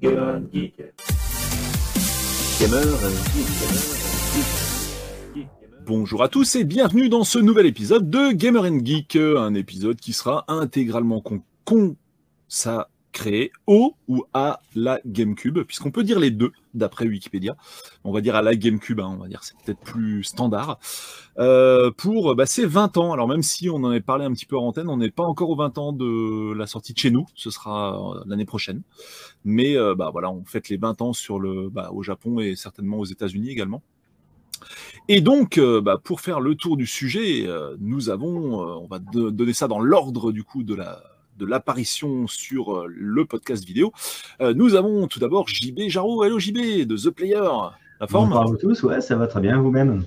Gamer and Geek. Gamer and Geek. Bonjour à tous et bienvenue dans ce nouvel épisode de Gamer and Geek, un épisode qui sera intégralement consacré au ou à la GameCube, puisqu'on peut dire les deux, d'après Wikipédia. On va dire à la GameCube, on va dire, c'est peut-être plus standard. Pour ces 20 ans, alors même si on en avait parlé un petit peu en antenne, on n'est pas encore aux 20 ans de la sortie de chez nous, ce sera l'année prochaine. Mais voilà, on fête les 20 ans au Japon et certainement aux États-Unis également. Et donc, pour faire le tour du sujet, on va donner ça dans l'ordre du coup de l'apparition sur le podcast vidéo. Nous avons tout d'abord JB Jarreau. Hello JB de The Player. La forme? Bonjour à vous tous, ouais, ça va très bien, vous-même.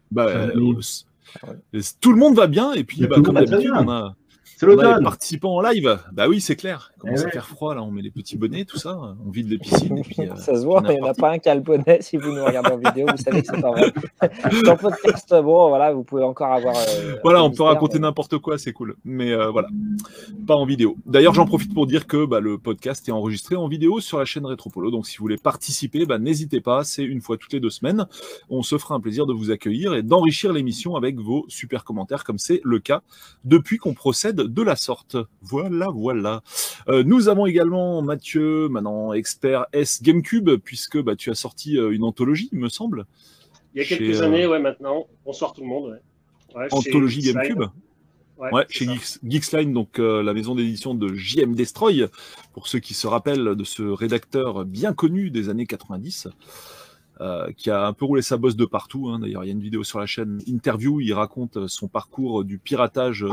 Tout le monde va bien, et puis comme d'habitude, on a les participants en live. Bah oui, c'est clair. Il commence à faire froid, là, on met les petits bonnets, tout ça, on vide les piscines. Et puis, ça se voit, il n'y en a pas un qui a le bonnet. Si vous nous regardez en vidéo, vous savez que c'est pas vrai. Dans podcast, bon, voilà, vous pouvez encore avoir. Voilà, on peut raconter n'importe quoi, c'est cool. Mais voilà, pas en vidéo. D'ailleurs, j'en profite pour dire que le podcast est enregistré en vidéo sur la chaîne Rétropolo. Donc, si vous voulez participer, n'hésitez pas. C'est une fois toutes les 2 semaines. On se fera un plaisir de vous accueillir et d'enrichir l'émission avec vos super commentaires, comme c'est le cas depuis qu'on procède de la sorte. Voilà. Nous avons également Mathieu, maintenant expert S GameCube, puisque tu as sorti une anthologie, il me semble. Il y a quelques années, maintenant. Bonsoir tout le monde. Ouais, anthologie GameCube. Chez Geeksline, donc la maison d'édition de JM Destroy, pour ceux qui se rappellent de ce rédacteur bien connu des années 90. Qui a un peu roulé sa bosse de partout. D'ailleurs, il y a une vidéo sur la chaîne Interview, il raconte son parcours du piratage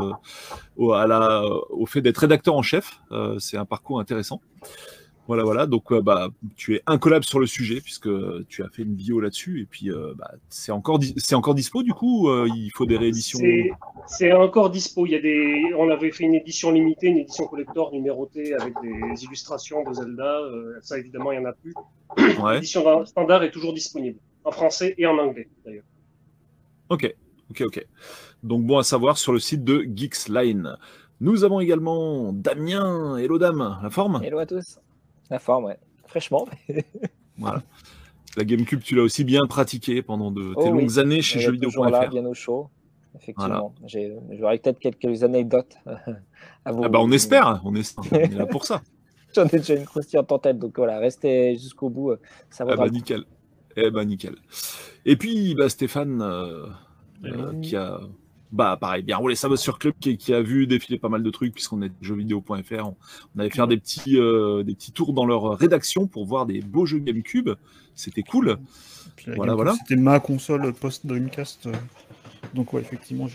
au fait d'être rédacteur en chef. C'est un parcours intéressant. Voilà. Donc, tu es incollable sur le sujet, puisque tu as fait une vidéo là-dessus. Et puis, c'est encore dispo, du coup, il faut des rééditions. C'est encore dispo. On avait fait une édition limitée, une édition collector numérotée avec des illustrations de Zelda. Ça, évidemment, il n'y en a plus. Ouais. L'édition standard est toujours disponible, en français et en anglais, d'ailleurs. Ok. Donc, bon à savoir sur le site de Geeksline. Nous avons également Damien. Hello, Dame. La forme? Hello à tous. La forme, ouais. Fraîchement. Voilà. La GameCube, tu l'as aussi bien pratiquée pendant tes longues années chez jeuxvideo.fr. Là, bien au chaud. Effectivement. Voilà. J'aurais peut-être quelques anecdotes à vous. On espère. On est là pour ça. J'en ai déjà une croustillante en tête, donc voilà, restez jusqu'au bout. Ça va. Nickel. Nickel. Et puis, Stéphane, qui a... pareil, bien roulé sa bosse sur Club, qui a vu défiler pas mal de trucs, puisqu'on est jeuxvideo.fr. On avait fait des petits tours dans leur rédaction pour voir des beaux jeux GameCube. C'était cool. Puis voilà. C'était ma console post-Dreamcast. Donc, effectivement,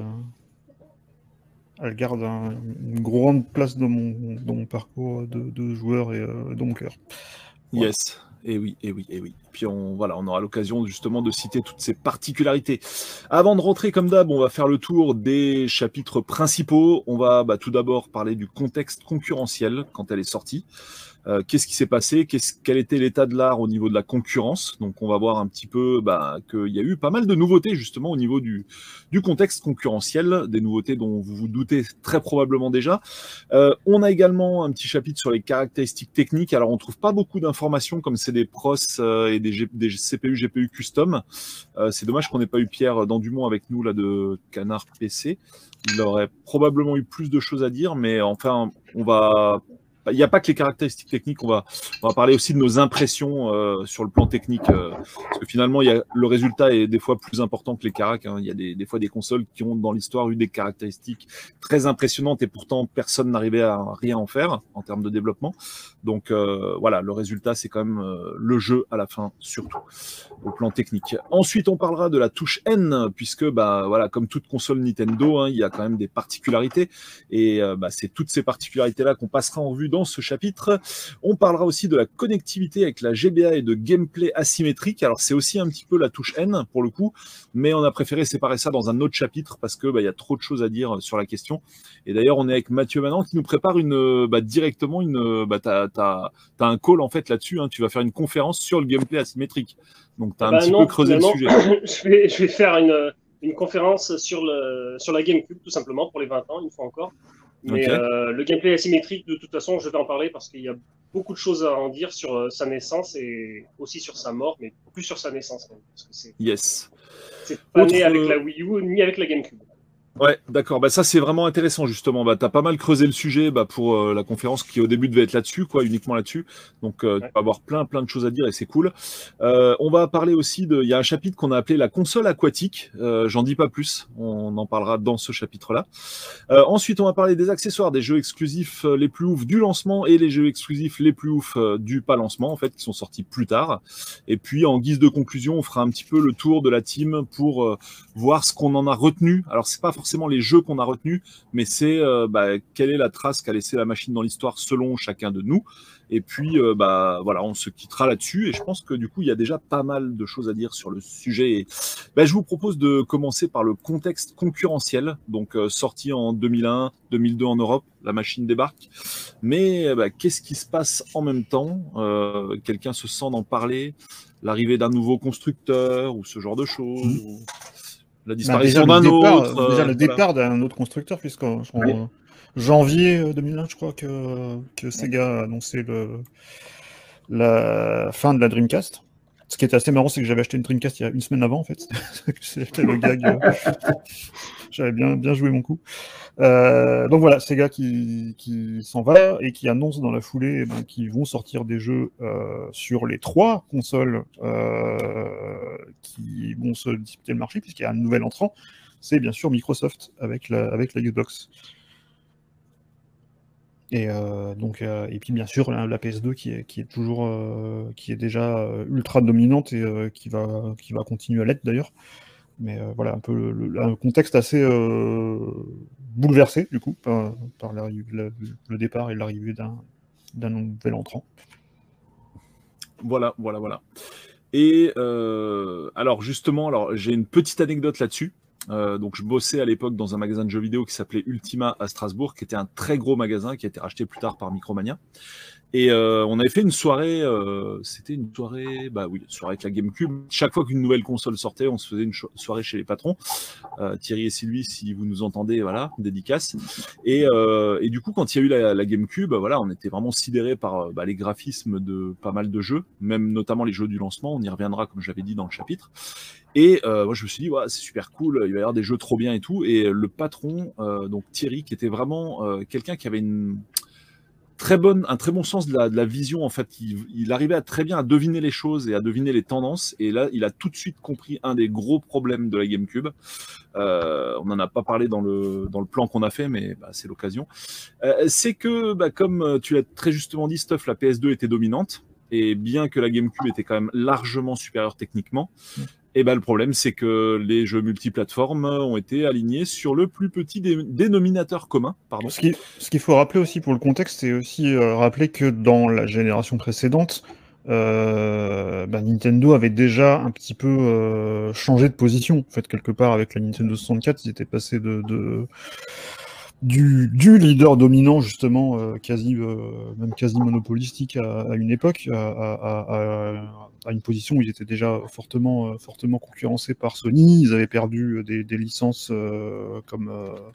elle garde une grande place dans mon parcours de joueur et dans mon cœur. Voilà. Yes. Et oui. Puis on aura l'occasion justement de citer toutes ces particularités. Avant de rentrer comme d'hab, on va faire le tour des chapitres principaux. On va tout d'abord parler du contexte concurrentiel quand elle est sortie. Qu'est-ce qui s'est passé? Quel était l'état de l'art au niveau de la concurrence? Donc on va voir un petit peu qu'il y a eu pas mal de nouveautés justement au niveau du contexte concurrentiel, des nouveautés dont vous vous doutez très probablement déjà. On a également un petit chapitre sur les caractéristiques techniques. Alors on trouve pas beaucoup d'informations comme c'est des pros et des CPU, GPU custom. C'est dommage qu'on n'ait pas eu Pierre Dandumont avec nous là de Canard PC. Il aurait probablement eu plus de choses à dire, mais enfin il n'y a pas que les caractéristiques techniques, on va parler aussi de nos impressions sur le plan technique, parce que finalement, le résultat est des fois plus important que les caracs. Il y a des fois des consoles qui ont dans l'histoire eu des caractéristiques très impressionnantes et pourtant personne n'arrivait à rien en faire en termes de développement. Donc le résultat, c'est quand même le jeu à la fin, surtout au plan technique. Ensuite, on parlera de la touche N, puisque comme toute console Nintendo, il y a quand même des particularités, et c'est toutes ces particularités-là qu'on passera en revue dans ce chapitre. On parlera aussi de la connectivité avec la GBA et de gameplay asymétrique. Alors c'est aussi un petit peu la touche N pour le coup, mais on a préféré séparer ça dans un autre chapitre parce que il y a trop de choses à dire sur la question. Et d'ailleurs on est avec Mathieu maintenant qui nous prépare directement t'as un call en fait là-dessus. Tu vas faire une conférence sur le gameplay asymétrique. Donc t'as un petit peu creusé le sujet. je vais faire une conférence sur la GameCube tout simplement pour les 20 ans une fois encore. Mais Ok. le gameplay asymétrique, de toute façon, je vais en parler parce qu'il y a beaucoup de choses à en dire sur sa naissance et aussi sur sa mort, mais plus sur sa naissance même, parce que Yes. c'est pas Autre, né avec la Wii U ni avec la GameCube. Ouais, d'accord. Bah ça c'est vraiment intéressant justement. Bah t'as pas mal creusé le sujet pour la conférence qui au début devait être là-dessus, quoi, uniquement là-dessus. Donc tu vas avoir plein de choses à dire et c'est cool. On va parler aussi il y a un chapitre qu'on a appelé la console aquatique. J'en dis pas plus. On en parlera dans ce chapitre-là. Ensuite, on va parler des accessoires, des jeux exclusifs les plus ouf du lancement et les jeux exclusifs les plus ouf du pas lancement, en fait, qui sont sortis plus tard. Et puis, en guise de conclusion, on fera un petit peu le tour de la team pour voir ce qu'on en a retenu. Alors, c'est pas forcément les jeux qu'on a retenus, mais c'est quelle est la trace qu'a laissé la machine dans l'histoire selon chacun de nous. Et puis, voilà, on se quittera là-dessus. Et je pense que du coup, il y a déjà pas mal de choses à dire sur le sujet. Et, je vous propose de commencer par le contexte concurrentiel. Donc, sorti en 2001, 2002 en Europe, la machine débarque. Mais qu'est-ce qui se passe en même temps? Quelqu'un se sent d'en parler? L'arrivée d'un nouveau constructeur ou ce genre de choses ou la disparition d'un autre Déjà le départ d'un autre constructeur, puisqu'en janvier 2001, je crois que Sega a annoncé la fin de la Dreamcast. Ce qui était assez marrant, c'est que j'avais acheté une Dreamcast il y a une semaine avant, en fait. C'était le gag. J'avais bien joué mon coup. Donc voilà, Sega qui s'en va et qui annonce dans la foulée qu'ils vont sortir des jeux sur les 3 consoles qui vont se disputer le marché, puisqu'il y a un nouvel entrant. C'est bien sûr Microsoft avec la Xbox. Et puis bien sûr la PS2 qui est toujours qui est déjà ultra dominante et qui va continuer à l'être d'ailleurs. Mais voilà un peu un contexte assez bouleversé du coup par le départ et l'arrivée d'un nouvel entrant. Voilà. Et alors justement, j'ai une petite anecdote là-dessus. Donc je bossais à l'époque dans un magasin de jeux vidéo qui s'appelait Ultima à Strasbourg, qui était un très gros magasin qui a été racheté plus tard par Micromania. Et on avait fait une soirée, c'était une soirée, soirée avec la GameCube. Chaque fois qu'une nouvelle console sortait, on se faisait une soirée chez les patrons. Thierry et Sylvie, si vous nous entendez, voilà, dédicace. Et du coup, quand il y a eu la GameCube, voilà, on était vraiment sidérés par les graphismes de pas mal de jeux, même notamment les jeux du lancement. On y reviendra, comme j'avais dit dans le chapitre. Et moi, je me suis dit, ouais, c'est super cool, il va y avoir des jeux trop bien et tout. Et le patron, donc Thierry, qui était vraiment quelqu'un qui avait un très bon sens de la vision, en fait. Il arrivait très bien à deviner les choses et à deviner les tendances. Et là, il a tout de suite compris un des gros problèmes de la GameCube. On n'en a pas parlé dans le plan qu'on a fait, mais c'est l'occasion. C'est que, comme tu l'as très justement dit, Stuff, la PS2 était dominante. Et bien que la GameCube était quand même largement supérieure techniquement, et le problème, c'est que les jeux multiplateformes ont été alignés sur le plus petit dénominateur commun. Pardon. Ce qu'il faut rappeler aussi pour le contexte, c'est aussi rappeler que dans la génération précédente, Nintendo avait déjà un petit peu changé de position. En fait, quelque part, avec la Nintendo 64, ils étaient passés du leader dominant, justement, même quasi monopolistique à une époque, à une position où ils étaient déjà fortement concurrencés par Sony. Ils avaient perdu des licences comme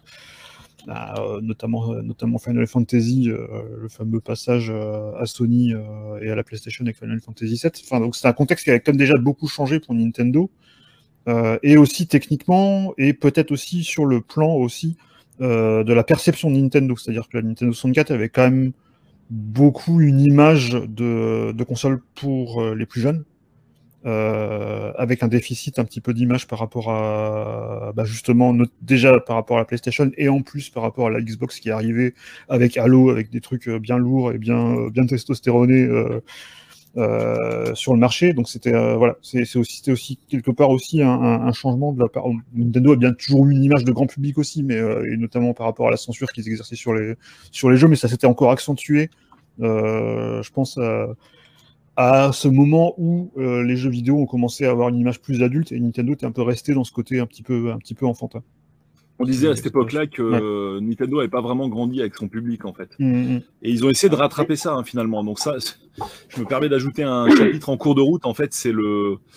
notamment Final Fantasy, le fameux passage à Sony et à la PlayStation avec Final Fantasy VII. Enfin, donc c'est un contexte qui a quand même déjà beaucoup changé pour Nintendo, et aussi techniquement, et peut-être aussi sur le plan aussi de la perception de Nintendo. C'est-à-dire que la Nintendo 64 avait quand même beaucoup une image de console pour les plus jeunes, avec un déficit un petit peu d'image par rapport à justement déjà par rapport à la PlayStation et en plus par rapport à la Xbox qui est arrivée avec Halo, avec des trucs bien lourds et bien testostéronés sur le marché. Donc c'était c'était aussi quelque part aussi un changement de la part. Nintendo a bien toujours eu une image de grand public aussi, mais et notamment par rapport à la censure qu'ils exerçaient sur les jeux, mais ça s'était encore accentué, je pense, à ce moment où les jeux vidéo ont commencé à avoir une image plus adulte, et Nintendo était un peu resté dans ce côté un petit peu enfantin. On disait à cette époque-là que Nintendo n'avait pas vraiment grandi avec son public, en fait. Et ils ont essayé de rattraper ça, finalement. Donc ça, je me permets d'ajouter un chapitre en cours de route. En fait, c'est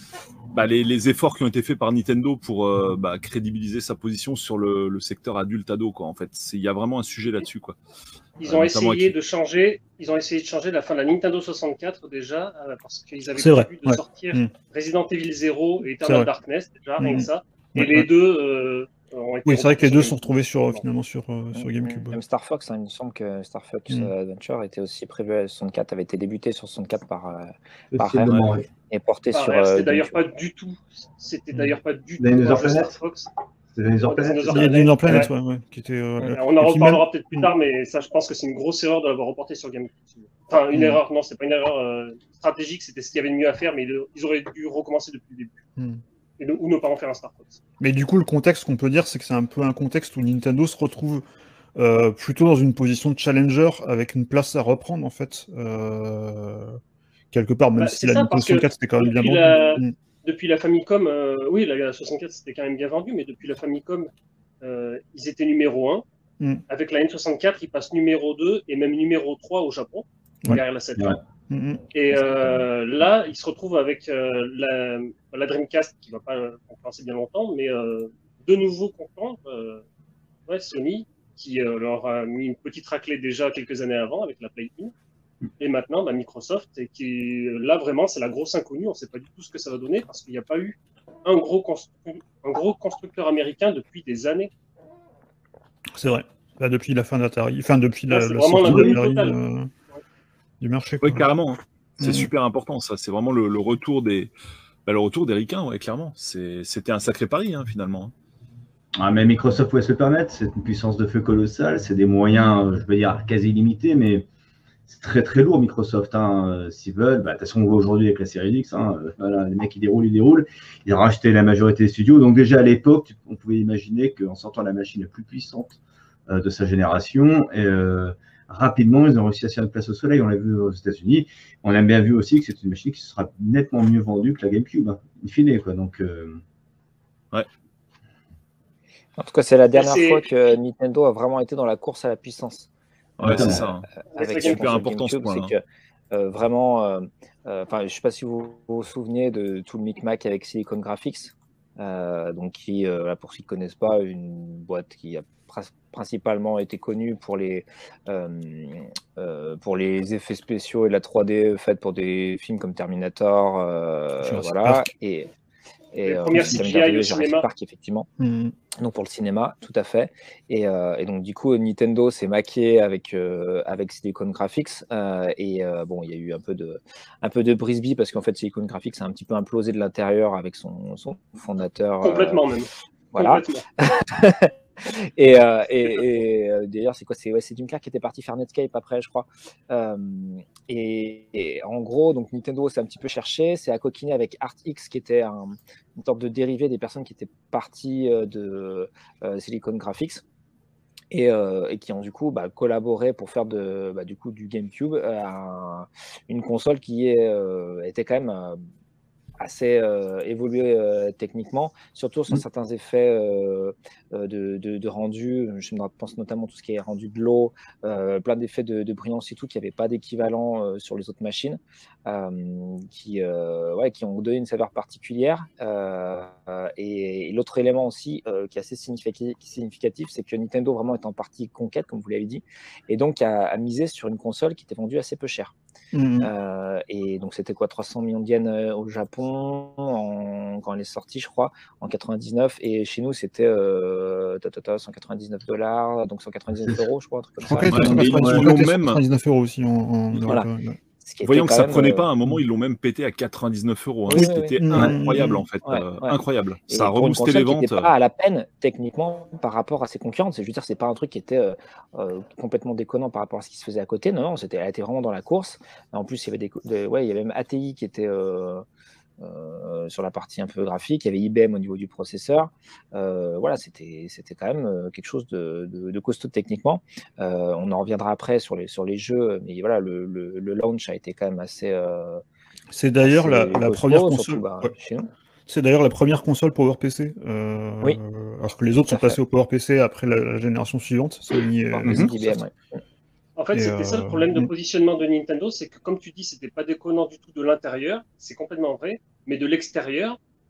les efforts qui ont été faits par Nintendo pour crédibiliser sa position sur le secteur adulte ado, quoi. En fait, il y a vraiment un sujet là-dessus, quoi. Ils ont essayé de changer. Ils ont essayé de changer la fin de la Nintendo 64 déjà, parce qu'ils avaient prévu de sortir Resident Evil 0 et Eternal Darkness déjà, rien que ça. Et les deux ont été. Oui, c'est vrai que les deux sont retrouvés finalement sur GameCube. Même Star Fox, il me semble que Star Fox Adventure était aussi prévu à 64, avait été débuté sur 64 par Rare et porté sur. C'était d'ailleurs pas du tout. C'était d'ailleurs pas du tout Star Fox. Il y a une en planète, qui était. On en reparlera peut-être plus tard, mais ça, je pense que c'est une grosse erreur de l'avoir reporté sur GameCube. Enfin, une erreur, non, c'est pas une erreur stratégique, c'était ce qu'il y avait de mieux à faire, mais ils auraient dû recommencer depuis le début. Ou ne pas en faire un Star Fox. Mais du coup, le contexte qu'on peut dire, c'est que c'est un peu un contexte où Nintendo se retrouve plutôt dans une position de challenger avec une place à reprendre, en fait. Quelque part, même si la Nintendo 64 c'était quand même bien vendu. Depuis la Famicom, oui, la 64 c'était quand même bien vendu, mais depuis la Famicom, ils étaient numéro 1. Avec la N64, ils passent numéro 2 et même numéro 3 au Japon, derrière la Saturn. Et là, ils se retrouvent avec la Dreamcast qui ne va pas concurrencer bien longtemps, mais de nouveaux concurrents, Sony, qui leur a mis une petite raclée déjà quelques années avant avec la Play 1. Et maintenant, Microsoft, et qui là vraiment, c'est la grosse inconnue. On ne sait pas du tout ce que ça va donner parce qu'il n'y a pas eu un gros constructeur américain depuis des années. C'est vrai. Là, depuis la fin d'Atari, depuis la sortie d'Atari du marché. Oui, carrément. C'est super important, ça. C'est vraiment le retour des ricains, clairement. C'était un sacré pari, finalement. Ah, mais Microsoft pouvait se le permettre. C'est une puissance de feu colossale. C'est des moyens, je veux dire, quasi illimités, mais c'est très très lourd Microsoft, s'ils veulent. De toute façon, on voit aujourd'hui avec la série X, voilà, les mecs ils déroulent. Ils ont racheté la majorité des studios. Donc déjà à l'époque, on pouvait imaginer qu'en sortant la machine la plus puissante de sa génération, rapidement ils ont réussi à se faire une place au soleil. On l'a vu aux États-Unis. On a bien vu aussi que c'est une machine qui sera nettement mieux vendue que la GameCube, in fine, quoi. Donc, ouais. En tout cas, c'est la dernière fois que Nintendo a vraiment été dans la course à la puissance. Ouais, c'est ça. C'est super important ce point-là. C'est que vraiment, je ne sais pas si vous vous souvenez de tout le micmac avec Silicon Graphics, donc qui, pour ceux qui ne connaissent pas, une boîte qui a principalement été connue pour les effets spéciaux et la 3D faite pour des films comme Terminator, voilà, et premières CGI au cinéma. Park, effectivement. Donc pour le cinéma, tout à fait. Et donc du coup, Nintendo s'est maqué avec Silicon Graphics. Il y a eu un peu de brisbee parce qu'en fait, Silicon Graphics a un petit peu implosé de l'intérieur avec son fondateur. Complètement même. Voilà. Complètement. Et d'ailleurs, c'est quoi? C'est Jim Clark qui était parti faire Netscape après, je crois. Et en gros, donc Nintendo s'est un petit peu cherché, c'est à coquiner avec ArtX, qui était une sorte de dérivé des personnes qui étaient parties de Silicon Graphics. Et qui ont du coup collaboré pour faire du GameCube une console qui était quand même assez évolué techniquement, surtout sur certains effets de rendu. Je pense notamment tout ce qui est rendu de l'eau, plein d'effets de brillance et tout, qui n'avaient pas d'équivalent sur les autres machines, qui ont donné une saveur particulière. Et l'autre élément aussi qui est assez significatif, c'est que Nintendo vraiment est en partie conquête, comme vous l'avez dit, et donc a misé sur une console qui était vendue assez peu cher. Et donc c'était quoi, 300 millions de yens au Japon quand elle est sortie, je crois, en 99, et chez nous c'était 199 $, donc 199 €, je crois, un truc comme ça. Okay, 199 € aussi en voilà. Voyons que ça ne prenait pas, à un moment ils l'ont même pété à 99 €. C'était incroyable en fait, incroyable. Ça a reboosté les ventes. C'était pas à la peine techniquement par rapport à ses concurrentes. Je veux dire, c'est pas un truc qui était complètement déconnant par rapport à ce qui se faisait à côté. Non, elle était vraiment dans la course. En plus, il y avait même ATI qui était sur la partie un peu graphique, il y avait IBM au niveau du processeur. Voilà, c'était quand même quelque chose de costaud techniquement. On en reviendra après sur les jeux, mais voilà, le launch a été quand même assez. C'est d'ailleurs la première console. C'est d'ailleurs la première console PowerPC. Oui. Alors que les autres sont passés au PowerPC après la génération suivante. En fait, c'était ça le problème de positionnement de Nintendo, c'est que comme tu dis, c'était pas déconnant du tout de l'intérieur, c'est complètement vrai, mais de l'extérieur,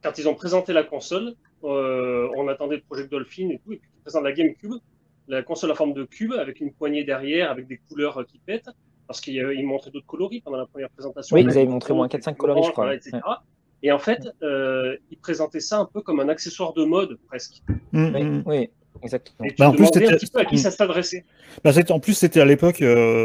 quand ils ont présenté la console, on attendait le projet Dolphin et tout, et puis ils présentent la GameCube, la console à forme de cube, avec une poignée derrière, avec des couleurs qui pètent, parce qu'ils montraient d'autres coloris pendant la première présentation. Oui, ils avaient montré moins 4-5 coloris, je crois. Etc. Ouais. Et en fait, ils présentaient ça un peu comme un accessoire de mode, presque. Oui, exactement. Et tu te demandais un petit peu à qui ça s'adressait. En plus, c'était à l'époque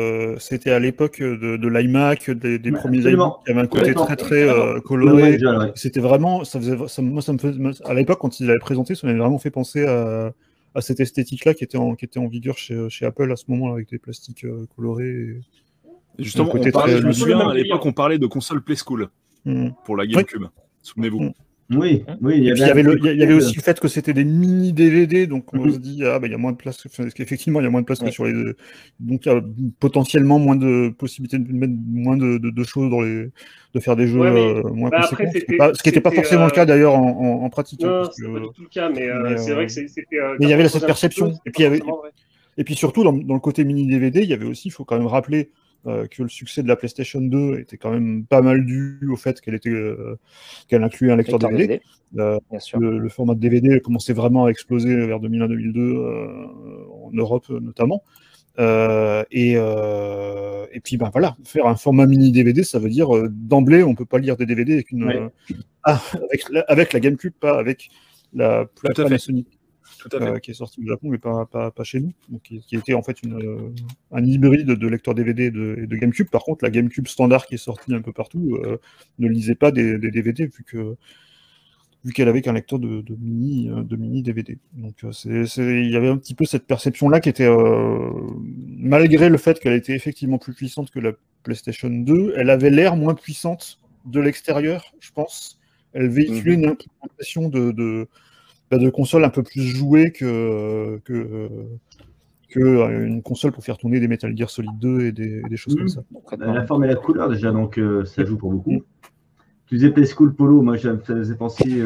de l'iMac, des premiers iMac, qui avait un côté très coloré. C'était vraiment, moi, ça me faisait, à l'époque, quand ils l'avaient présenté, ça m'avait vraiment fait penser à cette esthétique-là qui était en vigueur chez Apple à ce moment-là, avec des plastiques colorés. Et justement, je me souviens, à l'époque, on parlait de console Play School pour la GameCube. Souvenez-vous. Oui. Il y avait aussi le fait que c'était des mini DVD, donc on se dit il y a moins de place. Effectivement, il y a moins de place que sur les. Donc il y a potentiellement moins de possibilités de mettre moins de choses de faire des jeux moins conséquents. Ce qui n'était pas forcément le cas d'ailleurs en pratique. Non, c'est pas du tout le cas, mais c'est vrai que c'était. Mais il y avait cette perception. Et puis surtout dans le côté mini DVD, il y avait aussi, il faut quand même rappeler. Que le succès de la PlayStation 2 était quand même pas mal dû au fait qu'elle incluait un lecteur DVD. Le format de DVD commençait vraiment à exploser vers 2001-2002 en Europe notamment. Et puis voilà, faire un format mini DVD, ça veut dire d'emblée, on peut pas lire des DVD avec la GameCube, pas avec la Panasonic. Qui est sorti au Japon, mais pas chez nous, donc qui était en fait un hybride de lecteur DVD et de GameCube. Par contre, la GameCube standard qui est sortie un peu partout ne lisait pas des DVD vu qu'elle avait qu'un lecteur de mini DVD. Donc il y avait un petit peu cette perception-là qui était, malgré le fait qu'elle était effectivement plus puissante que la PlayStation 2, elle avait l'air moins puissante de l'extérieur, je pense. Elle véhiculait une impression de console un peu plus jouée que une console pour faire tourner des Metal Gear Solid 2 et des choses comme ça. La forme et la couleur déjà, donc ça joue pour beaucoup. Tu disais Play School Polo, moi ça me faisait penser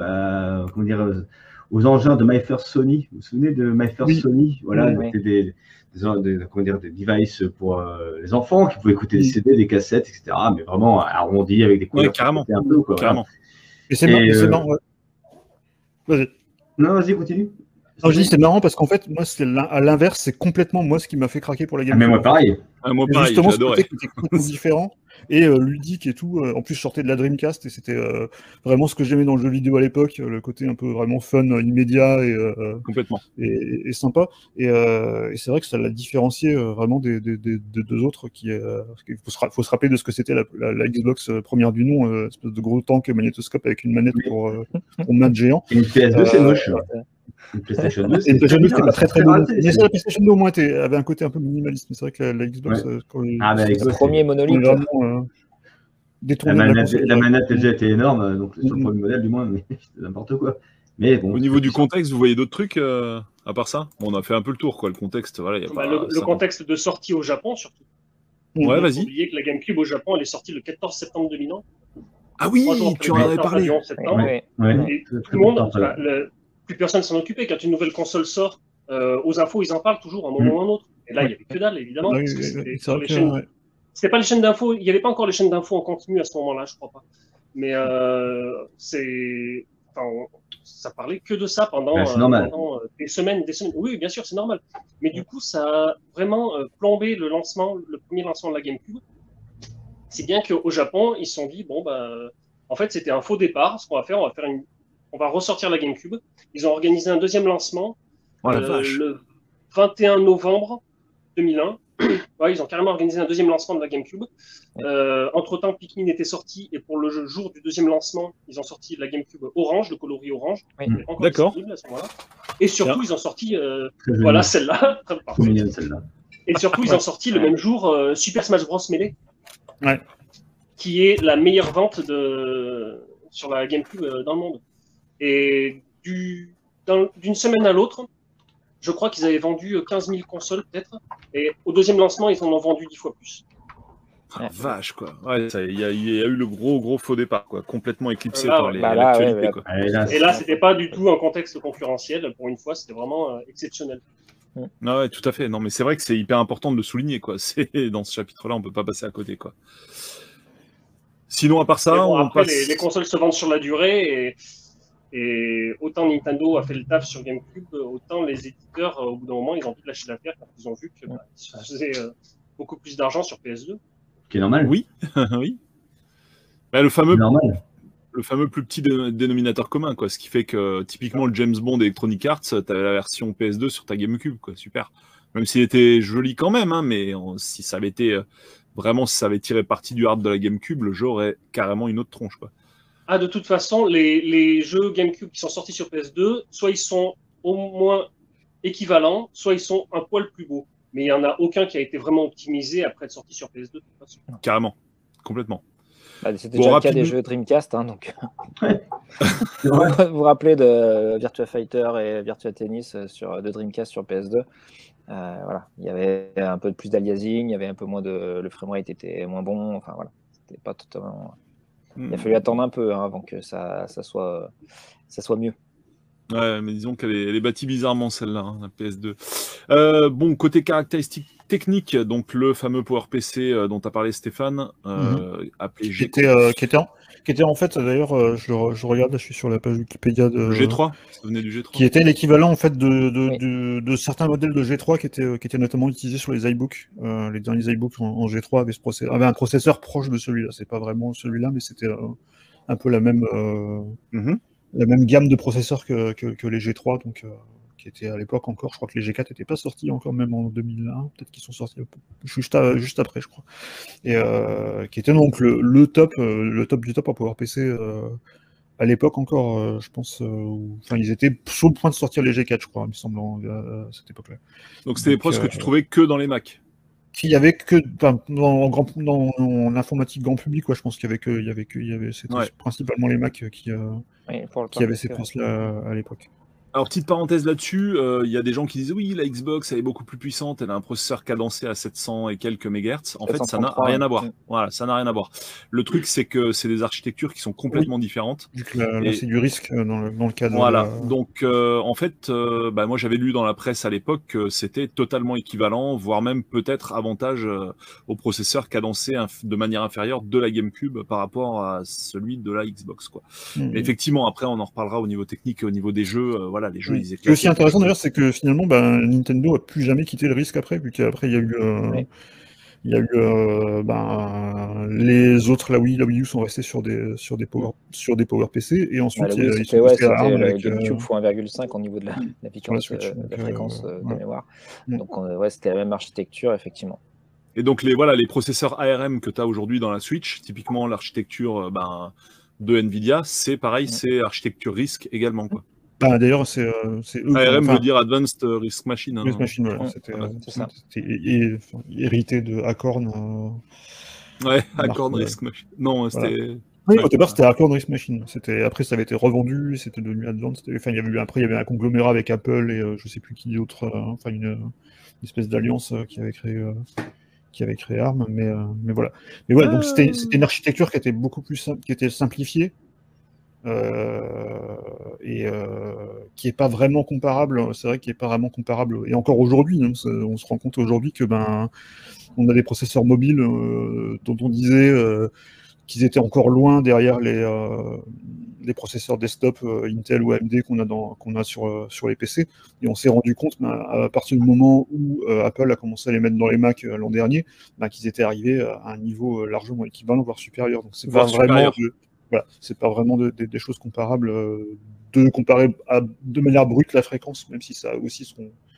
aux engins de My First Sony. Vous vous souvenez de My First Sony? Voilà, c'était des devices pour les enfants qui pouvaient écouter des CD, des cassettes, etc. Mais vraiment arrondis avec des couleurs. Carrément. Un peu, quoi, carrément. Et c'est marrant. Vas-y. Non, vas-y, continue. Non, je dis c'est marrant parce qu'en fait, moi, à l'inverse, c'est complètement moi ce qui m'a fait craquer pour la GameCube. Mais moi, pareil. Moi, pareil, justement, j'adorais. C'était complètement différent et ludique et tout. En plus, je sortais de la Dreamcast et c'était vraiment ce que j'aimais dans le jeu vidéo à l'époque, le côté un peu vraiment fun, immédiat complètement et sympa. Et c'est vrai que ça l'a différencié vraiment des deux autres. Il faut se rappeler de ce que c'était la Xbox première du nom, espèce de gros tank magnétoscope avec une manette pour main de géant. Et une PS2, c'est moche. Une PlayStation 2, c'était pas très beau. Mais la PlayStation 2 au moins avait un côté un peu minimaliste. Mais c'est vrai que la Xbox, le premier monolithe. La manette déjà était énorme, donc sur le premier modèle du moins, mais c'était n'importe quoi. Mais bon, au niveau du contexte, vous voyez d'autres trucs à part ça? On a fait un peu le tour, quoi. Le contexte, voilà. Le contexte de sortie au Japon, surtout. Ouais, vas-y. Oubliez que la GameCube au Japon, elle est sortie le 14 septembre 2001. Ah oui, tu en avais parlé. Et tout le monde, plus personne s'en occupait. Quand une nouvelle console sort, aux infos, ils en parlent toujours à un moment ou à un autre. Et là, il n'y avait que dalle, évidemment. Parce que c'était pas les chaînes d'infos. Il n'y avait pas encore les chaînes d'infos en continu à ce moment-là, je crois pas. Mais ça parlait que de ça pendant des semaines. Oui, bien sûr, c'est normal. Mais du coup, ça a vraiment plombé le premier lancement de la GameCube. Si bien qu'au Japon, ils se sont dit, en fait, c'était un faux départ. Ce qu'on va faire, on va ressortir la GameCube. Ils ont organisé un deuxième lancement le 21 novembre 2001. Ils ont carrément organisé un deuxième lancement de la GameCube. Entre-temps, Pikmin était sorti et pour le jour du deuxième lancement, ils ont sorti la GameCube orange, le coloris orange. D'accord. À ce moment-là. Et surtout, ils ont sorti celle-là. Et surtout, ils ont sorti le même jour Super Smash Bros. Melee, qui est la meilleure vente sur la GameCube dans le monde. Et d'une semaine à l'autre, je crois qu'ils avaient vendu 15 000 consoles peut-être, et au deuxième lancement, ils en ont vendu 10 fois plus. Vache, quoi. Il y a eu le gros faux départ, quoi, complètement éclipsé par l'actualité. Et là, c'était pas du tout un contexte concurrentiel, pour une fois, c'était vraiment exceptionnel. Ouais, tout à fait. Non, mais c'est vrai que c'est hyper important de le souligner, quoi. Dans ce chapitre-là, on peut pas passer à côté, quoi. Sinon, à part ça, bon, on après, passe... les consoles se vendent sur la durée et autant Nintendo a fait le taf sur GameCube, autant les éditeurs, au bout d'un moment, ils ont dû lâcher l'affaire quand ils ont vu qu'ils se faisaient beaucoup plus d'argent sur PS2. Qui est normal. Oui, oui. Bah, le fameux plus petit dénominateur commun, quoi. Ce qui fait que, typiquement, le James Bond Electronic Arts, tu avais la version PS2 sur ta GameCube, quoi. Super. Même s'il était joli quand même, hein, mais si ça avait été... Vraiment, si ça avait tiré parti du hard de la GameCube, le jeu aurait carrément une autre tronche, quoi. Ah, de toute façon, les jeux GameCube qui sont sortis sur PS2, soit ils sont au moins équivalents, soit ils sont un poil plus beaux. Mais il n'y en a aucun qui a été vraiment optimisé après être sorti sur PS2. De toute façon. Carrément, complètement. Bah, c'était déjà le cas des jeux Dreamcast, hein, donc. Vous vous rappelez de Virtua Fighter et Virtua Tennis de Dreamcast sur PS2. Voilà, il y avait un peu plus d'aliasing, il y avait un peu moins le framerate était moins bon. Enfin voilà, c'était pas totalement. Il a fallu attendre un peu avant que ça soit mieux. Ouais, mais disons qu'elle est bâtie bizarrement celle-là, hein, la PS2. Bon, côté caractéristiques techniques, donc le fameux PowerPC dont tu as parlé Stéphane, appelé G. Qui était en fait, d'ailleurs, je regarde, là, je suis sur la page Wikipédia de G3, ça venait du G3. Qui était l'équivalent en fait de certains modèles de G3 qui étaient notamment utilisés sur les iBooks. Les derniers iBooks en G3 avaient un processeur proche de celui-là. C'est pas vraiment celui-là, mais c'était un peu la même gamme de processeurs que les G3, donc qui étaient à l'époque encore. Je crois que les G4 n'étaient pas sortis encore, même en 2001. Peut-être qu'ils sont sortis juste après, je crois. Et qui était donc le top du top en PowerPC. À l'époque encore, je pense, ils étaient sur le point de sortir les G4, je crois, il me semble, à cette époque-là. Donc c'était des pros que tu trouvais que dans les Mac. Qu'il y avait que dans l'informatique grand public, quoi. Je pense qu'il y avait c'était principalement les Mac qui avaient ces pros-là à l'époque. Alors, petite parenthèse là-dessus, il y a des gens qui disent oui, la Xbox elle est beaucoup plus puissante, elle a un processeur cadencé à 700 et quelques MHz. En fait, ça n'a rien à voir. Voilà, ça n'a rien à voir. Le truc, c'est que c'est des architectures qui sont complètement différentes. Là, c'est du risque dans le cas de. Voilà. Donc, en fait, moi, j'avais lu dans la presse à l'époque que c'était totalement équivalent, voire même peut-être avantage au processeur cadencé de manière inférieure de la GameCube par rapport à celui de la Xbox, quoi. Mais effectivement, après, on en reparlera au niveau technique et au niveau des jeux. Voilà. Les jeux, ils étaient. Ce qui est aussi intéressant d'ailleurs, c'est que finalement, Nintendo a plus jamais quitté le risque après, vu qu'après il y a eu, les autres, la Wii U sont restés sur des Power PC, et ensuite ils sont passés à ARM avec GameCube x 1,5 au niveau de la puissance de la fréquence de mémoire. Donc c'était la même architecture effectivement. Et donc les processeurs ARM que tu as aujourd'hui dans la Switch, typiquement l'architecture de Nvidia, c'est pareil, c'est architecture RISC également, quoi. D'ailleurs, c'est eux. ARM veut dire Advanced RISC Machine. RISC Machine, voilà. C'était hérité de Acorn. Acorn RISC Machine. Non, c'était. Oui, au départ, c'était Acorn RISC Machine. Après, ça avait été revendu, c'était devenu Advanced. Enfin, il y avait un conglomérat avec Apple et je sais plus qui d'autre. Une espèce d'alliance qui avait créé ARM, mais voilà. Mais voilà, donc c'était une architecture qui était beaucoup plus simple, qui était simplifiée. Et qui est pas vraiment comparable, c'est vrai qu'il est pas vraiment comparable, et encore aujourd'hui, on se rend compte aujourd'hui que on a des processeurs mobiles dont on disait qu'ils étaient encore loin derrière les processeurs desktop Intel ou AMD qu'on a sur les PC, et on s'est rendu compte à partir du moment où Apple a commencé à les mettre dans les Mac l'an dernier, qu'ils étaient arrivés à un niveau largement équivalent, voire supérieur. Donc c'est pas vraiment voilà, c'est pas vraiment des choses comparables, de comparer de manière brute la fréquence, même si ça a aussi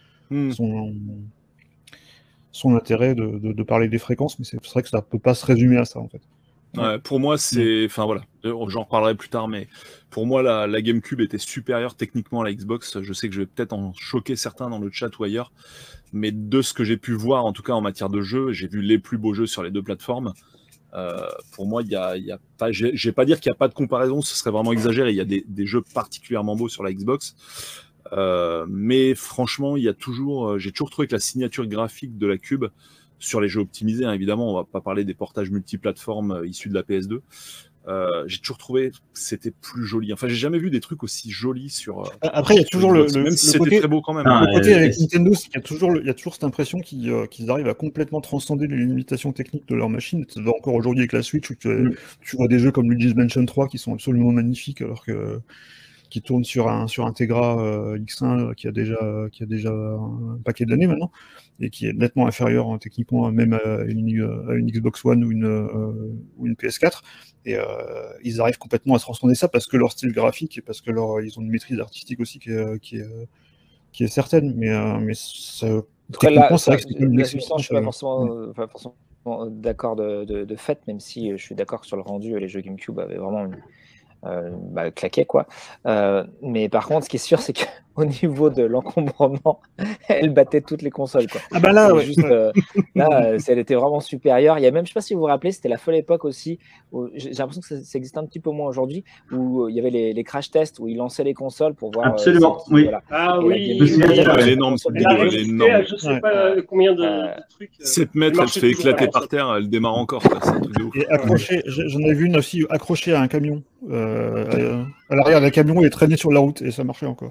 son intérêt de parler des fréquences, mais c'est vrai que ça peut pas se résumer à ça en fait. Ouais, pour moi, enfin voilà, j'en reparlerai plus tard, mais pour moi, la GameCube était supérieure techniquement à la Xbox. Je sais que je vais peut-être en choquer certains dans le chat ou ailleurs, mais de ce que j'ai pu voir, en tout cas en matière de jeux, j'ai vu les plus beaux jeux sur les deux plateformes. Pour moi, il y a pas, je vais pas dire qu'il n'y a pas de comparaison, ce serait vraiment exagéré. Il y a des jeux particulièrement beaux sur la Xbox, mais franchement, j'ai toujours trouvé que la signature graphique de la Cube sur les jeux optimisés, hein, évidemment, on va pas parler des portages multiplateformes issus de la PS2. j'ai toujours trouvé que c'était plus joli. Enfin, j'ai jamais vu des trucs aussi jolis sur. Après, il y a toujours même si c'était côté, très beau quand même. le côté avec Nintendo, c'est qu'il y a toujours cette impression qu'ils arrivent à complètement transcender les limitations techniques de leur machine. Ça va encore aujourd'hui avec la Switch, où tu vois des jeux comme Luigi's Mansion 3 qui sont absolument magnifiques, alors que qui tournent sur un Tegra X1 qui a déjà un paquet d'années maintenant, et qui est nettement inférieur techniquement même à une Xbox One ou une PS4. Et ils arrivent complètement à transcender ça parce que leur style graphique et parce que ils ont une maîtrise artistique aussi qui est certaine. Mais ça, techniquement, c'est vrai que c'est une excellente. Je suis pas forcément d'accord de fait, même si je suis d'accord que sur le rendu, les jeux GameCube avaient vraiment claqué, quoi. Mais par contre, ce qui est sûr, c'est qu'au niveau de l'encombrement, elle battait toutes les consoles, quoi. Ah bah là, ouais. Juste, elle était vraiment supérieure. Il y a même, je sais pas si vous vous rappelez, c'était la folle époque aussi, où j'ai l'impression que ça existe un petit peu moins aujourd'hui, où il y avait les crash tests, où ils lançaient les consoles pour voir. Absolument, oui. Voilà. Ah oui, l'énorme. Je sais pas combien de trucs. 7 mètres, elle se fait éclater par terre, elle démarre encore. C'est un truc de ouf. Et accroché, j'en ai vu une aussi accrochée à un camion. À l'arrière d'un camion et traînée sur la route, et ça marchait encore.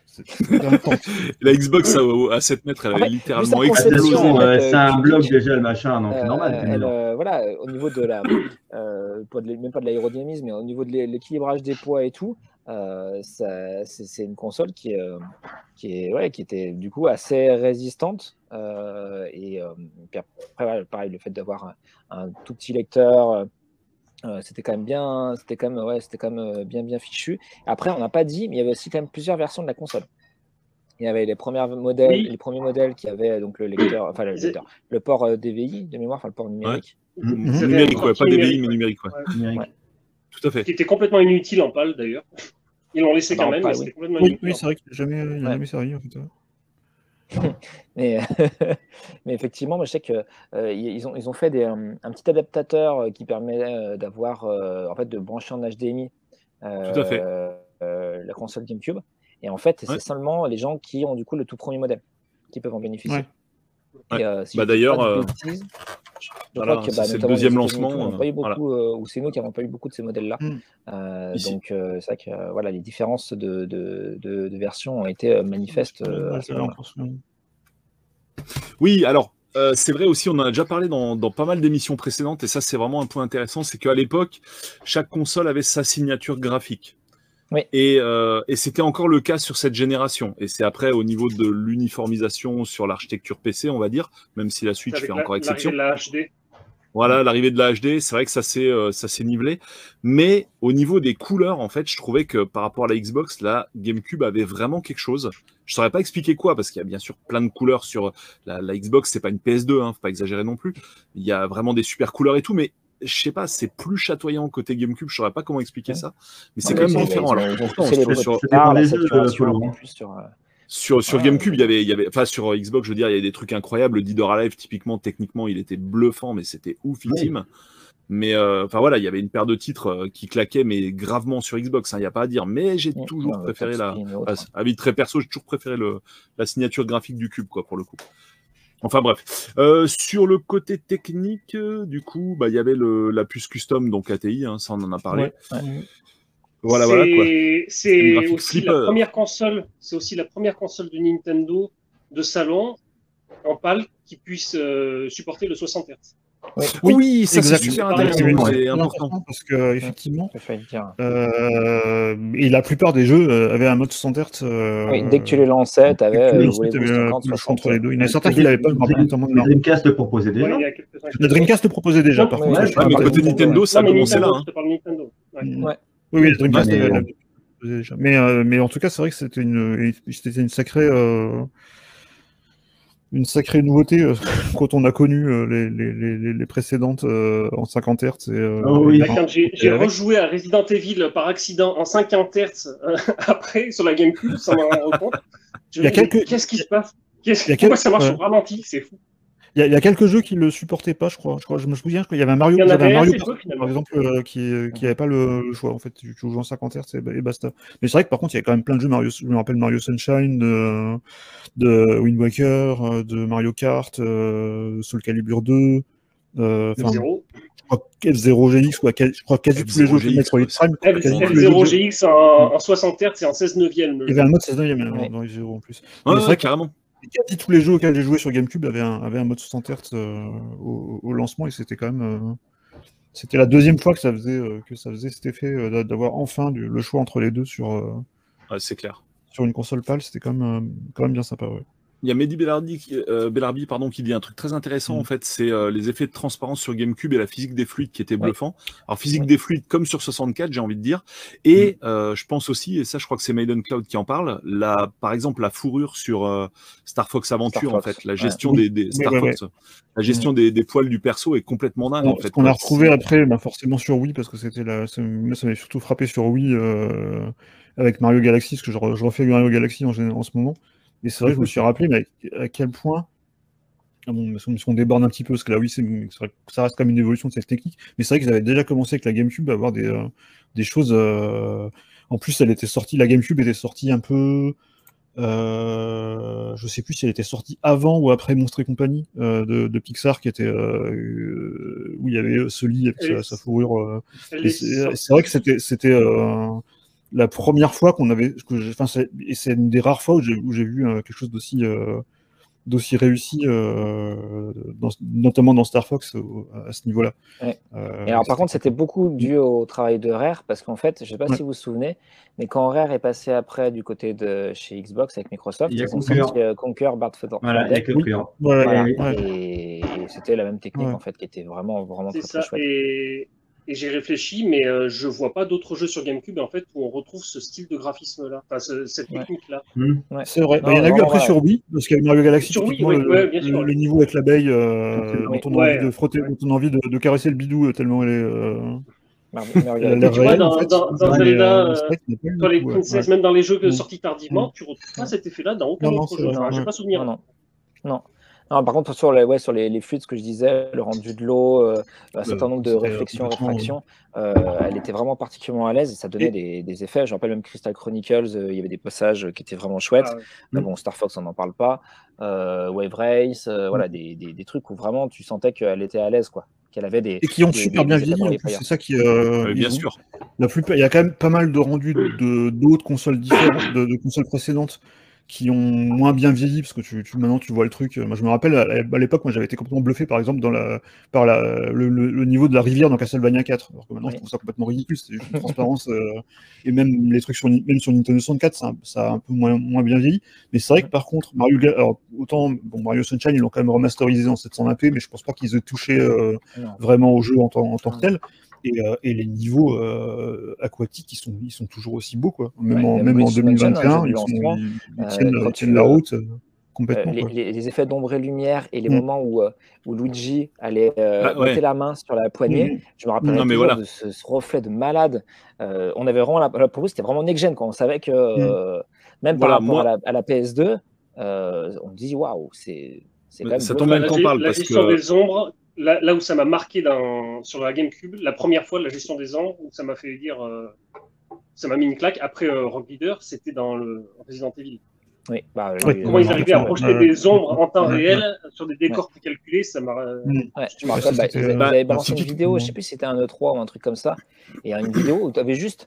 La Xbox à 7 mètres, elle a littéralement explosé. C'est un bloc déjà, le machin, donc c'est normal. Voilà, au niveau de même pas de l'aérodynamisme, mais au niveau de l'équilibrage des poids et tout, c'est une console qui était du coup assez résistante. Et après, pareil, le fait d'avoir un tout petit lecteur. C'était quand même bien fichu. Après, on n'a pas dit, mais il y avait aussi quand même plusieurs versions de la console. Il y avait les premiers modèles qui avaient donc le lecteur, le port DVI de mémoire, le port numérique. Ouais. Numérique, pas DVI, mais numérique. Ouais. Tout à fait. Qui était complètement inutile en PAL d'ailleurs. Ils l'ont laissé quand même, mais c'était complètement inutile. Oui, c'est vrai qu'il n'a jamais servi en fait. mais effectivement, moi, je sais qu'ils ont fait un petit adaptateur qui permet d'avoir de brancher en HDMI tout à fait. la console GameCube. Et en fait, c'est seulement les gens qui ont du coup le tout premier modèle qui peuvent en bénéficier. Ouais. Et, d'ailleurs, c'est le deuxième lancement. Ou c'est nous qui n'avons pas eu beaucoup de ces modèles-là. Donc, c'est vrai que les différences de versions ont été manifestes. Oui, alors, c'est vrai aussi, on en a déjà parlé dans pas mal d'émissions précédentes, et ça, c'est vraiment un point intéressant, c'est qu'à l'époque, chaque console avait sa signature graphique. Oui. Et c'était encore le cas sur cette génération. Et c'est après, au niveau de l'uniformisation sur l'architecture PC, on va dire, même si la Switch fait encore exception. L'arrivée de la HD. Voilà, l'arrivée de la HD, c'est vrai que ça s'est nivelé. Mais au niveau des couleurs, en fait, je trouvais que par rapport à la Xbox, la GameCube avait vraiment quelque chose. Je saurais pas expliquer quoi, parce qu'il y a bien sûr plein de couleurs sur la Xbox, c'est pas une PS2, faut pas exagérer non plus. Il y a vraiment des super couleurs et tout, mais je sais pas, c'est plus chatoyant côté GameCube, je saurais pas comment expliquer ça, mais c'est quand même différent. Sur GameCube, il y avait, enfin sur Xbox, je veux dire, il y avait des trucs incroyables. Le Dead or Alive, typiquement, techniquement, il était bluffant, mais c'était oufissime. Mais il y avait une paire de titres qui claquaient, mais gravement sur Xbox, il n'y a pas à dire. Mais j'ai toujours préféré à vie très perso, j'ai toujours préféré la signature graphique du cube, quoi, pour le coup. Enfin bref, sur le côté technique, du coup, il y avait la puce custom, donc ATI, ça on en a parlé. Voilà quoi. C'est aussi la première console. C'est aussi la première console de Nintendo de salon en PAL qui puisse supporter le 60 Hz. Oui, ça c'est super intéressant, c'est important parce que effectivement, et la plupart des jeux avaient un mode 60 Hz. Dès que tu les lançais, tu avais le choix entre les deux. Il y en a certains qui l'avaient pas. Le Dreamcast le proposait déjà. Le Dreamcast le proposait déjà. Par contre, mais côté Nintendo, ça a commencé là. Oui, le Dreamcast l'avait déjà. Mais en tout cas, c'est vrai que c'était une sacrée nouveauté quand on a connu les précédentes en 50 Hz. Quand j'ai rejoué à Resident Evil par accident en 50 Hz après sur la GameCube, sans m'en rendre compte. Qu'est-ce qui se passe? Pourquoi ça marche au ralenti? C'est fou. Il y a quelques jeux qui le supportaient pas, je crois. Je me souviens qu'il y avait un Mario, par exemple, qui n'avait pas le choix. En fait, tu joues en 50 Hz et basta. Mais c'est vrai que par contre, il y a quand même plein de jeux Mario. Je me rappelle Mario Sunshine, de Wind Waker, de Mario Kart, Soul Calibur 2. F0GX, je crois quasi tous les jeux qui mettent sur les Prime. F0GX en 60 Hz, c'est en 16 neuvième. Il y avait un mode 16 neuvième dans F0 en plus. Ouais, c'est vrai, carrément. Quasi tous les jeux auxquels j'ai joué sur GameCube avaient un mode 60 Hz au lancement, et c'était quand même. C'était la deuxième fois que ça faisait cet effet d'avoir enfin le choix entre les deux sur. C'est clair. Sur une console PAL, c'était quand même bien sympa. Ouais. Il y a Mehdi Bellarbi qui dit un truc très intéressant, en fait, c'est les effets de transparence sur GameCube et la physique des fluides qui étaient bluffants. Alors, physique des fluides comme sur 64, j'ai envie de dire. Et je pense aussi, et ça, je crois que c'est Maiden Cloud qui en parle, par exemple, la fourrure sur Star Fox Aventure, en fait, la gestion des Star Fox. La gestion des poils du perso est complètement dingue, en fait. Ce qu'on a retrouvé après, forcément sur Wii, parce que c'était ça m'avait surtout frappé sur Wii avec Mario Galaxy, parce que je refais Mario Galaxy en ce moment. Et c'est vrai que je me suis rappelé mais à quel point, on déborde un petit peu, parce que là, oui, c'est vrai que ça reste comme une évolution de cette technique, mais c'est vrai qu'ils avaient déjà commencé avec la GameCube à avoir des choses. En plus, la GameCube était sortie un peu. Je sais plus si elle était sortie avant ou après Monstres et compagnie de Pixar, qui était où il y avait Sully avec sa fourrure. C'est vrai que c'était la première fois et c'est une des rares fois où j'ai vu quelque chose d'aussi réussi, notamment dans Star Fox à ce niveau-là. Ouais. Et alors par contre, c'était beaucoup dû au travail de Rare, parce qu'en fait, je sais pas si vous vous souvenez, mais quand Rare est passé après du côté de chez Xbox avec Microsoft, ils ont sorti Conquer Bad for Dead. Et c'était la même technique en fait, qui était vraiment très chouette. Et j'ai réfléchi, mais je vois pas d'autres jeux sur GameCube en fait où on retrouve ce style de graphisme-là, cette technique-là. C'est vrai. Il y en a eu après sur Wii, parce qu'il y a Mario Galaxy, le niveau avec l'abeille, dont on a envie de frotter, dont on a envie de caresser le bidou tellement elle est. Tu vois, dans Zelda, dans les princesses, même dans les jeux sortis tardivement, tu retrouves pas cet effet-là dans aucun autre jeu. J'ai pas souvenir. Non. Non, par contre, sur les fluides, ce que je disais, le rendu de l'eau, un certain nombre de réflexions, rétractions, elle était vraiment particulièrement à l'aise et ça donnait des effets. Je rappelle même Crystal Chronicles, il y avait des passages qui étaient vraiment chouettes. Bon, Star Fox, on n'en parle pas. Wave Race, voilà, des trucs où vraiment tu sentais qu'elle était à l'aise, quoi. Qu'elle avait et qui ont super bien vieilli, c'est ça qui. Bien sûr. Il y a quand même pas mal de rendus d'autres consoles différentes, de consoles précédentes, qui ont moins bien vieilli, parce que maintenant tu vois le truc. Moi je me rappelle à l'époque, moi j'avais été complètement bluffé par exemple par le niveau de la rivière dans Castlevania 4, alors que maintenant je trouve ça complètement ridicule, c'est juste une transparence, et même les trucs même sur Nintendo 64 ça a un peu moins bien vieilli, mais c'est vrai que par contre Mario Sunshine ils l'ont quand même remasterisé en 720p, mais je pense pas qu'ils aient touché vraiment au jeu en tant que tel. Et les niveaux aquatiques, ils sont toujours aussi beaux, quoi. Même en 2021, ils tiennent la route complètement. Les effets d'ombre et lumière et les moments où Luigi allait mettre la main sur la poignée, je me rappelle toujours de ce reflet de malade. On avait vraiment pour vous, c'était vraiment next-gen, quand on savait que même par rapport à la PS2, on dit waouh, c'est quand même. Ça tombe bien qu'on parle parce que des ombres. Là où ça m'a marqué sur la GameCube, la première fois, la gestion des ombres, où ça m'a fait dire, ça m'a mis une claque. Après Rock Leader, c'était dans le Resident Evil. Oui, comment ils arrivaient à projeter des ombres en temps réel sur des décors précalculés, ça m'a. Je me rappelle, ils avaient balancé une vidéo, je sais plus si c'était un E3 ou un truc comme ça, et une vidéo où tu avais juste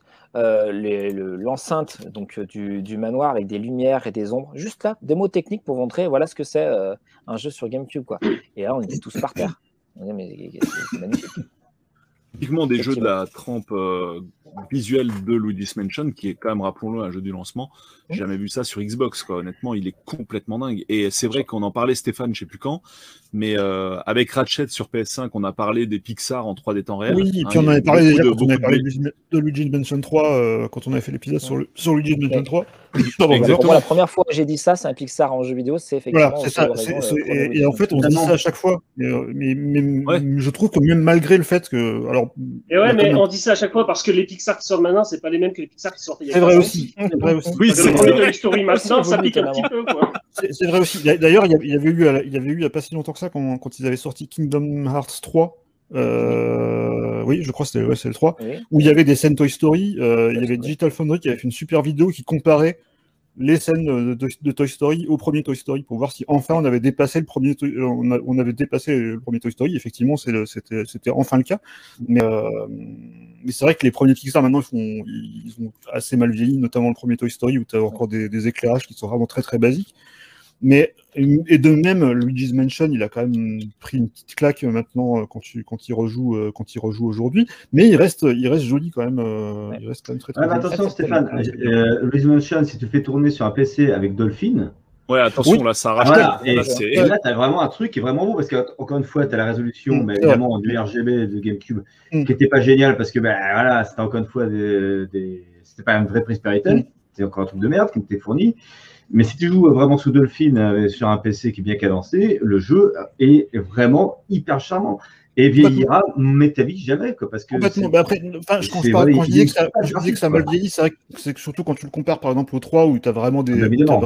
l'enceinte du manoir avec des lumières et des ombres, juste là, démo technique pour montrer voilà ce que c'est un jeu sur GameCube, quoi. Et là, on était tous par terre. Mais c'est magnifique. Typiquement des jeux de la trempe visuelle de Luigi's Mansion, qui est quand même, rappelons-le, un jeu du lancement. J'ai jamais vu ça sur Xbox, quoi. Honnêtement, il est complètement dingue. Et c'est vrai qu'on en parlait, Stéphane, je sais plus quand, mais avec Ratchet sur PS5, on a parlé des Pixar en 3D temps réel. Oui, et puis on en avait parlé déjà quand on avait parlé de Luigi's Mansion 3, quand on avait fait l'épisode sur Luigi's Mansion 3. Pour moi, la première fois que j'ai dit ça, c'est un Pixar en jeu vidéo, c'est effectivement. Voilà, c'est ça. Et en fait, on dit ça à chaque fois. Mais je trouve que même malgré le fait que. Alors, mais on dit ça à chaque fois parce que les Pixar qui sortent maintenant, c'est pas les mêmes que les Pixar qui sortent il y a. C'est vrai aussi. Oui, c'est vrai. Story maintenant, ça pique un petit peu, quoi. C'est vrai aussi. D'ailleurs, il y avait eu il n'y a pas si longtemps que ça, quand ils avaient sorti Kingdom Hearts 3. Oui, je crois que c'est le 3, où il y avait des scènes Toy Story, il y avait Digital Foundry qui avait fait une super vidéo qui comparait les scènes de Toy Story au premier Toy Story pour voir si enfin on avait dépassé le premier Toy Story. Effectivement, c'était enfin le cas. Mais c'est vrai que les premiers Pixar maintenant ils ont assez mal vieilli, notamment le premier Toy Story où tu as encore des éclairages qui sont vraiment très très basiques. Mais et de même, Luigi's Mansion, il a quand même pris une petite claque maintenant quand il rejoue aujourd'hui. Mais il reste joli quand même. Il reste quand même très très. Attention, Stéphane, Luigi's Mansion, si tu fais tourner sur un PC avec Dolphin. Ouais, attention, là, ça arrache. Voilà. Et là, tu as vraiment un truc qui est vraiment beau parce qu'encore une fois, tu as la résolution, mais évidemment, du RGB de GameCube qui n'était pas génial parce que voilà, c'était encore une fois c'était pas une vraie prise Péritel, c'était encore un truc de merde qui t'était fourni. Mais si tu joues vraiment sous Dolphin sur un PC qui est bien cadencé, le jeu est vraiment hyper charmant. Et vieillira, mais ta vie jamais, quoi, parce que. Complètement. Bah après, quand je disais que ça mal vieilli, c'est vrai que c'est surtout quand tu le compares par exemple au 3 où tu as vraiment des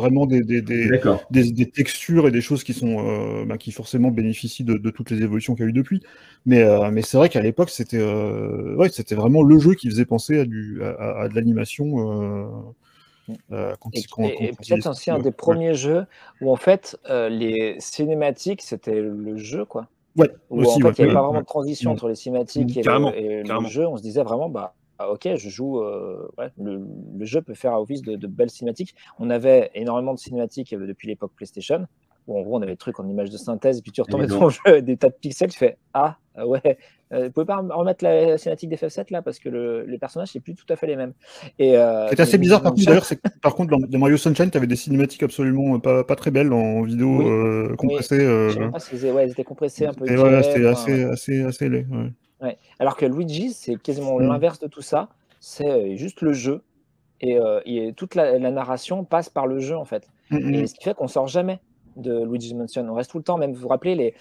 textures et des choses qui sont qui forcément bénéficient de toutes les évolutions qu'il y a eu depuis. Mais c'est vrai qu'à l'époque, c'était vraiment le jeu qui faisait penser à de l'animation. Et peut-être aussi un des premiers jeux où en fait les cinématiques c'était le jeu, quoi. Ouais, où aussi, en fait il n'y avait pas vraiment de transition entre les cinématiques et le jeu. On se disait vraiment ok, je joue, le jeu peut faire office de belles cinématiques. On avait énormément de cinématiques depuis l'époque PlayStation, où en gros on avait des trucs en image de synthèse, et puis tu retombais dans le jeu, des tas de pixels, tu fais ouais, vous pouvez pas remettre la cinématique d'FF7 là, parce que les personnages c'est plus tout à fait les mêmes. C'est assez bizarre par contre, d'ailleurs, c'est que par contre dans Mario Sunshine tu avais des cinématiques absolument pas très belles en vidéo compressée. Je sais même pas si ils étaient compressés un peu. C'était assez laid. Ouais. Alors que Luigi, c'est quasiment l'inverse de tout ça. C'est juste le jeu et toute la narration passe par le jeu en fait. Et ce qui fait qu'on sort jamais de Luigi's Mansion. On reste tout le temps, même vous vous rappelez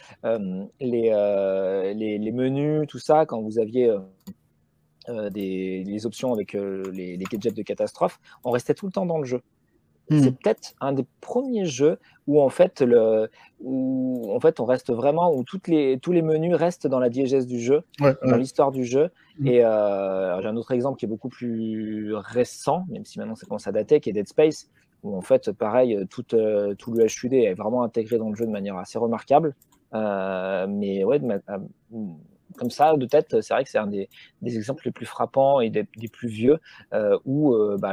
les menus, tout ça, quand vous aviez les options avec les gadgets de catastrophe, on restait tout le temps dans le jeu. C'est peut-être un des premiers jeux où en fait on reste vraiment, où tous les menus restent dans la diégèse du jeu, dans l'histoire du jeu. Et j'ai un autre exemple qui est beaucoup plus récent, même si maintenant ça commence à dater, qui est Dead Space, où en fait pareil, tout le HUD est vraiment intégré dans le jeu de manière assez remarquable. Mais ouais, comme ça, de tête, c'est vrai que c'est un des exemples les plus frappants et des plus vieux, où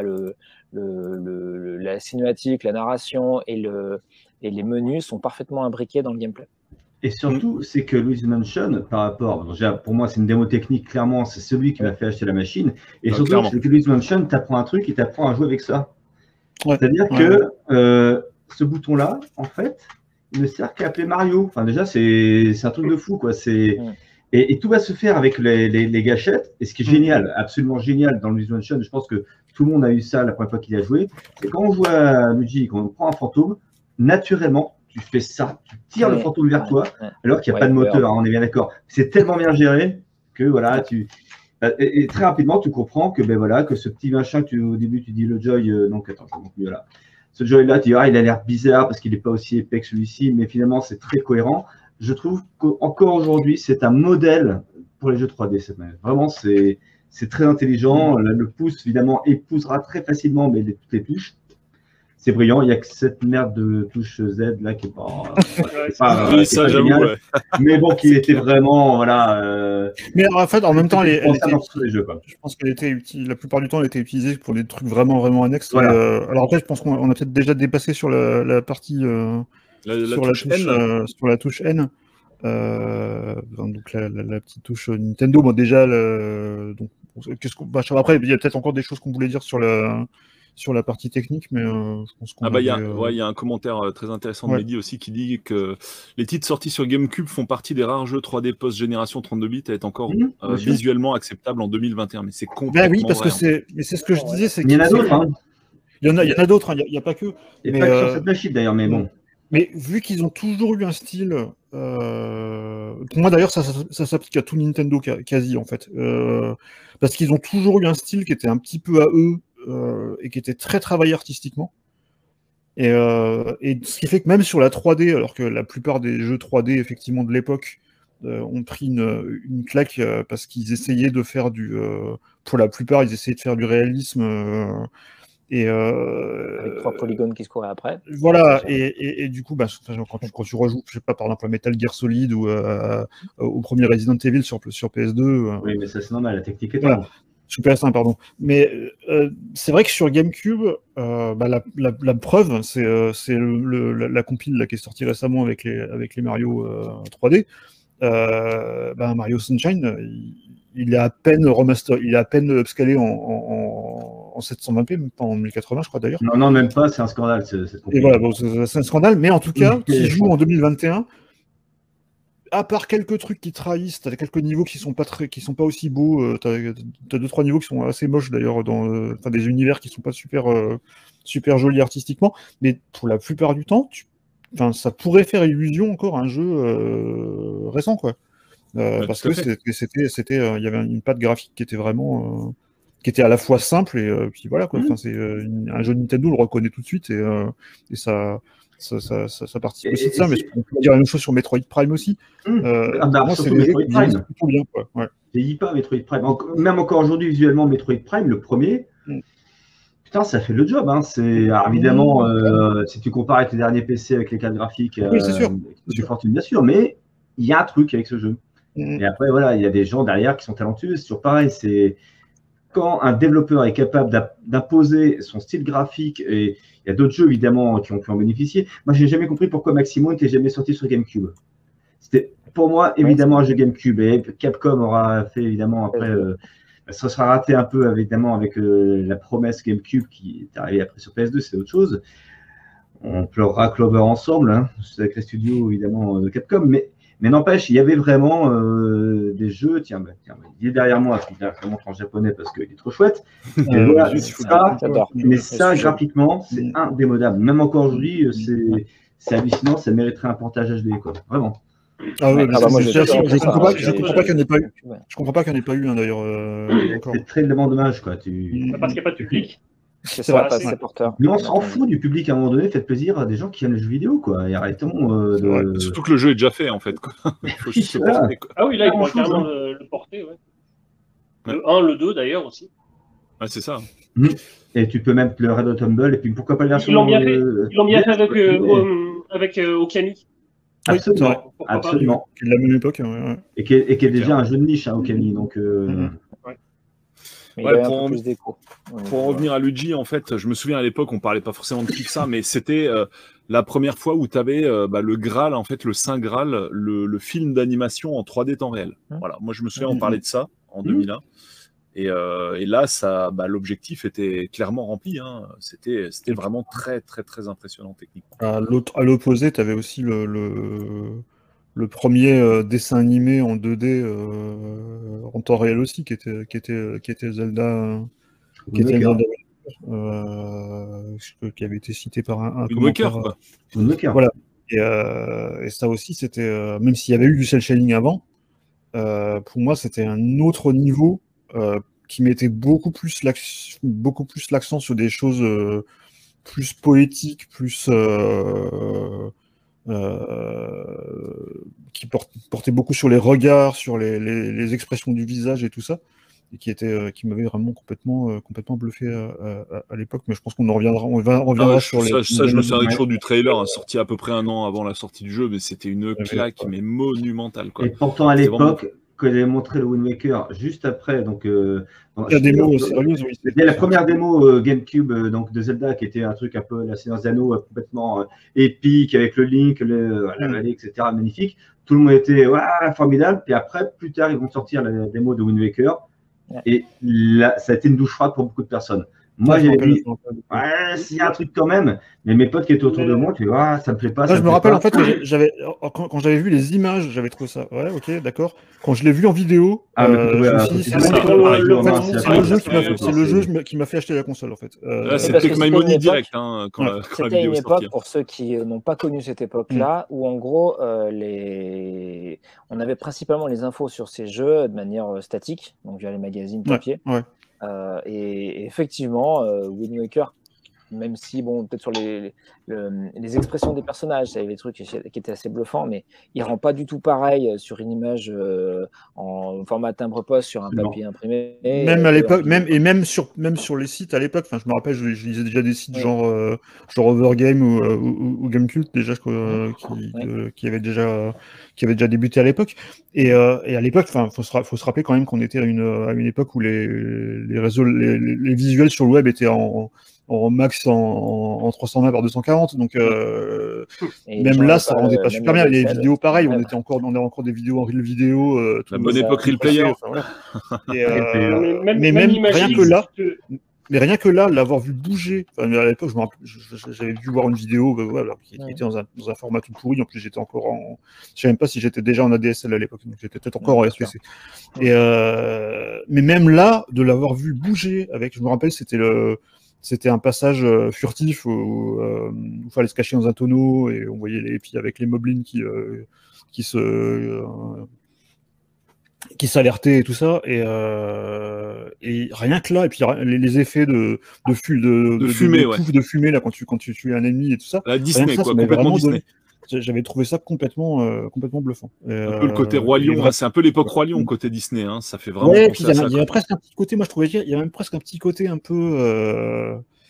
la cinématique, la narration et les menus sont parfaitement imbriqués dans le gameplay. Et surtout, c'est que Luigi's Mansion, par rapport, déjà, pour moi, c'est une démo technique, clairement, c'est celui qui m'a fait acheter la machine. Et surtout, c'est que Luigi's Mansion, tu apprends un truc et tu apprends à jouer avec ça. C'est-à-dire que ce bouton-là, en fait, il ne sert qu'à appeler Mario. Enfin, déjà, c'est un truc de fou, quoi. Et tout va se faire avec les gâchettes. Et ce qui est génial, absolument génial dans Luigi's Mansion, je pense que tout le monde a eu ça la première fois qu'il a joué, c'est quand on joue à Luigi, quand on prend un fantôme, naturellement, tu fais ça, tu tires le fantôme vers toi, alors qu'il n'y a pas de moteur, on est bien d'accord. C'est tellement bien géré que voilà, et très rapidement, tu comprends que que ce petit machin que au début tu dis le Joy, donc attends, voilà. Ce Joy-là, tu dis il a l'air bizarre parce qu'il n'est pas aussi épais que celui-ci, mais finalement c'est très cohérent. Je trouve qu'encore aujourd'hui, c'est un modèle pour les jeux 3D, cette manière. Vraiment, c'est très intelligent. Le pouce, évidemment, épousera très facilement toutes les touches. C'est brillant. Il n'y a que cette merde de touche Z là qui n'est pas génial. Mais bon, qui était vraiment, voilà. Mais en fait, en même temps, je pense qu'elle était utile. La plupart du temps, elle était utilisée pour des trucs vraiment, vraiment annexes. Voilà. Alors après, je pense qu'on a peut-être déjà dépassé sur la partie. Sur la touche N, donc la petite touche Nintendo. Bon, déjà, après, il y a peut-être encore des choses qu'on voulait dire sur la partie technique, mais je pense qu'on il y a un commentaire très intéressant de Mehdi aussi qui dit que les titres sortis sur GameCube font partie des rares jeux 3D post-génération 32 bits à être encore visuellement acceptables en 2021. Mais c'est complètement oui, parce que c'est ce que je disais. Il y en a d'autres. Il y en a d'autres, il n'y a pas que. Il n'y a pas que sur cette machine d'ailleurs, mais bon. Mais vu qu'ils ont toujours eu un style, pour moi d'ailleurs ça s'applique à tout Nintendo quasi en fait, parce qu'ils ont toujours eu un style qui était un petit peu à eux et qui était très travaillé artistiquement. Et ce qui fait que même sur la 3D, alors que la plupart des jeux 3D effectivement de l'époque ont pris une claque parce qu'ils essayaient de faire pour la plupart ils essayaient de faire du réalisme. Avec 3 polygones qui se couraient après. Voilà, et du coup, quand tu rejoues, je sais pas, par exemple, à Metal Gear Solid ou au premier Resident Evil sur PS2. Oui, mais ça c'est normal, la technique est voilà. Sur PS1, pardon. Mais c'est vrai que sur GameCube, la preuve, c'est la compile là, qui est sortie récemment avec les Mario 3D. Mario Sunshine, il est à peine remaster, il est à peine upscalé en 720p, même pas en 1080, je crois d'ailleurs. Non, même pas, c'est un scandale. Et voilà, c'est un scandale, mais en tout cas, qui joue en 2021, à part quelques trucs qui trahissent, t'as quelques niveaux qui sont pas aussi beaux, t'as 2-3 niveaux qui sont assez moches d'ailleurs, dans des univers qui sont pas super jolis artistiquement, mais pour la plupart du temps, ça pourrait faire illusion encore à un jeu récent, quoi. Parce que il y avait une patte graphique qui était vraiment qui était à la fois simple et puis voilà quoi. C'est un jeu Nintendo, on le reconnaît tout de suite et ça participe aussi de ça. Mais on peut dire la même chose sur Metroid Prime aussi. Moi, c'est Metroid Prime. Plutôt bien, quoi. Ouais. Vieillit pas Metroid Prime. Même encore aujourd'hui, visuellement, Metroid Prime, le premier. Putain, ça fait le job. Hein. Évidemment, si tu compares avec les derniers PC avec les cartes graphiques, oui, c'est sûr. C'est fortune, bien sûr, mais il y a un truc avec ce jeu. Et après, voilà, il y a des gens derrière qui sont talentueux. C'est toujours pareil. C'est quand un développeur est capable d'imposer son style graphique, et il y a d'autres jeux évidemment qui ont pu en bénéficier. Moi, j'ai jamais compris pourquoi Maximum n'était jamais sorti sur GameCube. C'était pour moi évidemment un jeu GameCube, et Capcom aura fait évidemment après. Ça sera raté un peu évidemment avec la promesse GameCube qui est arrivée après sur PS2, c'est autre chose. On pleurera Clover ensemble, hein, avec les studios évidemment de Capcom, mais n'empêche, il y avait vraiment des jeux. Tiens, il est derrière moi, je montre en japonais parce qu'il est trop chouette. Mais ça, graphiquement, c'est indémodable. Même encore aujourd'hui, c'est hallucinant, ça mériterait un portage HD, quoi. Vraiment. Je comprends pas qu'il n'y en ait pas eu. Je comprends pas qu'il n'y en ait pas eu, d'ailleurs. C'est très dommage, quoi. Parce qu'il n'y a pas de public. C'est vrai, c'est porteur. Mais on s'en fout du public à un moment donné, faites plaisir à des gens qui aiment les jeux vidéo, quoi. Et arrêtons Surtout que le jeu est déjà fait, en fait. Quoi. Il faut juste le porter, quoi. Ah oui, là, il pourrait carrément le porter, ouais. Le 1, le 2, d'ailleurs, aussi. Ouais, c'est ça. Et tu peux même le Red Hot Humble, et puis pourquoi pas le version... Ils l'ont bien fait avec Okami. Absolument. Absolument. Qui est de la même époque. Ouais. Et qui est déjà un jeu de niche, Okami, donc... pour en revenir à Luigi, en fait, je me souviens à l'époque, on parlait pas forcément de Pixar, mais c'était la première fois où tu avais le Graal, en fait, le Saint Graal, le film d'animation en 3D temps réel. Voilà, moi je me souviens, on parlait de ça en 2001. Et là, l'objectif était clairement rempli. Hein. C'était vraiment très, très, très impressionnant techniquement. À l'opposé, tu avais aussi le premier dessin animé en 2D en temps réel aussi, qui était Zelda, qui avait été cité par un commentaire. Voilà. Et ça aussi, c'était même s'il y avait eu du cel shading avant, pour moi, c'était un autre niveau qui mettait beaucoup plus l'accent sur des choses plus poétiques, plus qui portait beaucoup sur les regards, sur les expressions du visage et tout ça, et qui m'avait vraiment complètement bluffé à l'époque. Mais je pense qu'on reviendra sur les... Ça, je me souviens toujours du trailer, sorti à peu près un an avant la sortie du jeu, mais c'était une claque, mais monumentale, quoi. Et pourtant, à l'époque, quand j'avais montré le Wind Waker, juste après, donc... la démo sérieuse, oui. C'était la première démo GameCube donc de Zelda, qui était un truc un peu la Seigneur des Anneaux, complètement épique, avec le Link, la vallée, etc. Magnifique. Tout le monde était formidable. Puis après, plus tard, ils vont sortir la démo de Wind Waker. Et là, ça a été une douche froide pour beaucoup de personnes. Moi, j'avais dit, s'il y a un truc quand même, mais mes potes qui étaient autour de moi, tu vois, ça me plaît pas. Je me rappelle, en fait, quand j'avais vu les images, j'avais trouvé ça. Ouais, ok, d'accord. Quand je l'ai vu en vidéo, c'est le jeu qui m'a fait acheter la console, en fait. C'était que My Money direct. C'était une époque, pour ceux qui n'ont pas connu cette époque-là, où en gros, on avait principalement les infos sur ces jeux de manière statique, donc via les magazines papier. Et effectivement, Wind Waker même si, bon, peut-être sur les expressions des personnages, ça y avait des trucs qui étaient assez bluffants, mais il rend pas du tout pareil sur une image en format timbre-poste sur un papier imprimé. Même à l'époque, même sur les sites à l'époque, enfin, je me rappelle, je lisais déjà des sites genre Overgame ou Gamecult déjà qui avaient déjà débuté à l'époque. Et à l'époque, enfin, faut se rappeler quand même qu'on était à une époque où les visuels sur le web étaient en max en 320 par 240, donc même là ça rendait pas super bien. Les vidéos pareil, on a encore des vidéos en reel vidéo. La bonne époque Real Player. Mais même rien que là. Mais rien que là, l'avoir vu bouger, à l'époque, j'avais dû voir une vidéo qui était dans un format tout pourri. En plus, j'étais encore en. Je sais même pas si j'étais déjà en ADSL à l'époque, donc j'étais peut-être encore en SPC. Mais même là, de l'avoir vu bouger je me rappelle, c'était un passage furtif où il fallait se cacher dans un tonneau et on voyait puis avec les moblins qui s'alertaient et tout ça, et rien que là, et puis les effets de fumée là quand tu tues un ennemi et tout ça. La Disney, ça, complètement Disney. J'avais trouvé ça complètement bluffant. Un peu le côté Roi Lion, c'est un peu l'époque Roi Lion côté Disney, hein, ça fait vraiment. Ouais, puis il y a presque un petit côté, moi je trouvais qu'il y a même presque un petit côté un peu.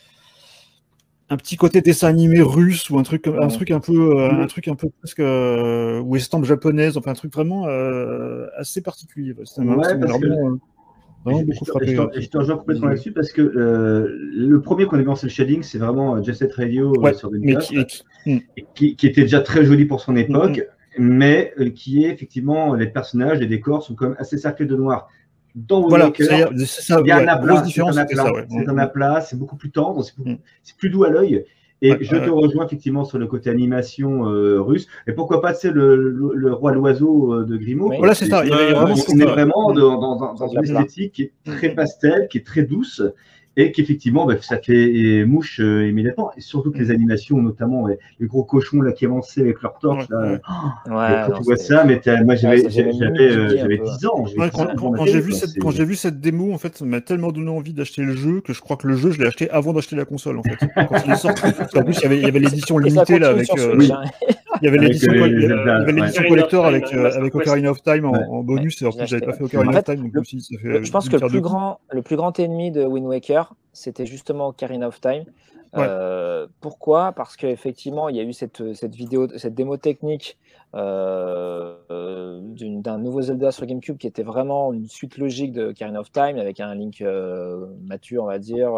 Un petit côté dessin animé russe ou un truc un peu presque ou estampe japonaise, enfin un truc vraiment assez particulier. Vraiment beaucoup frappé. Je te rejoins complètement là-dessus parce que le premier qu'on a vu en cel shading, c'est vraiment Jet Set Radio sur Dreamcast, qui était déjà très joli pour son époque, mais qui est effectivement, les personnages, les décors sont quand même assez cerclés de noir. Voilà, c'est ça. Il y a un aplat, c'est un aplat, c'est beaucoup plus tendre, c'est plus doux à l'œil. Et je te rejoins effectivement sur le côté animation russe. Et pourquoi pas, c'est le roi l'oiseau de Grimaud. Voilà, c'est ça. On est vraiment dans une esthétique qui est très pastel, qui est très douce. Et qu'effectivement, ça fait mouche immédiatement. Et surtout que les animations, notamment les gros cochons là, qui avançaient avec leurs torches. Quand tu vois ça, mais moi j'avais 10 ans. Quand j'ai vu cette démo, en fait, ça m'a tellement donné envie d'acheter le jeu que je crois que le jeu, je l'ai acheté avant d'acheter la console. En fait. Quand il est sorti, en plus, il y avait l'édition limitée là, avec. Il y avait l'édition collector avec Ocarina of Time en bonus. Et en plus, j'avais pas fait Ocarina of Time. Donc aussi, ça fait. Je pense que le plus grand ennemi de Wind Waker, c'était justement Ocarina of Time. Pourquoi ? Parce qu'effectivement, il y a eu cette démo technique d'un nouveau Zelda sur GameCube qui était vraiment une suite logique de Ocarina of Time avec un Link mature, on va dire,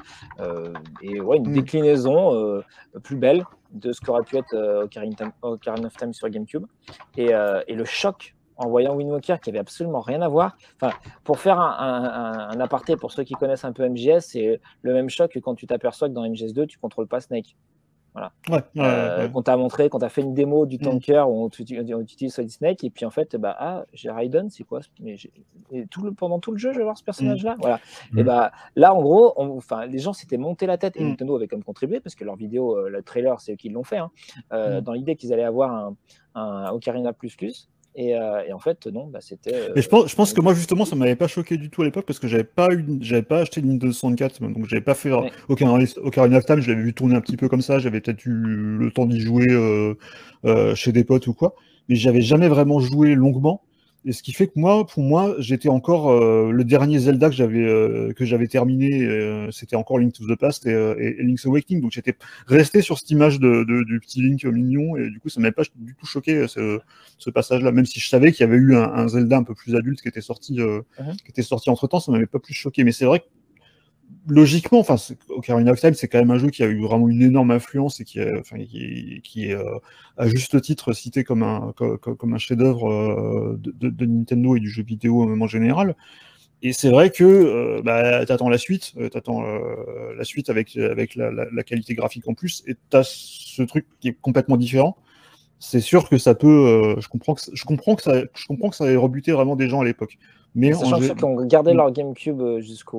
et une déclinaison plus belle de ce qu'aurait pu être Ocarina of Time sur GameCube. Et le choc en voyant Wind Waker qui avait absolument rien à voir. Enfin, pour faire un aparté pour ceux qui connaissent un peu MGS, c'est le même choc que quand tu t'aperçois que dans MGS2 tu contrôles pas Snake. Voilà. Qu'on t'a montré, quand t'as fait une démo du tanker où on utilise Solid Snake et puis en fait, j'ai Raiden, c'est quoi ? Mais pendant tout le jeu, je vais voir ce personnage-là. Voilà. Et là, en gros, les gens s'étaient monté la tête et Nintendo avait quand même contribué parce que leur vidéo, le trailer, c'est eux qui l'ont fait. Dans l'idée qu'ils allaient avoir un Ocarina Plus. Et en fait, non, c'était. Mais je pense que moi, justement, ça m'avait pas choqué du tout à l'époque parce que j'avais pas acheté de Nintendo 64, donc j'avais pas fait Ocarina of Time, je l'avais vu tourner un petit peu comme ça, j'avais peut-être eu le temps d'y jouer chez des potes ou quoi, mais j'avais jamais vraiment joué longuement. Et ce qui fait que pour moi, j'étais encore le dernier Zelda que j'avais terminé, c'était encore Link to the Past et Link's Awakening, donc j'étais resté sur cette image du petit Link mignon, et du coup ça m'avait pas du tout choqué ce passage-là, même si je savais qu'il y avait eu un Zelda un peu plus adulte qui était sorti entre temps, ça m'avait pas plus choqué. Mais c'est vrai que logiquement, Ocarina of Time, c'est quand même un jeu qui a eu vraiment une énorme influence et qui est à juste titre cité comme un chef-d'œuvre de Nintendo et du jeu vidéo même en général. Et c'est vrai que t'attends la suite, la suite avec la qualité graphique en plus, et t'as ce truc qui est complètement différent. C'est sûr que ça peut. Je comprends que ça ait rebuté vraiment des gens à l'époque. Mais sachant que ceux qui ont gardé leur GameCube jusqu'au bout.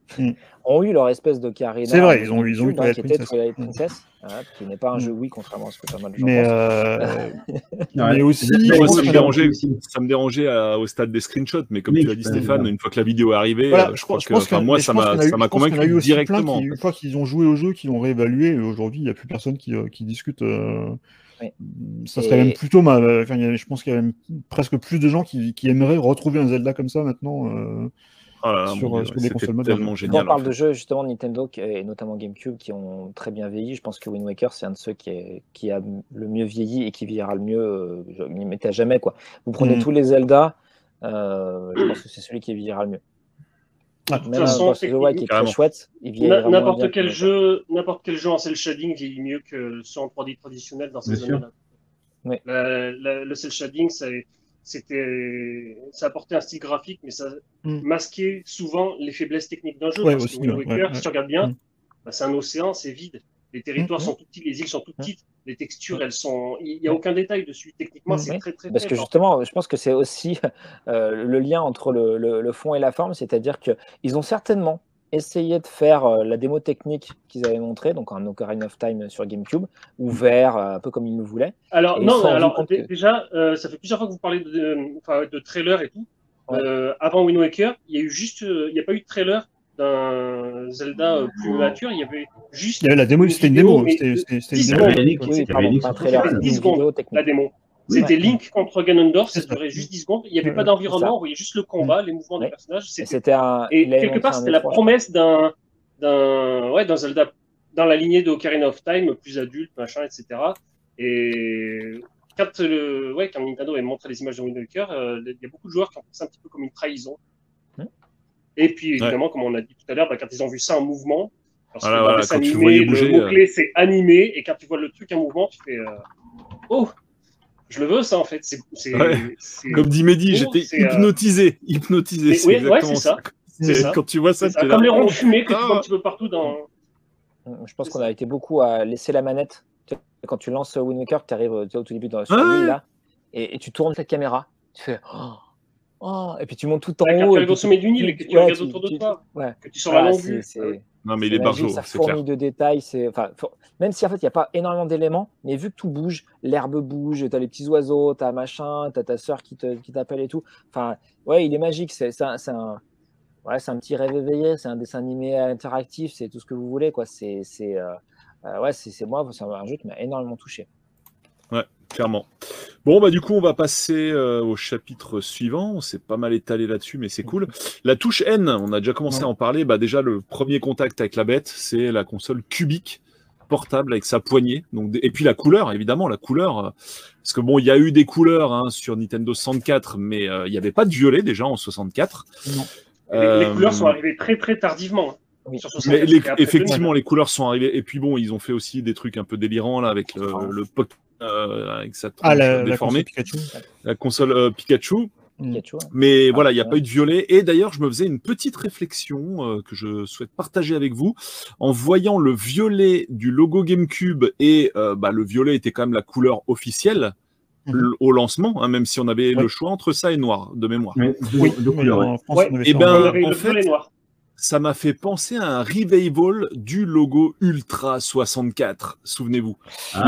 ont eu leur espèce de Ocarina. C'est vrai, ils ont eu qui était Twilight Princess, qui n'est pas un jeu Wii, contrairement à ce que pas mal de gens pensent. Mais aussi, ça me dérangeait au stade des screenshots, mais comme tu l'as dit, Stéphane, une fois que la vidéo est arrivée, je crois que moi, ça m'a convaincu directement. Une fois qu'ils ont joué au jeu, qu'ils l'ont réévalué, aujourd'hui, il n'y a plus personne qui discute. Ça serait même plutôt mal. Enfin, je pense qu'il y a même presque plus de gens qui aimeraient retrouver un Zelda comme ça maintenant. Sur des consoles modernes. On parle de jeux justement Nintendo et notamment GameCube qui ont très bien vieilli. Je pense que Wind Waker c'est un de ceux qui a le mieux vieilli et qui vieillira le mieux. Je m'y mettais à jamais quoi. Vous prenez tous les Zelda, je pense que c'est celui qui vieillira le mieux. Même un Boss of the Wild qui est très chouette, il vieillira n'importe quel jeu en cel shading vieillit mieux que ceux en 3D traditionnel dans ces années-là. Oui. Le cel shading ça apportait un style graphique, mais ça masquait souvent les faiblesses techniques d'un jeu. Parce que Wind Waker, si tu regardes bien, c'est un océan, c'est vide. Les territoires sont tout petits, les îles sont toutes petites, les textures, il n'y a aucun détail dessus. Techniquement, c'est très, très parce que justement, je pense que c'est aussi le lien entre le fond et la forme, c'est-à-dire qu'ils ont certainement essayé de faire la démo technique qu'ils avaient montrée, donc un Ocarina of Time sur GameCube, ouvert, un peu comme ils le voulaient. Alors, déjà, ça fait plusieurs fois que vous parlez de trailer et tout. Avant Wind Waker, il n'y a pas eu de trailer d'un Zelda plus mature, il y avait juste. Il y avait la démo, c'était une démo. C'était 10 secondes, la démo. C'était Link contre Ganondorf, ça durait juste 10 secondes. Il n'y avait pas d'environnement, on voyait juste le combat, les mouvements des personnages. Et quelque part, c'était la promesse d'un Zelda dans la lignée de Ocarina of Time, plus adulte, machin, etc. Et quand Nintendo avait montré les images de Wind Waker, il y a beaucoup de joueurs qui ont pensé un petit peu comme une trahison. Et puis, évidemment, comme on a dit tout à l'heure, quand ils ont vu ça en mouvement, parce que animé, le mot-clé, c'est animé, et quand tu vois le truc en mouvement, tu fais oh, je le veux, ça, en fait. Comme dit Mehdi, j'étais hypnotisé. C'est exactement ça. C'est ça. Quand tu vois ça, c'est comme les ronds de fumée que tu vois un petit peu partout dans. Je pense qu'on a été beaucoup à laisser la manette. Quand tu lances Wind Waker, tu arrives au tout début sur l'île, là, et tu tournes cette caméra, tu fais et puis tu montes tout en haut. Quand tu arrives au sommet d'une île et que tu regardes autour de toi, que tu sors la longue vue. Non, mais il est barjot, ça fourmille de détails. Même si en fait il n'y a pas énormément d'éléments, mais vu que tout bouge, l'herbe bouge, tu as les petits oiseaux, tu as machin, tu as ta sœur qui t'appelle et tout. Enfin, il est magique. C'est un petit rêve éveillé, c'est un dessin animé interactif, c'est tout ce que vous voulez, quoi. C'est moi, c'est un jeu qui m'a énormément touché. Ouais, clairement. Bon, bah du coup, on va passer au chapitre suivant. On s'est pas mal étalé là-dessus, mais c'est cool. La touche N, on a déjà commencé à en parler. Bah déjà, le premier contact avec la bête, c'est la console cubique portable avec sa poignée. Donc, et puis la couleur, évidemment, parce que bon, il y a eu des couleurs sur Nintendo 64, mais il n'y avait pas de violet déjà en 64. Non. Les couleurs sont arrivées très très tardivement. Oui. Mais effectivement, les couleurs sont arrivées. Et puis bon, ils ont fait aussi des trucs un peu délirants là avec le pot avec sa tronche déformée. La console Pikachu. Mais voilà, il n'y a pas eu de violet. Et d'ailleurs, je me faisais une petite réflexion que je souhaite partager avec vous. En voyant le violet du logo GameCube, et le violet était quand même la couleur officielle au lancement, même si on avait le choix entre ça et noir, de mémoire. Deux couleurs. Et en fait, ça m'a fait penser à un revival du logo Ultra 64, souvenez-vous.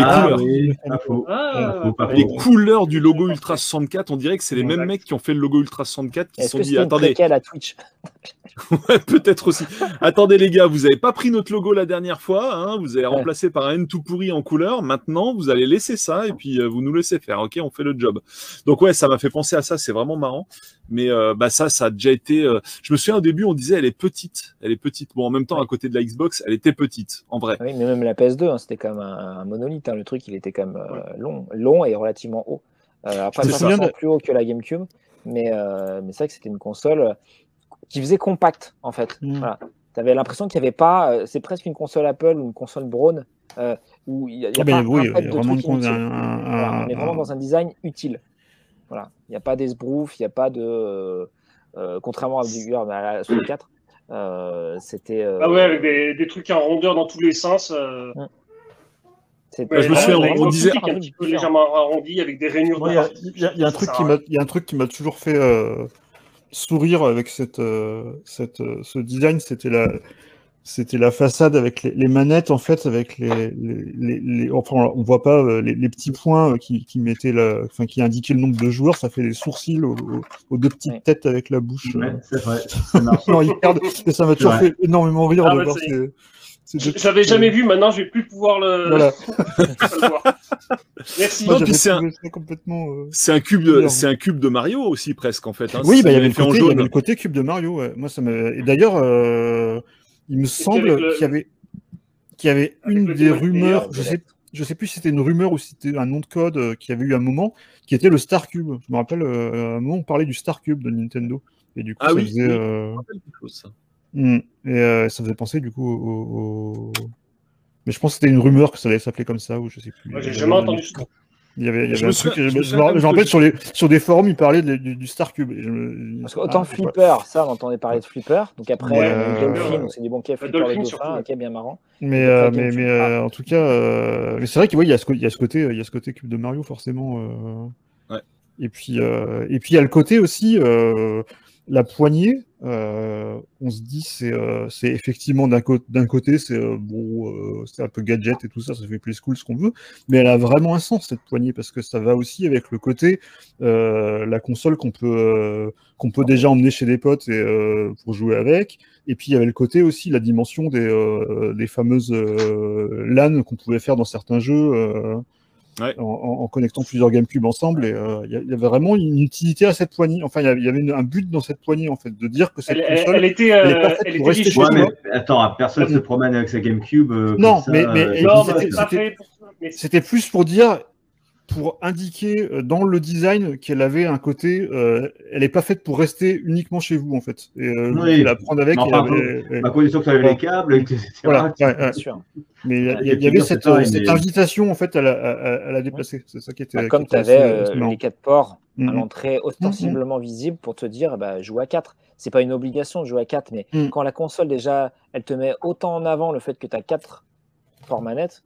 Les couleurs du logo Ultra 64, on dirait que c'est les mêmes mecs qui ont fait le logo Ultra 64 qui se sont dit, attendez. À Twitch ouais, peut-être aussi. Attendez les gars, vous n'avez pas pris notre logo la dernière fois, vous avez remplacé par un N tout pourri en couleur, maintenant vous allez laisser ça et puis vous nous laissez faire, ok, on fait le job. Donc ouais, ça m'a fait penser à ça, c'est vraiment marrant. Mais ça a déjà été... Je me souviens au début, on disait elle est petite. Bon, en même temps, à côté de la Xbox, elle était petite, en vrai. Oui, mais même la PS2, c'était comme un monolithe. Le truc, il était quand même long et relativement haut. Après, ça plus haut que la GameCube. Mais c'est vrai que c'était une console qui faisait compact, en fait. Voilà. Tu avais l'impression qu'il n'y avait pas... c'est presque une console Apple ou une console Braun où il n'y a pas un on est vraiment dans un design utile. Voilà. Il n'y a pas d'esbrouf, il n'y a pas de... contrairement à la 64, c'était... avec des trucs en rondeur dans tous les sens. Je me souviens, on disait... un petit peu légèrement arrondi avec des rainures. Il y a un truc qui m'a toujours fait sourire avec ce design, c'était la façade avec les manettes, en fait, avec enfin, on voit pas les petits points qui mettaient qui indiquaient le nombre de joueurs, ça fait des sourcils aux deux petites têtes avec la bouche. Ouais, c'est vrai, ça marche. Et ça m'a toujours fait énormément rire de voir J'avais jamais vu, maintenant je vais plus pouvoir le voir. Merci. C'est un cube de Mario aussi presque en fait. Hein. Oui, il y avait le côté cube de Mario. Ouais. Moi, et d'ailleurs, il me semble qu'il y avait une des rumeurs. Je sais plus si c'était une rumeur ou si c'était un nom de code qu'il y avait eu un moment, qui était le Star Cube. Je me rappelle, à un moment, on parlait du Star Cube de Nintendo. Et du coup, ça faisait. Et ça faisait penser du coup mais je pense que c'était une rumeur que ça allait s'appeler comme ça, ou je sais plus. J'ai jamais entendu ça. Il y avait un truc, je me rappelle sur des forums, ils parlaient du Star Cube. Parce qu'autant Flipper, ça, on entendait parler de Flipper. Donc après, Dolphin, donc c'est des bons quais Flipper de dauphin, ok, bien marrant. Mais en tout cas, mais c'est vrai qu'il y a ce côté cube de Mario forcément. Et puis il y a le côté aussi la poignée. On se dit c'est effectivement d'un côté c'est c'est un peu gadget et tout ça fait plus cool ce qu'on veut, mais elle a vraiment un sens cette poignée parce que ça va aussi avec le côté la console qu'on peut déjà emmener chez des potes et pour jouer avec, et puis il y avait le côté aussi la dimension des fameuses LAN qu'on pouvait faire dans certains jeux en connectant plusieurs GameCube ensemble, et il y avait vraiment une utilité à cette poignée. Enfin, il y avait un but dans cette poignée, en fait, de dire que cette console, elle était pas faite pour rester chez toi. Attends, personne ne se promène avec sa GameCube. Non, mais c'était plus pour dire, pour indiquer dans le design qu'elle avait un côté, elle n'est pas faite pour rester uniquement chez vous, en fait. Et la prendre avec. À condition que tu avais les câbles, etc. Voilà, bien sûr. Mais il y avait cette invitation, en fait, à la déplacer. C'est ça qui était. Comme tu avais les 4 ports à l'entrée ostensiblement visibles pour te dire, joue à 4. C'est pas une obligation de jouer à 4, mais quand la console, déjà, elle te met autant en avant le fait que tu as 4 ports manettes.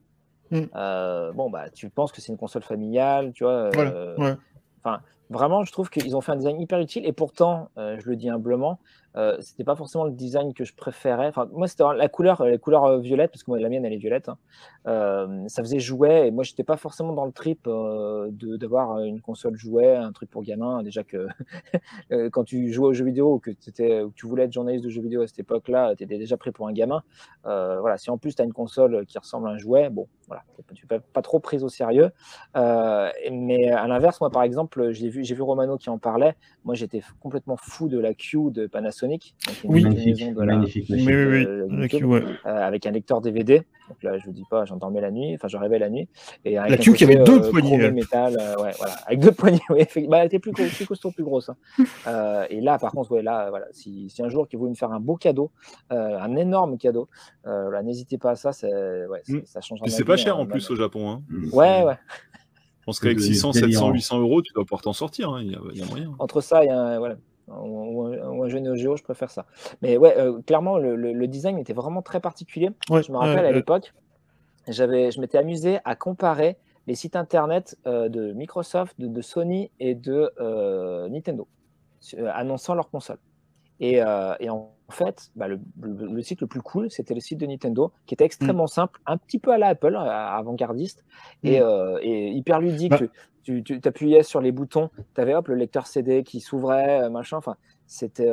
Tu penses que c'est une console familiale, tu vois. Vraiment, je trouve qu'ils ont fait un design hyper utile, et pourtant, je le dis humblement, c'était pas forcément le design que je préférais. Enfin, moi, c'était la couleur violette, parce que moi, la mienne, elle est violette. Ça faisait jouet, et moi, j'étais pas forcément dans le trip d'avoir une console jouet, un truc pour gamin. Déjà que quand tu jouais aux jeux vidéo, ou que tu voulais être journaliste de jeux vidéo à cette époque-là, tu étais déjà pris pour un gamin. Si en plus tu as une console qui ressemble à un jouet, tu n'es pas trop prise au sérieux. Mais à l'inverse, moi, par exemple, j'ai vu Romano qui en parlait. Moi, j'étais complètement fou de la Q de Panasonic. Magnifique. Avec un lecteur DVD. Donc là, je vous dis pas, j'endormais la nuit, je rêvais la nuit. Et la Q qui avait 2 poignées. Métal, avec 2 poignées, oui. Elle était plus costaud, plus grosse. Et là, par contre, si un jour vous voulez me faire un beau cadeau, un énorme cadeau, n'hésitez pas à ça. Ça changera. Et c'est pas cher en plus au Japon. Hein. Ouais. Je pense qu'avec 600, 700, 800 euros, tu dois pouvoir t'en sortir. Hein. Il y a moyen. Entre ça, il y a ou un jeu Neo Geo, je préfère ça. Mais clairement, le design était vraiment très particulier. Je me rappelle à l'époque, je m'étais amusé à comparer les sites internet de Microsoft, de Sony et de Nintendo, annonçant leur console. Et en fait, le site le plus cool, c'était le site de Nintendo, qui était extrêmement simple, un petit peu à la Apple, avant-gardiste, et hyper ludique. Tu appuyais sur les boutons, tu avais le lecteur CD qui s'ouvrait, machin. Enfin, c'était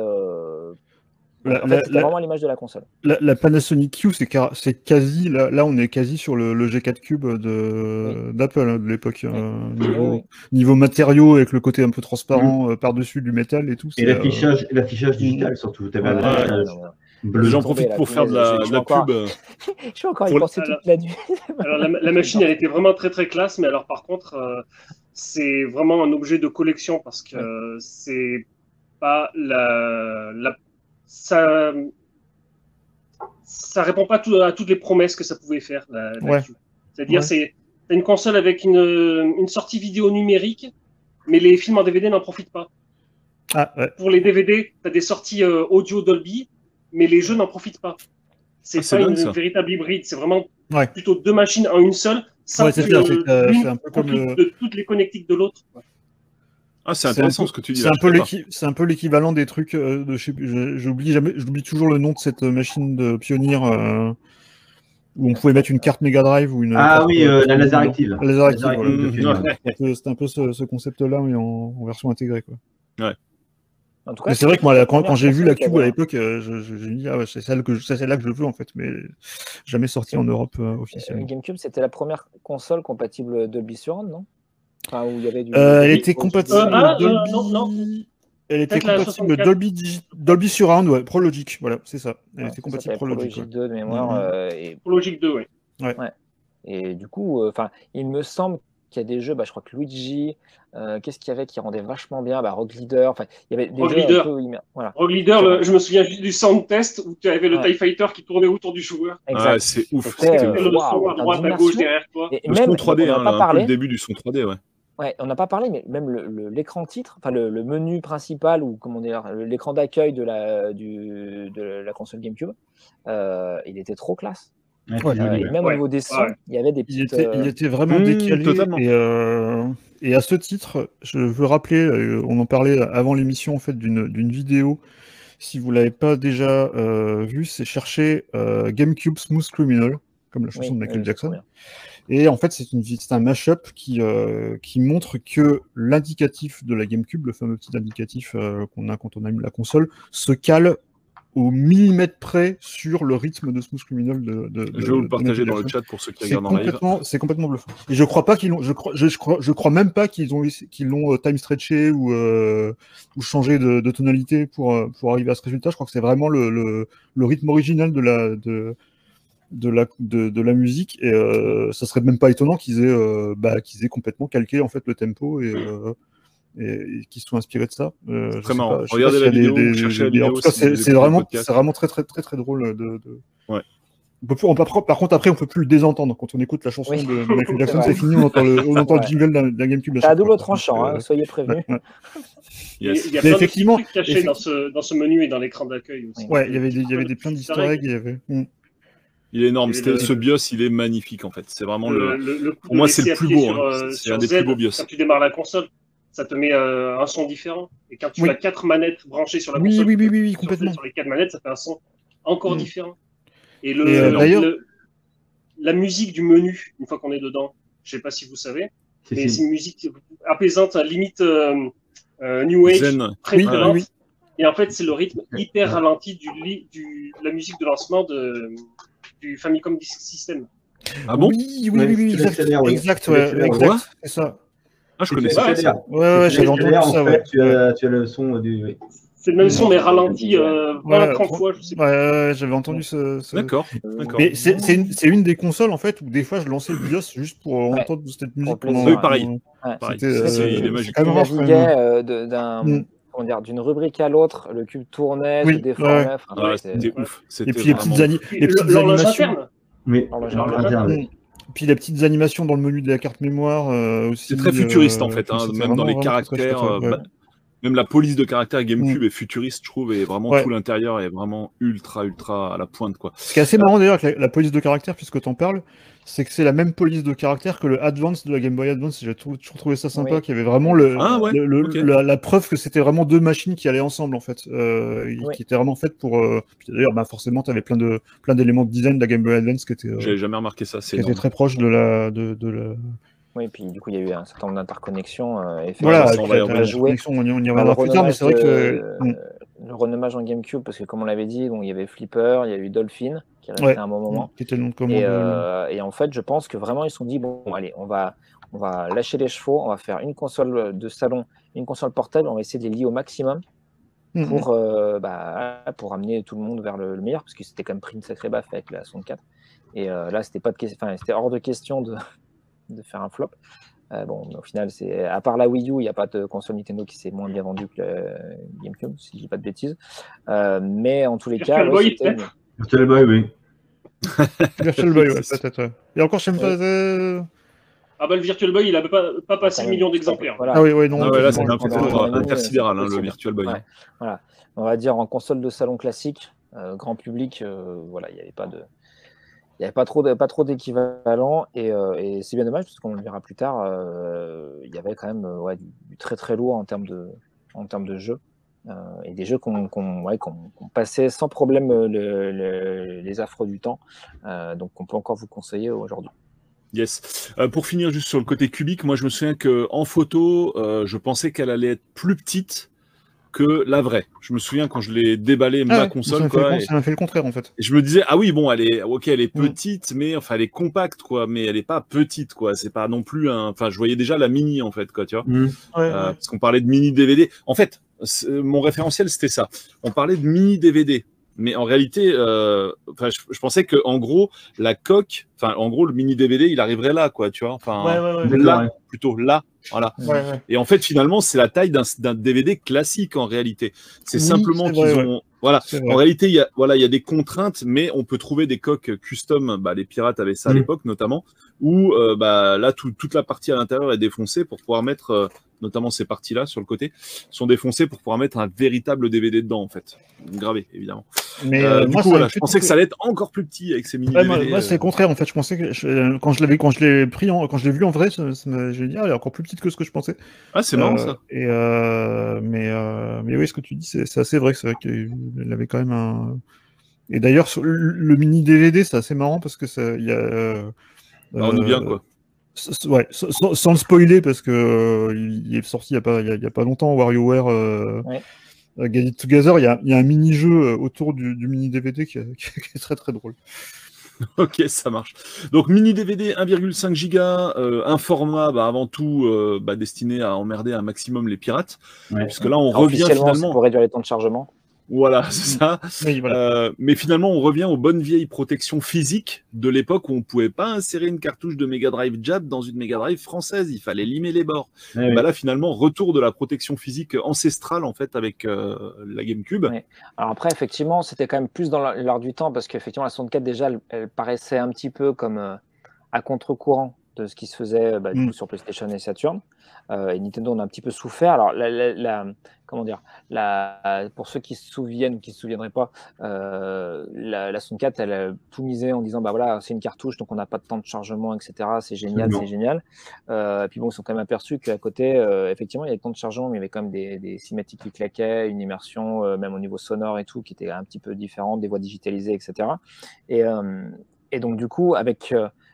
c'était vraiment l'image de la console. La Panasonic Q, c'est quasi, là on est quasi sur le G4 Cube d'Apple de l'époque. Niveau matériaux, avec le côté un peu transparent par-dessus du métal et tout. Et l'affichage digital surtout. J'en profite pour faire de la pub. Je suis encore y penser toute la nuit. Alors la machine, elle était vraiment très très classe, mais alors par contre, c'est vraiment un objet de collection parce que c'est pas ça répond pas à toutes les promesses que ça pouvait faire. C'est-à-dire, c'est une console avec une sortie vidéo numérique, mais les films en DVD n'en profitent pas. Pour les DVD, tu as des sorties audio Dolby, mais les jeux n'en profitent pas. C'est pas une véritable hybride, c'est vraiment plutôt 2 machines en une seule, sans que l'une profite de toutes les connectiques de l'autre. Ah, c'est intéressant ce que tu dis. C'est un peu l'équivalent des trucs j'oublie toujours le nom de cette machine de Pioneer où on pouvait mettre une carte Mega Drive ou une. Ah oui, la laser active. La laser active, voilà. C'était un peu ce concept-là, mais en version intégrée, quoi. Ouais. En tout cas, mais c'est vrai que moi, quand j'ai vu la Cube à l'époque, j'ai dit, ah ouais, c'est celle-là que je veux, en fait, mais jamais sortie en Europe officiellement. GameCube, c'était la première console compatible Dolby Surround, non? Enfin, où il y avait du. Elle était compatible Dolby. Non. Elle était compatible Dolby Surround, ouais, ProLogic, voilà, c'est ça. Elle était compatible ProLogic 2 de mémoire. ProLogic 2, oui. Ouais. Et du coup, il me semble qu'il y a des jeux, je crois que Luigi, qu'est-ce qu'il y avait qui rendait vachement bien, Rogue Leader, il y avait des jeux un peu. Voilà. Rogue Leader, je me souviens juste du sound test où tu avais le TIE Fighter qui tournait autour du joueur. Exact. Ouais, c'est ouf. C'était le son à droite, à gauche, derrière toi. Le son 3D, un peu le début du son 3D, ouais. Ouais, on n'a pas parlé, mais même l'écran titre, le menu principal ou comment dire, l'écran d'accueil de la console GameCube, il était trop classe. Et même au niveau des sons, il y avait des petites. Il était vraiment décalé. Et à ce titre, je veux rappeler, on en parlait avant l'émission en fait d'une vidéo. Si vous l'avez pas déjà vue, c'est chercher GameCube Smooth Criminal, comme la chanson de Michael Jackson. Et en fait, c'est un mashup qui montre que l'indicatif de la GameCube, le fameux petit indicatif qu'on a quand on allume la console, se cale au millimètre près sur le rythme de Smooth Criminal je vais vous le partager dans le chat pour ceux qui regardent en live. C'est complètement bluffant. Et je crois pas qu'ils l'ont. Je crois même pas qu'ils l'ont time stretché ou changé de tonalité pour arriver à ce résultat. Je crois que c'est vraiment le rythme original de la musique, et ça serait même pas étonnant qu'ils aient complètement calqué en fait le tempo et qu'ils soient inspirés de ça. Vraiment, regardez la vidéo, cherchez la vidéo. En tout cas, c'est vraiment très très très très drôle Ouais. Par contre, après, on peut plus le désentendre. Quand on écoute la chanson de Michael Jackson, c'est fini, on entend le jingle d'un GameCube. C'est à double tranchant, soyez prévenus. Il y a plein de trucs cachés dans ce menu et dans l'écran d'accueil aussi. Ouais, il y avait plein d'easter eggs. Il est énorme. Ce BIOS, il est magnifique en fait. C'est vraiment pour moi, c'est le plus beau. C'est un des plus beaux BIOS. Quand tu démarres la console, ça te met un son différent. Et quand tu as 4 manettes branchées sur la console, oui, complètement. Sur les 4 manettes, ça fait un son encore différent. Et d'ailleurs, la musique du menu, une fois qu'on est dedans, je ne sais pas si vous savez, mais c'est une musique apaisante, limite New Age, très lente. Et en fait, c'est le rythme hyper ralenti de la musique de lancement du Famicom Disk System. Ah bon? Oui, exact, c'est ça. Ah, je connaissais pas ça. Ouais, j'avais entendu ça. Tu as le son du. C'est le même son, mais ralenti 20-30 fois, je sais pas. Ouais, j'avais entendu ce. D'accord. Mais c'est une des consoles, en fait, où des fois, je lançais le BIOS juste pour entendre cette musique. Oui, pareil. Il est magique. Il naviguait d'une rubrique à l'autre, le cube tournait, se déformait. C'était ouf. Et puis les petites animations. Oui, puis les petites animations dans le menu de la carte mémoire aussi. C'est très futuriste en fait, même dans les caractères. Même la police de caractère GameCube est futuriste, je trouve, et vraiment tout l'intérieur est vraiment ultra à la pointe, quoi. Ce qui est assez marrant d'ailleurs avec la police de caractère, puisque tu en parles, c'est que c'est la même police de caractère que le Advance de la Game Boy Advance. J'ai toujours trouvé ça sympa, qu'il y avait vraiment la preuve que c'était vraiment deux machines qui allaient ensemble, en fait, qui étaient vraiment faites pour. D'ailleurs, forcément, tu avais plein d'éléments de design de la Game Boy Advance qui étaient. J'avais jamais remarqué ça. Qui étaient très proches de la. Oui, et puis du coup, il y a eu un certain nombre d'interconnexions. Voilà, on y reviendra plus tard, mais c'est vrai que. Le renommage en GameCube, parce que comme on l'avait dit, il y avait Flipper, il y a eu Dolphin, qui est resté un bon moment. Qui était le nom de commande. Et en fait, je pense que vraiment, ils se sont dit, bon, allez, on va lâcher les chevaux, on va faire une console de salon, une console portable, on va essayer de les lier au maximum pour amener tout le monde vers le meilleur, parce que c'était quand même pris une sacrée baffe avec la 64. Et là, c'était hors de question de faire un flop. Au final, à part la Wii U, il n'y a pas de console Nintendo qui s'est moins bien vendue que le GameCube, si je ne dis pas de bêtises. Mais en tous les cas, Virtual Boy, oui. Virtual Boy, peut-être. Et encore, je ne sais pas. Le Virtual Boy, il n'avait pas passé le million d'exemplaires. Voilà. Ah oui, non. Là, c'est un peu intersidéral, le Virtual Boy. Voilà. On va dire en console de salon classique, grand public, il n'y avait pas de. il n'y avait pas trop d'équivalent, et c'est bien dommage, parce qu'on le verra plus tard, il y avait quand même du très très lourd en termes de jeu, et des jeux qu'on passait sans problème les affres du temps, donc on peut encore vous conseiller aujourd'hui. Yes. Pour finir juste sur le côté cubique, moi je me souviens qu'en photo, je pensais qu'elle allait être plus petite que la vraie. Je me souviens quand je l'ai déballé ma console, ça m'a fait le contraire en fait. Et je me disais ah oui bon elle est petite, mais enfin elle est compacte quoi, mais elle est pas petite quoi. C'est pas non plus enfin je voyais déjà la mini en fait quoi, tu vois. Parce qu'on parlait de mini DVD. En fait mon référentiel c'était ça. On parlait de mini DVD. Mais en réalité, je pensais que en gros la coque, en gros le mini DVD, il arriverait là, quoi, tu vois. Plutôt là, voilà. Et en fait, finalement, c'est la taille d'un DVD classique en réalité. C'est simplement qu'ils ont, voilà. En réalité, il y a des contraintes, mais on peut trouver des coques custom. Les pirates avaient ça à l'époque, notamment, où là toute la partie à l'intérieur est défoncée pour pouvoir mettre notamment ces parties-là sur le côté, sont défoncées pour pouvoir mettre un véritable DVD dedans, en fait. Gravé, évidemment. Mais du coup, je pensais que ça allait être encore plus petit avec ces mini DVD. Moi, c'est le contraire, en fait. Je pensais que quand je l'ai vu en vrai, j'ai dit, elle est encore plus petite que ce que je pensais. Ah, c'est marrant, ça. Mais oui, ce que tu dis, c'est assez vrai. C'est vrai qu'il avait quand même un... Et d'ailleurs, le mini DVD, c'est assez marrant parce que il y a... on est bien, quoi. Ouais, sans le spoiler, parce que il est sorti il y a pas longtemps, WarioWare Get It Together, il y a un mini-jeu autour du mini-DVD qui est très très drôle. Ok, ça marche. Donc mini DVD 1,5 giga, un format avant tout destiné à emmerder un maximum les pirates, puisque là on revient finalement pour réduire les temps de chargement. Voilà, c'est ça. Oui, voilà. Mais finalement, on revient aux bonnes vieilles protections physiques de l'époque où on ne pouvait pas insérer une cartouche de Mega Drive Jab dans une Mega Drive française. Il fallait limer les bords. Là, finalement, retour de la protection physique ancestrale, en fait, avec la GameCube. Ouais. Alors après, effectivement, c'était quand même plus dans l'air du temps, parce qu'effectivement, la 64, déjà, elle paraissait un petit peu comme à contre-courant de ce qui se faisait du coup, sur PlayStation et Saturn. Et Nintendo, on a un petit peu souffert. Alors, comment dire, pour ceux qui se souviennent ou qui ne se souviendraient pas, la 64, elle a tout misé en disant voilà, c'est une cartouche, donc on n'a pas de temps de chargement, etc. C'est génial, c'est génial. Puis bon, ils sont quand même aperçus qu'à côté, effectivement, il y avait le temps de chargement, mais il y avait quand même des cinématiques qui claquaient, une immersion, même au niveau sonore et tout, qui était un petit peu différente, des voix digitalisées, etc. Et donc, du coup, avec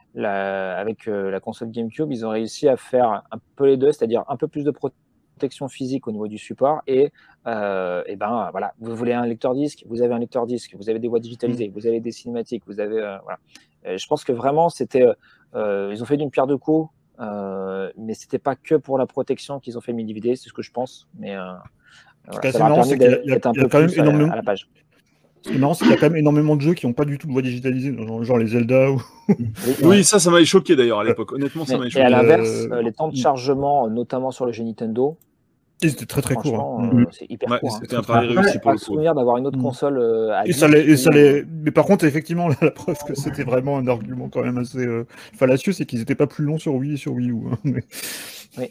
la console GameCube, ils ont réussi à faire un peu les deux, c'est-à-dire un peu plus de protection physique au niveau du support, et voilà, vous voulez un lecteur disque, vous avez un lecteur disque, vous avez des voix digitalisées, vous avez des cinématiques, vous avez voilà. Je pense que vraiment c'était ils ont fait d'une pierre deux coups, mais c'était pas que pour la protection qu'ils ont fait mini DVD, c'est ce que je pense, mais voilà, ça leur a permis d'être un peu plus à la page. Ce qui est marrant, c'est qu'il y a quand même énormément de jeux qui n'ont pas du tout de voix digitalisée, genre les Zelda. Oui, ça m'avait choqué d'ailleurs à l'époque. Honnêtement, ça m'avait choqué. Et à l'inverse, les temps de chargement, notamment sur le jeu Nintendo, c'était très très court. C'est hyper court. C'était un pari réussi pour le coup. Souvenir d'avoir une autre console. Mais par contre, effectivement, la preuve que c'était vraiment un argument quand même assez fallacieux, c'est qu'ils n'étaient pas plus longs sur Wii et sur Wii U. Oui.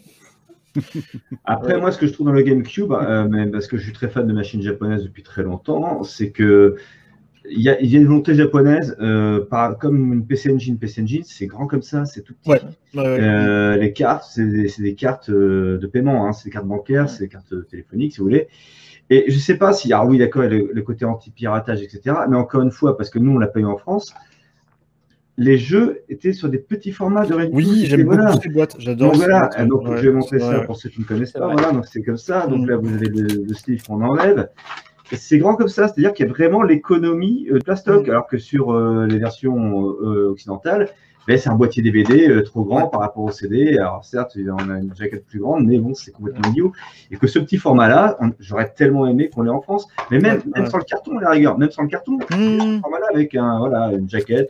Après, moi, ce que je trouve dans le GameCube, mais parce que je suis très fan de machines japonaises depuis très longtemps, c'est que il y a une volonté japonaise, comme une PC Engine. PC Engine, c'est grand comme ça, c'est tout petit. Les cartes, c'est des cartes de paiement, c'est des cartes bancaires, c'est des cartes téléphoniques, si vous voulez. Et je ne sais pas si, oui, d'accord, le côté anti-piratage, etc. Mais encore une fois, parce que nous, on l'a pas eu en France, les jeux étaient sur des petits formats de réduction. Oui, j'aime beaucoup ces boîtes, j'adore. Donc voilà, je vais montrer ça pour ceux qui ne connaissent pas. Voilà, donc c'est comme ça. Donc là, vous avez le sleeve qu'on enlève. C'est grand comme ça, c'est-à-dire qu'il y a vraiment l'économie de plastoc, alors que sur les versions occidentales, c'est un boîtier DVD trop grand par rapport au CD. Alors certes, on a une jaquette plus grande, mais bon, c'est complètement idiot. Et que ce petit format-là, j'aurais tellement aimé qu'on l'ait en France. Mais même sans le carton, à la rigueur, même sans le carton, ce format-là avec une jaquette.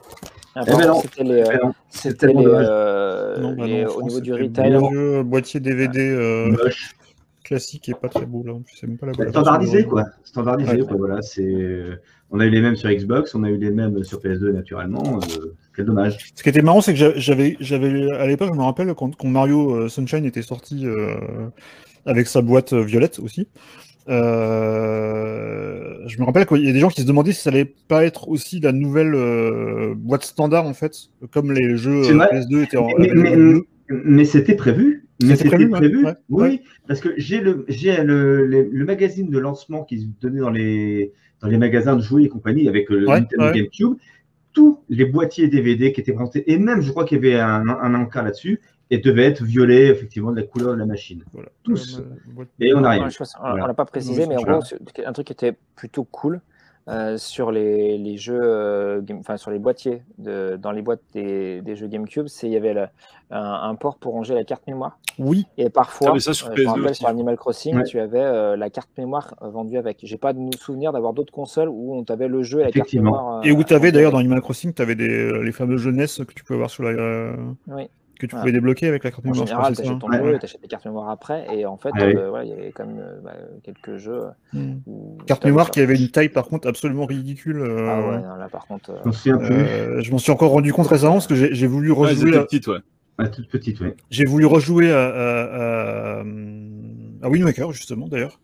C'était au niveau du retail. Boîtier DVD classique et pas très beau là. C'est même pas la standardisé quoi. Standardisé quoi. Voilà, on a eu les mêmes sur Xbox, on a eu les mêmes sur PS2 naturellement. Quel dommage. Ce qui était marrant, c'est que j'avais à l'époque, je me rappelle quand Mario Sunshine était sorti avec sa boîte violette aussi. Je me rappelle qu'il y a des gens qui se demandaient si ça allait pas être aussi la nouvelle boîte standard en fait, comme les jeux PS2 étaient en. Mais c'était prévu. C'était prévu. Ouais. Oui, parce que j'ai le magazine de lancement qui se donnait dans les magasins de jouets et compagnie avec le Nintendo GameCube. Tous les boîtiers DVD qui étaient présentés, et même je crois qu'il y avait un encas là-dessus, et devaient être violets effectivement de la couleur de la machine. Voilà. Tous. Et on arrive. On l'a pas précisé, mais en gros, un truc qui était plutôt cool. Sur les jeux, sur les boîtiers, dans les boîtes des jeux GameCube, il y avait un port pour ranger la carte mémoire. Oui. Et parfois, je me rappelle sur Animal Crossing, tu avais la carte mémoire vendue avec. J'ai pas de souvenir d'avoir d'autres consoles où on avait le jeu et la carte mémoire. Et où tu avais d'ailleurs dans Animal Crossing, tu avais les fameuses jeunesses que tu peux avoir sur la. Que tu pouvais débloquer avec la carte mémoire. En général, tu achètes ton jeu, tu achètes des cartes mémoire après, et en fait, il y avait quand même quelques jeux. Carte mémoire qui avait une taille par contre absolument ridicule. Là par contre. Je m'en suis encore rendu compte récemment parce que j'ai voulu rejouer. Toute petite, J'ai voulu rejouer à Wind Waker justement d'ailleurs.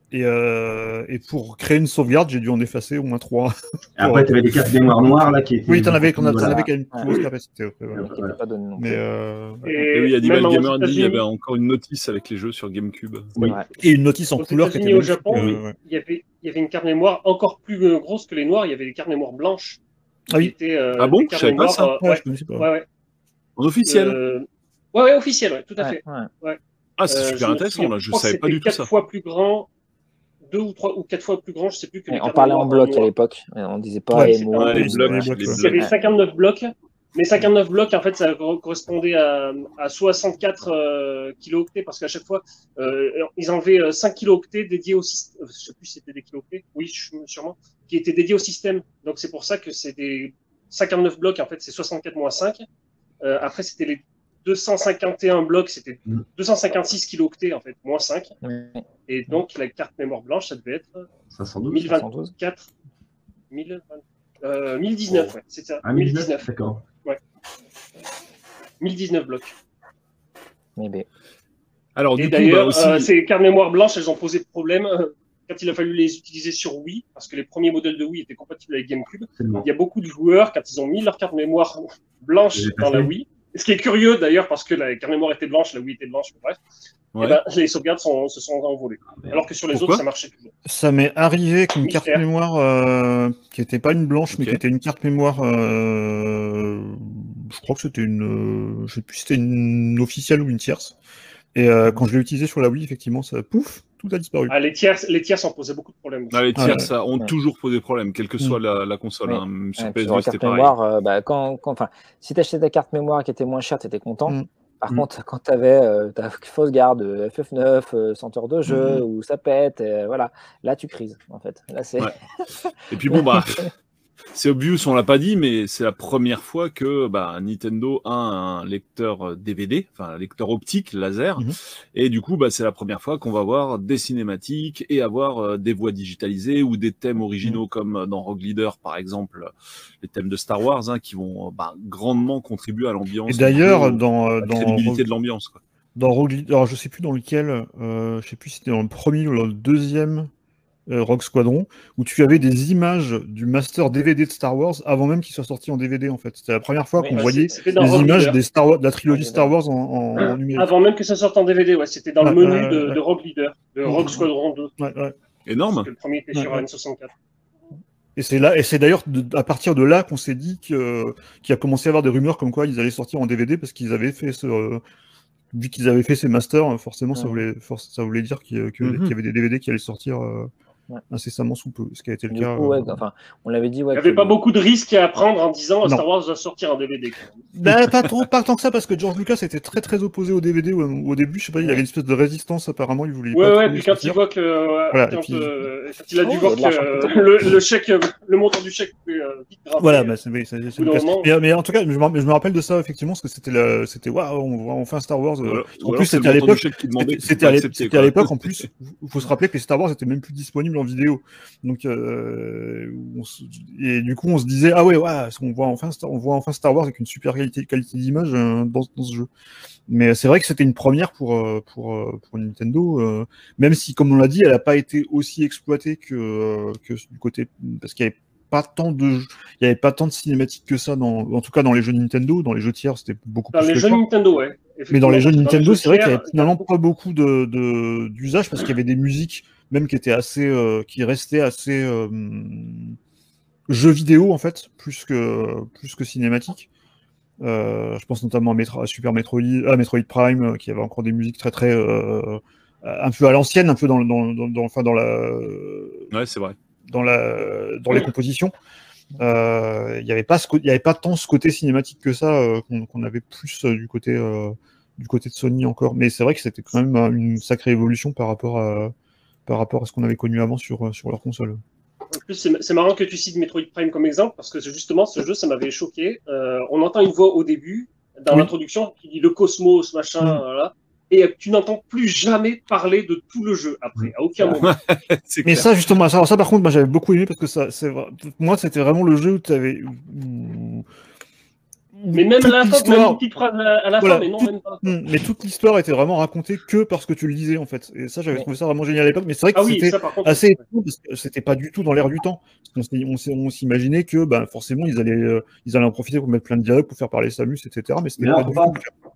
Et pour créer une sauvegarde, j'ai dû en effacer au moins 3. Après, tu avais des cartes mémoire noires là qui étaient. Oui, t'en avais quand même une plus grosse capacité. Mais oui, il y a Dival Gamer dit qu'il y avait encore une notice avec les jeux sur GameCube. Oui. Et une notice en couleur qui était. Au Japon, il y avait une carte mémoire encore plus grosse que les noires. Il y avait des cartes mémoire blanches. Ah oui. Ah bon, je savais pas ça. Je connaissais pas. En officiel. Ouais, officiel, tout à fait. Ah, c'est super intéressant là. Je savais pas du tout ça. 4 fois plus grand. 2 ou 3 ou 4 fois plus grand, je sais plus que les on parlait en bloc à l'époque, on disait pas les blocs. Il y avait 59 blocs, mais 59 blocs, en fait, ça correspondait à 64 kilooctets, parce qu'à chaque fois, ils enlevaient 5 kilooctets dédiés au système, je sais plus si c'était des kilooctets, oui, sûrement, qui étaient dédiés au système. Donc c'est pour ça que c'est des 59 blocs, en fait, c'est 64 moins 5. Après, c'était les 251 blocs, c'était 256 kilooctets, en fait, moins 5. Et donc, la carte mémoire blanche, ça devait être 1024, 1019, ouais, c'est ça. 1019, d'accord. Ouais. 1019 blocs. Alors, et d'ailleurs, ces cartes mémoire blanches, elles ont posé problème quand il a fallu les utiliser sur Wii, parce que les premiers modèles de Wii étaient compatibles avec GameCube. Il y a beaucoup de joueurs, quand ils ont mis leur carte mémoire blanche dans la Wii, ce qui est curieux d'ailleurs, parce que la carte mémoire était blanche, la Wii était blanche, bref. Ouais. Les sauvegardes se sont envolées. Alors que sur les autres, ça marchait toujours. Ça m'est arrivé qu'une carte mémoire qui n'était pas une blanche, mais qui était une carte mémoire. Je crois que c'était une. Je sais plus si c'était une officielle ou une tierce. Et quand je l'ai utilisée sur la Wii, effectivement, ça pouf, tout a disparu. Les tierces ont posé beaucoup de problèmes. Les tierces ont toujours posé problème, quelle que soit la console. Sur PS2, c'était pareil. Si tu achetais ta carte mémoire qui était moins chère, tu étais content. Par contre, quand tu avais ta fausse garde FF9, 100 heures de jeu, ou ça pète, voilà, là tu crises en fait. Là, et puis bon, c'est obvious, on l'a pas dit, mais c'est la première fois que Nintendo a un lecteur DVD, enfin un lecteur optique laser, et du coup, c'est la première fois qu'on va voir des cinématiques et avoir des voix digitalisées ou des thèmes originaux comme dans Rogue Leader, par exemple, les thèmes de Star Wars, qui vont grandement contribuer à l'ambiance. Et d'ailleurs, dans la crédibilité de l'ambiance, quoi. Dans Rogue Leader, alors je sais plus dans lequel, je sais plus si c'était dans le premier ou dans le deuxième. Rogue Squadron, où tu avais des images du master DVD de Star Wars avant même qu'il soit sorti en DVD en fait. C'était la première fois qu'on voyait les images de la trilogie Star Wars en numérique. Avant même que ça sorte en DVD, c'était dans le menu de Rogue Leader, de Rogue Squadron 2. Énorme. Parce que le premier était sur N64. Et c'est d'ailleurs à partir de là qu'on s'est dit qu'il a commencé à avoir des rumeurs comme quoi ils allaient sortir en DVD parce qu'ils avaient fait vu qu'ils avaient fait ces masters, forcément ça voulait dire qu'il y avait des DVD qui allaient sortir incessamment sous peu, ce qui a été le cas. Coup, on l'avait dit. Il n'y avait pas beaucoup de risques à prendre en disant Star Wars va sortir en DVD. Pas tant que ça, parce que George Lucas était très très opposé au DVD au début. Je sais pas, il y avait une espèce de résistance apparemment. Il voulait. Puis quand il voit que quand il a dû voir que le chèque, le montant du chèque pouvait vite grimper. Voilà, mais en tout cas, je me rappelle de ça effectivement, parce que c'était waouh, on fait un Star Wars. En plus, c'était à l'époque. C'était à l'époque en plus. Il faut se rappeler que les Star Wars étaient même plus disponibles disponible en vidéo. Donc, et du coup, on se disait, ah ouais, on voit enfin Star Wars avec une super qualité d'image dans ce jeu. Mais c'est vrai que c'était une première pour Nintendo, même si, comme on l'a dit, elle n'a pas été aussi exploitée que du côté, parce qu'il y avait pas tant de cinématiques que ça, en tout cas dans les jeux Nintendo. Dans les jeux tiers, c'était beaucoup plus. Dans les jeux Nintendo, ouais. Mais dans les jeux Nintendo, c'est vrai qu'il y avait finalement pas beaucoup d'usage, parce qu'il y avait des musiques même qui étaient qui restaient assez jeux vidéo en fait, plus que cinématiques. Je pense notamment à Super Metroid, à Metroid Prime, qui avait encore des musiques très un peu à l'ancienne, un peu dans la. Ouais, c'est vrai. Dans les compositions. Il n'y avait pas tant ce côté cinématique que ça, qu'on avait plus du côté de Sony encore. Mais c'est vrai que c'était quand même une sacrée évolution par rapport à ce qu'on avait connu avant sur leur console. En plus, c'est marrant que tu cites Metroid Prime comme exemple, parce que justement, ce jeu, ça m'avait choqué. On entend une voix au début, dans l'introduction, qui dit le cosmos, machin, voilà. Et tu n'entends plus jamais parler de tout le jeu après, à aucun moment. Mais ça, justement, ça par contre, moi j'avais beaucoup aimé, parce que moi c'était vraiment le jeu où tu avais. Mais même à la fin, même une petite phrase à la fin, mais non, même pas. Mais toute l'histoire était vraiment racontée que parce que tu le lisais, en fait. Et ça, j'avais trouvé ça vraiment génial à l'époque. Mais c'est vrai que c'était assez étonnant, parce que c'était pas du tout dans l'air du temps. On s'imaginait que forcément, ils allaient en profiter pour mettre plein de dialogues, pour faire parler Samus, etc. Mais c'était pas du tout.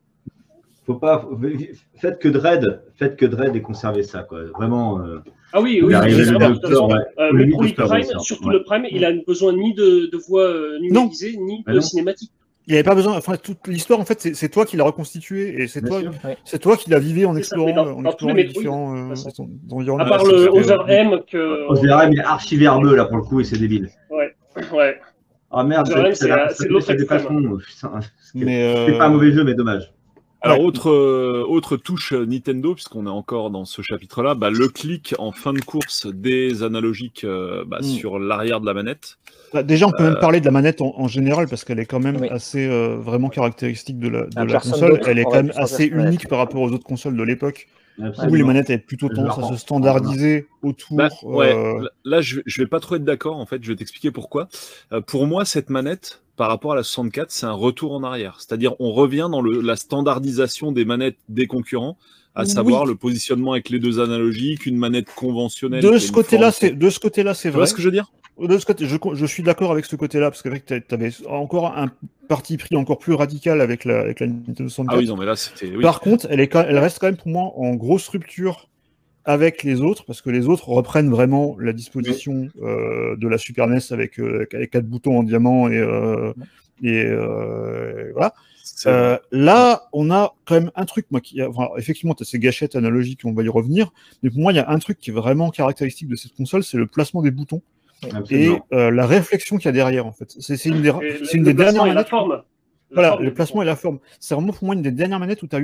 Faites que Dread et conservez ça, quoi. Vraiment. Ah oui, Metroid Prime, surtout le Prime, il a besoin ni de voix numérisée, ni de cinématique. Il n'y avait pas besoin. Enfin, toute l'histoire, en fait, c'est toi qui l'as reconstituée, et c'est toi qui l'as vivé en explorant les différents environnements. À part le Other M que. Other M, il est archi-verbeux là pour le coup, et c'est débile. Ouais. Ah merde, c'est l'autre extrême. C'est pas un mauvais jeu, mais dommage. Alors, autre touche Nintendo, puisqu'on est encore dans ce chapitre-là, le clic en fin de course des analogiques sur l'arrière de la manette. Déjà, on peut même parler de la manette en général, parce qu'elle est quand même assez vraiment caractéristique de la console. Elle est quand même assez unique par rapport aux autres consoles de l'époque, où les manettes avaient plutôt tendance à se standardiser autour. Là, je vais pas trop être d'accord, en fait, je vais t'expliquer pourquoi. Pour moi, cette manette, par rapport à la 64, c'est un retour en arrière. C'est-à-dire, on revient dans la standardisation des manettes des concurrents, à savoir le positionnement avec les deux analogiques, une manette conventionnelle. De ce côté-là, c'est vrai. Tu vois ce que je veux dire ? De ce côté, je suis d'accord avec ce côté-là, parce que tu avais encore un parti pris encore plus radical avec la Nintendo 64. Ah oui, non, mais là, c'était. Oui. Par contre, elle reste quand même pour moi en grosse rupture avec les autres, parce que les autres reprennent vraiment la disposition de la Super NES avec 4 boutons en diamant et voilà. Là, on a quand même un truc, effectivement, tu as ces gâchettes analogiques, on va y revenir, mais pour moi, il y a un truc qui est vraiment caractéristique de cette console, c'est le placement des boutons. Absolument. Et la réflexion qu'il y a derrière, en fait. C'est une des dernières manettes. Voilà, le placement et la forme. C'est vraiment pour moi une des dernières manettes où tu as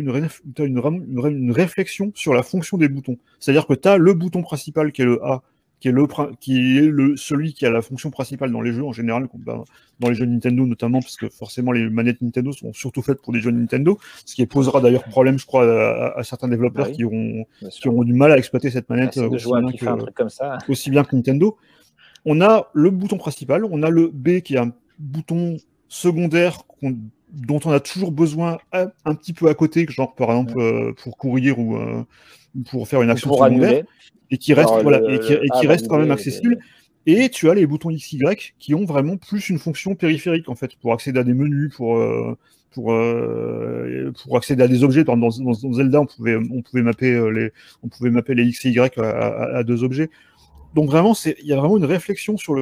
une réflexion sur la fonction des boutons. C'est-à-dire que tu as le bouton principal qui est le A, qui est celui qui a la fonction principale dans les jeux en général, dans les jeux Nintendo notamment, parce que forcément les manettes Nintendo sont surtout faites pour des jeux Nintendo, ce qui posera d'ailleurs problème, je crois, à certains développeurs qui auront du mal à exploiter cette manette aussi bien que Nintendo. On a le bouton principal, on a le B qui est un bouton secondaire dont on a toujours besoin un petit peu à côté, genre par exemple pour courir ou pour faire une action secondaire, et qui reste, qui reste quand même accessible. Et tu as les boutons XY qui ont vraiment plus une fonction périphérique, en fait, pour accéder à des menus, pour accéder à des objets. Dans Zelda, on pouvait mapper les X et Y à deux objets. Donc vraiment, il y a vraiment une réflexion sur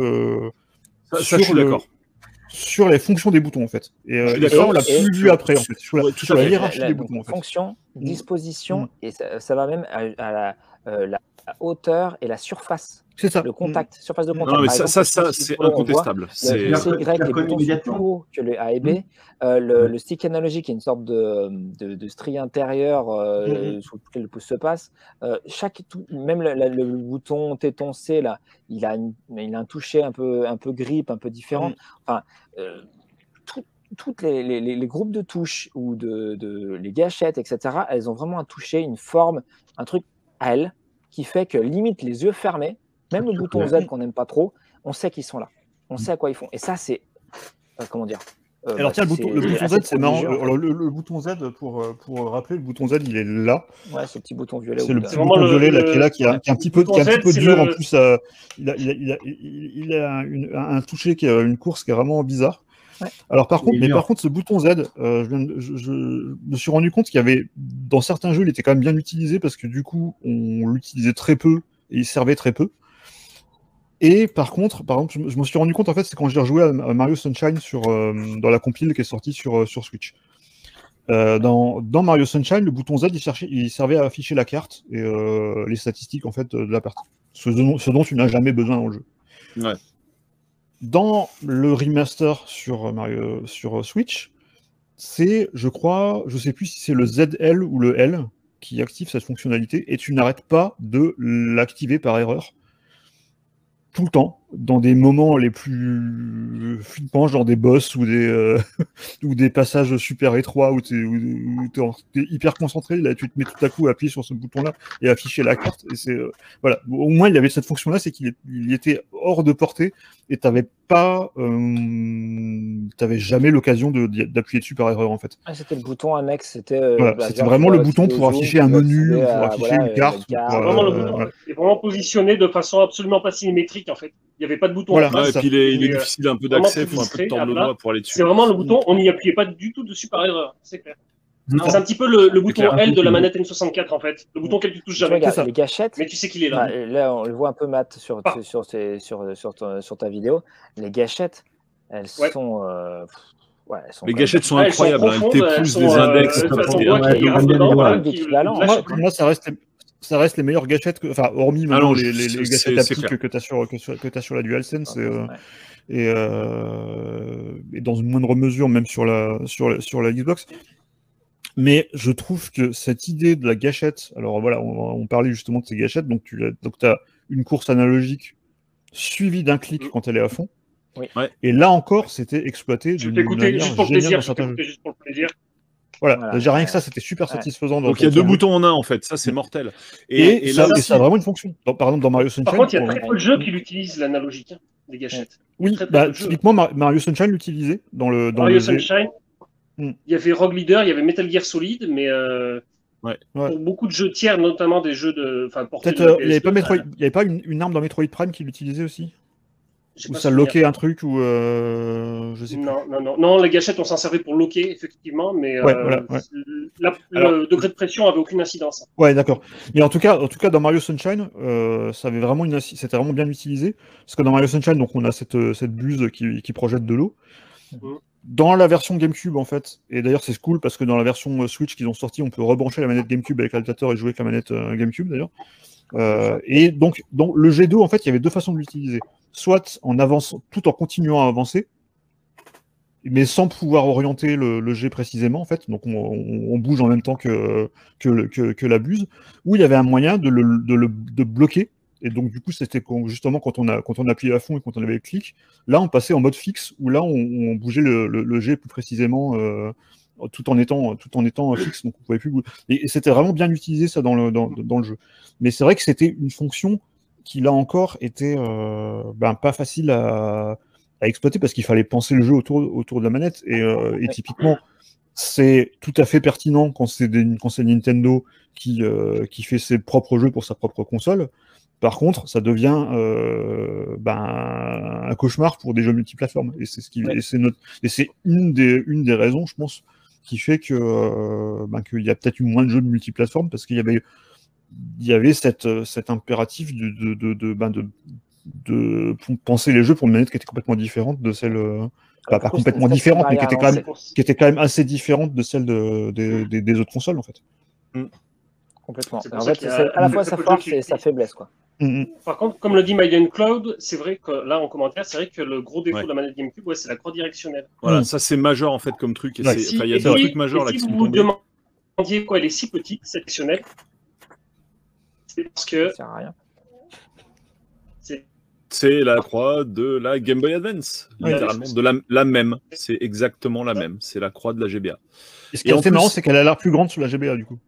sur les fonctions des boutons, en fait. Et ça, on l'a plus vu après, en fait. Sur la hiérarchie des boutons, en fait. Fonction, disposition, et ça va même à la hauteur et la surface. C'est ça. Le contact, surface de contact. Non, mais ça c'est incontestable. Le X et Y, les boutons sont plus hauts que le A et B. Le stick analogique est une sorte de strie intérieure sous lequel le pouce se passe. Même le bouton téton C, là, il a un toucher un peu grip, un peu différent. Enfin, toutes les groupes de touches ou les gâchettes, etc., elles ont vraiment un toucher, une forme, un truc à elles qui fait que limite les yeux fermés, Même le bouton Z qu'on n'aime pas trop, on sait qu'ils sont là. On sait à quoi ils font. Et ça, c'est... comment dire alors tiens, le bouton Z, c'est marrant. Alors, le bouton Z, pour rappeler, le bouton Z, il est là. Ouais, ce petit bouton violet. C'est le petit bouton violet là, qui est là, qui est un petit peu dur. En plus, il a un toucher, qui a une course qui est vraiment bizarre. Ouais. Alors par contre, ce bouton Z, je me suis rendu compte qu'il y avait, dans certains jeux, il était quand même bien utilisé, parce que du coup, on l'utilisait très peu, et il servait très peu. Et par exemple, je me suis rendu compte, en fait, c'est quand j'ai rejoué à Mario Sunshine dans la compile qui est sortie sur Switch. Dans Mario Sunshine, le bouton Z, il servait à afficher la carte et les statistiques, en fait, de la partie. Ce dont tu n'as jamais besoin dans le jeu. Ouais. Dans le remaster sur Switch, c'est, je crois, je sais plus si c'est le ZL ou le L qui active cette fonctionnalité, et tu n'arrêtes pas de l'activer par erreur. Tout le temps, dans des moments les plus flippants, genre des boss ou des passages super étroits où t'es hyper concentré, là tu te mets tout à coup à appuyer sur ce bouton-là et afficher la carte. Et c'est voilà. Au moins il y avait cette fonction-là, c'est qu'il était hors de portée et t'avais jamais l'occasion d'appuyer dessus par erreur en fait. Ah, c'était le bouton annexe, c'était vraiment le bouton pour afficher un menu, pour afficher une carte. Vraiment le bouton est vraiment positionné de façon absolument pas symétrique en fait. Il n'y avait pas de bouton. Voilà. Et puis il est difficile un peu d'accès, il faut un peu de temps de doigt pour aller dessus. C'est vraiment le bouton, on n'y appuyait pas du tout dessus par erreur, c'est clair. C'est un petit peu le bouton L de la manette N64 en fait, le bouton qu'elle tu touches jamais. Regarde, les gâchettes, mais tu sais qu'il est là. Là, on le voit un peu, Matt, sur ta vidéo. Les gâchettes, elles sont... les gâchettes sont incroyables, elles t'épousent des index. Moi, ça reste les meilleures gâchettes, hormis maintenant les gâchettes haptiques que tu as sur la DualSense. Et dans une moindre mesure, même sur la Xbox. Mais je trouve que cette idée de la gâchette, alors voilà, on parlait justement de ces gâchettes, donc tu as une course analogique suivie d'un clic quand elle est à fond. Oui. Et là encore, c'était exploité d'une manière juste pour géniale plaisir, dans certains jeux. Juste pour le plaisir. Voilà. Déjà rien que ça, c'était super satisfaisant. Donc il y a deux boutons en un en fait, ça c'est mortel. Et ça a vraiment une fonction. Par exemple, dans Mario Sunshine. Par contre, il y a très peu de jeux qui l'utilisent l'analogique, des gâchettes. Oui, typiquement Mario Sunshine l'utilisait dans Mario Sunshine. Il y avait Rogue Leader, il y avait Metal Gear Solid, mais pour beaucoup de jeux tiers, notamment des jeux de. Peut-être il n'y avait pas une arme dans Metroid Prime qui l'utilisait aussi. Ou ça loquait un truc, ou je sais plus. Non, les gâchettes on s'en servait pour loquer, effectivement, mais le degré de pression avait aucune incidence. Ouais, d'accord. Mais en tout cas, dans Mario Sunshine, ça avait vraiment c'était vraiment bien utilisé. Parce que dans Mario Sunshine, donc on a cette buse qui projette de l'eau. Dans la version GameCube, en fait, et d'ailleurs c'est cool parce que dans la version Switch qu'ils ont sorti, on peut rebrancher la manette GameCube avec l'adaptateur et jouer avec la manette GameCube d'ailleurs. Et donc le jet d'eau, en fait, il y avait deux façons de l'utiliser. Soit en avançant, tout en continuant à avancer, mais sans pouvoir orienter le jet précisément, en fait. Donc on bouge en même temps que la buse. Ou il y avait un moyen de bloquer. Et donc du coup, c'était justement quand on appuyait à fond et quand on avait le clic, là on passait en mode fixe, où là on bougeait le jet plus précisément. Tout en étant fixe, donc on pouvait plus bouger. Et c'était vraiment bien utilisé ça dans le jeu. Mais c'est vrai que c'était une fonction qui là encore était pas facile à exploiter parce qu'il fallait penser le jeu autour de la manette. Et typiquement, c'est tout à fait pertinent quand c'est Nintendo qui fait ses propres jeux pour sa propre console. Par contre, ça devient un cauchemar pour des jeux multiplateformes. Et c'est c'est une des raisons, je pense, qui fait que qu'il y a peut-être eu moins de jeux de multiplateforme parce qu'il y avait cet impératif de penser les jeux pour une manette qui était complètement différente de celle pas complètement différente, mais qui était quand même assez différente de celle des autres consoles en fait. Complètement. En fait, c'est à la fois sa force et sa faiblesse, quoi. Par contre, comme le dit Maiden Cloud, c'est vrai que là en commentaire, c'est vrai que le gros défaut de la manette GameCube, c'est la croix directionnelle. Voilà, ça c'est majeur en fait comme truc. Il y a deux trucs majeurs là qui sont tombés. Si vous demandiez elle est si petite, cette directionnelle, c'est parce que ça sert à rien. C'est la croix de la Game Boy Advance, littéralement, de la même. C'est exactement la même. C'est la croix de la GBA. Et ce qui est assez marrant, c'est qu'elle a l'air plus grande sur la GBA du coup.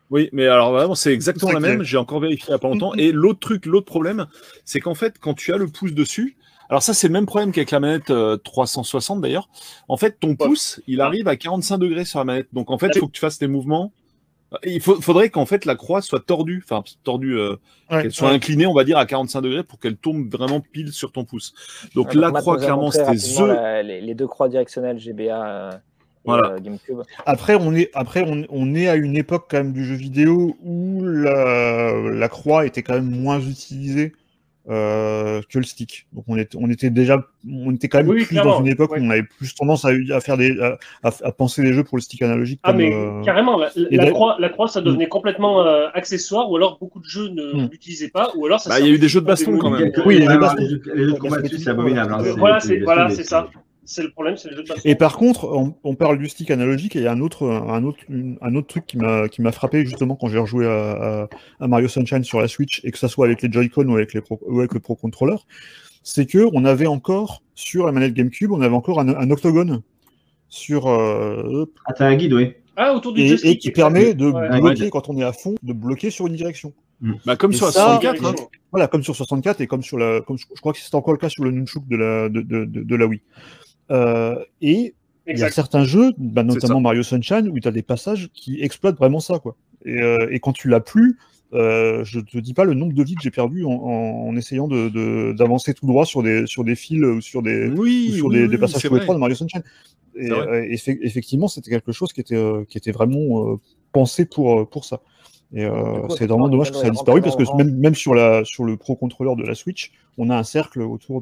Oui, mais alors vraiment, c'est exactement la même. J'ai encore vérifié il n'y a pas longtemps. Et l'autre problème, c'est qu'en fait, quand tu as le pouce dessus, alors ça, c'est le même problème qu'avec la manette 360 d'ailleurs. En fait, ton pouce, il arrive à 45 degrés sur la manette. Donc en fait, il faut que tu fasses tes mouvements. Faudrait qu'en fait la croix soit tordue, qu'elle soit inclinée, on va dire, à 45 degrés pour qu'elle tombe vraiment pile sur ton pouce. Donc la croix, clairement, c'était les deux croix directionnelles GBA. Voilà. GameCube. Après, on est à une époque quand même du jeu vidéo où la croix était quand même moins utilisée que le stick. Donc on était quand même plus dans une époque où on avait plus tendance à penser les jeux pour le stick analogique. Mais carrément, la croix, ça devenait complètement accessoire, ou alors beaucoup de jeux ne l'utilisaient pas, ou alors ça. Il y a eu des jeux de baston quand même. Oui, les jeux de combat dessus, c'est abominable. Voilà, c'est ça. C'est le problème, c'est le jeu de baston. Et par contre, on parle du stick analogique, et il y a un autre truc qui m'a frappé justement quand j'ai rejoué à Mario Sunshine sur la Switch, et que ça soit avec les Joy-Con ou avec le Pro Controller, c'est que on avait encore sur la manette GameCube, on avait encore un octogone sur. T'as un guide, oui. Autour du joystick, et qui permet de bloquer quand on est à fond, de bloquer sur une direction. Comme sur la 64. Hein. Voilà, comme sur 64 et comme je crois que c'était encore le cas sur le Nunchuk de la Wii. Et il y a certains jeux, notamment Mario Sunshine, où tu as des passages qui exploitent vraiment ça, quoi. Et quand tu l'as plus, je te dis pas le nombre de vies que j'ai perdu en essayant d'avancer tout droit sur des fils ou sur des passages tous les trois de Mario Sunshine. Et effectivement, c'était quelque chose qui était vraiment pensé pour ça. Et c'est vraiment dommage que ça a disparu parce que même sur le Pro Controller de la Switch, on a un cercle autour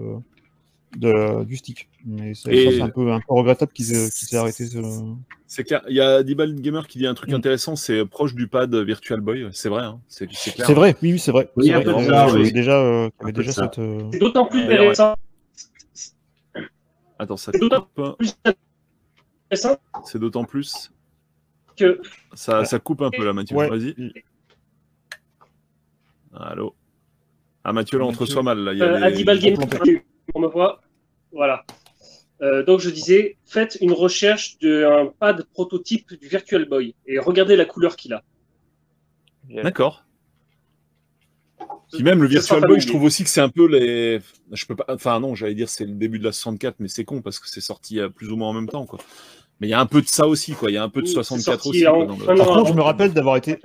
du stick. Mais c'est un peu regrettable qu'ils aient arrêté. C'est clair. Il y a Dibal Gamer qui dit un truc intéressant, c'est proche du pad Virtual Boy. C'est vrai, hein. C'est clair. C'est vrai, oui, c'est vrai. Oui, déjà cette. C'est d'autant plus intéressant. Attends, ça c'est d'autant plus intéressant. C'est d'autant plus que ça coupe un peu là, Mathieu. Ouais. Vas-y. Allô. Mathieu, là, on te reçoit mal. Là. Adibal Gamer, on me voit. Voilà. Donc je disais, faites une recherche d'un pad prototype du Virtual Boy et regardez la couleur qu'il a. D'accord. Puis même le Virtual Boy, je trouve aussi que c'est un peu les. Je peux pas. Enfin non, j'allais dire c'est le début de la 64, mais c'est con parce que c'est sorti plus ou moins en même temps, quoi. Mais il y a un peu de ça aussi, quoi. Il y a un peu de 64 aussi. Par contre, je me rappelle d'avoir été.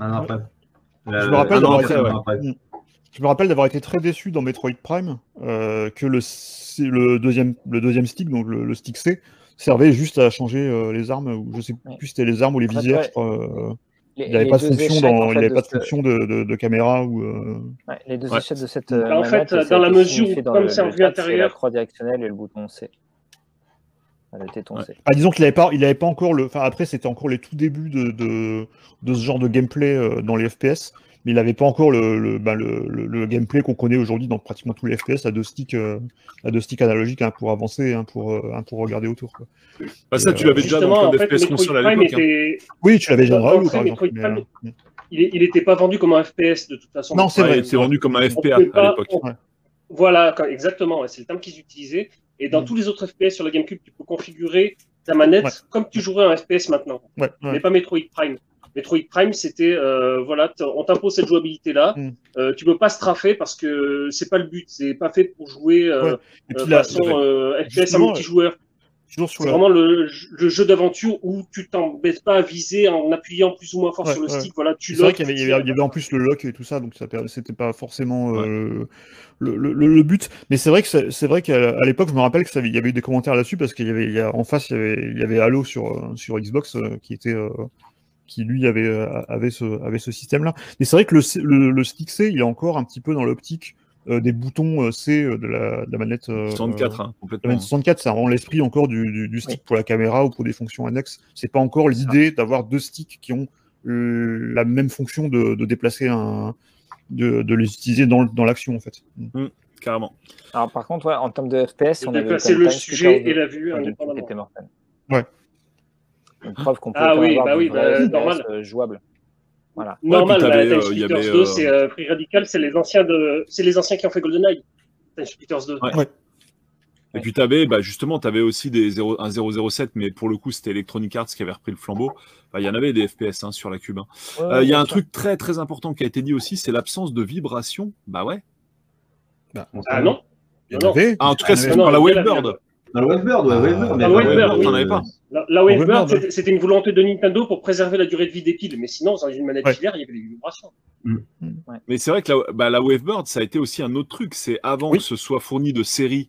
Je me rappelle d'avoir été très déçu dans Metroid Prime que le deuxième stick, donc le stick C, servait juste à changer les armes, ou je sais plus si c'était les armes ou les visières, je crois. Il n'avait pas de fonction de caméra ou. Les deux échecs de cette en fait, dans la mesure où, comme c'est en vue intérieure, c'est la croix directionnelle et le bouton C. Le téton C. Disons qu'il n'avait pas encore le. Enfin, après, c'était encore les tout débuts de ce genre de gameplay dans les FPS. Mais il n'avait pas encore le gameplay qu'on connaît aujourd'hui dans pratiquement tous les FPS à deux sticks analogiques, pour avancer, pour regarder autour. Quoi. Ça, tu l'avais déjà dans le FPS console à l'époque. Oui, tu l'avais déjà dans Raoult, par exemple. Il n'était pas vendu comme un FPS de toute façon. Non, c'est vrai. Il était vendu comme un FPA à l'époque. Voilà, exactement. C'est le terme qu'ils utilisaient. Et dans tous les autres FPS sur la GameCube, tu peux configurer ta manette comme tu jouerais un FPS maintenant. Mais pas Metroid Prime. Metroid Prime, c'était on t'impose cette jouabilité-là. Tu peux pas straffer parce que c'est pas le but. C'est pas fait pour jouer façon FPS en multijoueur. C'est vraiment le jeu d'aventure où tu t'embêtes pas à viser en appuyant plus ou moins fort sur le stick. Voilà, c'est vrai qu'il y avait en plus le lock et tout ça, donc c'était pas forcément le but. Mais c'est vrai qu'à l'époque, je me rappelle qu'il y avait eu des commentaires là-dessus parce en face, il y avait Halo sur Xbox qui lui avait ce système-là. Mais c'est vrai que le stick C, il est encore un petit peu dans l'optique des boutons C de la manette 64, complètement. La manette 64, ça rend l'esprit encore du stick pour la caméra ou pour des fonctions annexes. C'est pas encore l'idée d'avoir deux sticks qui ont la même fonction de déplacer de les utiliser dans l'action, en fait. Carrément. Alors par contre, en termes de FPS, on avait déplacer le sujet et la vue indépendamment. Ouais. Une preuve qu'on peut avoir normal. Jouable. Voilà. Normal, Time Splitters 2, c'est Free Radical, c'est les anciens qui ont fait GoldenEye. Time Splitters 2. Ouais. Et puis, tu avais aussi un 007, mais pour le coup, c'était Electronic Arts qui avait repris le flambeau. Il y en avait des FPS sur la Cube. Il y a un truc très très important qui a été dit aussi, c'est l'absence de vibration. Bah ouais. Non. En tout cas, c'est dans la Wavebird. Dans la Wavebird, t'en avais pas. La Wavebird, c'était une volonté de Nintendo pour préserver la durée de vie des piles, mais sinon, dans une manette filaire, il y avait des vibrations. Mais c'est vrai que la Wavebird, ça a été aussi un autre truc. C'est avant que ce soit fourni de série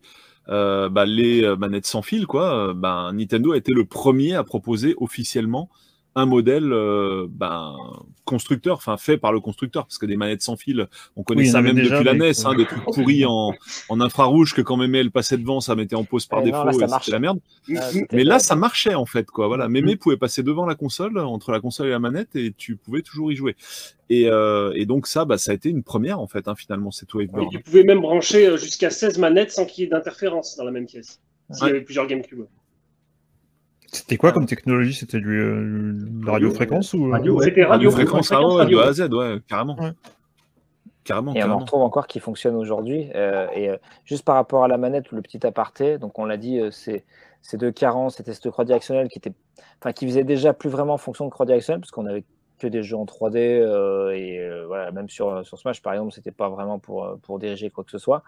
les manettes sans fil, Nintendo a été le premier à proposer officiellement un modèle constructeur, fait par le constructeur, parce que des manettes sans fil, on connaît ça même depuis la NES, des trucs pourris en infrarouge que quand même elle passait devant, ça mettait en pause par défaut et c'était la merde. Mais là, ça marchait en fait, quoi. Voilà, Mémé pouvait passer devant la console, entre la console et la manette, et tu pouvais toujours y jouer. Et donc ça a été une première en fait, finalement, cette Wavebird. Tu pouvais même brancher jusqu'à 16 manettes sans qu'il y ait d'interférence dans la même pièce. S'il y avait plusieurs GameCube. C'était quoi comme technologie? C'était de la radiofréquence ou C'était radiofréquence de A à Z, carrément. Carrément. On en retrouve encore qui fonctionne aujourd'hui. Juste par rapport à la manette, le petit aparté, donc on l'a dit, c'est de carence, c'était ce croix directionnelle qui faisait déjà plus vraiment fonction de croix directionnelle, parce qu'on avait que des jeux en 3D même sur Smash par exemple, c'était pas vraiment pour diriger quoi que ce soit.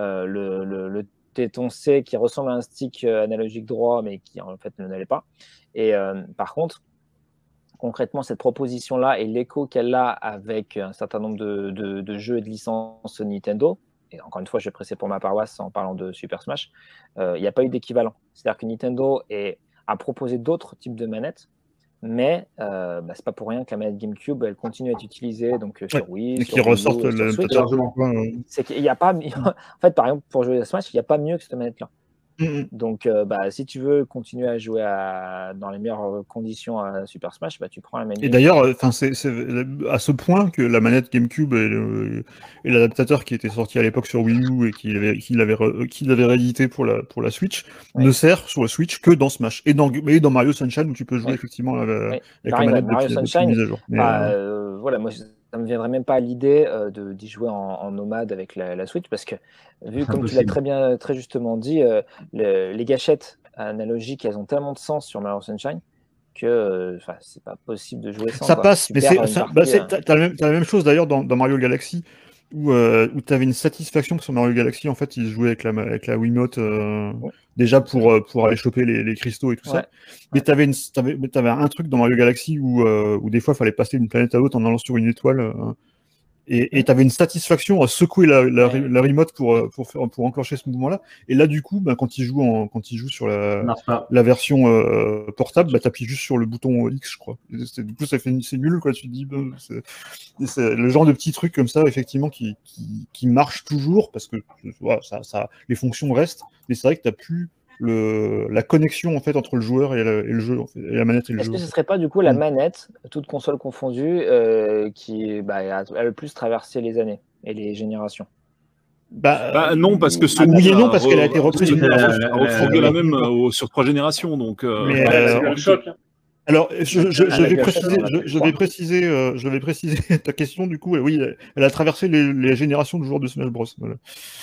Le téton C qui ressemble à un stick analogique droit, mais qui en fait ne l'allait pas. Et par contre, concrètement, cette proposition-là et l'écho qu'elle a avec un certain nombre de jeux et de licences Nintendo, et encore une fois, je vais presser pour ma paroisse en parlant de Super Smash, il n'y a pas eu d'équivalent. C'est-à-dire que Nintendo a proposé d'autres types de manettes, mais c'est pas pour rien que la manette GameCube, elle continue à être utilisée sur Wii, et qui ressortent sur Switch. C'est qu'il n'y a pas, en fait, par exemple, pour jouer à Smash, il n'y a pas mieux que cette manette-là. Donc, si tu veux continuer à jouer dans les meilleures conditions à Super Smash, tu prends la manette. Et d'ailleurs, c'est à ce point que la manette GameCube et l'adaptateur qui était sorti à l'époque sur Wii U et qu'il avait réédité pour la Switch ne sert sur la Switch que dans Smash et dans Mario Sunshine où tu peux jouer effectivement avec la manette Mario Sunshine, mise à jour. moi ça me viendrait même pas à l'idée d'y jouer en nomade avec la Switch, parce que vu comme tu l'as très justement dit, les gâchettes analogiques, elles ont tellement de sens sur Mario Sunshine que c'est pas possible de jouer sans. Ça passe, mais t'as la même chose d'ailleurs dans Mario Galaxy où tu avais une satisfaction sur Mario Galaxy. En fait, ils jouaient avec la Wiimote déjà pour aller choper les cristaux et tout ça. Mais t'avais un truc dans Mario Galaxy où des fois il fallait passer d'une planète à l'autre en allant sur une étoile. Et tu avais une satisfaction à secouer la remote pour enclencher ce mouvement-là. Et là, du coup, quand il joue sur la version portable, tu appuies juste sur le bouton X, je crois. Du coup, c'est nul, quoi. Tu te dis, c'est le genre de petit truc comme ça, effectivement, qui marche toujours, parce que les fonctions restent. Mais c'est vrai que tu n'as plus la connexion en fait entre le joueur et le jeu, en fait, et la manette et le jeu. Est-ce que ce serait pas du coup la manette, toute console confondue, qui a le plus traversé les années et les générations? Non, parce que oui et non, parce qu'elle a été reprise. Refourgué la même sur 3 générations, donc. C'est le choc. Alors, je vais préciser ta question, du coup. Oui, elle a traversé les générations de joueurs de Smash Bros. Voilà.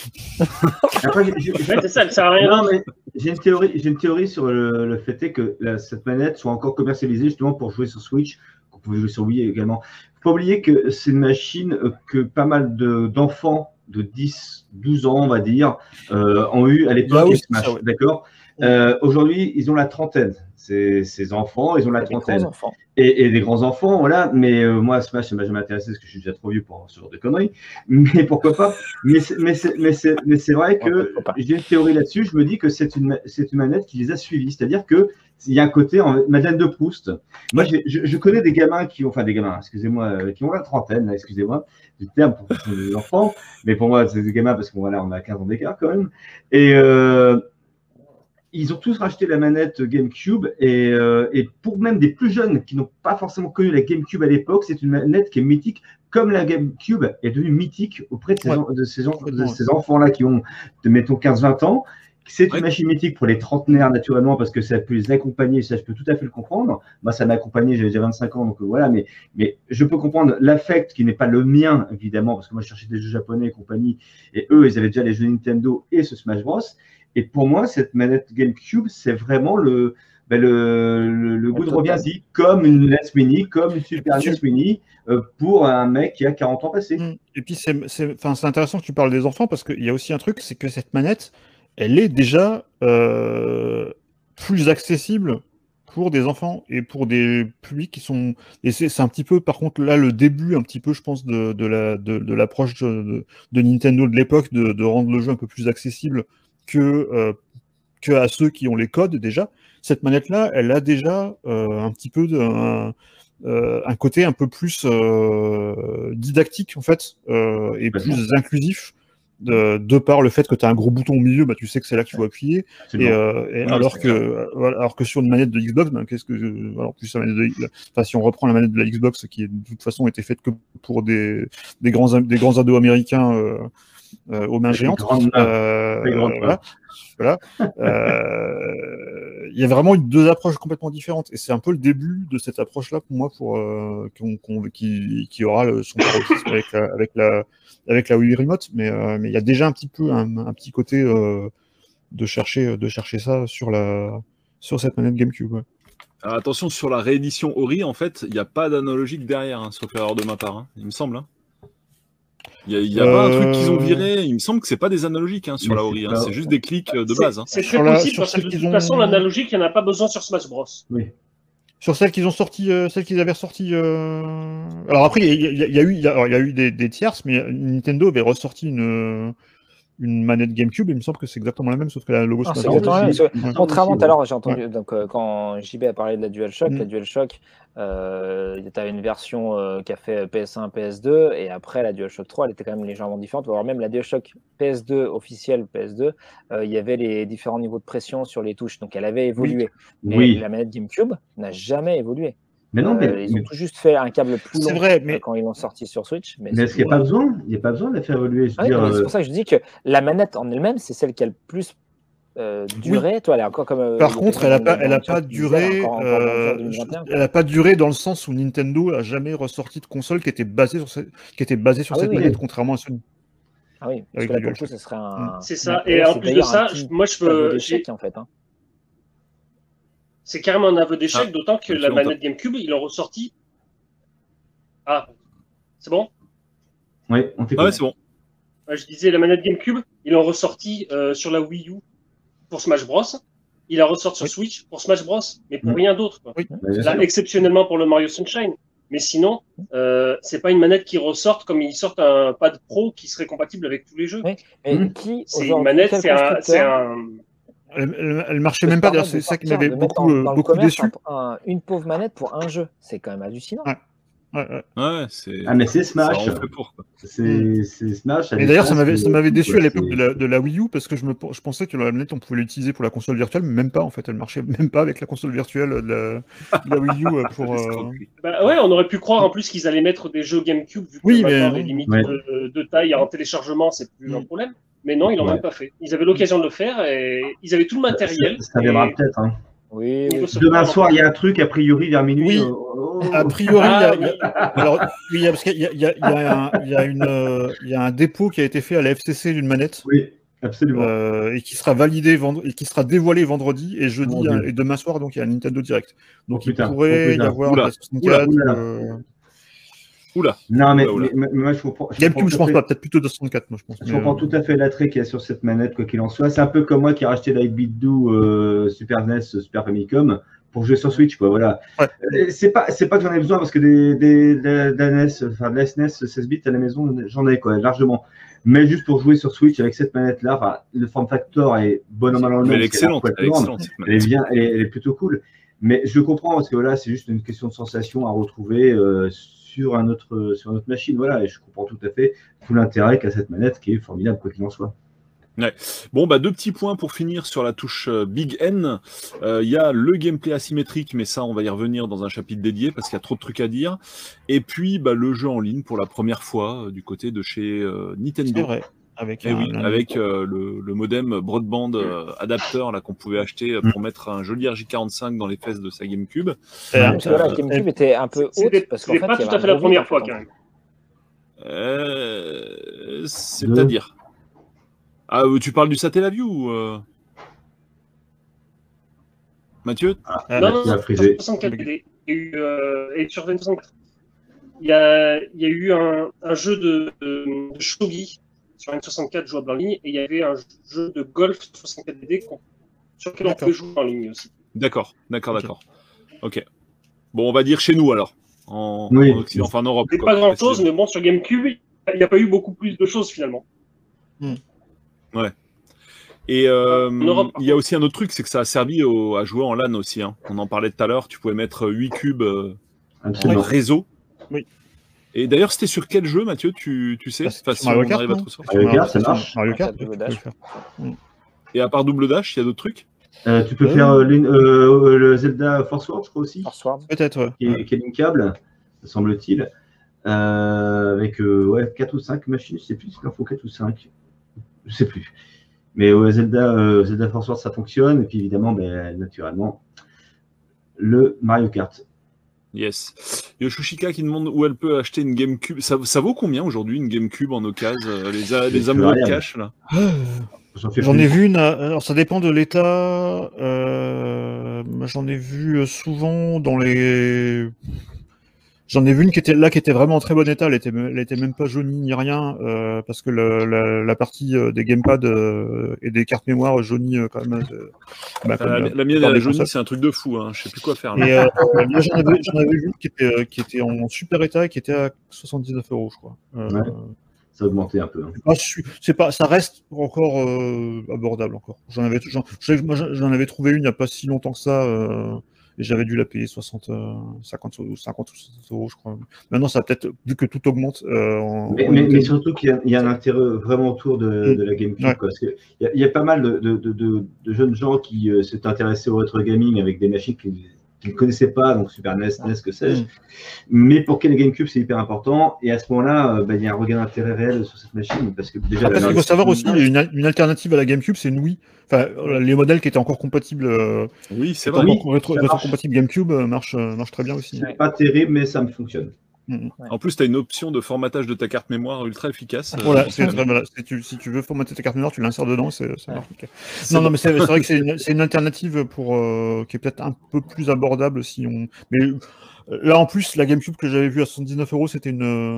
Après, c'est ça, elle sert à rien. Non, mais j'ai une théorie sur le fait que cette manette soit encore commercialisée justement pour jouer sur Switch, qu'on pouvait jouer sur Wii également. Il ne faut pas oublier que c'est une machine que pas mal d'enfants de 10, 12 ans, on va dire, ont eu à l'époque Smash, d'accord. Aujourd'hui, ils ont la trentaine. Ces enfants, ils ont la trentaine. Et des grands enfants, voilà. Mais moi, Smash, ça m'a jamais intéressé parce que je suis déjà trop vieux pour ce genre de conneries. Mais pourquoi pas? Mais c'est vrai que j'ai une théorie là-dessus. Je me dis que c'est une manette qui les a suivis. C'est-à-dire que il y a un côté en Madeleine de Proust. Moi, je connais des gamins qui ont la trentaine, excusez-moi, du terme pour les enfants. Mais pour moi, c'est des gamins parce qu'on on a 15 ans d'écart quand même. Et ils ont tous racheté la manette GameCube et pour même des plus jeunes qui n'ont pas forcément connu la GameCube à l'époque, c'est une manette qui est mythique, comme la GameCube est devenue mythique auprès de ces enfants-là qui ont, mettons, 15-20 ans. C'est une machine mythique pour les trentenaires, naturellement, parce que ça peut les accompagner, ça je peux tout à fait le comprendre. Moi, ça m'a accompagné, j'avais déjà 25 ans, donc voilà, mais je peux comprendre l'affect qui n'est pas le mien, évidemment, parce que moi, je cherchais des jeux japonais et compagnie, et eux, ils avaient déjà les jeux Nintendo et ce Smash Bros. Et pour moi, cette manette GameCube, c'est vraiment le goût de reviens-y, comme une NES Mini, comme une Super NES Mini, pour un mec qui a 40 ans passé. Et puis, c'est intéressant que tu parles des enfants, parce qu'il y a aussi un truc, c'est que cette manette, elle est déjà plus accessible pour des enfants et pour des publics qui sont... Et c'est un petit peu, par contre, là, le début, un petit peu, je pense, de l'approche de Nintendo de l'époque, de rendre le jeu un peu plus accessible que à ceux qui ont les codes, déjà. Cette manette-là, elle a déjà un petit peu un côté un peu plus didactique, en fait, et plus inclusif. De par le fait que tu as un gros bouton au milieu, bah, tu sais que c'est là qu'il faut appuyer. Alors que sur une manette de Xbox, bah, si on reprend la manette de la Xbox, qui de toute façon était faite que pour des grands ados américains aux mains géantes, voilà. Il y a vraiment deux approches complètement différentes, et c'est un peu le début de cette approche-là pour moi, qui aura son paroxysme avec la Wii Remote, mais il y a déjà un petit peu un petit côté de chercher ça sur cette manette GameCube. Ouais. Alors attention, sur la réédition Ori, en fait, il n'y a pas d'analogique derrière, hein, sauf erreur de ma part, hein, il me semble. Hein. Il y a pas un truc qu'ils ont viré, il me semble que c'est pas des analogiques hein, sur la Ori, hein, c'est juste des clics de base. Hein. C'est très possible parce que de toute façon, l'analogique, il n'y en a pas besoin sur Smash Bros. Oui. Sur celles qu'ils ont sorties, celles qu'ils avaient ressorties. Alors après, il y a eu des tierces, mais Nintendo avait ressorti une manette GameCube, il me semble que c'est exactement la même, sauf que la logo c'est contrairement tout à l'heure, j'ai entendu quand JB a parlé de la DualShock, la DualShock, tu avais une version qui a fait PS1, PS2, et après la DualShock 3, elle était quand même légèrement différente. Voire même la DualShock PS2 officielle, PS2, il y avait les différents niveaux de pression sur les touches, donc elle avait évolué. Mais la manette GameCube n'a jamais évolué. Mais non, ils ont tout juste fait un câble plus long quand ils l'ont sorti sur Switch. Mais est-ce qu'il n'y a pas besoin? Il n'y a pas besoin de la faire évoluer. C'est pour ça que je dis que la manette en elle-même, c'est celle qui a le plus duré. Toi, elle est encore comme. Par contre, elle n'a pas duré. Elle n'a pas duré dans le sens où Nintendo n'a jamais ressorti de console qui était basée sur cette manette, contrairement à Sony. Ah oui, parce que là, pour le coup, ce serait un. C'est ça. Et en plus de ça, moi, je peux. En fait. C'est carrément un aveu d'échec, d'autant que la manette GameCube, ils l'ont ressorti. Ah, c'est bon? Oui, on t'écoute. Ouais, c'est bon. Je disais, la manette GameCube, ils l'ont ressorti sur la Wii U pour Smash Bros. Il la ressort sur Switch pour Smash Bros. Mais pour rien d'autre. Là, exceptionnellement pour le Mario Sunshine. Mais sinon, c'est pas une manette qui ressorte comme ils sortent un Pad Pro qui serait compatible avec tous les jeux. C'est une manette, c'est un... Elle marchait même pas, d'ailleurs, c'est ça qui m'avait beaucoup déçu. Une pauvre manette pour un jeu, c'est quand même hallucinant. Mais c'est Smash. C'est Smash. Et d'ailleurs, ça m'avait déçu à l'époque de la Wii U, parce que je pensais que la manette, on pouvait l'utiliser pour la console virtuelle, mais même pas, en fait. Elle marchait même pas avec la console virtuelle de la Wii U. On aurait pu croire en plus qu'ils allaient mettre des jeux GameCube, vu que maintenant, les limites de taille en téléchargement, c'est plus un problème. Mais non, ils l'ont même pas fait. Ils avaient l'occasion de le faire et ils avaient tout le matériel. Ça viendra peut-être. Hein. Oui. Demain soir, il y a un truc, a priori, vers minuit. A priori, parce qu'il y a un dépôt qui a été fait à la FCC d'une manette. Oui, absolument. Et qui sera validé et qui sera dévoilé vendredi et jeudi et demain soir, donc il y a un Nintendo Direct. Donc il pourrait y avoir la 64. Oula. Non, mais moi, je comprends. GameCube, je pense pas, peut-être plutôt de 64, moi, je pense. Je comprends tout à fait l'attrait qu'il y a sur cette manette, quoi qu'il en soit. C'est un peu comme moi qui ai racheté la 8-bit-do Super NES, Super Famicom, pour jouer sur Switch, quoi, voilà. C'est pas que j'en ai besoin, parce que de la SNES 16 bits à la maison, j'en ai, quoi, largement. Mais juste pour jouer sur Switch avec cette manette-là, le form factor est bon en mal en elle est excellente. Elle est plutôt cool. Mais je comprends, parce que là, c'est juste une question de sensation à retrouver sur une autre machine. Voilà, et je comprends tout à fait tout l'intérêt qu'a cette manette qui est formidable, quoi qu'il en soit. Ouais. Bon, deux petits points pour finir sur la touche Big N. Il y a le gameplay asymétrique, mais ça, on va y revenir dans un chapitre dédié parce qu'il y a trop de trucs à dire. Et puis, le jeu en ligne pour la première fois du côté de chez Nintendo. C'est vrai. Avec le modem broadband adapteur là qu'on pouvait acheter pour mettre un joli RJ45 dans les fesses de sa GameCube. Parce que la GameCube était un peu haute parce qu'en fait, pas tout à fait la première fois quand même. C'est-à-dire. Ah, tu parles du Satellaview ou Mathieu? Non, sur 64 DD. Et sur 64. Il y a eu un jeu de shogi sur N64 jouable en ligne, et il y avait un jeu de golf sur 64 DD sur lequel on pouvait jouer en ligne aussi. D'accord. Ok. Bon, on va dire chez nous alors, en Occident, enfin en Europe. C'est pas grand-chose, mais bon, sur GameCube, il n'y a pas eu beaucoup plus de choses finalement. Ouais. Et il y a aussi un autre truc, c'est que ça a servi à jouer en LAN aussi. Hein. On en parlait tout à l'heure, tu pouvais mettre 8 cubes en réseau. Oui. Et d'ailleurs, c'était sur quel jeu, Mathieu, tu sais? Enfin, si Mario Kart, Mario Kart, ça marche. Mario Kart, et à part Double Dash, il y a d'autres trucs? Tu peux faire le Zelda Force Wars, je crois aussi. Force Wars. Peut-être. Qui est linkable, semble-t-il. Avec 4 ou 5 machines, je ne sais plus s'il en faut 4 ou 5. Je ne sais plus. Mais Zelda Force Wars, ça fonctionne. Et puis évidemment, naturellement, le Mario Kart. Yes. Yoshushika qui demande où elle peut acheter une GameCube. Ça vaut combien aujourd'hui une GameCube en occasion? Les amoureux de cash là. J'en ai vu une. Alors ça dépend de l'état. J'en ai vu souvent dans les. J'en ai vu une qui était vraiment en très bon état. Elle était même pas jaunie ni rien parce que la partie des gamepads et des cartes mémoire jaunies quand même. La mienne elle a jauni, c'est un truc de fou. Hein. Je sais plus quoi faire. Là. Et là, j'en avais vu qui était en super état et qui était à 79 €, je crois. Ça a augmenté un peu. Hein. Ça reste encore abordable encore. J'en avais trouvé une il n'y a pas si longtemps que ça. Et j'avais dû la payer 50 ou 60 €, je crois. Maintenant, ça a peut-être, vu que tout augmente. Mais surtout qu'il y a un intérêt vraiment autour de la GameCube. Ouais. Parce qu'il y a pas mal de jeunes gens qui s'est intéressés au rétro gaming avec des machines qu'ils ne connaissaient pas, donc Super NES, NES, que sais-je. Mais pour quel GameCube, c'est hyper important. Et à ce moment-là, il y a un regain d'intérêt réel sur cette machine. Parce que déjà, parce qu'il faut savoir aussi, il y a une alternative à la GameCube, c'est une Wii. Enfin, les modèles qui étaient encore compatibles, oui, c'est vrai. Rétro-compatible GameCube marche très bien aussi. C'est pas terrible, mais ça me fonctionne. En plus, tu as une option de formatage de ta carte mémoire ultra efficace. Voilà, si tu veux formater ta carte mémoire, tu l'insères dedans, ça marche. Non, mais c'est vrai que c'est une alternative qui est peut-être un peu plus abordable si on. Mais là, en plus, la GameCube que j'avais vue à 79 €, c'était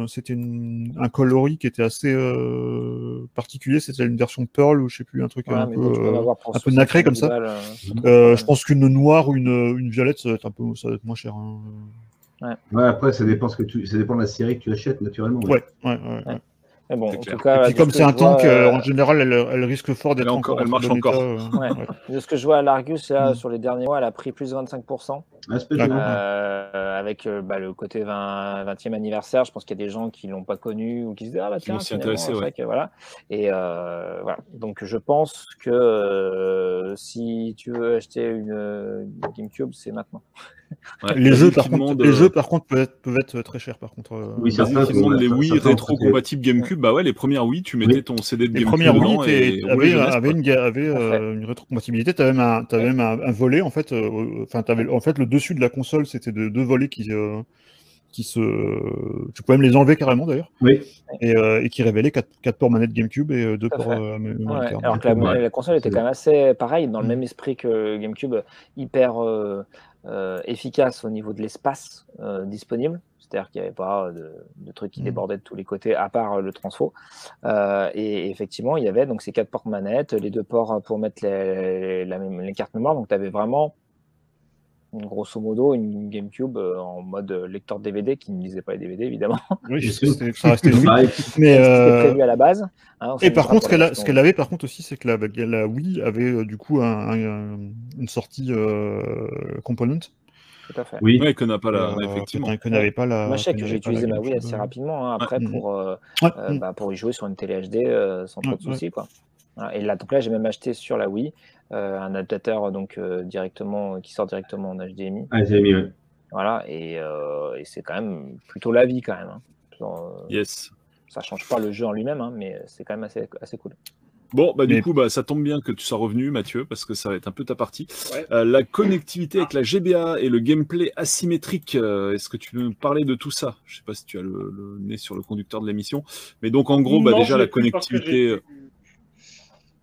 un coloris qui était assez particulier. C'était une version Pearl ou je sais plus, un truc un peu nacré comme ça. Je pense qu'une noire ou une violette, ça va être moins cher. Hein. Ouais, après, ça dépend de la série que tu achètes, naturellement. Ouais. Mais bon, en tout cas, et puis comme c'est un tank, en général, elle risque fort d'être elle marche encore. De ce que je vois à l'Argus, là, sur les derniers mois, elle a pris plus de 25%. Avec le côté 20e anniversaire, je pense qu'il y a des gens qui ne l'ont pas connu ou qui se disent « Ah, tiens, s'y intéresser, ouais. Voilà. » Et voilà. Donc, je pense que si tu veux acheter une GameCube, c'est maintenant. Ouais, les jeux, par contre, peuvent être très chers, par contre. Oui, certains qui demandent les Wii rétro-compatibles GameCube. Bah ouais, les premières Wii, tu mettais ton CD de GameCube dedans avaient une rétrocompatibilité. Tu avais même un volet, en fait. Le dessus de la console, c'était deux volets qui tu pouvais même les enlever carrément, d'ailleurs. Oui. Et qui révélaient 4 ports manette GameCube et 2 ports alors que la console était quand même assez pareil, dans le même esprit que GameCube, hyper efficace au niveau de l'espace disponible. C'est-à-dire qu'il n'y avait pas de trucs qui débordaient de tous les côtés, à part le transfo. Et effectivement, il y avait donc ces 4 ports manettes, les 2 ports pour mettre les cartes mémoire. Donc, tu avais vraiment, grosso modo, une GameCube en mode lecteur DVD qui ne lisait pas les DVD, évidemment. Oui, ça restait mais c'était prévu à la base. Hein, et par contre, ce qu'elle avait, par contre, aussi, c'est que la Wii avait du coup une sortie component. Tout à fait. Oui, qu'on n'a pas effectivement. Que n'avait pas la. Moi, je sais que j'ai utilisé ma Wii assez rapidement après pour y jouer sur une télé HD sans trop de soucis, quoi. Et là, donc là, j'ai même acheté sur la Wii un adaptateur qui sort directement en HDMI. HDMI, oui. Voilà, et c'est quand même plutôt la vie quand même. Hein. Yes. Ça change pas le jeu en lui-même, hein, mais c'est quand même assez cool. Bon, du coup, ça tombe bien que tu sois revenu, Mathieu, parce que ça va être un peu ta partie. Ouais. La connectivité avec la GBA et le gameplay asymétrique, est-ce que tu veux me parler de tout ça? Je ne sais pas si tu as le nez sur le conducteur de l'émission, mais donc en gros, déjà la connectivité...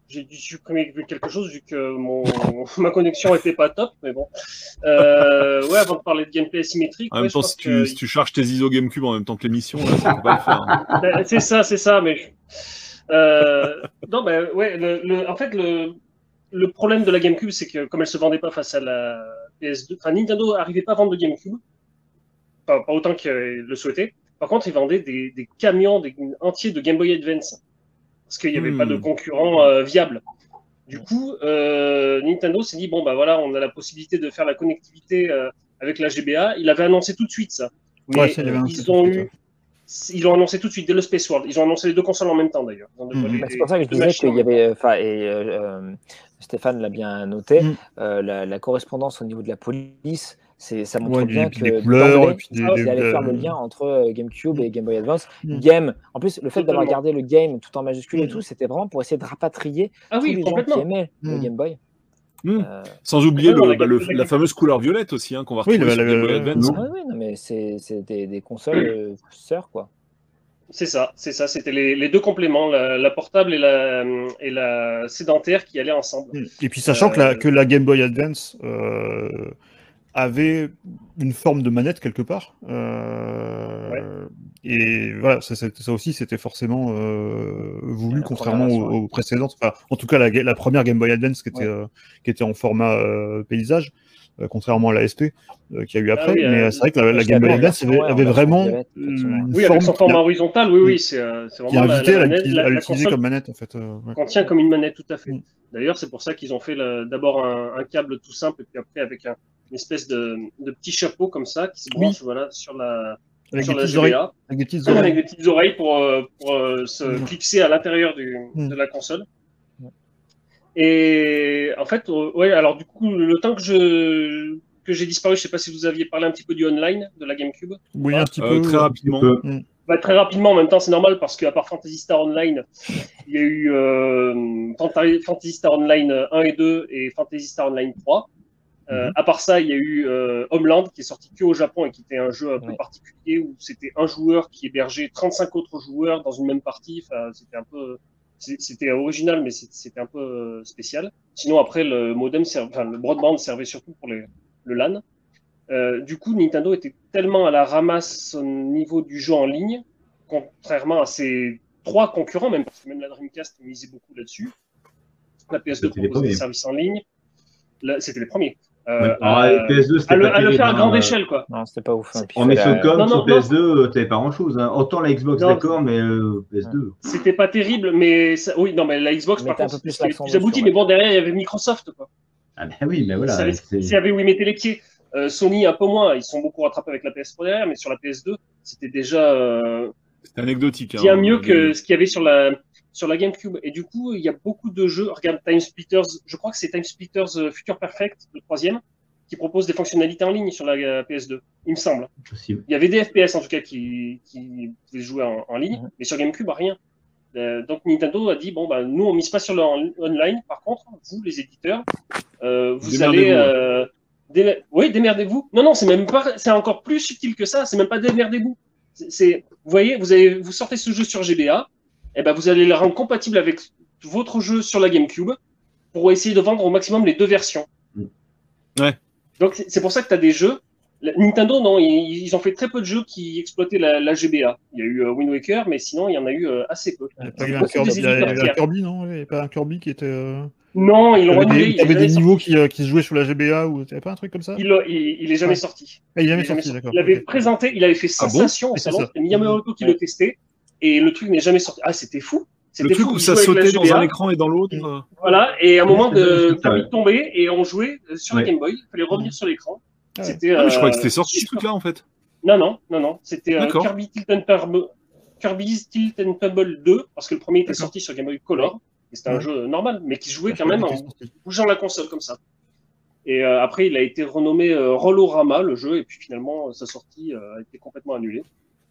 j'ai dû supprimer quelque chose vu que ma connexion était pas top, mais bon. Ouais, avant de parler de gameplay asymétrique. En même temps, si tu charges tes ISO GameCube en même temps que l'émission, là, ça peut pas le faire. Hein. Ben, c'est ça, mais. Non, ben ouais, en fait, le problème de la GameCube, c'est que comme elle se vendait pas face à la PS2, enfin Nintendo n'arrivait pas à vendre de GameCube, pas autant qu'il le souhaitait. Par contre, ils vendaient des camions entiers de Game Boy Advance parce qu'il n'y avait pas de concurrent viable. Du coup, Nintendo s'est dit bon bah voilà, on a la possibilité de faire la connectivité avec la GBA. Il avait annoncé tout de suite ça, mais Ouais, ils l'ont annoncé tout de suite dès le Space World. Ils ont annoncé les deux consoles en même temps d'ailleurs. C'est pour ça que je disais qu'il y avait, Stéphane l'a bien noté, la correspondance au niveau de la police. Ça montre bien que des couleurs, ils allaient faire le lien entre GameCube et Game Boy Advance. Game, en plus, le fait d'avoir gardé le game tout en majuscule et tout, c'était vraiment pour essayer de rapatrier tous les gens qui aimaient le Game Boy. Sans oublier la fameuse couleur violette aussi, hein, qu'on va retrouver sur Game Boy Advance. Oui, non, mais c'est des consoles sœurs, quoi. C'est ça. C'était les deux compléments, la portable et la sédentaire qui allaient ensemble. Et puis sachant que la Game Boy Advance avait une forme de manette quelque part. Et voilà, ça aussi, c'était forcément voulu, contrairement aux précédentes. Enfin, en tout cas, la première Game Boy Advance qui était en format paysage, contrairement à la SP qu'il y a eu après. Mais c'est vrai que la Game Boy Advance avait vraiment une forme avec son format horizontal. Oui, c'est vraiment qui a invité à l'utiliser comme manette, en fait. Qu'on tient comme une manette, tout à fait. D'ailleurs, c'est pour ça qu'ils ont fait d'abord un câble tout simple, et puis après avec une espèce de petit chapeau comme ça qui se branche sur la GBA, avec des petites oreilles pour se clipser à l'intérieur de la console. Et en fait, alors du coup, le temps que j'ai disparu, je sais pas si vous aviez parlé un petit peu du online de la GameCube. Oui, un petit peu. Très rapidement. Très rapidement, en même temps, c'est normal parce qu'à part Phantasy Star Online, il y a eu Phantasy Star Online 1 et 2 et Phantasy Star Online 3. À part ça, il y a eu Homeland qui est sorti que au Japon et qui était un jeu un peu particulier où c'était un joueur qui hébergeait 35 autres joueurs dans une même partie. Enfin, c'était original, mais c'était un peu spécial. Sinon, après, le broadband servait surtout pour le LAN. Du coup, Nintendo était tellement à la ramasse au niveau du jeu en ligne, contrairement à ses trois concurrents, même parce que même la Dreamcast misait beaucoup là-dessus. La PS2 proposait des services en ligne. C'était les premiers. PS2, c'était à le faire à grande échelle, quoi. Non, c'était pas ouf. En Mesocom, sur PS2, t'avais pas grand-chose. Hein. Autant la Xbox, d'accord, mais PS2. C'était pas terrible, mais oui, non, mais la Xbox, par contre, c'était plus abouti. Mais bon, derrière, il y avait Microsoft, quoi. Ah ben oui, mais voilà. S'il y avait où ils mettaient les pieds. Sony, un peu moins. Ils sont beaucoup rattrapés avec la PS3 derrière, mais sur la PS2, c'était déjà. C'était anecdotique. Bien mieux que ce qu'il y avait sur la GameCube. Et du coup, il y a beaucoup de jeux. Regarde, Time Splitters, je crois que c'est Time Splitters Future Perfect, le troisième, qui propose des fonctionnalités en ligne sur la PS2, il me semble. Possible. Il y avait des FPS, en tout cas, qui pouvaient jouer en ligne, mais sur GameCube, rien. Donc Nintendo a dit, bon, bah, nous, on mise pas sur le online. Par contre, vous, les éditeurs, vous allez... Oui, démerdez-vous. Non, c'est même pas... C'est encore plus subtil que ça. C'est même pas démerdez-vous. Vous voyez, vous sortez ce jeu sur GBA, et ben vous allez le rendre compatible avec votre jeu sur la GameCube pour essayer de vendre au maximum les deux versions. Ouais. Donc c'est pour ça que tu as des jeux. Nintendo, non, ils ont fait très peu de jeux qui exploitaient la GBA. Il y a eu Wind Waker, mais sinon il y en a eu assez peu. Il y a un Kirby, non? Il n'y avait pas un Kirby qui était. Non, ils l'ont annulé. Il y avait des niveaux qui se jouaient sur la GBA ou il n'y avait pas un truc comme ça? Il est jamais sorti. Il est jamais sorti, d'accord. Il avait présenté, il avait fait sensation au salon. C'était Miyamoto qui le testait et le truc n'est jamais sorti. Ah, c'était fou. Le truc où ça sautait dans un écran et dans l'autre. Voilà, et à un moment, Kirby tombait et on jouait sur la Game Boy. Il fallait revenir sur l'écran. C'était. Je croyais que c'était sorti ce truc-là en fait. Non. C'était Kirby's Tilt and Tumble 2 parce que le premier était sorti sur Game Boy Color. Et c'était un jeu normal, mais qui jouait quand même en bougeant la console comme ça. Et après, il a été renommé Rollorama, le jeu, et puis finalement, sa sortie a été complètement annulée.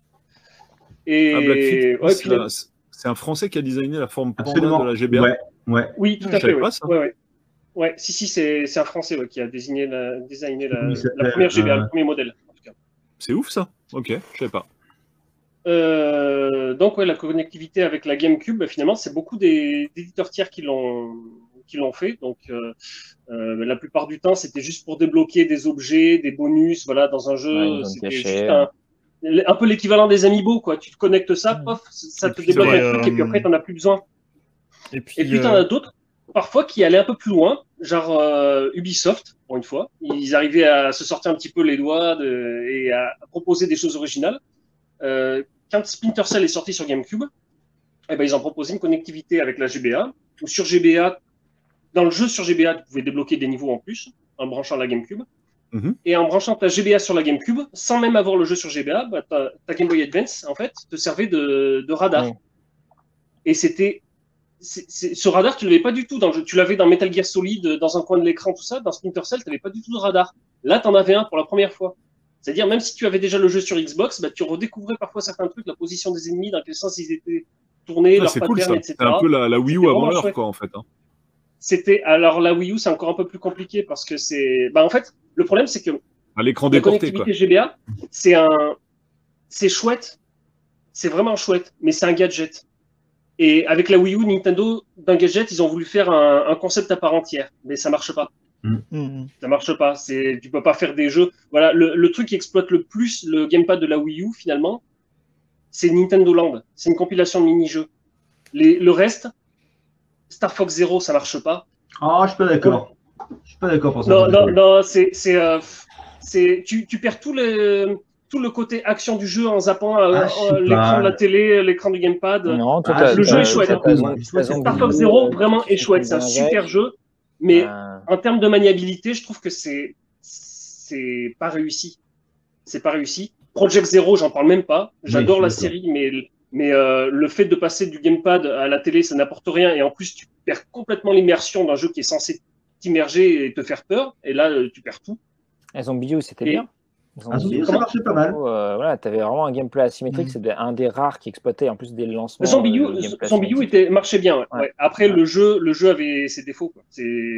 Et c'est un Français qui a designé la forme panda de la GBA. Ouais. Oui, tout à fait. Pas, ça. Ouais, si, c'est un Français qui a designé la première GBA, le premier modèle. En tout cas. C'est ouf ça. Ok, je savais pas. Donc, ouais, la connectivité avec la GameCube, finalement, c'est beaucoup d'éditeurs tiers qui l'ont fait. Donc, la plupart du temps, c'était juste pour débloquer des objets, des bonus, voilà, dans un jeu. C'était juste un peu l'équivalent des Amiibo, quoi. Tu te connectes ça, pof, ça te débloque un truc, et puis après, t'en as plus besoin. Et puis t'en as d'autres, parfois, qui allaient un peu plus loin, genre Ubisoft, pour une fois. Ils arrivaient à se sortir un petit peu les doigts et à proposer des choses originales. Quand Splinter Cell est sorti sur GameCube, eh ben, ils ont proposé une connectivité avec la GBA, ou sur GBA, dans le jeu sur GBA, tu pouvais débloquer des niveaux en plus, en branchant la GameCube. Et en branchant ta GBA sur la GameCube, sans même avoir le jeu sur GBA, bah, ta Game Boy Advance, en fait, te servait de radar. Et ce radar, tu l'avais pas du tout dans le jeu. Tu l'avais dans Metal Gear Solid, dans un coin de l'écran, tout ça. Dans Splinter Cell, tu n'avais pas du tout de radar. Là, tu en avais un pour la première fois. C'est-à-dire, même si tu avais déjà le jeu sur Xbox, bah, tu redécouvrais parfois certains trucs, la position des ennemis, dans quel sens ils étaient tournés, leur pattern, etc. C'est un peu la Wii U avant l'heure, quoi, en fait. Alors, la Wii U, c'est encore un peu plus compliqué parce que c'est. Bah, en fait, le problème, c'est que. L'écran la déporté, connectivité GBA, c'est chouette. C'est vraiment chouette, mais c'est un gadget. Et avec la Wii U, Nintendo, d'un gadget, ils ont voulu faire un concept à part entière, mais ça marche pas. Ça marche pas. Tu peux pas faire des jeux. Voilà, le truc qui exploite le plus le gamepad de la Wii U, finalement, c'est Nintendo Land. C'est une compilation de mini-jeux. Le reste, Star Fox Zero, ça marche pas. Ah, je suis pas d'accord. Je suis pas d'accord pour ça. Non, tu perds tout le côté action du jeu en zappant l'écran de la télé, l'écran du gamepad. Non, le jeu est chouette. Star Fox Zero vraiment est chouette. C'est un super jeu, mais en termes de maniabilité, je trouve que c'est pas réussi. C'est pas réussi. Project Zero, j'en parle même pas. J'adore la série, mais le fait de passer du gamepad à la télé, ça n'apporte rien. Et en plus, tu perds complètement l'immersion d'un jeu qui est censé t'immerger et te faire peur. Et là, tu perds tout. Zombie U, c'était bien. Ça marchait pas mal. Voilà, tu avais vraiment un gameplay asymétrique. C'est un des rares qui exploitait en plus des lancements. Zombie U marchait bien. Ouais. Après, le jeu avait ses défauts. Quoi.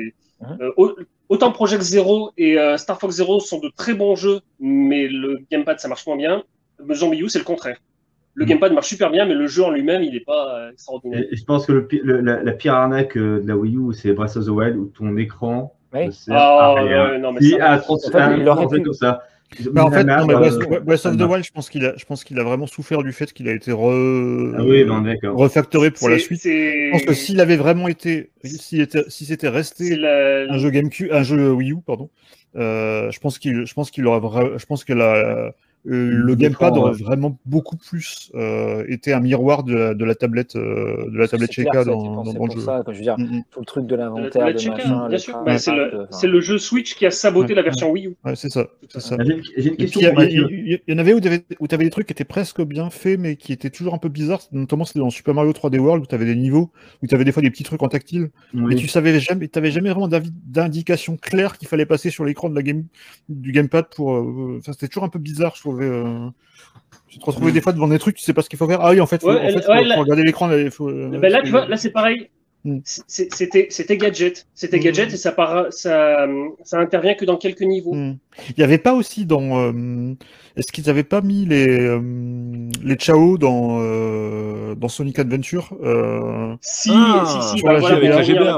Autant Project Zero et Star Fox Zero sont de très bons jeux, mais le gamepad, ça marche moins bien. Zombie U, c'est le contraire. Le gamepad marche super bien, mais le jeu en lui-même, il n'est pas extraordinaire. Et je pense que la pire arnaque de la Wii U, c'est Breath of the Wild, où ton écran ne sert à rien. Non, mais comme ça. Bah en fait, Breath of the Wild, je pense qu'il a vraiment souffert du fait qu'il a été refactoré pour la suite. Je pense que s'il avait vraiment été, si c'était resté un jeu GameCube, un jeu Wii U, pardon, je pense que le gamepad aurait vraiment beaucoup plus été un miroir de la tablette Sheikah dans le jeu. Ça, je veux dire, tout le truc de l'inventaire, de machin. Bien sûr, c'est le jeu Switch qui a saboté la version Wii U. Ouais, c'est ça. J'ai une question. Il y en avait où tu avais des trucs qui étaient presque bien faits, mais qui étaient toujours un peu bizarres. Notamment, c'était dans Super Mario 3D World où tu avais des niveaux, où tu avais des fois des petits trucs en tactile, mais tu n'avais jamais vraiment d'indication claire qu'il fallait passer sur l'écran du gamepad pour. C'était toujours un peu bizarre, je trouvais. Tu te retrouvais des fois devant des trucs, tu sais pas ce qu'il faut faire. Ah oui, en fait, faut regarder l'écran. Là, tu vois, là, c'est pareil. C'était gadget. C'était gadget et ça intervient que dans quelques niveaux. Il n'y avait pas aussi dans. Est-ce qu'ils n'avaient pas mis les Chao dans Sonic Adventure Si, avec la GBA.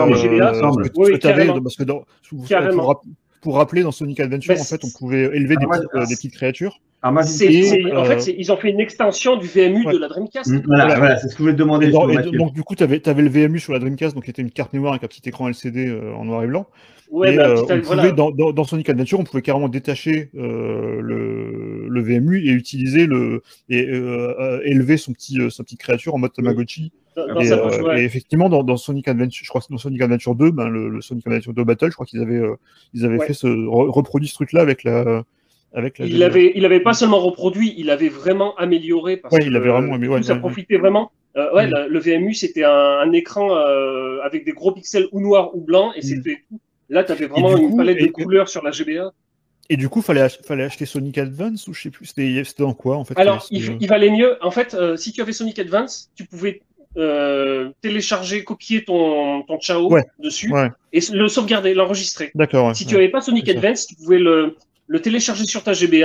Pour rappeler, dans Sonic Adventure, en fait, on pouvait élever des petites créatures. En fait, ils ont fait une extension du VMU de la Dreamcast. Voilà, c'est ce que je voulais te demander. Donc, du coup, tu avais le VMU sur la Dreamcast, donc qui était une carte mémoire avec un petit écran LCD en noir et blanc. Ouais, dans Sonic Adventure, on pouvait carrément détacher le VMU et utiliser élever sa petite créature en mode Tamagotchi. Et effectivement, dans Sonic Adventure, je crois que dans Sonic Adventure 2, le Sonic Adventure 2 Battle, je crois qu'ils avaient fait reproduit ce truc-là avec la. Il avait pas seulement reproduit, il avait vraiment amélioré parce que ça profitait vraiment. Le VMU c'était un écran avec des gros pixels ou noirs ou blancs et c'était tout. Là, tu avais vraiment une palette de couleurs sur la GBA. Et du coup, fallait acheter Sonic Advance ou je sais plus, c'était dans quoi en fait? Alors, il valait mieux. En fait, si tu avais Sonic Advance, tu pouvais télécharger, copier ton Chao dessus et le sauvegarder, l'enregistrer. D'accord. Si tu n'avais pas Sonic Advance, tu pouvais le télécharger sur ta GBA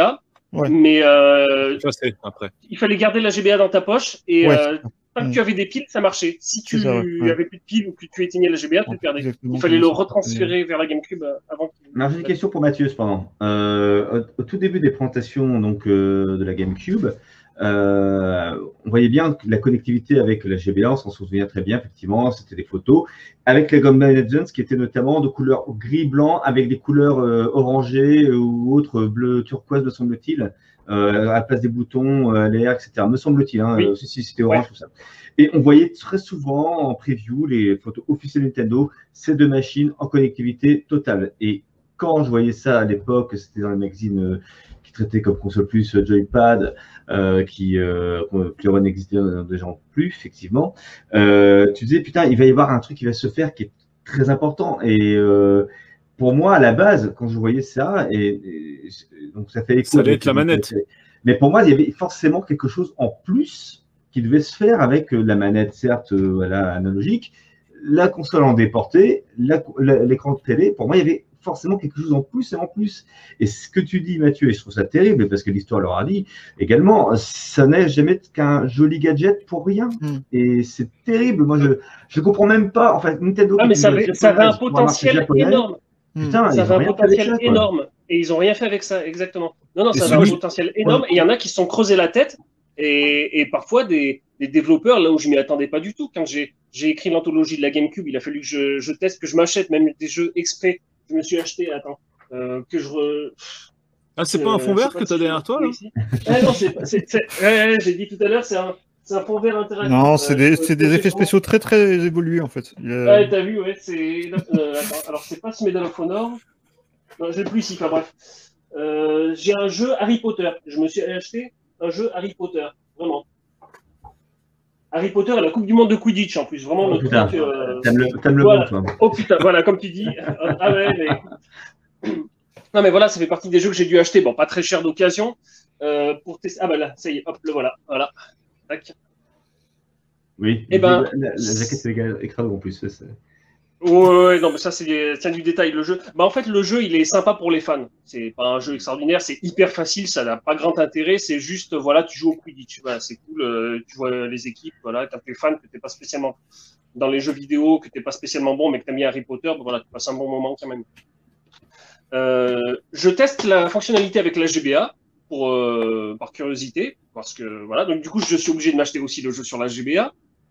Ouais. Mais après. il fallait garder la GBA dans ta poche et tant que tu avais des piles, ça marchait. Si tu avais plus de piles ou que tu éteignais la GBA, tu le perdais. Il fallait le retransférer vers la GameCube avant. Alors, j'ai une question pour Mathieu, cependant. Au tout début des présentations donc, de la GameCube, on voyait bien la connectivité avec la GBA, on s'en souvient très bien, effectivement, c'était des photos, avec les Gunman Legends qui étaient notamment de couleur gris-blanc avec des couleurs orangées ou autres bleu turquoise, me semble-t-il, à la place des boutons, l'air, etc. Me semble-t-il, hein, oui. Si c'était orange, tout ça. Et on voyait très souvent en preview les photos officielles Nintendo, ces deux machines en connectivité totale. Et quand je voyais ça à l'époque, c'était dans les magazines qui traitaient comme console plus Joypad, qui plus rien n'existait déjà plus, effectivement. Tu disais, putain, il va y avoir un truc qui va se faire qui est très important. Et pour moi, à la base, quand je voyais ça, donc ça fait écho. Ça allait être la manette. Mais pour moi, il y avait forcément quelque chose en plus qui devait se faire avec la manette, certes, analogique, la console en déporté, l'écran de télé. Pour moi, il y avait forcément quelque chose en plus et en plus. Et ce que tu dis, Mathieu, et je trouve ça terrible, parce que l'histoire leur a dit également, ça n'est jamais qu'un joli gadget pour rien. Et c'est terrible. Moi, je comprends même pas. En fait, Nintendo. Ah, mais ça avait un potentiel énorme. Putain, ça avait un potentiel énorme. Et ils n'ont rien fait avec ça, exactement. Non, ça avait un potentiel énorme. Et il y en a qui se sont creusés la tête. Et parfois, des développeurs, là où je m'y attendais pas du tout, quand j'ai écrit l'anthologie de la GameCube, il a fallu que je teste, que je m'achète même des jeux exprès. Je me suis acheté, Ah, c'est pas un fond vert que tu as derrière toi, là? Non, j'ai dit tout à l'heure, c'est un fond vert interactif. Non, c'est des effets spéciaux très très évolués, en fait. Ouais, t'as vu, ouais, alors, c'est pas ce Medal of Honor. Non, je l'ai plus ici, enfin bref. J'ai un jeu Harry Potter. Je me suis acheté un jeu Harry Potter, vraiment. Harry Potter et la Coupe du Monde de Quidditch, en plus. Vraiment, le truc. T'aimes le voilà. bon, toi. Oh putain, voilà, comme tu dis. Ah ouais, mais. Non, mais voilà, ça fait partie des jeux que j'ai dû acheter. Bon, pas très cher d'occasion. Pour tester. Ah, bah là, ça y est, hop, le voilà. Voilà. Tac. Oui. Et ben. La jaquette, c'est écrasée en plus. Ouais, non, mais ça, c'est du détail, le jeu. Bah, en fait, le jeu, il est sympa pour les fans. C'est pas un jeu extraordinaire, c'est hyper facile, ça n'a pas grand intérêt. C'est juste, voilà, tu joues au Quidditch. Voilà, c'est cool, tu vois les équipes, voilà, quand t'es fan, que t'es pas spécialement dans les jeux vidéo, que t'es pas spécialement bon, mais que t'aimes bien Harry Potter, bah, voilà, tu passes un bon moment quand même. Je teste la fonctionnalité avec la GBA par curiosité, parce que, voilà, donc du coup, je suis obligé de m'acheter aussi le jeu sur la GBA.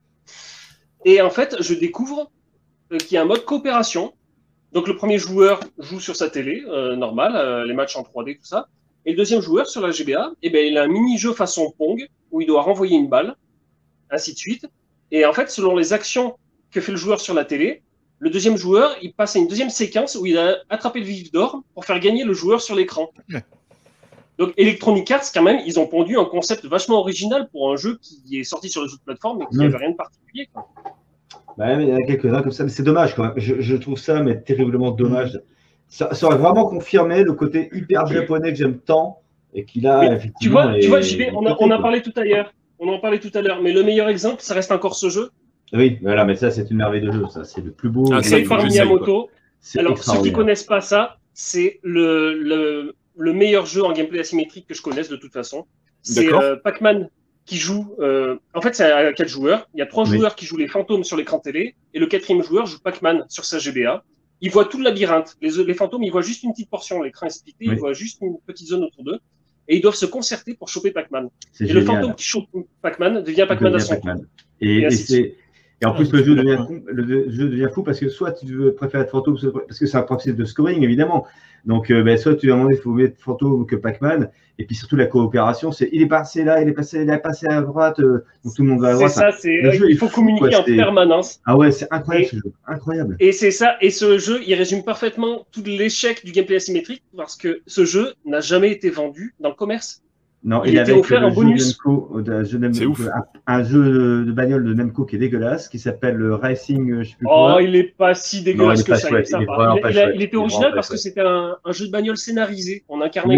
Et en fait, je découvre qu'il y a un mode coopération. Donc le premier joueur joue sur sa télé, normal, les matchs en 3D, tout ça. Et le deuxième joueur sur la GBA, il a un mini-jeu façon Pong, où il doit renvoyer une balle, ainsi de suite. Et en fait, selon les actions que fait le joueur sur la télé, le deuxième joueur, il passe à une deuxième séquence où il a attrapé le vif d'or pour faire gagner le joueur sur l'écran. Donc Electronic Arts, quand même, ils ont pondu un concept vachement original pour un jeu qui est sorti sur les autres plateformes, mais qui n'avait rien de particulier, quoi. Bah, il y en a quelques-uns comme ça, mais c'est dommage, quoi. Je trouve ça mais terriblement dommage. Ça aurait vraiment confirmé le côté hyper japonais que j'aime tant et qu'il a effectivement. Tu vois, JB, on en parlait tout à l'heure. On en parlait tout à l'heure, mais le meilleur exemple, ça reste encore ce jeu. Oui, voilà, mais ça, c'est une merveille de jeu. Ça, c'est le plus beau. C'est par Miyamoto. Alors, ceux qui connaissent pas ça, c'est le meilleur jeu en gameplay asymétrique que je connaisse de toute façon. C'est Pac-Man qui joue. En fait, c'est à 4 joueurs. Il y a 3 joueurs qui jouent les fantômes sur l'écran télé, et le 4e joueur joue Pac-Man sur sa GBA. Il voit tout le labyrinthe. Les fantômes, ils voient juste une petite portion. L'écran est splitté, ils voient juste une petite zone autour d'eux. Et ils doivent se concerter pour choper Pac-Man. Et génial. Le fantôme qui chope Pac-Man devient Pac-Man à son tour. Et en plus, le jeu devient fou parce que soit tu préfères être fantôme, parce que c'est un principe de scoring, évidemment. Donc, soit tu vas demander, il faut mettre fantôme que Pac-Man. Et puis surtout, la coopération, c'est il est passé là, il a passé à droite, donc tout le monde va à droite. C'est ça, il faut communiquer en permanence. Ah ouais, c'est incroyable ce jeu, incroyable. Et c'est ça, et ce jeu, il résume parfaitement tout l'échec du gameplay asymétrique parce que ce jeu n'a jamais été vendu dans le commerce. Non, il était offert en bonus. C'est ouf. Un jeu de bagnole de Namco qui est dégueulasse, qui s'appelle Racing, je sais plus quoi. Oh, il est pas si dégueulasse que ça. Il était original parce que c'était un jeu de bagnole scénarisé. On incarnait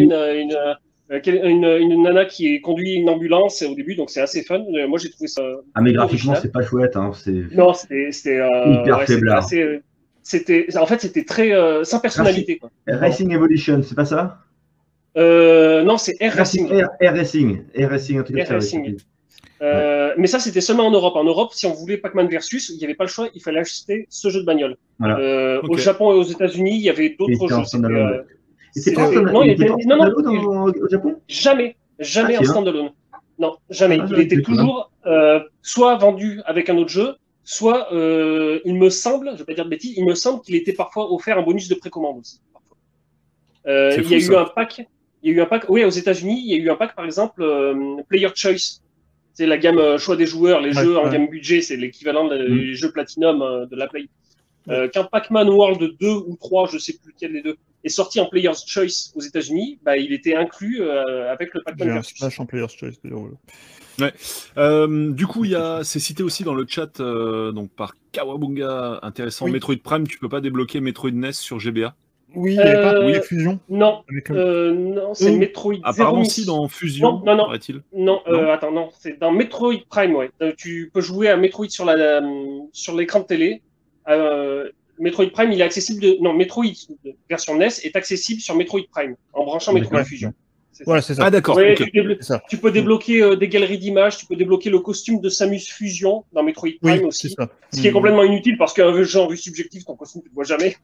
une nana qui conduit une ambulance au début, donc c'est assez fun. Moi, j'ai trouvé ça. Ah, mais graphiquement, c'est pas chouette. Hein. Non, c'était hyper faiblard. En fait, c'était très sans personnalité. Racing Evolution, c'est pas ça? Non, c'est Air Racing. Air Racing, un truc Air Racing. Mais ça, c'était seulement en Europe. En Europe, si on voulait Pac-Man Versus, il n'y avait pas le choix, il fallait acheter ce jeu de bagnole. Voilà. Au Japon et aux États-Unis, il y avait d'autres jeux. Il était pas en standalone au Japon? Jamais en standalone. Non, jamais. Il était toujours soit vendu avec un autre jeu, soit, il me semble, je ne vais pas dire de bêtises, il me semble qu'il était parfois offert un bonus de précommande aussi. Il y a eu un pack. Oui, aux États-Unis, il y a eu un pack, par exemple, Player Choice. C'est la gamme choix des joueurs, les jeux en gamme budget, c'est l'équivalent des jeux Platinum de la Play. Quand Pac-Man World 2 ou 3, je ne sais plus lequel des deux, est sorti en Player's Choice aux États-Unis, il était inclus avec le Pac-Man Versus. J'ai un smash en Player's Choice, d'ailleurs. Ouais. Du coup, c'est cité aussi dans le chat donc par Kawabunga, intéressant. Metroid Prime, tu peux pas débloquer Metroid NES sur GBA? Oui, il n'y avait pas de Fusion. Non, non, c'est Metroid apparemment si dans Fusion, paraît-il. Non, attends, non, c'est dans Metroid Prime, ouais. Tu peux jouer à Metroid sur l'écran de télé. Metroid Prime, il est accessible Metroid version NES est accessible sur Metroid Prime en branchant Metroid Fusion. Ouais, c'est ça. Ah d'accord. Ouais, tu peux débloquer des galeries d'images, tu peux débloquer le costume de Samus Fusion dans Metroid Prime aussi. Ce qui est complètement inutile parce qu'un jeu en vue subjective, ton costume, tu ne le vois jamais.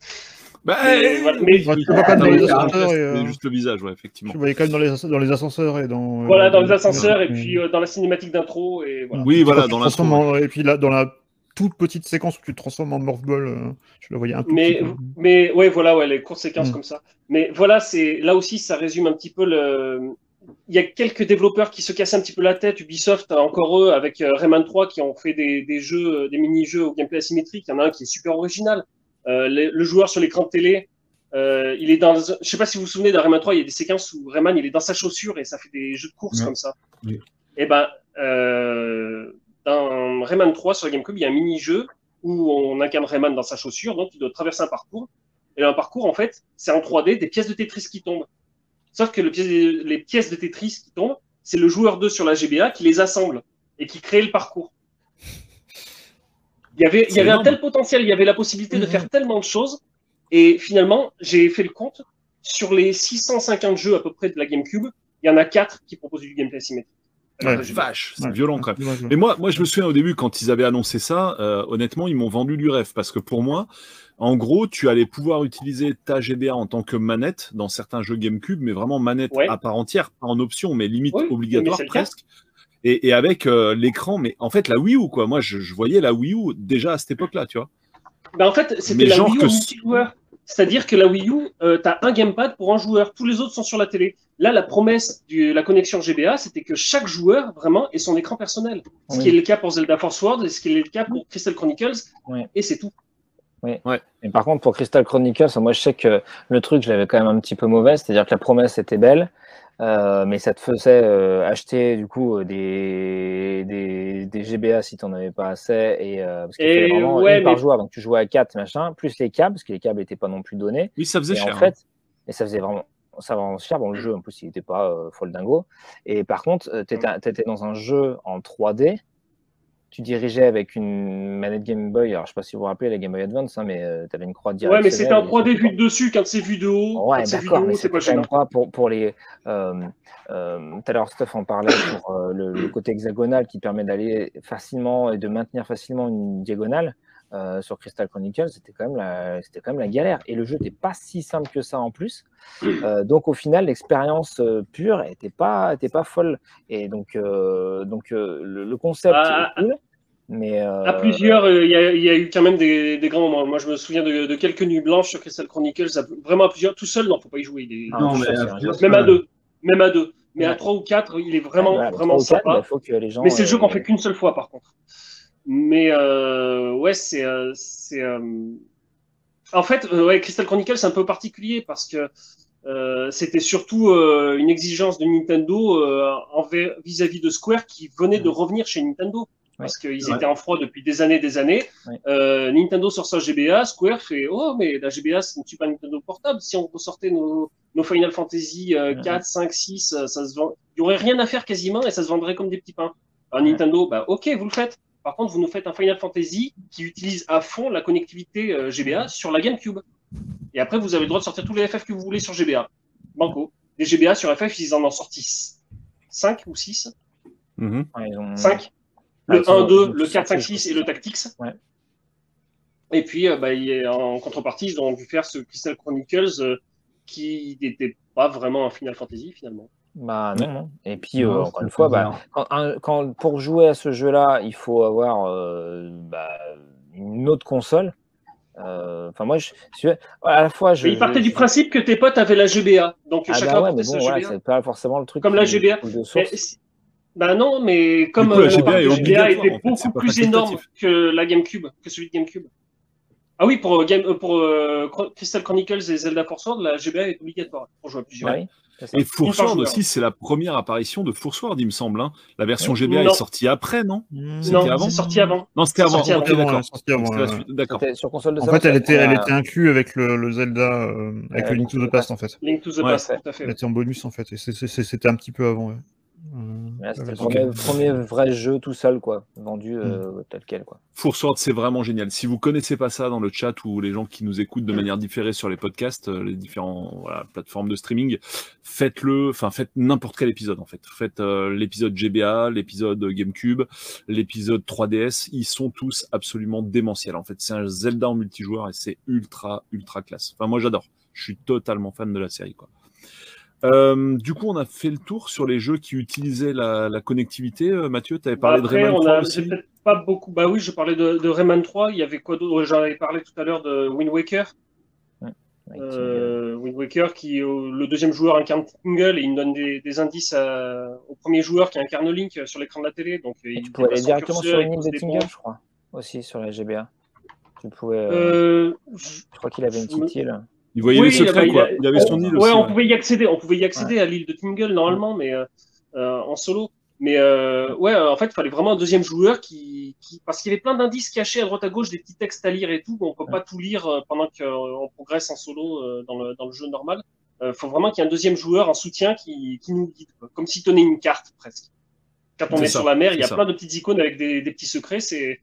Tu vois quand même dans les ascenseurs c'est juste le visage, ouais, effectivement. Tu voyais quand même dans les ascenseurs et dans. Voilà, dans les ascenseurs et puis dans la cinématique d'intro et voilà. Oui, voilà, dans l'intro. Et puis là, dans la toute petite séquence où tu te transformes en Morphball, je la voyais un peu. Mais ouais, voilà, ouais, les courtes séquences comme ça. Mais voilà, là aussi, ça résume un petit peu Il y a quelques développeurs qui se cassent un petit peu la tête. Ubisoft, encore eux, avec Rayman 3, qui ont fait des jeux, des mini-jeux au gameplay asymétrique. Il y en a un qui est super original. Le joueur sur l'écran de télé, il est dans. Je sais pas si vous vous souvenez d'un Rayman 3, il y a des séquences où Rayman il est dans sa chaussure et ça fait des jeux de course comme ça. Oui. Et dans Rayman 3 sur la GameCube, il y a un mini-jeu où on incarne Rayman dans sa chaussure, donc il doit traverser un parcours. Et un parcours, en fait, c'est en 3D des pièces de Tetris qui tombent. Sauf que les pièces de Tetris qui tombent, c'est le joueur 2 sur la GBA qui les assemble et qui crée le parcours. Il y avait un tel potentiel, il y avait la possibilité de faire tellement de choses. Et finalement, j'ai fait le compte. Sur les 650 jeux à peu près de la GameCube, il y en a 4 qui proposent du gameplay asymétrique. Vache, c'est violent quand même. Mais moi, je me souviens au début, quand ils avaient annoncé ça, honnêtement, ils m'ont vendu du rêve. Parce que pour moi, en gros, tu allais pouvoir utiliser ta GBA en tant que manette dans certains jeux GameCube, mais vraiment manette à part entière, pas en option, mais limite obligatoire presque. Et avec l'écran, mais en fait, la Wii U, quoi. Moi, je voyais la Wii U déjà à cette époque-là, tu vois. En fait, c'était la Wii U multijoueur. C'est-à-dire que la Wii U, tu as un gamepad pour un joueur. Tous les autres sont sur la télé. Là, la promesse de la connexion GBA, c'était que chaque joueur, vraiment, ait son écran personnel. Ce qui est le cas pour Zelda Force World et ce qui est le cas pour Crystal Chronicles. Et c'est tout. Oui. Et par contre, pour Crystal Chronicles, moi, je sais que le truc, je l'avais quand même un petit peu mauvais. C'est-à-dire que la promesse était belle. Mais ça te faisait acheter du coup des GBA si tu n'en avais pas assez parce qu'il fallait vraiment une par joueur, donc tu jouais à 4 machin, plus les câbles parce que les câbles n'étaient pas non plus donnés. Oui, ça faisait cher. En fait, et ça faisait vraiment cher. Bon, le jeu en plus il n'était pas folle dingo. Et par contre, tu étais dans un jeu en 3D. Tu dirigeais avec une manette Game Boy, alors je ne sais pas si vous vous rappelez la Game Boy Advance, mais tu avais une croix directionnelle. Ouais, mais c'était en 3D vu de dessus, quand c'est vu de haut. Ouais, d'accord, mais c'est pas gênant. Pour les. Tout à l'heure, Steph en parlait pour le côté hexagonal qui permet d'aller facilement et de maintenir facilement une diagonale. Sur Crystal Chronicles, c'était quand même la galère. Et le jeu n'était pas si simple que ça en plus. Donc au final, l'expérience pure n'était pas folle. Et donc le concept est cool. Mais à plusieurs, il y a eu quand même des grands moments. Moi, je me souviens de quelques nuits blanches sur Crystal Chronicles. Vraiment à plusieurs, tout seul, non, faut pas y jouer. Même à deux. Mais à 3 ou 4, il est vraiment sympa. Faut que les gens, mais c'est le jeu qu'on fait qu'une seule fois, par contre. Mais c'est en fait Crystal Chronicles c'est un peu particulier parce que c'était surtout une exigence de Nintendo vis-à-vis de Square qui venait de revenir chez Nintendo parce qu'ils étaient en froid depuis des années. Nintendo sort sa GBA, Square fait mais la GBA c'est une Super Nintendo portable, si on ressortait nos Final Fantasy 4, 5, 6 ça se vend, il y aurait rien à faire quasiment et ça se vendrait comme des petits pains. Alors Nintendo, ok, vous le faites. Par contre, vous nous faites un Final Fantasy qui utilise à fond la connectivité GBA sur la GameCube. Et après, vous avez le droit de sortir tous les FF que vous voulez sur GBA. Banco. des GBA sur FF, ils en ont sorti 5 ou 6. 5. Le 1, 2, le 4, 5, 6 et le Tactics. Ouais. Et puis, en contrepartie, ils ont dû faire ce Crystal Chronicles qui n'était pas vraiment un Final Fantasy, finalement. Bah non. Et puis, encore une fois, pour jouer à ce jeu-là, il faut avoir une autre console. Enfin, moi, à la fois, il partait du principe que tes potes avaient la GBA. Donc, chacun portait sa GBA. C'est pas forcément le truc. Comme la GBA. Bah non, mais comme la GBA, était beaucoup plus énorme que la GameCube, que celui de GameCube. Ah oui, pour Crystal Chronicles et Zelda Force Sword, la GBA est obligatoire pour jouer à plusieurs. Oui, et Force Sword aussi, c'est la première apparition de Force Sword, il me semble. Hein. La version GBA est sortie après, non? Non, c'est sorti avant. Non, c'était avant. Ok, d'accord. D'accord. Sur console de en fait, elle était inclue avec le Zelda, avec le Link to the Past, en fait. Link to the Past, tout à fait. Elle était en bonus, en fait. Et c'était un petit peu avant, ouais. C'était le premier vrai jeu tout seul, quoi, vendu tel quel, quoi. Force Sword, c'est vraiment génial. Si vous connaissez pas ça dans le chat ou les gens qui nous écoutent de manière différée sur les podcasts, les différentes plateformes de streaming, faites n'importe quel épisode en fait. Faites l'épisode GBA, l'épisode GameCube, l'épisode 3DS, ils sont tous absolument démentiels en fait. C'est un Zelda en multijoueur et c'est ultra classe. Enfin moi j'adore. Je suis totalement fan de la série, quoi. Du coup, on a fait le tour sur les jeux qui utilisaient la connectivité. Mathieu, tu avais parlé de Rayman 3 aussi. Peut-être pas beaucoup. Bah oui, je parlais de Rayman 3. Il y avait quoi d'autre? J'en avais parlé tout à l'heure de Wind Waker. Wind Waker, qui le deuxième joueur incarne Tingle et il me donne des indices au premier joueur qui incarne Link sur l'écran de la télé. Donc, tu pouvais aller directement sur une île de Tingle, je crois, aussi sur la GBA. Tu pouvais. Je crois qu'il avait une petite île. Il voyait les secrets, quoi. Il avait son île aussi. On pouvait y accéder. On pouvait y accéder à l'île de Tingle, normalement, mais en solo. Mais en fait, il fallait vraiment un deuxième joueur parce qu'il y avait plein d'indices cachés à droite à gauche, des petits textes à lire et tout. On peut pas tout lire pendant qu'on progresse en solo dans le jeu normal. Faut vraiment qu'il y ait un deuxième joueur, un soutien qui nous guide, quoi. Comme si tenait une carte, presque. Quand on est sur la mer, il y a plein de petites icônes avec des petits secrets.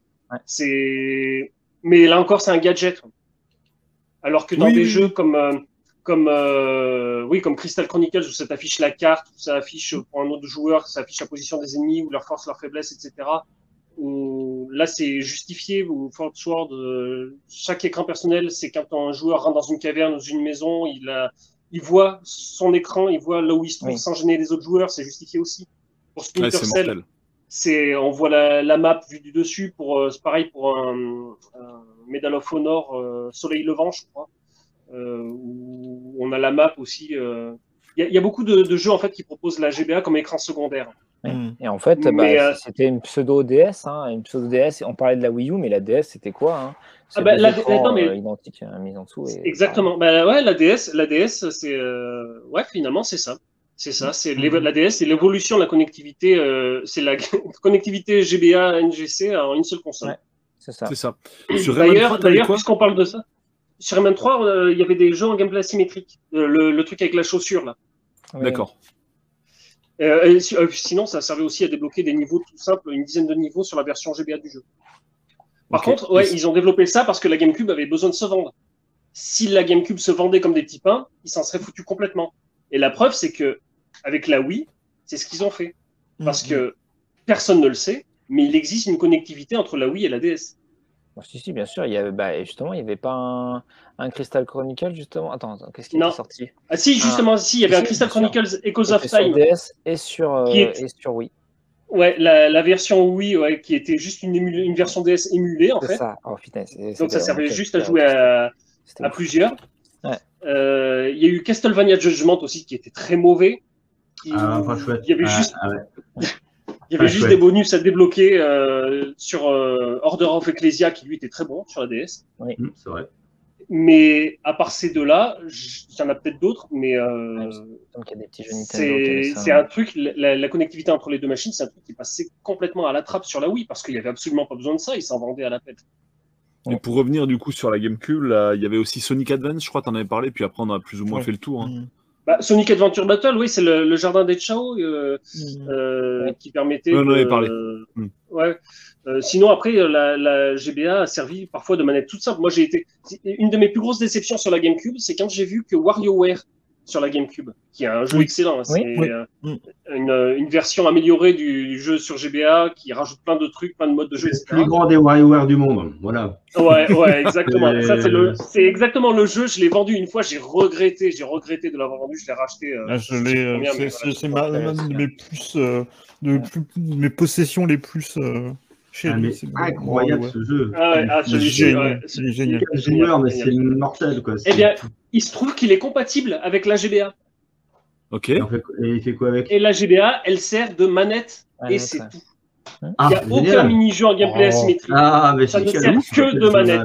Mais là encore, c'est un gadget. Alors que dans des jeux comme Crystal Chronicles, où ça t'affiche la carte, où ça affiche pour un autre joueur, ça affiche la position des ennemis, ou leur force, leur faiblesse, etc. Où là, c'est justifié, ou Force Sword, chaque écran personnel, c'est quand un joueur rentre dans une caverne, dans une maison, il voit son écran, il voit là où il se trouve sans gêner les autres joueurs, c'est justifié aussi. Pour Splinter Cell, on voit la map vue du dessus, c'est pareil pour un Medal of Honor Soleil Levant, je crois, où on a la map aussi. Il y a beaucoup de jeux en fait qui proposent la GBA comme écran secondaire. Et en fait, c'était une pseudo DS, une pseudo DS. On parlait de la Wii U, mais la DS, c'était quoi, identique mise en dessous. Exactement. La DS, c'est finalement c'est ça. C'est ça. C'est la DS, c'est l'évolution de la connectivité. C'est la connectivité GBA NGC en une seule console. Ouais. C'est ça. D'ailleurs, puisqu'on parle de ça, sur Rayman 3, il y avait des jeux en gameplay asymétrique. Le truc avec la chaussure, là. Oui. D'accord. Sinon, ça servait aussi à débloquer des niveaux tout simples, une dizaine de niveaux sur la version GBA du jeu. Par contre, ils ont développé ça parce que la GameCube avait besoin de se vendre. Si la GameCube se vendait comme des petits pains, ils s'en seraient foutus complètement. Et la preuve, c'est que avec la Wii, c'est ce qu'ils ont fait. Parce que personne ne le sait, mais il existe une connectivité entre la Wii et la DS. Si, bien sûr. Il y avait, justement, il n'y avait pas un Crystal Chronicle, justement. Attends, qu'est-ce qui était sorti? Ah si, justement, il y avait un Crystal Chronicles Echoes of Time. Sur DS et sur Wii. Ouais, la version Wii, qui était juste une version DS émulée, en fait. Ça. Oh, putain, donc ça servait juste à jouer à plusieurs. Ouais. Il y a eu Castlevania Judgment aussi, qui était très mauvais. Il y avait juste des bonus à débloquer sur Order of Ecclesia, qui lui était très bon sur la DS. Oui, c'est vrai. Mais à part ces deux-là, il y en a peut-être d'autres, mais donc il y a des petits jeux Nintendo. C'est un truc, la connectivité entre les deux machines, c'est un truc qui passait complètement à la trappe sur la Wii, parce qu'il n'y avait absolument pas besoin de ça, ils s'en vendaient à la pète. Et pour revenir du coup sur la GameCube, là, il y avait aussi Sonic Advance, je crois que tu en avais parlé, puis après on a plus ou moins fait le tour. Sonic Adventure Battle, oui, c'est le jardin des Chao qui permettait. On en avait parlé. Sinon, après, la GBA a servi parfois de manette toute simple. Moi, une de mes plus grosses déceptions sur la GameCube, c'est quand j'ai vu que WarioWare sur la GameCube, qui est un jeu excellent. C'est une version améliorée du jeu sur GBA qui rajoute plein de trucs, plein de modes de jeu, etc. C'est le plus grand des WarioWare du monde, voilà. Ouais, exactement. Ça, c'est exactement le jeu. Je l'ai vendu une fois, j'ai regretté de l'avoir vendu. Je l'ai racheté. C'est mes possessions les plus chéries. C'est incroyable ce jeu. C'est génial. Mais c'est mortel, quoi. Eh bien, il se trouve qu'il est compatible avec la GBA. Ok. Et il fait quoi avec? Et la GBA, elle sert de manette et c'est tout. Il n'y a aucun mini-jeu en gameplay asymétrique. Mais ça ne sert que de manette.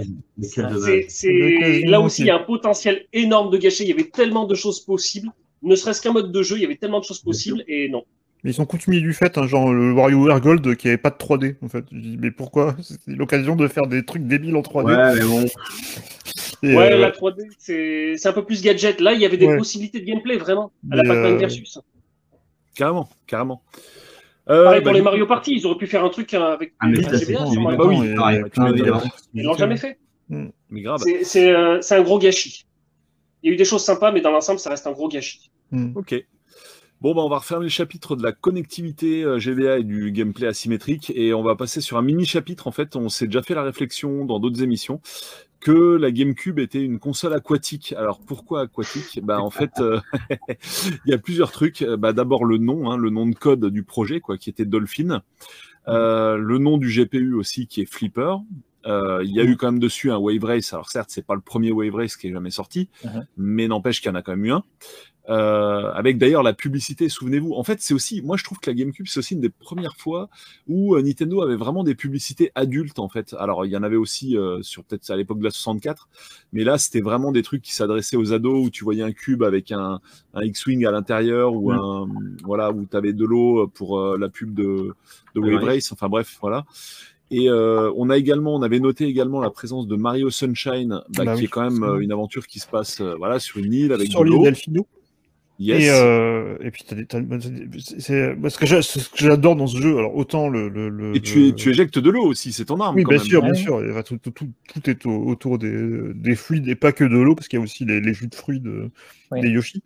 Là aussi, il y a un potentiel énorme de gâcher. Il y avait tellement de choses possibles. Ne serait-ce qu'un mode de jeu, il y avait tellement de choses possibles et non. Mais ils sont coutumiers du fait, hein, genre le WarioWare Gold qui avait pas de 3D en fait. Je dis mais pourquoi? C'était l'occasion de faire des trucs débiles en 3D. Ouais, mais bon. La 3D, c'est un peu plus gadget. Là, il y avait des possibilités de gameplay vraiment à la Pac-Man Versus. Carrément. Pareil pour les Mario Party, ils auraient pu faire un truc avec GBA sur Mario Party. Ils l'ont jamais fait. Mais grave. C'est un gros gâchis. Il y a eu des choses sympas, mais dans l'ensemble, ça reste un gros gâchis. Ok. Bon, on va refermer le chapitre de la connectivité GBA et du gameplay asymétrique et on va passer sur un mini-chapitre. En fait, on s'est déjà fait la réflexion dans d'autres émissions que la GameCube était une console aquatique. Alors, pourquoi aquatique? En fait, il y a plusieurs trucs. D'abord, le nom de code du projet, qui était Dolphin. Le nom du GPU aussi, qui est Flipper. Il y a eu quand même dessus un Wave Race. Alors certes, c'est pas le premier Wave Race qui est jamais sorti, mais n'empêche qu'il y en a quand même eu un. Avec d'ailleurs la publicité, souvenez-vous. En fait, c'est aussi, moi je trouve que la GameCube, c'est aussi une des premières fois où Nintendo avait vraiment des publicités adultes en fait. Alors il y en avait aussi sur peut-être à l'époque de la 64, mais là c'était vraiment des trucs qui s'adressaient aux ados où tu voyais un cube avec un X-Wing à l'intérieur ou où tu avais de l'eau pour la pub de Wave Race. Enfin bref, voilà. Et on avait noté également la présence de Mario Sunshine, qui est quand même une aventure qui se passe sur une île avec sur de l'eau. Delfino. Yes. Et puis c'est ce que j'adore dans ce jeu. Alors autant et tu éjectes de l'eau aussi, c'est ton arme. Oui, quand bien même. sûr, bien sûr. Tout est autour des fluides et pas que de l'eau, parce qu'il y a aussi les jus de fruits des Yoshi.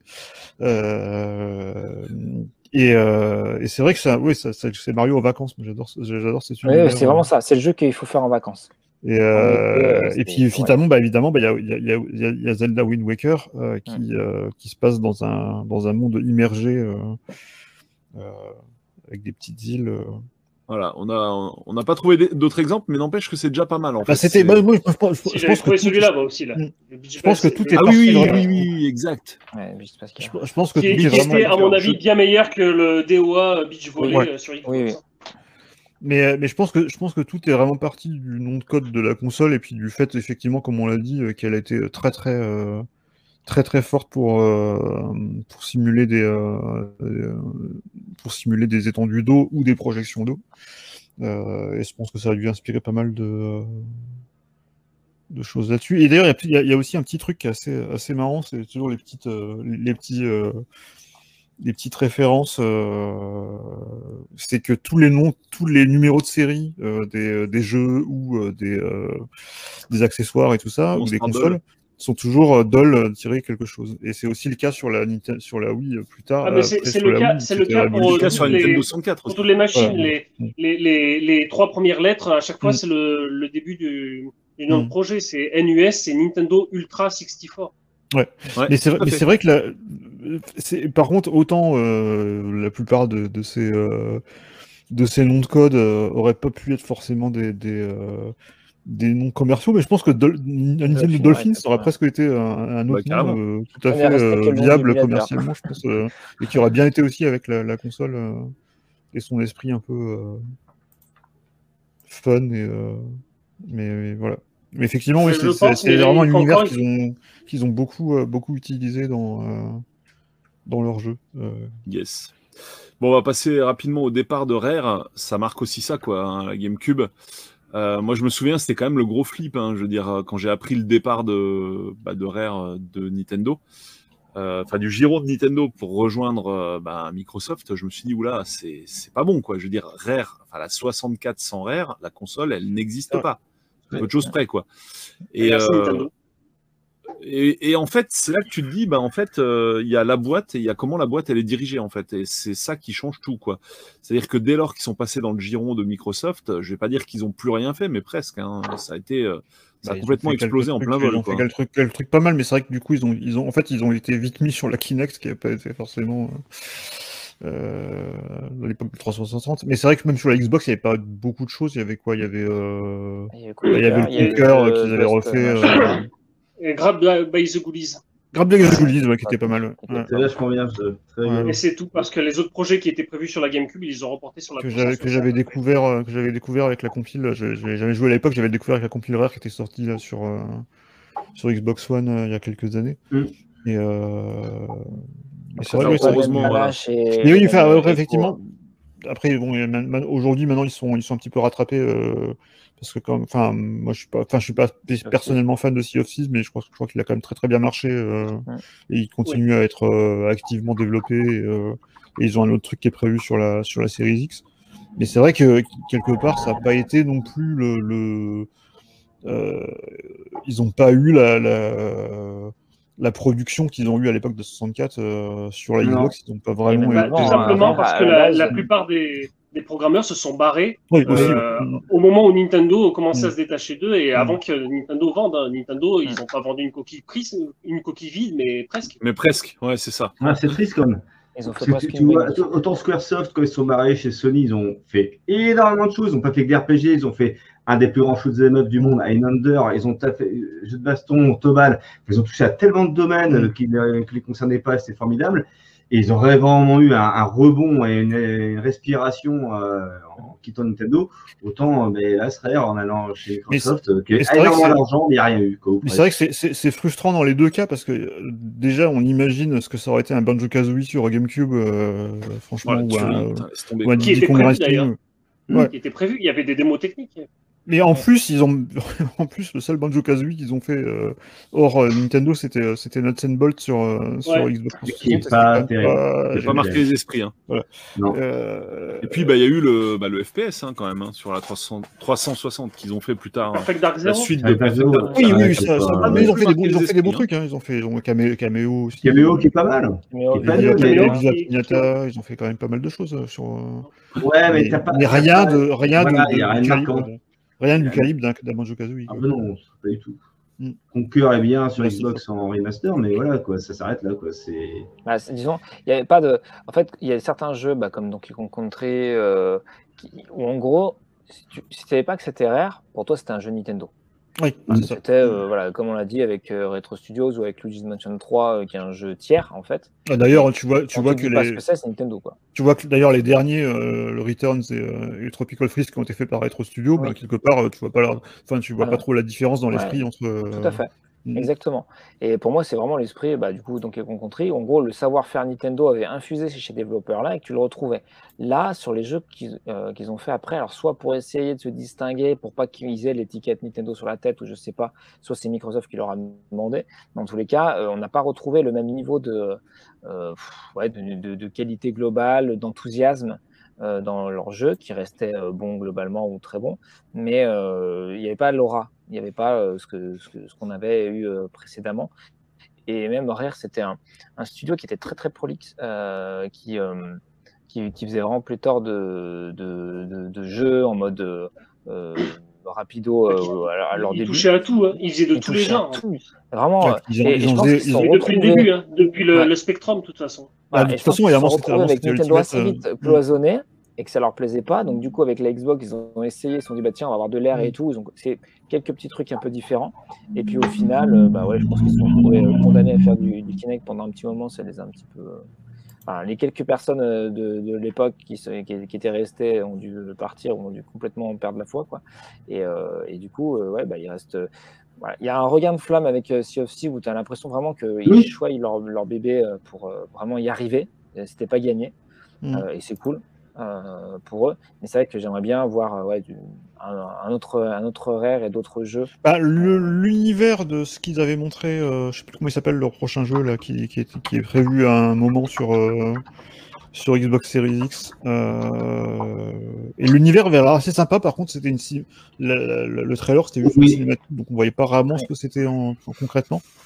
Et c'est vrai que c'est Mario en vacances. J'adore cette univers. Oui, c'est vraiment ça. C'est le jeu qu'il faut faire en vacances. Et puis évidemment, il y a Zelda Wind Waker qui se passe dans un monde immergé avec des petites îles. Voilà, on n'a pas trouvé d'autres exemples, mais n'empêche que c'est déjà pas mal. En fait, moi, je pense que celui-là aussi là. Je pense que tout est oui, exact. Je pense que tout est vraiment, à mon avis, bien meilleur que le DOA Beach Volley sur Xbox. Oui. Mais je pense que tout est vraiment parti du nom de code de la console et puis du fait, effectivement, comme on l'a dit, qu'elle a été très forte pour simuler des étendues d'eau ou des projections d'eau. Et je pense que ça a dû inspirer pas mal de choses là-dessus. Et d'ailleurs, il y a aussi un petit truc qui est assez marrant, c'est toujours les petites références, c'est que tous les numéros de série des jeux ou des accessoires et tout ça, ou des consoles, sont toujours DOL tiré quelque chose. Et c'est aussi le cas sur la Wii plus tard. C'est le cas pour Nintendo 64. Pour toutes les machines, les trois premières lettres, à chaque fois, c'est le début du nom de projet. C'est NUS, c'est Nintendo Ultra 64. Ouais. Mais c'est vrai que par contre, autant la plupart de ces noms de code auraient pas pu être forcément des noms commerciaux, mais je pense que Nintendo Dolphin, ça aurait presque été un autre nom tout à fait viable commercialement, je pense, et qui aurait bien été aussi avec la console et son esprit un peu fun. Mais voilà. Mais effectivement, oui, c'est vraiment un univers qu'ils ont beaucoup utilisé dans leur jeu. Yes. Bon, on va passer rapidement au départ de Rare. Ça marque aussi ça, la GameCube. Moi, je me souviens, c'était quand même le gros flip. Je veux dire, quand j'ai appris le départ de Rare de Nintendo, du giron de Nintendo pour rejoindre Microsoft, je me suis dit, oula, c'est pas bon, quoi. Je veux dire, Rare, la 64 sans Rare, la console, elle n'existe pas. Autre chose près, quoi. Et Et en fait, c'est là que tu te dis, en fait, il y a la boîte et il y a comment la boîte elle est dirigée en fait, et c'est ça qui change tout, quoi. C'est-à-dire que dès lors qu'ils sont passés dans le giron de Microsoft, je vais pas dire qu'ils ont plus rien fait, mais presque. Hein, ça a été, ça a complètement explosé en plein vol. Ils ont fait quelques trucs pas mal, mais c'est vrai que du coup, ils ont été vite mis sur la Kinect, qui n'a pas été forcément à l'époque de 360. Mais c'est vrai que même sur la Xbox, il n'y avait pas beaucoup de choses. Il y avait quoi? Il y avait le Conker qu'ils avaient refait. Et Grab by the Ghoulies. Grab by the Ghoulies, qui était pas mal. C'est vachement bien. Et c'est tout, parce que les autres projets qui étaient prévus sur la GameCube, ils les ont reportés sur la que j'avais découvert avec la compile. Je n'avais jamais joué à l'époque, j'avais découvert avec la compile rare qui était sortie là, sur Xbox One il y a quelques années. Et c'est vrai, heureusement. Mais oui, effectivement. Après, bon, aujourd'hui, maintenant, ils sont un petit peu rattrapés. Parce que moi je suis pas personnellement fan de Sea of Thieves, mais je crois qu'il a quand même très très bien marché et il continue à être activement développé et ils ont un autre truc qui est prévu sur la série X. Mais c'est vrai que quelque part ça n'a pas été non plus ils n'ont pas eu la production qu'ils ont eu à l'époque de 64 sur la Xbox. Ils n'ont pas vraiment eu. Tout simplement parce que la plupart des programmeurs se sont barrés au moment où Nintendo commençait à se détacher d'eux et avant que Nintendo vende. Nintendo, ils n'ont pas vendu une coquille vide, mais presque. Mais presque, ouais, c'est ça. C'est triste quand même. Ils ont fait autant Squaresoft, quand ils sont barrés chez Sony, ils ont fait énormément de choses. Ils n'ont pas fait que des RPG, ils ont fait un des plus grands shoot'em up du monde, Highlander, ils ont fait jeu de baston, Tobal. Ils ont touché à tellement de domaines qui ne les concernaient pas, c'était formidable. Et ils ont vraiment eu un rebond et une respiration en quittant Nintendo. Autant, là, ce serait en allant chez Microsoft, qui a énormément d'argent, mais il n'y a rien eu. Mais c'est vrai que c'est frustrant dans les deux cas, parce que déjà, on imagine ce que ça aurait été un Banjo-Kazooie sur GameCube, franchement, ou un Diddy Kong Racing. Qui était prévu, il y avait des démos techniques. Mais en plus, le seul Banjo-Kazooie qu'ils ont fait hors Nintendo, c'était Nuts and Bolts sur Xbox. Qui n'est pas terrible. J'ai pas marqué les esprits. Hein. Voilà. Et puis, il y a eu le FPS quand même, sur la 360 qu'ils ont fait plus tard. Perfect Dark Zero. La suite de Perfect Dark Zero. Oui, mais ils ont fait des bons trucs. Ils ont fait Cameo aussi. Cameo qui est pas mal. Ils ont fait quand même pas mal de choses sur. Ouais, mais t'as pas. Mais rien du calibre d'un Banjo-Kazooie. Ah non, pas du tout. Conker est bien sur Xbox en remaster, mais voilà, quoi, ça s'arrête là, quoi. Disons, il n'y avait pas de. En fait, il y a certains jeux, comme Donkey Kong Country, où en gros, si tu savais pas que c'était rare, pour toi, c'était un jeu Nintendo. Oui, c'était, comme on l'a dit, avec Retro Studios ou avec Luigi's Mansion 3, qui est un jeu tiers, en fait. D'ailleurs, tu vois que c'est Nintendo, quoi. Tu vois que d'ailleurs, les derniers, le Returns et Tropical Freeze, qui ont été faits par Retro Studios, quelque part, tu vois pas trop la différence dans l'esprit entre. Tout à fait. Exactement. Et pour moi, c'est vraiment l'esprit, du coup, Donkey Kong Country. En gros, le savoir-faire Nintendo avait infusé chez ces développeurs-là et que tu le retrouvais. Là, sur les jeux qu'ils ont fait après, alors soit pour essayer de se distinguer, pour pas qu'ils aient l'étiquette Nintendo sur la tête, ou je sais pas, soit c'est Microsoft qui leur a demandé. Dans tous les cas, on n'a pas retrouvé le même niveau de qualité globale, d'enthousiasme dans leur jeu, qui restait bon globalement ou très bon, mais il n'y avait pas l'aura, il n'y avait pas ce qu'on avait eu précédemment. Et même Rare, c'était un studio qui était très très prolixe, qui faisait vraiment pléthore de jeux en mode rapido à leur début. Ils touchaient à tout, hein. Ils faisaient de tous les genres. Vraiment. Depuis le début, depuis le Spectrum, de toute façon. De toute façon, évidemment, c'était avec Nintendo assez vite cloisonné et que ça leur plaisait pas. Donc du coup, avec la Xbox, ils ont essayé, ils se sont dit tiens, on va avoir de l'air et tout. C'est quelques petits trucs un peu différents. Et puis au final, je pense qu'ils se sont retrouvés condamnés à faire du Kinect pendant un petit moment. Ça les a un petit peu. Les quelques personnes de l'époque qui étaient restées ont dû partir, ont dû complètement perdre la foi, quoi. Et du coup, il reste. Il y a un regain de flamme avec Sea of Thieves où tu as l'impression vraiment qu'ils choisissent leur bébé pour vraiment y arriver. C'était pas gagné. Et c'est cool pour eux. Mais c'est vrai que j'aimerais bien voir un autre Rare et d'autres jeux. L'univers de ce qu'ils avaient montré, je sais plus comment il s'appelle leur prochain jeu là, qui est prévu à un moment sur Xbox Series X. Et l'univers avait l'air assez sympa. Par contre, c'était le trailer, c'était juste une cinématique, donc on voyait pas vraiment ce que c'était concrètement.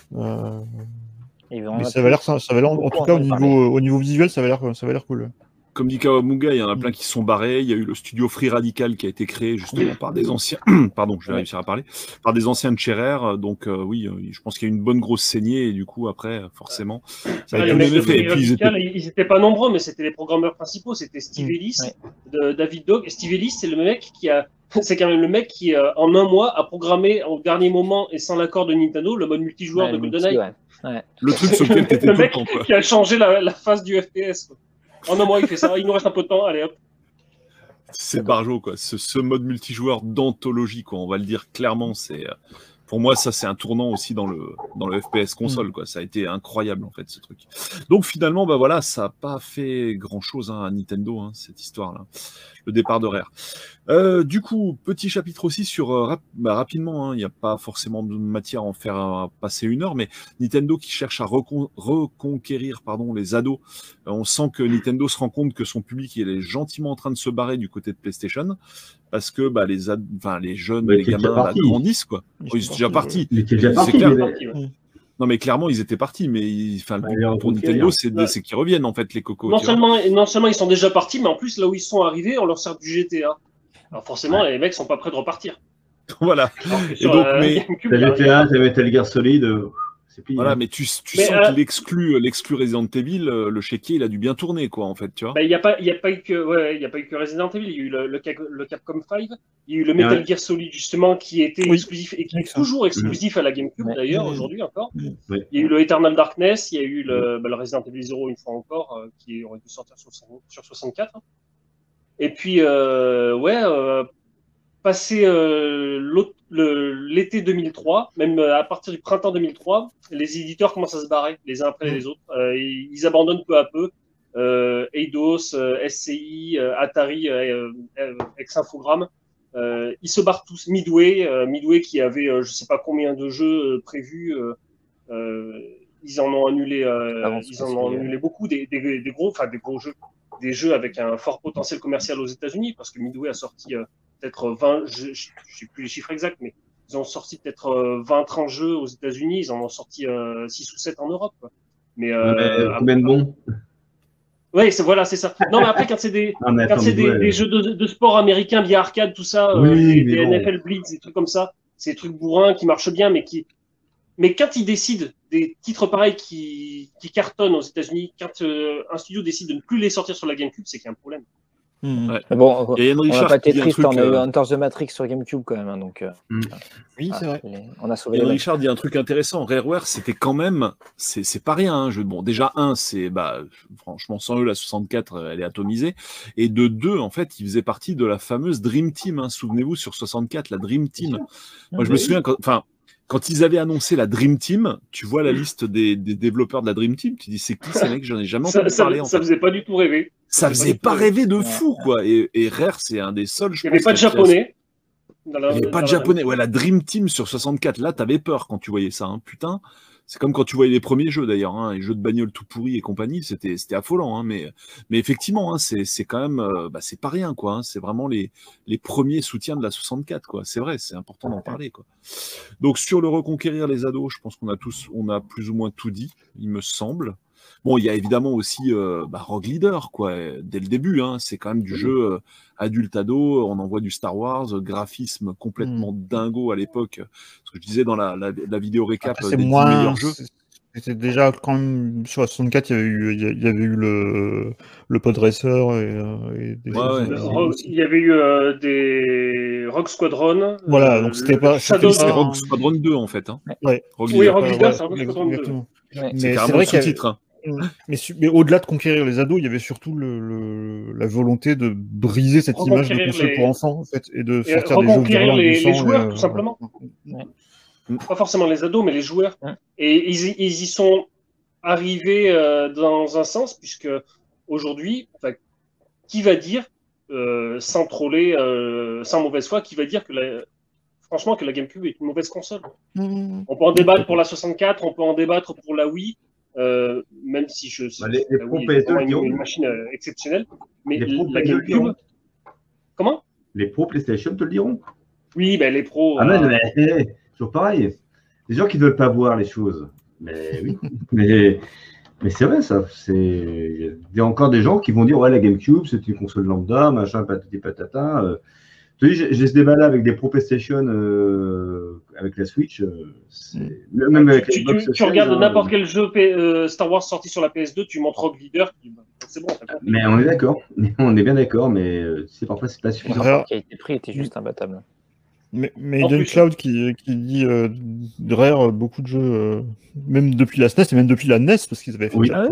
Mais ça va l'air, en tout cas au niveau visuel, ça va l'air cool. Comme dit Kawamuga, il y en a plein qui se sont barrés. Il y a eu le studio Free Radical qui a été créé justement par des anciens. Pardon, je vais réussir à parler. Par des anciens de Scherer. Donc oui, je pense qu'il y a une bonne grosse saignée et du coup après, forcément, ça a les mecs de Free Radical, ils n'étaient pas nombreux, mais c'était les programmeurs principaux. C'était Steve Ellis, David Dog. Et Steve Ellis, c'est le mec qui a. C'est quand même le mec qui, en un mois, a programmé au dernier moment et sans l'accord de Nintendo le mode multijoueur de GoldenEye. Le truc sur lequel t'étais tout le temps, qui a changé la face du FPS. Quoi. En un mois, il fait ça. Il nous reste un peu de temps. Allez, hop. C'est barjo, quoi. Ce mode multijoueur d'anthologie, quoi. On va le dire clairement. C'est pour moi, ça, c'est un tournant aussi dans le FPS console, quoi. Ça a été incroyable, en fait, ce truc. Donc, finalement, bah voilà, ça n'a pas fait grand-chose à Nintendo, cette histoire-là. Le départ de Rare. Du coup, petit chapitre aussi sur rapidement, il n'y a pas forcément de matière à en faire passer 1 heure, mais Nintendo qui cherche à reconquérir les ados. On sent que Nintendo se rend compte que son public il est gentiment en train de se barrer du côté de PlayStation parce que les jeunes, les gamins grandissent, quoi. Ils sont déjà partis. Ils étaient déjà partis. Non, mais clairement, ils étaient partis. Mais pour Nintendo, c'est qu'ils reviennent, en fait, les cocos. Non seulement ils sont déjà partis, mais en plus, là où ils sont arrivés, on leur sert du GTA. Alors forcément, les mecs sont pas prêts de repartir. Voilà. Et donc, t'as GTA, t'as Metal Gear Solid, c'est plié. Voilà, mais tu sens qu'il exclut Resident Evil, le chéquier, il a dû bien tourner, quoi, en fait, tu vois. Il n'y a pas eu que Resident Evil, il y a eu le Capcom 5, il y a eu le Metal Gear Solid, justement, qui était exclusif, et qui est toujours exclusif à la GameCube, d'ailleurs, aujourd'hui encore. Il y a eu le Eternal Darkness, il y a eu le Resident Evil 0, une fois encore, qui aurait dû sortir sur 64. Et puis, passé l'été 2003, même à partir du printemps 2003, les éditeurs commencent à se barrer les uns après les autres. Ils abandonnent peu à peu. Eidos, SCI, Atari, ex-Infogrames. Ils se barrent tous. Midway qui avait je sais pas combien de jeux prévus. Ils en ont annulé. Ils en ont annulé beaucoup des gros jeux. Des jeux avec un fort potentiel commercial aux États-Unis, parce que Midway a sorti peut-être 20, je ne sais plus les chiffres exacts, mais ils ont sorti peut-être 20-30 jeux aux États-Unis, ils en ont sorti 6 ou 7 en Europe. Quoi. Mais combien de bons? Oui, c'est ça. Non, mais après, quand c'est des jeux de sport américains via arcade, tout ça, des NFL Blitz, des trucs comme ça, c'est des trucs bourrins qui marchent bien, mais quand ils décident des titres pareils qui cartonnent aux États-Unis, quand un studio décide de ne plus les sortir sur la GameCube, c'est qu'il y a un problème. Ouais. Bon, on n'a pas été triste, on a eu Hunter the Matrix sur GameCube quand même. Donc, oui, c'est vrai. On a sauvé Yann Richard dit un truc intéressant. Rareware, c'était quand même, c'est pas rien. Bon, déjà, c'est, franchement, sans eux, la 64, elle est atomisée. Et de deux, en fait, ils faisaient partie de la fameuse Dream Team. Souvenez-vous, sur 64, la Dream Team. Moi, je me souviens, quand ils avaient annoncé la Dream Team, tu vois la liste des développeurs de la Dream Team, tu dis c'est qui ces mecs, j'en ai jamais entendu parler. Ça faisait pas du tout rêver. Ça faisait pas rêver de fou, quoi. Et Rare, c'est un des seuls. Il n'y avait pas de japonais. Il n'y avait pas de japonais. Ouais, la Dream Team sur 64, là, t'avais peur quand tu voyais ça, putain. C'est comme quand tu voyais les premiers jeux d'ailleurs, les jeux de bagnole tout pourris et compagnie, c'était affolant, mais effectivement, c'est quand même, c'est pas rien, quoi. C'est vraiment les premiers soutiens de la 64, quoi. C'est vrai, c'est important d'en parler, quoi. Donc sur le reconquérir les ados, je pense qu'on a plus ou moins tout dit, il me semble. Bon, il y a évidemment aussi Rogue Leader, quoi. Dès le début, c'est quand même du jeu adulte-ado. On envoie du Star Wars, graphisme complètement dingo à l'époque. Ce que je disais dans la vidéo récap des 10 meilleurs jeux. C'était déjà quand même sur la 64, il y avait eu le Pod Racer et des choses. Il y avait eu des Rogue Squadron. Voilà, donc c'était pas. C'était Rogue Squadron 2 en fait. Ouais. Rogue Leader, c'est Rogue Squadron 2. Ouais. C'est carrément sous-titre. Mais au-delà de conquérir les ados, il y avait surtout la volonté de briser cette image de console pour enfants, en fait, et de sortir des jeux reconquérir les joueurs, tout simplement. Pas forcément les ados, mais les joueurs. Et ils y sont arrivés dans un sens, puisque aujourd'hui, qui va dire, sans troller, sans mauvaise foi, qui va dire que franchement que la GameCube est une mauvaise console. On peut en débattre pour la 64, on peut en débattre pour la Wii. Même si les pros PS2 diront une machine exceptionnelle, mais la GameCube. Comment? Les pros PlayStation te le diront. Oui, les pros. Ah mais toujours pareil. Les gens qui ne veulent pas voir les choses, Mais oui. Mais c'est vrai, ça. Il y a encore des gens qui vont dire ouais, la GameCube, c'est une console lambda, machin, patati patata. Tu dis, j'ai ce débat-là avec des Pro PlayStation, avec la Switch. Même avec tu regardes n'importe quel jeu Star Wars sorti sur la PS2, tu montres Rogue Leader, c'est bon. Mais on est d'accord. On est bien d'accord, mais parfois, c'est pas suffisant. Le qui a été pris était juste imbattable. Mais Eden Cloud qui dit Rare, beaucoup de jeux, même depuis la SNES et même depuis la NES, parce qu'ils avaient fait sur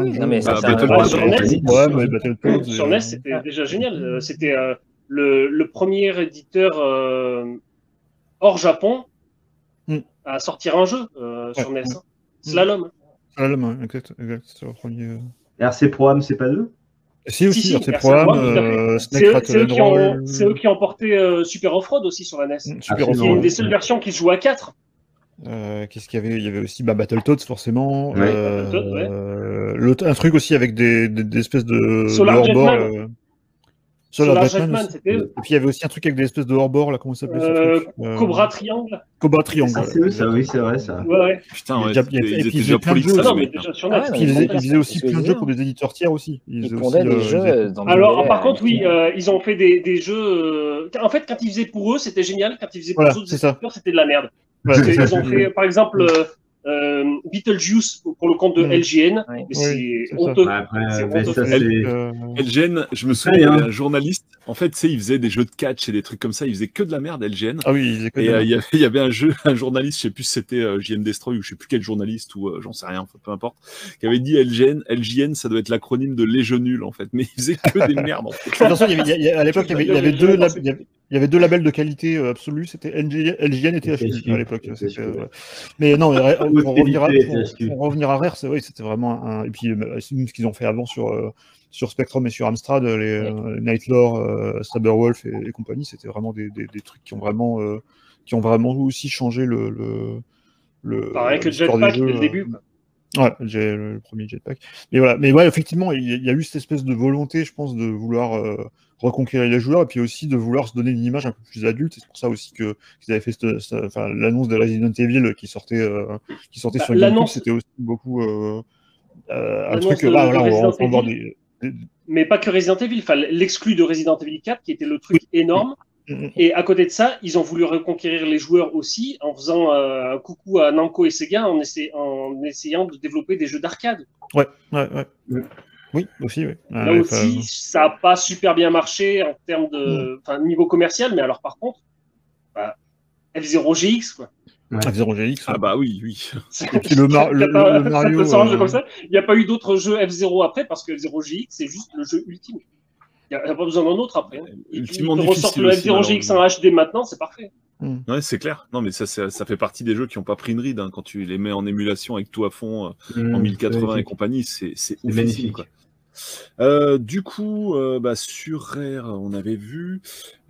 NES, c'était déjà génial. C'était le premier éditeur hors Japon à sortir un jeu sur NES. Slalom. Slalom, exact. C'est le premier. RC Pro-Am, c'est pas eux? Si, aussi, RC Pro-Am, c'est eux qui ont porté Super Off-Road aussi sur la NES. C'est une des seules versions qui se joue à 4. Qu'est-ce qu'il y avait? Il y avait aussi Battletoads, forcément. Ouais. Un truc aussi avec des espèces de hors-bord. Solar Jetman, c'était. Et puis il y avait aussi un truc avec des espèces de hors-bord, là, comment ça s'appelait ce truc Cobra Triangle. Cobra Triangle. C'est eux, ça, oui, c'est vrai, ça. Ouais. Putain, ouais. Ils faisaient plein de jeux. Ils faisaient aussi plein de jeux pour des éditeurs tiers aussi. Ils pondaient des jeux dans Alors, par contre, oui, ils ont fait des jeux. En fait, quand ils faisaient pour eux, c'était génial. Quand ils faisaient pour les autres éditeurs, c'était de la merde. Ils ont fait, par exemple. Beetlejuice pour le compte de LGN, mais c'est honteux. LGN, je me souviens, il y avait un journaliste, en fait, tu sais, il faisait des jeux de catch et des trucs comme ça, il faisait que de la merde, LGN. Ah oui, il faisait que de la merde. Il y avait un journaliste, je sais plus si c'était JM Destroy ou je sais plus quel journaliste ou j'en sais rien, peu importe, qui avait dit LGN, ça doit être l'acronyme de Les Jeux Nuls, en fait, mais il faisait que des merdes, en fait. Attention, à l'époque, il y avait deux labels de qualité absolue, c'était LGN et THQ à l'époque. Mais non, pour revenir à Rare, c'était vraiment et puis ce qu'ils ont fait avant sur Spectrum et sur Amstrad, les Nightlore, Saberwolf et compagnie, c'était vraiment des trucs qui ont vraiment aussi changé le pareil que Jetpack dès le début. Ouais, j'ai le premier Jetpack. Mais voilà, mais ouais, effectivement, il y a eu cette espèce de volonté, je pense, de vouloir reconquérir les joueurs et puis aussi de vouloir se donner une image un peu plus adulte. C'est pour ça aussi qu'ils avaient fait l'annonce de Resident Evil qui sortait sur GameCube, c'était aussi beaucoup un truc. On va voir des. Mais pas que Resident Evil, l'exclu de Resident Evil 4 qui était le truc énorme. Et à côté de ça, ils ont voulu reconquérir les joueurs aussi en faisant un coucou à Namco et Sega en essayant de développer des jeux d'arcade. Ouais. Oui, aussi, oui. Là aussi, ça n'a pas super bien marché en termes de niveau commercial, mais alors par contre, F0GX, quoi. Ouais. F0GX. Ah bah oui. Et puis le Mario. Comme ça. Il n'y a pas eu d'autres jeux F0 après parce que F0GX, c'est juste le jeu ultime. Il n'y a pas besoin d'un autre après. Tu ressortes le F0GX en HD maintenant, c'est parfait. Ouais, c'est clair. Non, mais ça fait partie des jeux qui n'ont pas pris une ride. Quand tu les mets en émulation avec tout à fond en 1080 et compagnie, c'est magnifique. Quoi. Du coup, sur Rare, on avait vu,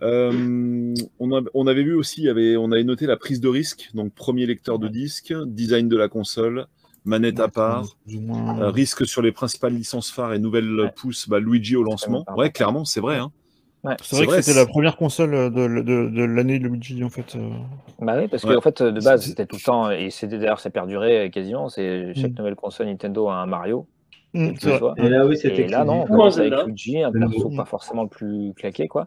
on avait vu aussi, on avait noté la prise de risque, donc premier lecteur de disque, design de la console, manette à part, risque sur les principales licences phares et nouvelles pousses, Luigi au lancement. Ouais, clairement, c'est vrai. Hein. Ouais. C'est vrai que c'était la première console de l'année de Luigi, en fait. Bah oui, parce qu'en fait, de base, c'était tout le temps, et d'ailleurs, ça perdurait quasiment, c'est chaque nouvelle console Nintendo a un Mario. Et là, oui, c'était. Et là, non, on commence avec Luigi, un perso pas forcément le plus claqué, quoi.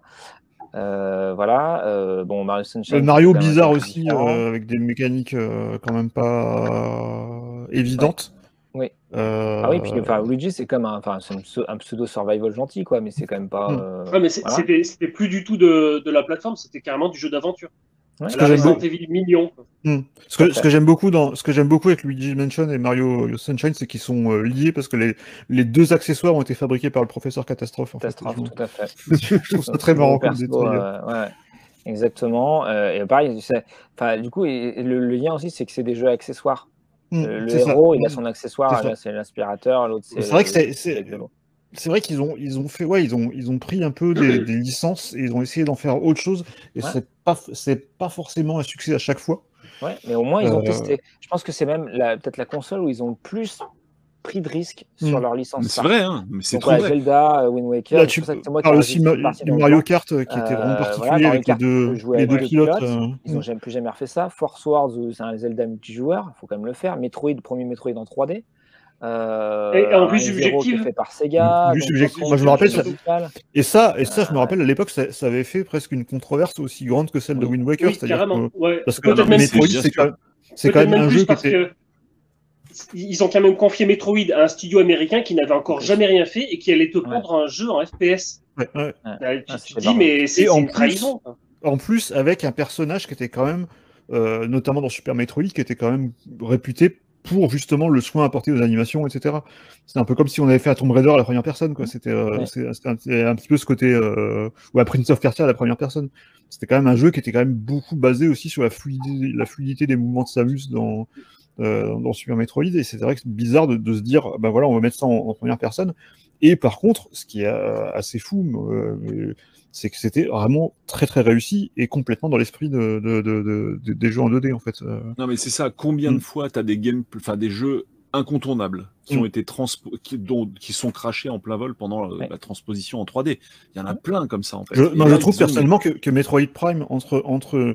Voilà. Bon, Mario Sunshine. Mario bizarre aussi, avec des mécaniques quand même pas évidentes. Oui. Ah oui, puis Luigi, c'est comme un pseudo survival gentil, quoi, mais c'est quand même pas. Ouais, mais c'était plus du tout de la plateforme, c'était carrément du jeu d'aventure. Ouais. Resident Evil mignon. Ce que j'aime beaucoup avec Luigi Mansion et Mario Sunshine, c'est qu'ils sont liés parce que les deux accessoires ont été fabriqués par le professeur Catastrophe. Tout à fait. Je trouve ça très marrant comme détail. Ouais, exactement. Et pareil, du coup, le lien aussi, c'est que c'est des jeux accessoires. Le héros, il a son accessoire, là, c'est l'aspirateur, l'autre c'est. C'est vrai que c'est vrai qu'ils ont fait, ils ont pris un peu des licences et ils ont essayé d'en faire autre chose. Et c'est pas forcément un succès à chaque fois. Ouais, mais au moins ils ont testé. Je pense que c'est même peut-être la console où ils ont le plus pris de risques sur leur licence. C'est vrai, hein, mais c'est donc, trop vrai. Zelda, Wind Waker. Là, tu parles aussi de Mario Kart qui était vraiment particulier avec les deux pilotes. Ils n'ont plus jamais refait ça. Force Wars, c'est un Zelda multijoueur, il faut quand même le faire. Metroid, premier Metroid en 3D. Et en plus subjectif, fait par Sega. Moi, je me rappelle ça. Et ça, je me rappelle à l'époque, ça avait fait presque une controverse aussi grande que celle de Wind Waker. Oui, carrément. Parce que Metroid, c'est quand même un jeu qui était. Ils ont quand même confié Metroid à un studio américain qui n'avait encore jamais rien fait et qui allait te prendre un jeu en FPS. Ouais. Tu te dis, mais c'est une trahison. En plus, avec un personnage qui était quand même, notamment dans Super Metroid, qui était quand même réputé pour justement le soin apporté aux animations, etc. C'est un peu comme si on avait fait un Tomb Raider à la première personne, quoi. C'était un petit peu ce côté, ou un Prince of Persia à la première personne. C'était quand même un jeu qui était quand même beaucoup basé aussi sur la fluidité des mouvements de Samus dans Super Metroid, et c'est vrai que c'est bizarre de se dire, bah voilà, on va mettre ça en première personne. Et par contre, ce qui est assez fou, c'est que c'était vraiment très très réussi et complètement dans l'esprit des jeux en 2D en fait. Non mais c'est ça, combien de fois tu as des jeux incontournables qui ont été qui sont crachés en plein vol pendant la transposition en 3D. Il y en a plein comme ça en fait. Je trouve personnellement que Metroid Prime entre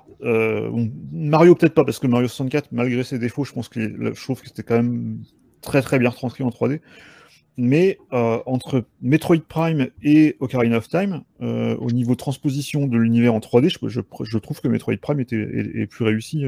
Mario peut-être pas, parce que Mario 64, malgré ses défauts, je trouve que c'était quand même très très bien retranscrit en 3D. Mais entre Metroid Prime et Ocarina of Time, au niveau transposition de l'univers en 3D, je trouve que Metroid Prime est plus réussi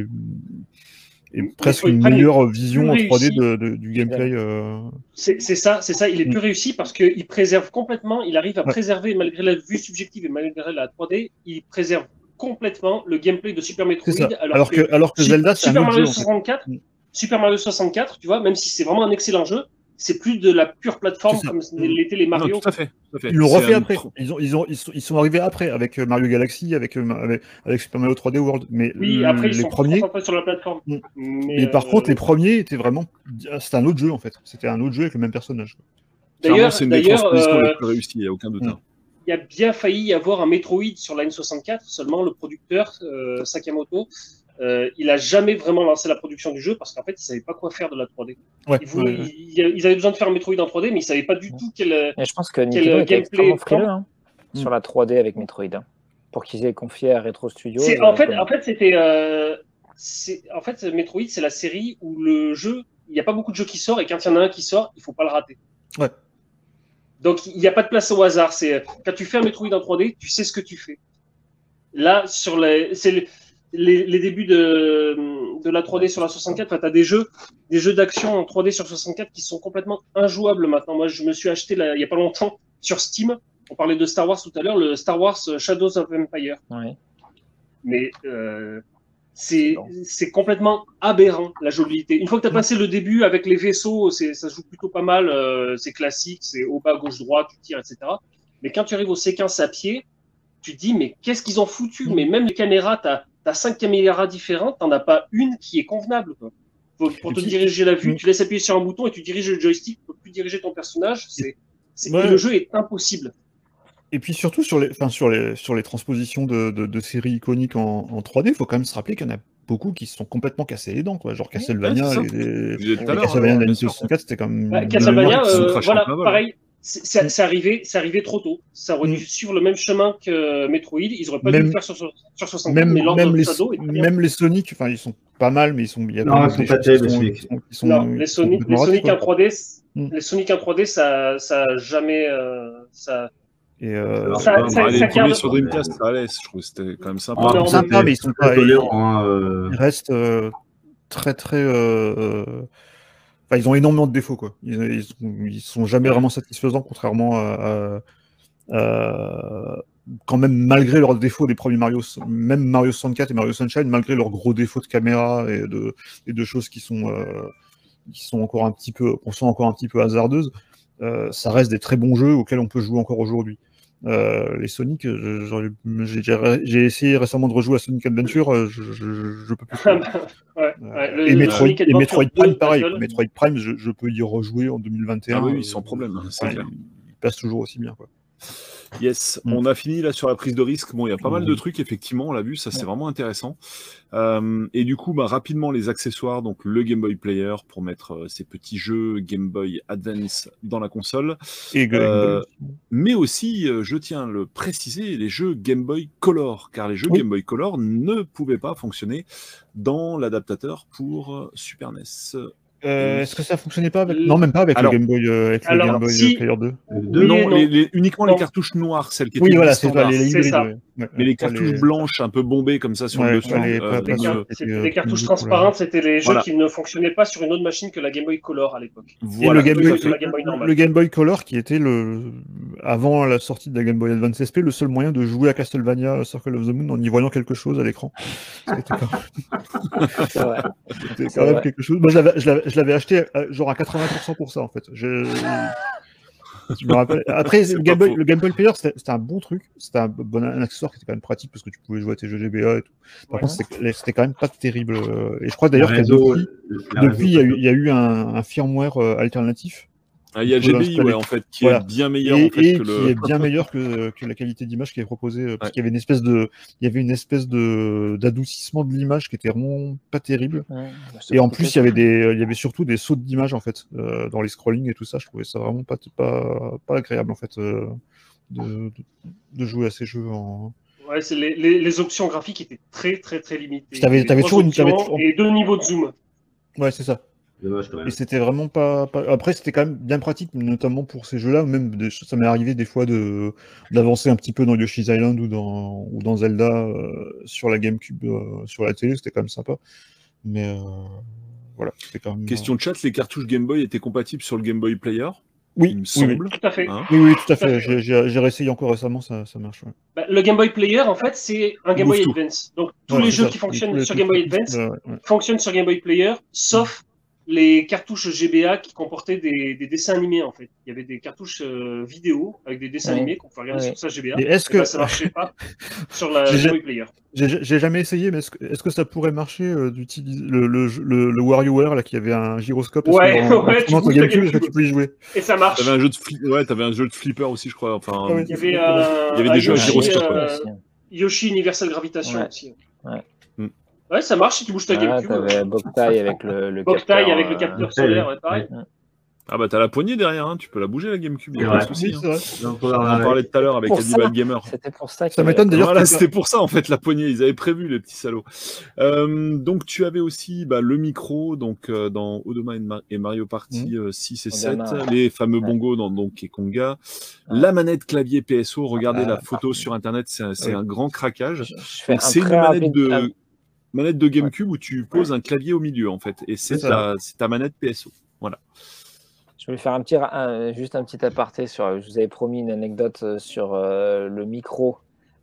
et presque une meilleure vision en 3D du gameplay. C'est ça, il est plus réussi parce qu'il préserve complètement, il arrive à préserver, malgré la vue subjective et malgré la 3D, il préserve complètement le gameplay de Super Metroid. Alors que Zelda, c'est un autre jeu. Super Mario 64, tu vois, même si c'est vraiment un excellent jeu, c'est plus de la pure plateforme comme l'étaient les Mario. Non, tout à fait. Ils l'ont refait après. Ils sont arrivés après avec Mario Galaxy, avec Super Mario 3D World. Mais oui, après ils sont premiers sur la plateforme. Mais par contre, les premiers étaient vraiment. C'était un autre jeu en fait. C'était un autre jeu avec le même personnage. D'ailleurs, c'est une des transpositions les plus réussies, il n'y a aucun doute. Il y a bien failli y avoir un Metroid sur la N64, seulement le producteur, Sakamoto, il a jamais vraiment lancé la production du jeu parce qu'en fait, il savait pas quoi faire de la 3D. Ils avaient besoin de faire un Metroid en 3D, mais ils savaient pas du tout quel je pense que Nintendo était extrêmement frileux sur la 3D avec Metroid, pour qu'ils aient confié à Retro Studio. En fait, Metroid, c'est la série où le jeu, il n'y a pas beaucoup de jeux qui sortent et quand il y en a un qui sort, il faut pas le rater. Ouais. Donc, il n'y a pas de place au hasard. Quand tu fais un Metroid en 3D, tu sais ce que tu fais. Là, c'est les débuts de la 3D sur la 64, tu as des jeux d'action en 3D sur 64 qui sont complètement injouables maintenant. Moi, je me suis acheté il n'y a pas longtemps sur Steam, on parlait de Star Wars tout à l'heure, le Star Wars Shadows of Empire. Ouais. Mais c'est complètement aberrant, la jouabilité. Une fois que tu as passé le début avec les vaisseaux, ça se joue plutôt pas mal, c'est classique, c'est haut, bas, gauche, droite, tu tires, etc. Mais quand tu arrives aux séquences à pied, tu te dis, mais qu'est-ce qu'ils ont foutu? Mais même les caméras, tu as 5 caméras différentes, tu n'en as pas une qui est convenable. Quoi. Pour te diriger la vue, tu laisses appuyer sur un bouton et tu diriges le joystick, tu ne peux plus diriger ton personnage. Et le jeu est impossible. Et puis surtout sur les transpositions de séries iconiques en 3D, il faut quand même se rappeler qu'il y en a beaucoup qui se sont complètement cassés les dents, quoi. Genre Castlevania, Castlevania de la 64, c'était comme Castlevania, voilà, pareil. C'est arrivé trop tôt. Ça aurait dû suivre le même chemin que Metroid. Ils auraient pas dû le faire sur 64. Même les Sonic, enfin ils sont pas mal, mais ils sont. Non, ils sont pas terribles. Les Sonic en 3D, les Sonic en 3D, ça a jamais. Les premiers sur Dreamcast, ça allait, je trouve que c'était quand même sympa. Sympa, mais ils sont pas. Ils restent très très. Enfin, ils ont énormément de défauts, quoi. Ils sont jamais vraiment satisfaisants, contrairement à quand même, malgré leurs défauts des premiers Mario, même Mario 64 et Mario Sunshine, malgré leurs gros défauts de caméra et de choses qui sont encore un petit peu, qu'on sent encore un petit peu hasardeuses, ça reste des très bons jeux auxquels on peut jouer encore aujourd'hui. Les Sonic, j'ai essayé récemment de rejouer à Sonic Adventure, je peux plus. Et Metroid Prime, pareil. Metroid Prime, je peux y rejouer en 2021. Ah oui, sans problème. Il passe toujours aussi bien, quoi. Yes, on a fini là sur la prise de risque. Bon, il y a pas mal de trucs, effectivement, on l'a vu, ça c'est vraiment intéressant. Et du coup, rapidement, les accessoires, donc le Game Boy Player pour mettre ces petits jeux Game Boy Advance dans la console. Et mais aussi, je tiens à le préciser, les jeux Game Boy Color, car les jeux Game Boy Color ne pouvaient pas fonctionner dans l'adaptateur pour Super NES. Est-ce que ça fonctionnait pas avec... Non, même pas avec le Game Boy, Game Boy Player 2. Non, uniquement les cartouches noires, celles qui étaient voilà, c'est ça, les hybrides. Ça. Mais les cartouches blanches, un peu bombées comme ça sur le dessus. Les cartouches transparentes, c'était les jeux qui ne fonctionnaient pas sur une autre machine que la Game Boy Color à l'époque. Voilà. Et le Game Boy Color qui était, avant la sortie de la Game Boy Advance SP, le seul moyen de jouer à Castlevania Circle of the Moon en y voyant quelque chose à l'écran. C'était quand même quelque chose. Moi, je l'avais acheté genre à 80% pour ça en fait. Je me rappelle. Après, le Game Boy Player, c'était un bon truc. C'était un accessoire qui était quand même pratique parce que tu pouvais jouer à tes jeux GBA et tout. Par contre, c'était quand même pas terrible. Et je crois d'ailleurs que depuis, il y a eu un firmware alternatif. Il y a le GBI, en fait, qui est bien meilleur en fait, qui est bien meilleur que la qualité d'image qui est proposée, parce qu'il y avait une espèce d'adoucissement de l'image qui était vraiment pas terrible. Et en plus, il y avait surtout des sautes d'image en fait dans les scrollings et tout ça. Je trouvais ça vraiment pas agréable en fait de jouer à ces jeux en. Ouais, les options graphiques étaient très très très limitées. T'avais toujours et 2 niveaux de zoom. Ouais, c'est ça. Et c'était vraiment pas. Après, c'était quand même bien pratique, notamment pour ces jeux-là. Même ça m'est arrivé des fois d'avancer un petit peu dans Yoshi's Island ou dans Zelda sur la GameCube, sur la télé, c'était quand même sympa. Mais voilà, c'était quand même. Question de chat, les cartouches Game Boy étaient compatibles sur le Game Boy Player? Oui, il me semble. Tout à fait. Hein, oui, tout à fait. J'ai réessayé encore récemment, ça marche. Ouais. Le Game Boy Player, en fait, c'est un Game Boy Advance. Donc tous les jeux qui fonctionnent sur Game Boy Advance fonctionnent sur Game Boy Player, sauf les cartouches GBA qui comportaient des dessins animés en fait. Il y avait des cartouches vidéo avec des dessins animés qu'on pouvait regarder sur sa GBA. Et est-ce que ça marchait pas sur la Game Boy Player? J'ai jamais essayé, mais est-ce que ça pourrait marcher d'utiliser le WarioWare là qui avait un gyroscope? Tu pouvais y jouer. Et ça marche. T'avais un jeu de flipper aussi, je crois. Enfin, il y avait des jeux à gyroscope. Yoshi Universal Gravitation aussi. Ouais, ça marche si tu bouges ta GameCube. T'avais Boktai avec le Boktai avec le capteur solaire, pareil. Ah bah t'as la poignée derrière, hein. Tu peux la bouger la GameCube, il n'y a pas de souci. Hein. On en parlait tout à l'heure avec Cannibal Gamer. C'était pour ça. Ça m'étonne d'ailleurs. Voilà, c'était pour ça en fait la poignée, ils avaient prévu les petits salauds. Donc tu avais aussi le micro donc dans Odama et Mario Party 6 et 7, les fameux bongos dans Donkey Konga, la manette clavier PSO, regardez la photo sur internet, c'est un grand craquage. C'est une manette de GameCube où tu poses un clavier au milieu en fait, et c'est ta manette PSO. Voilà. Je vais faire juste un petit aparté sur. Je vous avais promis une anecdote sur le micro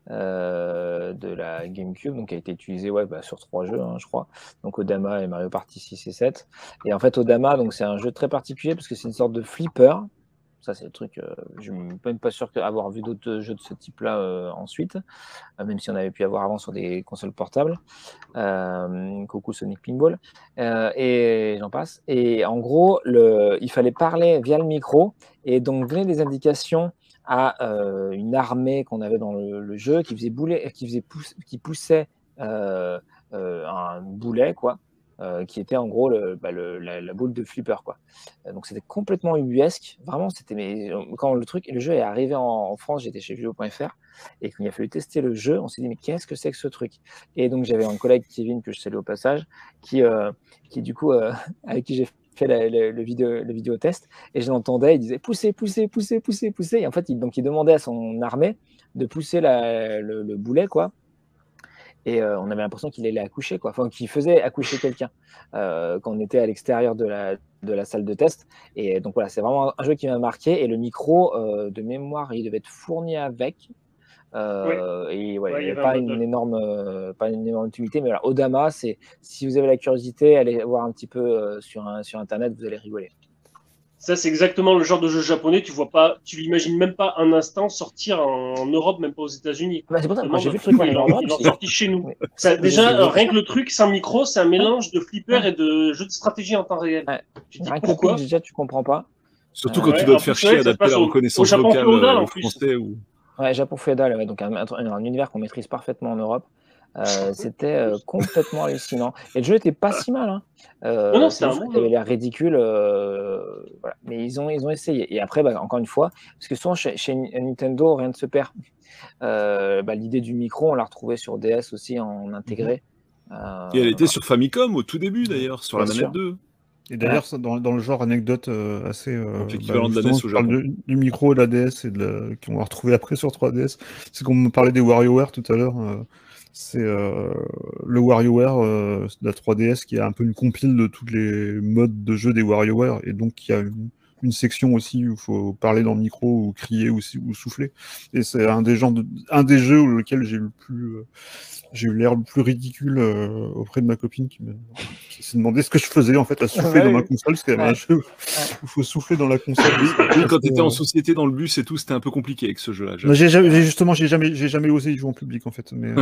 de la GameCube, donc qui a été utilisé sur 3 jeux, je crois. Donc Odama et Mario Party 6 et 7. Et en fait, Odama, donc c'est un jeu très particulier parce que c'est une sorte de flipper. Ça, c'est le truc. Je ne suis même pas sûr d'avoir vu d'autres jeux de ce type-là ensuite, même si on avait pu avoir avant sur des consoles portables. Coucou Sonic Pinball. Et j'en passe. Et en gros, il fallait parler via le micro et donc donner des indications à une armée qu'on avait dans le jeu qui poussait un boulet, quoi. Qui était en gros la boule de flipper, quoi. Donc c'était complètement ubuesque, vraiment. Quand le jeu est arrivé en France, j'étais chez Vidéo.fr et quand il a fallu tester le jeu, on s'est dit mais qu'est-ce que c'est que ce truc? Et donc j'avais un collègue Kevin que je salue au passage qui du coup avec qui j'ai fait le vidéo test et je l'entendais, il disait pousser, et en fait il demandait à son armée de pousser le boulet, quoi. Et on avait l'impression qu'il allait accoucher, quoi. Enfin, qu'il faisait accoucher quelqu'un quand on était à l'extérieur de la salle de test. Et donc voilà, c'est vraiment un jeu qui m'a marqué. Et le micro, de mémoire, il devait être fourni avec. Et il n'y avait pas une énorme utilité. Mais voilà, Odama, si vous avez la curiosité, allez voir un petit peu sur Internet, vous allez rigoler. Ça, c'est exactement le genre de jeu japonais. Tu l'imagines même pas un instant sortir en Europe, même pas aux États-Unis. C'est pour ça que j'ai vu le truc. Ils l'ont sorti chez nous. Déjà, rien que le truc, sans micro, c'est un mélange de flipper et de jeu de stratégie en temps réel. Rien que pourquoi déjà, tu comprends pas. Surtout quand tu dois te faire chier à adapter la reconnaissance vocale au français. Ouais, Japon féodal, ouais, donc un univers qu'on maîtrise parfaitement en Europe. C'était complètement hallucinant. Et le jeu était pas si mal. Hein. Non, c'était un bon. Il avait l'air ridicule. Voilà. Mais ils ont essayé. Et après, encore une fois, parce que souvent chez Nintendo, rien ne se perd. L'idée du micro, on l'a retrouvée sur DS aussi en intégré. Et elle était sur Famicom au tout début d'ailleurs, sur la manette 2. Et d'ailleurs, dans le genre anecdote assez. L'équivalent de la NES au Japon. Du micro, de la DS et qu'on va retrouver après sur 3DS. C'est qu'on me parlait des WarioWare tout à l'heure. C'est le WarioWare de la 3DS qui a un peu une compile de tous les modes de jeu des WarioWare. Et donc, il y a une section aussi où il faut parler dans le micro ou crier ou souffler. Et c'est un des jeux auxquels j'ai eu l'air le plus ridicule auprès de ma copine qui s'est demandé ce que je faisais en fait à souffler dans ma console, parce qu'il y avait un jeu où il faut souffler dans la console. Oui, quand tu étais en société dans le bus et tout, c'était un peu compliqué avec ce jeu-là. J'ai jamais osé y jouer en public en fait. Mais,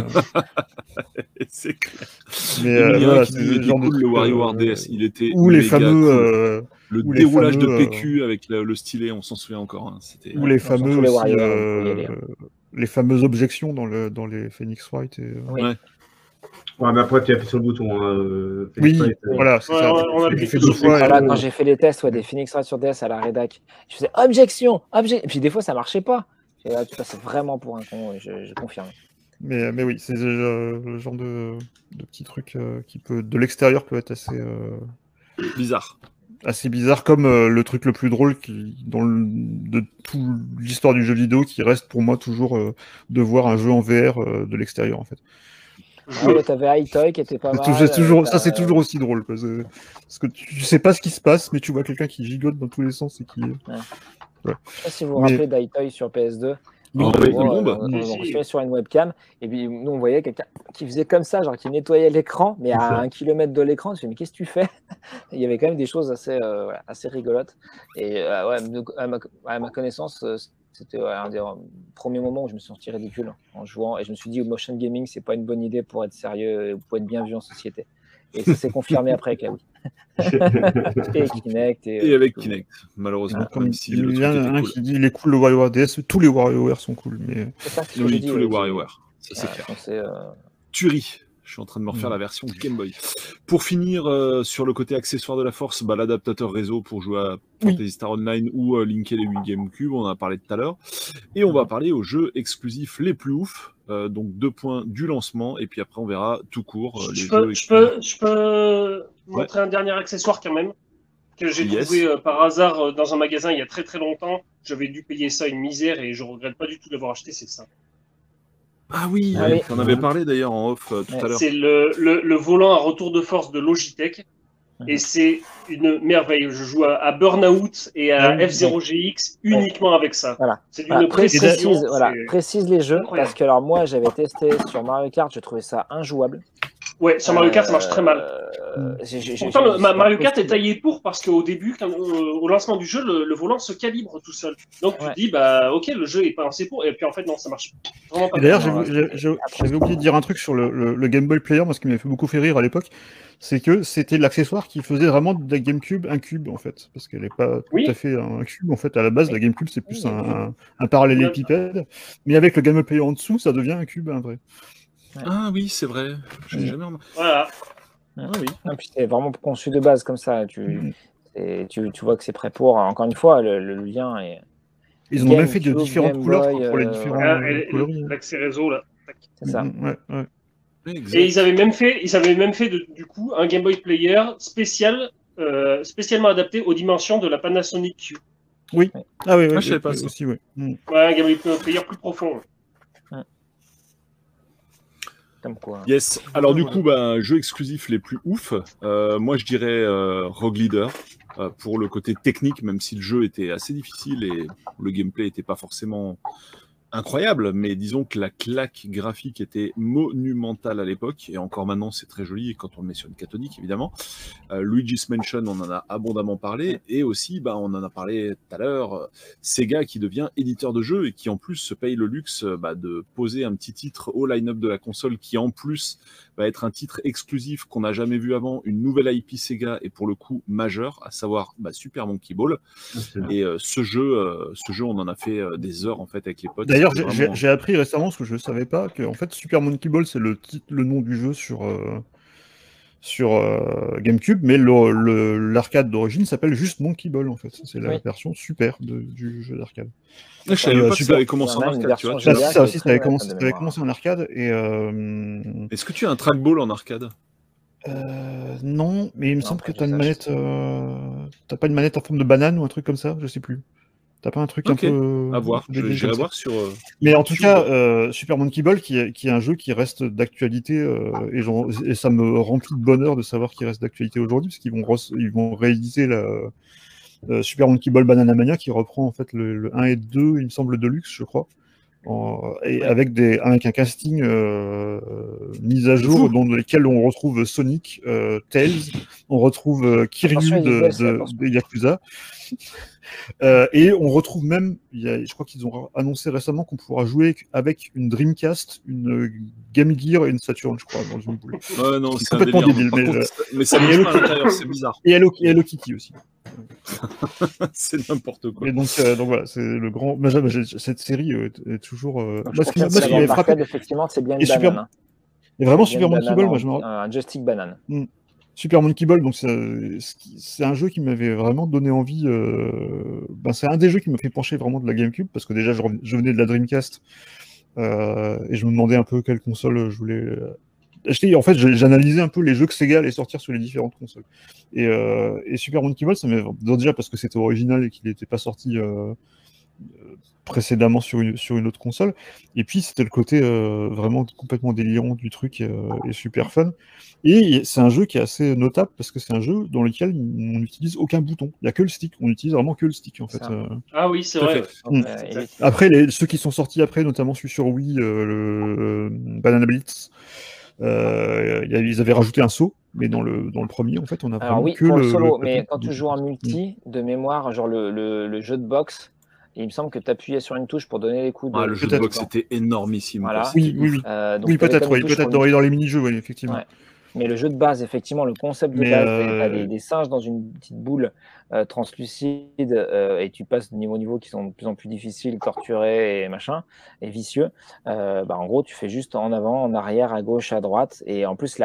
c'est clair. Mais voilà, c'est le genre cool, le WarioWare DS, il était ou les fameux cool. Le déroulage de PQ avec le stylet, on s'en souvient encore. Hein, ou les fameux les fameuses objections dans les Phoenix Wright. Ouais, mais après, tu as fait sur le bouton. Voilà, c'est ça. On a fait 2 fois. Voilà, quand j'ai fait les tests des Phoenix Wright sur DS à la rédac, je faisais objection. Et puis des fois, ça marchait pas. Et là, tu passais vraiment pour un con, je confirme. Mais oui, c'est le genre de petit truc qui peut, de l'extérieur, peut être assez bizarre. Assez bizarre, comme le truc le plus drôle de toute l'histoire du jeu vidéo, qui reste pour moi toujours de voir un jeu en VR de l'extérieur en fait. T'avais iToy qui était pas mal. Ça c'est toujours aussi drôle parce que tu sais pas ce qui se passe, mais tu vois quelqu'un qui gigote dans tous les sens et qui. Ouais. Je sais pas si vous vous rappelez d'iToy sur PS2. On se sur une webcam et puis nous on voyait quelqu'un qui faisait comme ça, genre qui nettoyait l'écran, mais à 1 kilomètre de l'écran. Je me dis mais qu'est-ce que tu fais? Il y avait quand même des choses assez rigolotes. Et à ma connaissance, c'était un des premiers moments où je me suis senti ridicule en jouant et je me suis dit motion gaming c'est pas une bonne idée pour être sérieux, pour être bien vu en société. Et ça s'est confirmé après avec la Wii. Et Kinect. Et avec Kinect, malheureusement. Comme si il y a un qui dit il est cool le WarioWare DS, tous les WarioWare sont cool. Mais... tous les WarioWare, ça c'est clair. Tuerie. Je suis en train de me refaire la version Game Boy. Pour finir, sur le côté accessoire de la force, l'adaptateur réseau pour jouer à Phantasy Star Online ou linker les 8 GameCube, on en a parlé tout à l'heure. Et on va parler aux jeux exclusifs les plus ouf. Donc 2 points du lancement, et puis après on verra tout court je peux montrer un dernier accessoire quand même, que j'ai trouvé par hasard dans un magasin il y a très très longtemps. J'avais dû payer ça une misère et je regrette pas du tout d'avoir acheté, c'est ça. Ah oui, on avait parlé d'ailleurs en off tout à l'heure. C'est le volant à retour de force de Logitech. Et c'est une merveille. Je joue à Burnout et à F0GX uniquement avec ça. Voilà. C'est d'une précision. Précise les jeux, parce que alors moi j'avais testé sur Mario Kart, je trouvais ça injouable. Ouais, sur Mario Kart ça marche très mal. Pourtant, Mario Kart est taillé pour, parce qu'au début, au lancement du jeu, le volant se calibre tout seul. Donc tu te dis, ok, le jeu est pas lancé pour, et puis en fait, non, ça marche vraiment pas. D'ailleurs, j'avais oublié de dire un truc sur le Game Boy Player, moi, ce qui m'avait fait beaucoup fait rire à l'époque, c'est que c'était l'accessoire qui faisait vraiment de la GameCube un cube, en fait. Parce qu'elle n'est pas tout à fait un cube, en fait. À la base, la GameCube, c'est plus un parallélépipède. Mais avec le Game Boy Player en dessous, ça devient un cube, un vrai. Ah oui, c'est vrai. Je n'ai jamais remarqué. Voilà. Et puis c'est vraiment conçu de base comme ça. Tu vois que c'est prêt pour. Encore une fois, le lien est. Ils ont même fait de différentes couleurs pour les différents coloris. L'accès réseau là. C'est ça. Ouais. Et ils avaient même fait du coup un Game Boy Player spécialement adapté aux dimensions de la Panasonic Q. Oui. Ah oui, je savais pas ça aussi, oui. Un Game Boy Player plus profond. Comme quoi. Yes. Alors du coup, jeux exclusifs les plus ouf. Moi, je dirais Rogue Leader pour le côté technique, même si le jeu était assez difficile et le gameplay n'était pas forcément incroyable, mais disons que la claque graphique était monumentale à l'époque, et encore maintenant c'est très joli quand on le met sur une cathodique évidemment. Luigi's Mansion, on en a abondamment parlé, et aussi on en a parlé tout à l'heure, Sega qui devient éditeur de jeux et qui en plus se paye le luxe de poser un petit titre au line-up de la console qui en plus va être un titre exclusif qu'on n'a jamais vu avant, une nouvelle IP Sega et pour le coup majeur, à savoir Super Monkey Ball. Et ce jeu on en a fait des heures en fait avec les potes. D'ailleurs, j'ai appris récemment, parce que je ne savais pas, que en fait, Super Monkey Ball, c'est le nom du jeu sur GameCube, mais l'arcade d'origine s'appelle juste Monkey Ball, en fait. C'est la version super du jeu d'arcade. Je savais pas que ça avait commencé en arcade, tu vois. Ça aussi, ça avait commencé en arcade. Est-ce que tu as un trackball en arcade? Non, mais il me semble que tu as une manette. T'as pas une manette en forme de banane ou un truc comme ça? Je sais plus. T'as pas un truc un peu... À voir, j'irai voir sur... Mais en tout cas, Super Monkey Ball, qui est un jeu qui reste d'actualité, et ça me remplit de bonheur de savoir qu'il reste d'actualité aujourd'hui, parce qu'ils vont rééditer Super Monkey Ball Banana Mania, qui reprend en fait le 1 et 2, il me semble, Deluxe, je crois, avec un casting mis à jour, dans lequel on retrouve Sonic, Tails, on retrouve Kiryu de Yakuza. Et on retrouve même, je crois qu'ils ont annoncé récemment qu'on pourra jouer avec une Dreamcast, une Game Gear et une Saturn, je crois, dans une boule. Ouais, non, c'est complètement débile. Mais ça bouge pas à l'intérieur, c'est bizarre. Et Hello Kitty aussi. C'est n'importe quoi. Et donc voilà, c'est le grand. Cette série est toujours. Ce qui m'avait frappé, effectivement, c'est bien une banane. Et vraiment, Super Monkey Ball, moi je me rappelle. Un joystick banane. Super Monkey Ball, donc c'est un jeu qui m'avait vraiment donné envie. C'est un des jeux qui me fait pencher vraiment de la GameCube, parce que déjà je venais de la Dreamcast et je me demandais un peu quelle console je voulais acheter. En fait, j'analysais un peu les jeux que Sega allait sortir sur les différentes consoles. Et Super Monkey Ball, ça m'avait déjà parce que c'était original et qu'il n'était pas sorti précédemment sur une autre console. Et puis c'était le côté vraiment complètement délirant du truc et super fun. Et c'est un jeu qui est assez notable parce que c'est un jeu dans lequel on n'utilise aucun bouton. Il n'y a que le stick. On utilise vraiment que le stick en fait. Ah oui, c'est vrai. Après, ceux qui sont sortis après, notamment celui sur Wii, le Banana Blitz, ils avaient rajouté un saut. Mais dans le premier, en fait, on a vraiment que pour le solo. Mais quand tu joues en multi, de mémoire, genre le jeu de boxe, il me semble que tu appuyais sur une touche pour donner les coups. Le jeu de boxe était énormissime. Voilà. Oui, peut-être dans les mini-jeux, oui, effectivement. Ouais. Mais le jeu de base, effectivement, le concept de base, tu as des singes dans une petite boule translucide et tu passes de niveau en niveau qui sont de plus en plus difficiles, torturés et machin, et vicieux. En gros, tu fais juste en avant, en arrière, à gauche, à droite. Et en plus,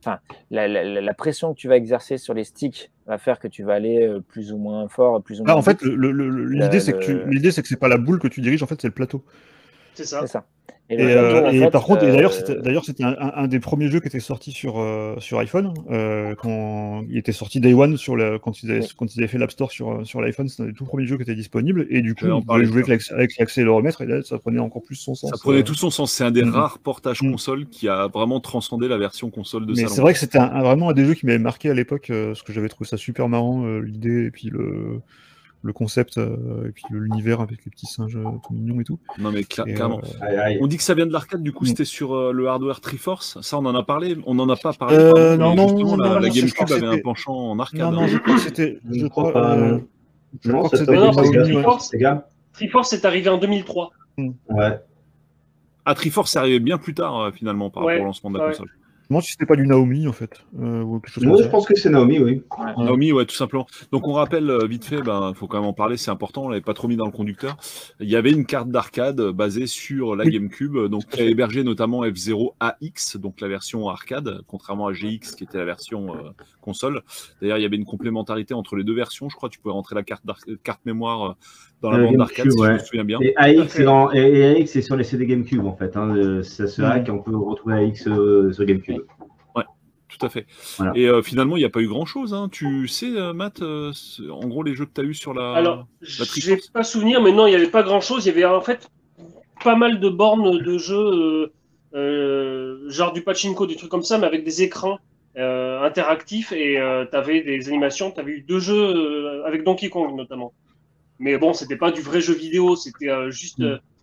la pression que tu vas exercer sur les sticks va faire que tu vas aller plus ou moins fort, plus ou moins en fait, l'idée, c'est que c'est pas la boule que tu diriges, en fait, c'est le plateau. C'est ça. Et par contre, d'ailleurs, c'était un des premiers jeux qui était sorti sur iPhone. Quand il était sorti Day One quand ils avaient fait l'App Store sur l'iPhone, c'était un des tout premiers jeux qui était disponible. Et du coup, on pouvait jouer avec l'accéléromètre et là, ça prenait encore plus son sens. Ça prenait tout son sens. C'est un des rares portages console qui a vraiment transcendé la version console de salon. Mais c'est vrai que c'était vraiment un des jeux qui m'avait marqué à l'époque, parce que j'avais trouvé ça super marrant, l'idée et puis le concept et puis l'univers avec les petits singes tout mignons et tout. Non mais clairement. On dit que ça vient de l'arcade, du coup c'était sur le hardware Triforce. Ça on en a parlé, on n'en a pas parlé. Non, la GameCube avait un penchant en arcade. Non, je crois que c'était. Je crois que c'était Triforce est arrivé en 2003. Ouais. Triforce est arrivé bien plus tard finalement par rapport au lancement de la console. Je me demande si c'était pas du Naomi en fait. Ou quelque chose je pense que c'est Naomi, oui. Naomi, ouais, tout simplement. Donc on rappelle vite fait, faut quand même en parler, c'est important, on l'avait pas trop mis dans le conducteur. Il y avait une carte d'arcade basée sur la GameCube, donc qui a hébergé notamment F-Zero AX, donc la version arcade, contrairement à GX qui était la version console. D'ailleurs, il y avait une complémentarité entre les deux versions, je crois que tu pouvais rentrer la carte mémoire dans la bande d'arcade, si je me souviens bien. Et AX, AX c'est sur les CD GameCube en fait. Ça se hack et on peut retrouver AX sur GameCube. Ouais, tout à fait. Voilà. Et finalement, il n'y a pas eu grand-chose. Tu sais, Matt, en gros, les jeux que tu as eu sur la. Alors, je n'ai pas souvenir, mais non, il n'y avait pas grand-chose. Il y avait en fait pas mal de bornes de jeux, genre du pachinko, des trucs comme ça, mais avec des écrans interactifs et tu avais des animations. Tu avais eu 2 jeux avec Donkey Kong notamment. Mais bon, c'était pas du vrai jeu vidéo, c'était juste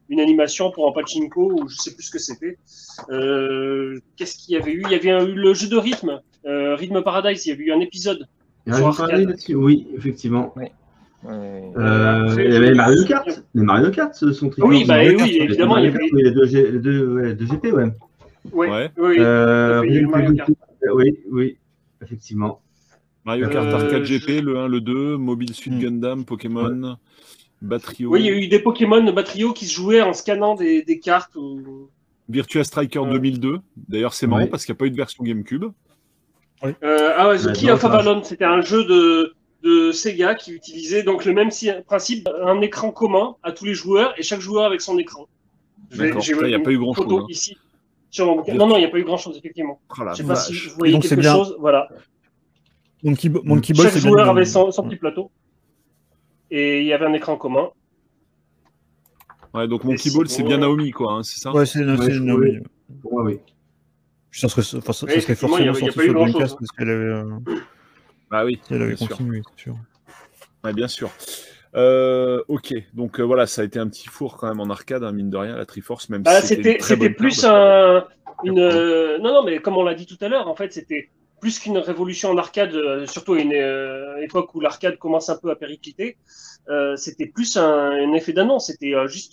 une animation pour un pachinko ou je sais plus ce que c'était. Qu'est-ce qu'il y avait eu? Il y avait eu le jeu de rythme, Rhythm Paradise. Il y avait eu un épisode. Oui, effectivement. Oui. Il y avait les Mario Kart. Les Mario Kart sont très oui, évidemment. Il y avait les deux GP, ouais. Oui, effectivement. Mario Kart Arcade GP, le 1, le 2, Mobile Suit Gundam, Pokémon, Batrio. Oui, il y a eu des Pokémon Batrio qui se jouaient en scannant des cartes. Virtua Striker 2002. D'ailleurs, c'est marrant parce qu'il n'y a pas eu de version GameCube. The Key of Avalon, c'était un jeu de Sega qui utilisait donc le même principe, un écran commun à tous les joueurs et chaque joueur avec son écran. D'accord, il n'y a pas eu grand-chose. Ici. Non, il n'y a pas eu grand-chose, effectivement. Je ne sais pas si vous voyez quelque chose. Voilà. Monkey Ball, chaque joueur avait son petit plateau et il y avait un écran commun. Ouais, donc Monkey Ball, c'est bien Naomi, quoi, hein, c'est ça? Ouais, c'est Naomi. Oui. Ça serait forcément sorti sur Dreamcast parce qu'elle avait... Bah oui, elle avait continué, c'est sûr. Ouais, bien sûr. Ok, donc voilà, ça a été un petit four quand même en arcade, hein, mine de rien, la Triforce, même si c'était plus non, mais comme on l'a dit tout à l'heure, en fait, c'était plus qu'une révolution en arcade, surtout à une époque où l'arcade commence un peu à péricliter. C'était plus un effet d'annonce, c'était juste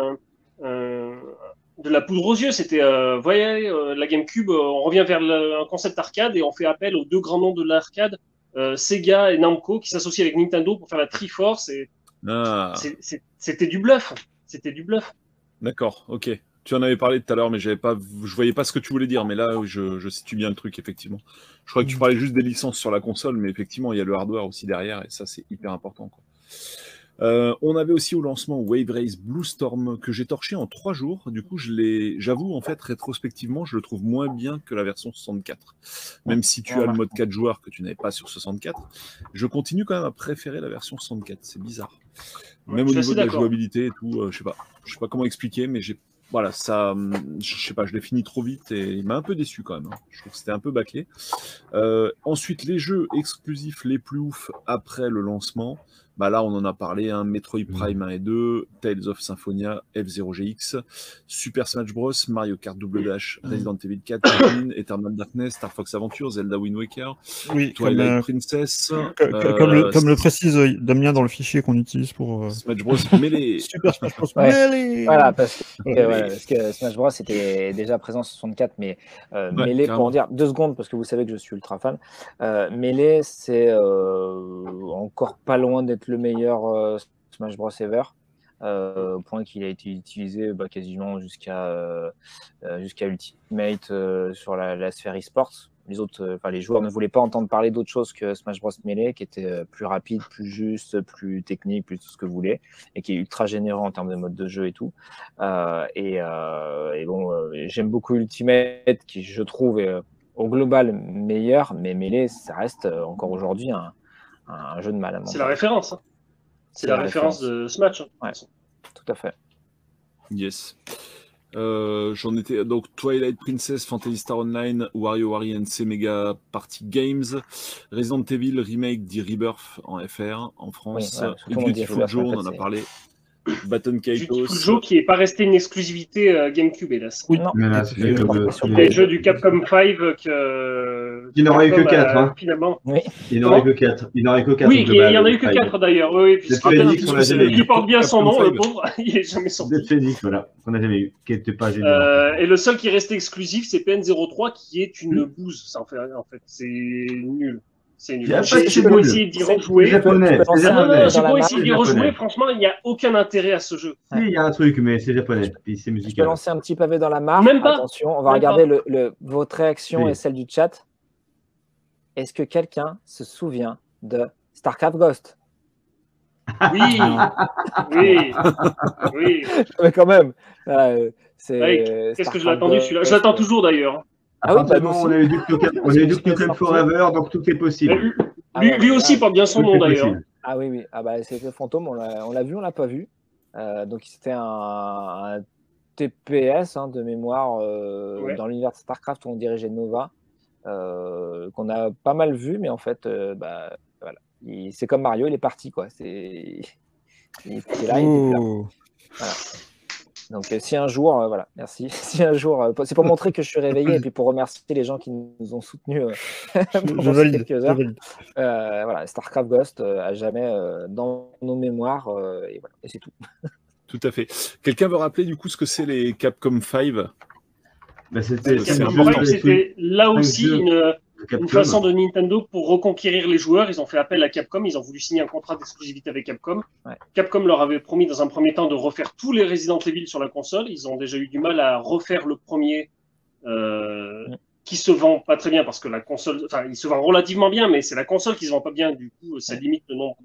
de la poudre aux yeux. C'était, voyez, la GameCube, on revient vers un concept arcade et on fait appel aux deux grands noms de l'arcade, Sega et Namco, qui s'associent avec Nintendo pour faire la Triforce. Et c'était du bluff. C'était du bluff. D'accord, ok. Tu en avais parlé tout à l'heure, mais je voyais pas ce que tu voulais dire. Mais là, je situe bien le truc, effectivement. Je crois que tu parlais juste des licences sur la console, mais effectivement, il y a le hardware aussi derrière, et ça, c'est hyper important, quoi. On avait aussi au lancement Wave Race Blue Storm que j'ai torché en 3 jours. Du coup, j'avoue, en fait, rétrospectivement, je le trouve moins bien que la version 64. Même si tu as le mode 4 joueurs que tu n'avais pas sur 64, je continue quand même à préférer la version 64. C'est bizarre. Même au niveau de la jouabilité et tout, je sais pas comment expliquer, mais voilà, ça, je sais pas, je l'ai fini trop vite et il m'a un peu déçu quand même. Hein. Je trouve que c'était un peu bâclé. Ensuite, les jeux exclusifs les plus ouf après le lancement. Bah là, on en a parlé, hein, Metroid Prime 1 et 2, Tales of Symphonia, F-Zero-GX, Super Smash Bros, Mario Kart Double Dash, Resident Evil 4, Pikmin, Eternal Darkness, Star Fox Adventure, Zelda Wind Waker, Twilight Princess. Comme le précise Damien dans le fichier qu'on utilise pour... Smash Bros Melee. Super Smash Bros Melee. Voilà, parce que Smash Bros était déjà présent sur 64, mais Melee, pour en dire 2 secondes, parce que vous savez que je suis ultra fan, Melee, c'est encore pas loin d'être le meilleur Smash Bros ever, au point qu'il a été utilisé quasiment jusqu'à Ultimate sur la sphère e-sports. Les joueurs ne voulaient pas entendre parler d'autre chose que Smash Bros Melee, qui était plus rapide, plus juste, plus technique, plus tout ce que vous voulez, et qui est ultra généreux en termes de mode de jeu et tout. J'aime beaucoup Ultimate, qui je trouve est au global meilleur, mais Melee, ça reste encore aujourd'hui un jeu de mal. C'est la référence. Hein. C'est la référence de ce match. Hein. Ouais, tout à fait. Yes. J'en étais donc Twilight Princess, Phantasy Star Online, WarioWare NC Mega Party Games, Resident Evil Remake The Rebirth en FR en France, Beautiful Joe, on en a parlé. Baton Kaitos. Joe qui n'est pas resté une exclusivité GameCube, hélas. Oui, non. Les jeux du Capcom 5 il n'aurait eu que 4. Hein. Finalement. Oui. Il n'aurait que 4. Oui, il n'y en a eu que 4 d'ailleurs. Oui, il porte bien son nom, le pauvre. Il n'est jamais sorti. Dead Phoenix, voilà, qu'on n'a jamais eu, qui n'était pas génial. Et le seul qui est resté exclusif, c'est PN03, qui est une bouse. Ça en fait, c'est nul. C'est nul. J'ai beau essayer d'y rejouer. J'ai beau essayer d'y rejouer. Franchement, il n'y a aucun intérêt à ce jeu. Oui, il y a un truc, mais c'est japonais. Puis c'est musical. Je peux lancer un petit pavé dans la mare. Même pas. Attention, on va regarder votre réaction et celle du chat. Est-ce que quelqu'un se souvient de StarCraft Ghost? Oui. Mais quand même. Qu'est-ce que je l'ai attendu celui-là? Je l'attends toujours d'ailleurs. Ah oui, on a eu Duke Nukem Forever, donc tout est possible. Lui aussi porte bien son nom d'ailleurs. Ah oui. C'était Fantôme, on l'a vu, on l'a pas vu. Donc c'était un TPS de mémoire dans l'univers de StarCraft où on dirigeait Nova, qu'on a pas mal vu, mais en fait, voilà. C'est comme Mario, il est parti quoi. Il était là, il était là. Voilà. Donc si un jour, voilà, merci. Si un jour, c'est pour montrer que je suis réveillé et puis pour remercier les gens qui nous ont soutenus pendant ces quelques heures. Voilà, StarCraft Ghost à jamais dans nos mémoires et voilà, et c'est tout. Tout à fait. Quelqu'un veut rappeler du coup ce que c'est les Capcom 5? C'était là aussi une façon de Nintendo pour reconquérir les joueurs. Ils ont fait appel à Capcom, ils ont voulu signer un contrat d'exclusivité avec Capcom. Ouais. Capcom leur avait promis dans un premier temps de refaire tous les Resident Evil sur la console. Ils ont déjà eu du mal à refaire le premier qui se vend pas très bien parce que la console, enfin il se vend relativement bien, mais c'est la console qui se vend pas bien, du coup ça limite le nombre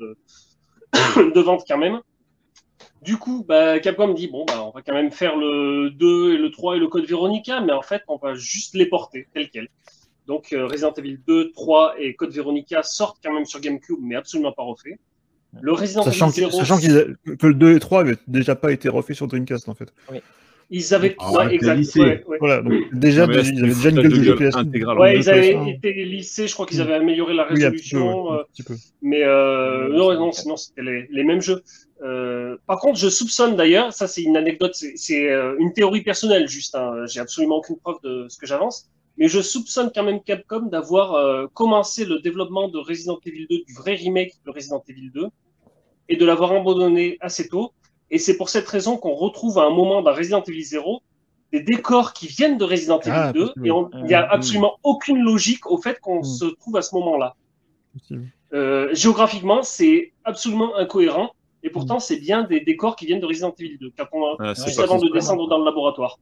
de ventes quand même. Du coup, Capcom dit, bon, on va quand même faire le 2 et le 3 et le Code Veronica, mais en fait, on va juste les porter, tel quel. Donc, Resident Evil 2, 3 et Code Veronica sortent quand même sur GameCube, mais absolument pas refait. Le Resident Evil 0... Sachant que le 2 et 3 n'avaient déjà pas été refaits sur Dreamcast, en fait. Oui. Ils avaient... exactement. Voilà, donc déjà, ils avaient déjà une gueule de jeu PS. Ouais, ils avaient été lissés, je crois qu'ils avaient amélioré la résolution. Un petit peu. Mais non, sinon, c'était les mêmes jeux. Par contre, je soupçonne d'ailleurs, ça c'est une anecdote, c'est une théorie personnelle juste, hein, j'ai absolument aucune preuve de ce que j'avance, mais je soupçonne quand même Capcom d'avoir commencé le développement de Resident Evil 2, du vrai remake de Resident Evil 2, et de l'avoir abandonné assez tôt. Et c'est pour cette raison qu'on retrouve à un moment dans Resident Evil 0 des décors qui viennent de Resident Evil 2, et il n'y a absolument aucune logique au fait qu'on se trouve à ce moment-là. Géographiquement, c'est absolument incohérent. Et pourtant, c'est bien des décors qui viennent de Resident Evil 2, juste avant de descendre dans le laboratoire.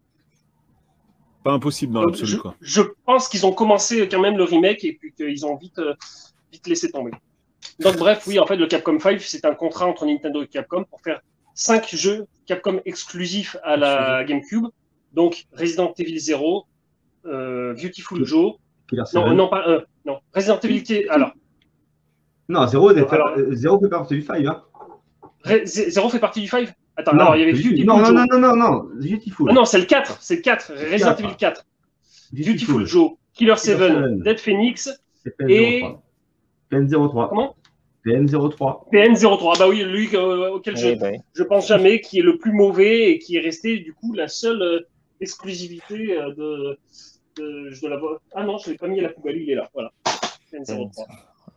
Pas impossible dans l'absolu, quoi. Je pense qu'ils ont commencé quand même le remake et puis qu'ils ont vite laissé tomber. Donc bref, oui, en fait, le Capcom 5, c'est un contrat entre Nintendo et Capcom pour faire 5 jeux Capcom exclusifs à la GameCube. Donc Resident Evil 0, Beautiful Joe... Non, Resident Evil... Alors... Non, 0 fait partie du 5, hein. 0 fait partie du 5? Attends, non, alors il y avait Beautiful non, Joe. Non, Beautiful. Ah non, c'est le 4, Resident Evil 4. Beautiful Joe, Killer 7, Dead Phoenix et... PN03. Comment? PN03. PN03, bah oui, lui auquel je pense jamais, qui est le plus mauvais et qui est resté du coup la seule exclusivité de la... Ah non, je l'ai pas mis à la poubelle, il est là, voilà. PN03.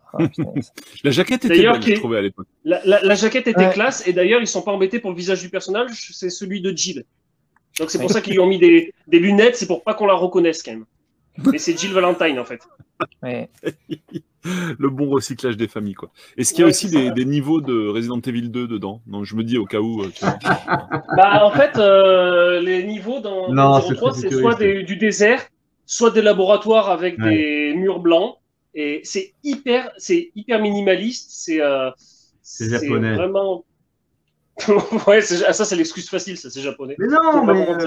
La jaquette était belle, je trouvais à l'époque. La jaquette était classe, et d'ailleurs, ils sont pas embêtés pour le visage du personnage, c'est celui de Jill. Donc c'est pour ça qu'ils lui ont mis des lunettes, c'est pour pas qu'on la reconnaisse quand même. Mais c'est Jill Valentine en fait. Ouais. Le bon recyclage des familles, quoi. Est-ce qu'il y a aussi des niveaux de Resident Evil 2 dedans? Donc je me dis au cas où. En fait, les niveaux dans 03, c'est soit du désert, soit des laboratoires avec des murs blancs. Et c'est hyper minimaliste. C'est japonais. Vraiment. Ouais, ça c'est l'excuse facile, ça c'est japonais. Mais non,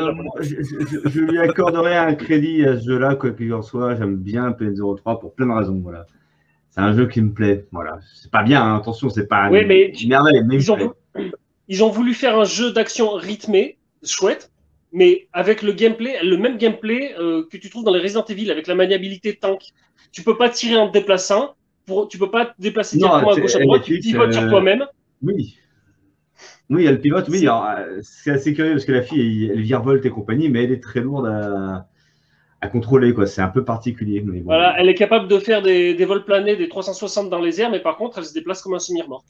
je lui accorderai un crédit à ce jeu-là, quoi qu'il en soit. J'aime bien PN03 pour plein de raisons. Voilà. C'est un jeu qui me plaît. Voilà. C'est pas bien, hein, attention, c'est pas une merveille, mais ils ont voulu faire un jeu d'action rythmé, chouette, mais avec le même gameplay que tu trouves dans les Resident Evil, avec la maniabilité tank. Tu peux pas tirer en te déplaçant, tu peux pas te déplacer directement à gauche à droite, tu pivotes sur toi-même. Oui, elle pivote, oui. C'est assez curieux parce que la fille, elle virevolte et compagnie, mais elle est très lourde à contrôler, quoi. C'est un peu particulier. Mais bon. Voilà, elle est capable de faire des vols planés, des 360 dans les airs, mais par contre, elle se déplace comme un semi-remorque.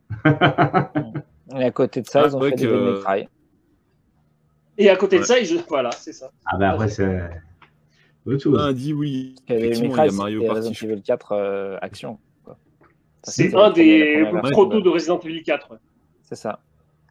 Et à côté de ça, ils ont fait des May-Cry. Et à côté de ça, voilà, c'est ça. Ah ben après, c'est... dit oui. Effectivement, il y a Mario Party. Resident Evil 4 Action. C'est un des protos de Resident Evil 4. Ouais. C'est ça.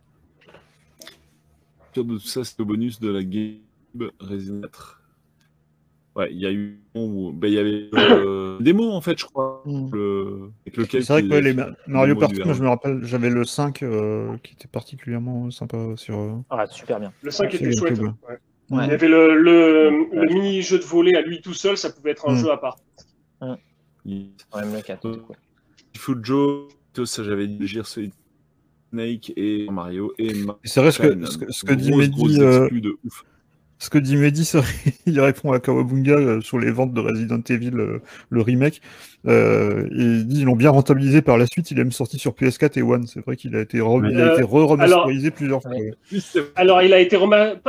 Sur de tout ça, c'est le bonus de la Game Resident 4. Ouais, il y a eu... il y avait démo, en fait, je crois. Avec lequel c'est vrai que les Mario Party, moi, je me rappelle, j'avais le 5 qui était particulièrement sympa sur... Ah, super bien. Le 5 était chouette. Ouais. Ouais. Il y avait le mini-jeu de volley à lui tout seul, ça pouvait être un jeu à part. Même le 4. Foot Joe, ça j'avais dit Gears Snake et Mario et c'est vrai ce que dit Mehdi. De ouf. Ce que dit Mehdi, il répond à Kawabunga sur les ventes de Resident Evil, le remake. Il dit ils l'ont bien rentabilisé par la suite, il est même sorti sur PS4 et One. C'est vrai qu'il a été remasterisé plusieurs fois. Alors, il a été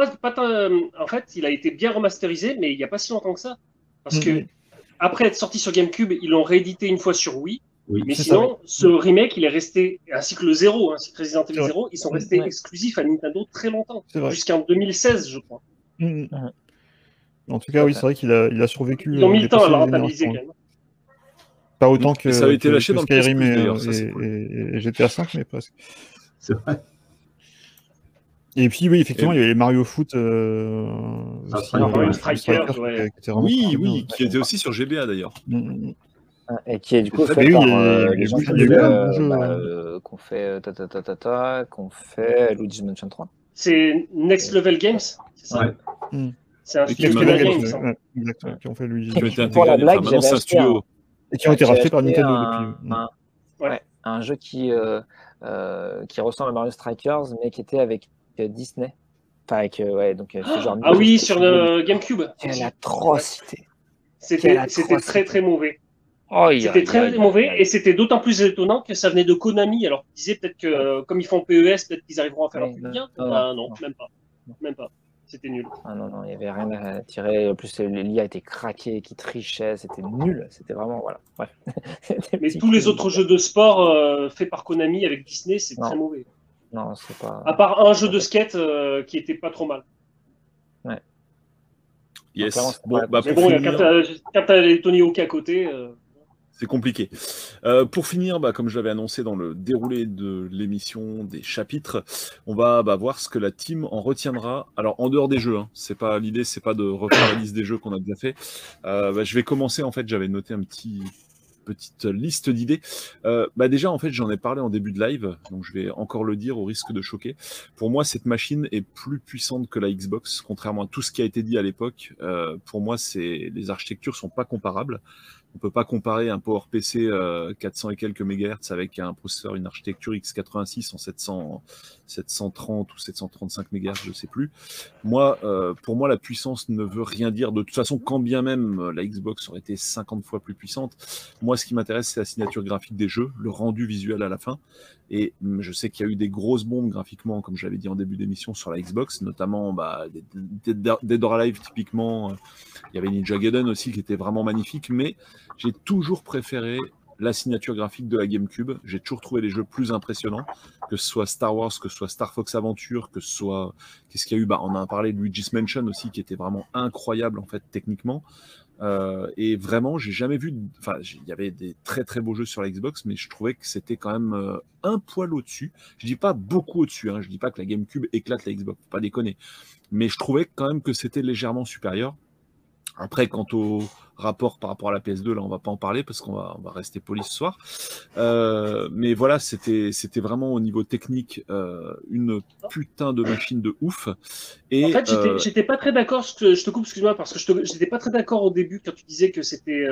en fait, il a été bien remasterisé, mais il n'y a pas si longtemps que ça. Parce que après être sorti sur GameCube, ils l'ont réédité une fois sur Wii. Oui, mais sinon, ce remake, il est resté, ainsi que le 0, ainsi que Resident Evil 0, ils sont restés exclusifs à Nintendo très longtemps, jusqu'en 2016, je crois. En tout cas, oui, c'est vrai qu'il a survécu. Ils ont mis le temps à le rentabiliser quand même. Pas autant que ça avait été lâché dans Skyrim le et GTA 5, mais presque. C'est vrai. Et puis, oui, effectivement, il y avait les Mario Foot. Mario Strikers, ouais. Oui, qui était aussi sur GBA d'ailleurs. Et qui est du coup fait par les gens qu'on fait qu'on fait Luigi's Mansion 3. C'est Next Level Games, c'est ça? Ouais. C'est un studio de Games. Exactement, qui ont fait Luigi. Pour la blague, j'avais acheté et qui ont été rachetés par Nintendo depuis. Un jeu qui ressemble à Mario Strikers, mais qui était avec Disney. Enfin, avec, donc, genre oui, sur le GameCube. Quelle atrocité. C'était très très mauvais. C'était très mauvais et c'était d'autant plus étonnant que ça venait de Konami. Alors, ils disaient peut-être que comme ils font PES, peut-être qu'ils arriveront à faire un truc bien. Non, même pas. C'était nul. Non, il n'y avait rien à tirer. En plus, l'IA était craqué, qui trichait. C'était nul. C'était vraiment, voilà. Bref. Mais tous les autres jeux de sport faits par Konami avec Disney, c'est très mauvais. Non, c'est pas. À part un jeu de skate qui était pas trop mal. Ouais. Yes. Bon, quand t'as les Tony Hawk à côté. C'est compliqué. Pour finir, comme je l'avais annoncé dans le déroulé de l'émission des chapitres, on va voir ce que la team en retiendra. Alors, en dehors des jeux, l'idée, c'est pas de refaire la liste des jeux qu'on a déjà fait. Je vais commencer, en fait, j'avais noté petite liste d'idées. Déjà, en fait, j'en ai parlé en début de live, donc je vais encore le dire au risque de choquer. Pour moi, cette machine est plus puissante que la Xbox, contrairement à tout ce qui a été dit à l'époque. Pour moi, les architectures sont pas comparables. On peut pas comparer un PowerPC 400 et quelques MHz avec un processeur, une architecture x86 en 730 ou 735 MHz, je sais plus. Pour moi, la puissance ne veut rien dire. De toute façon, quand bien même la Xbox aurait été 50 fois plus puissante, moi, ce qui m'intéresse, c'est la signature graphique des jeux, le rendu visuel à la fin. Et je sais qu'il y a eu des grosses bombes graphiquement, comme j'avais dit en début d'émission, sur la Xbox, notamment Dead or Alive, typiquement. Il y avait Ninja Gaiden aussi, qui était vraiment magnifique, mais j'ai toujours préféré la signature graphique de la GameCube. J'ai toujours trouvé les jeux plus impressionnants, que ce soit Star Wars, que ce soit Star Fox Adventure, que ce soit... Qu'est-ce qu'il y a eu? On a parlé de Luigi's Mansion aussi, qui était vraiment incroyable, en fait, techniquement. Et vraiment, j'ai jamais vu... il y avait des très très beaux jeux sur la Xbox, mais je trouvais que c'était quand même un poil au-dessus. Je dis pas beaucoup au-dessus, je dis pas que la GameCube éclate la Xbox, faut pas déconner. Mais je trouvais quand même que c'était légèrement supérieur. Après, quant au rapport par rapport à la PS2, là, on va pas en parler parce qu'on va rester poli ce soir. Mais voilà, c'était vraiment au niveau technique une putain de machine de ouf. Et, en fait, j'étais pas très d'accord. Je te coupe, excuse-moi, parce que j'étais pas très d'accord au début quand tu disais que c'était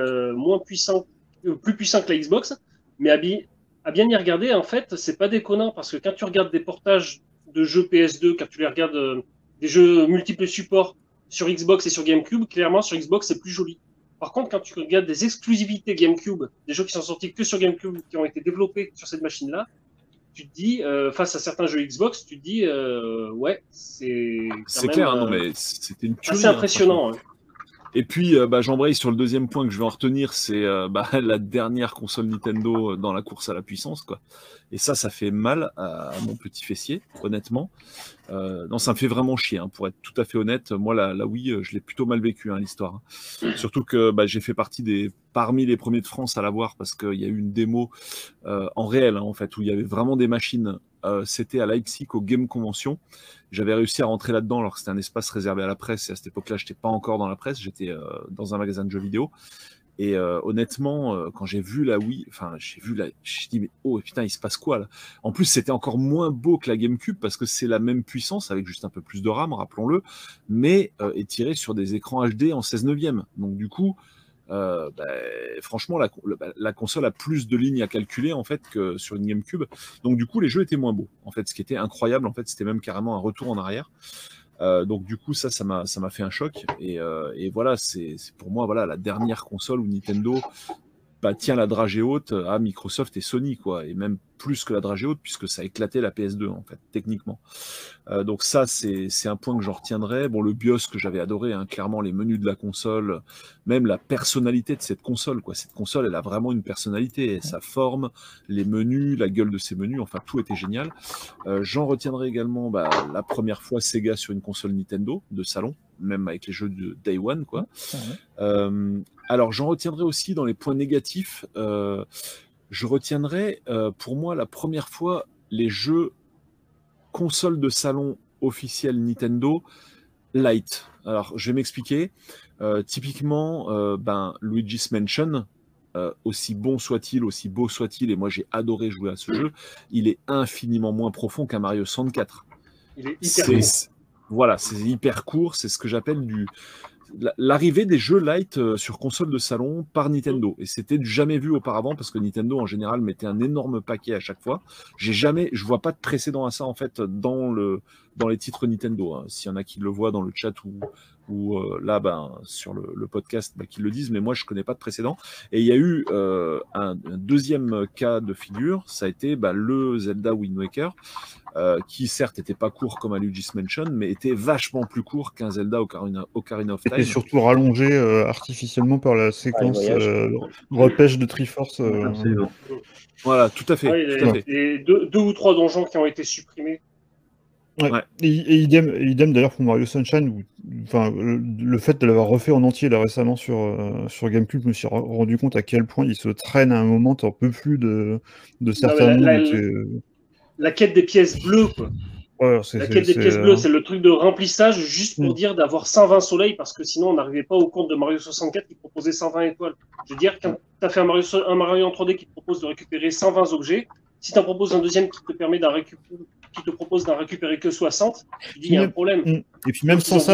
plus puissant que la Xbox. Mais à bien y regarder, en fait, c'est pas déconnant parce que quand tu regardes des portages de jeux PS2, quand tu les regardes des jeux multiples supports sur Xbox et sur GameCube, clairement sur Xbox c'est plus joli. Par contre, quand tu regardes des exclusivités GameCube, des jeux qui sont sortis que sur GameCube, qui ont été développés sur cette machine-là, tu te dis, face à certains jeux Xbox, tu te dis, ouais, c'est clair, non mais c'était une tuerie. C'est impressionnant. Et puis, j'embraye sur le deuxième point que je vais en retenir, c'est la dernière console Nintendo dans la course à la puissance, quoi. Et ça fait mal à mon petit fessier, honnêtement. Non, ça me fait vraiment chier, pour être tout à fait honnête. Moi, la Wii, je l'ai plutôt mal vécu, l'histoire. Surtout que j'ai fait parmi les premiers de France à l'avoir, parce qu'il y a eu une démo en réel, en fait, où il y avait vraiment des machines. C'était à Leipzig, au Game Convention. J'avais réussi à rentrer là-dedans alors que c'était un espace réservé à la presse. Et à cette époque-là, je n'étais pas encore dans la presse, j'étais dans un magasin de jeux vidéo. Et honnêtement, quand j'ai vu la Wii, j'ai dit mais oh putain, il se passe quoi là? En plus, c'était encore moins beau que la GameCube parce que c'est la même puissance avec juste un peu plus de RAM, rappelons-le, mais étiré sur des écrans HD en 16/9. Donc du coup, franchement, la console a plus de lignes à calculer en fait que sur une GameCube. Donc du coup, les jeux étaient moins beaux. En fait, ce qui était incroyable, en fait, c'était même carrément un retour en arrière. Donc du coup, ça m'a fait un choc. Et voilà, c'est pour moi voilà la dernière console où Nintendo tient la dragée haute à Microsoft et Sony, quoi, et même plus que la dragée haute, puisque ça a éclaté la PS2, en fait, techniquement. Donc ça, c'est un point que j'en retiendrai. Bon, le BIOS que j'avais adoré, hein, clairement, les menus de la console, même la personnalité de cette console, quoi. Cette console, elle a vraiment une personnalité, sa forme, les menus, la gueule de ses menus, enfin, tout était génial. J'en retiendrai également la première fois Sega sur une console Nintendo de salon, même avec les jeux de Day One, quoi. Alors, j'en retiendrai aussi dans les points négatifs. Je retiendrai, pour moi, la première fois, les jeux console de salon officielle Nintendo Lite. Alors, je vais m'expliquer. Typiquement, Luigi's Mansion, aussi bon soit-il, aussi beau soit-il, et moi j'ai adoré jouer à ce jeu, il est infiniment moins profond qu'un Mario 64. Il est hyper court. Voilà, c'est hyper court, c'est ce que j'appelle l'arrivée des jeux light sur console de salon par Nintendo. Et c'était du jamais vu auparavant parce que Nintendo en général mettait un énorme paquet à chaque fois. Je vois pas de précédent à ça en fait dans les titres Nintendo. Hein. S'il y en a qui le voient dans le chat ou là sur le podcast qui le disent, mais moi je connais pas de précédent. Et il y a eu un deuxième cas de figure, ça a été le Zelda Wind Waker. Qui certes n'était pas court comme un Luigi's Mansion, mais était vachement plus court qu'un Zelda Ocarina of Time. Et surtout rallongé artificiellement par la séquence repêche de Triforce. Voilà, tout à fait. Tout à fait. Et deux ou trois donjons qui ont été supprimés. Ouais. Et idem d'ailleurs pour Mario Sunshine, où, le fait de l'avoir refait en entier là récemment sur GameCube, je me suis rendu compte à quel point il se traîne à un moment, t'en peux plus de certains mondes. La quête des pièces bleues, quoi. Ouais, la quête des pièces bleues, c'est le truc de remplissage juste pour dire d'avoir 120 soleils, parce que sinon on n'arrivait pas au compte de Mario 64 qui proposait 120 étoiles. Je veux dire, quand tu as fait un Mario en 3D qui te propose de récupérer 120 objets, si tu en proposes un deuxième qui te propose d'en récupérer que 60, tu dis il y a un problème. Et puis même sans ça,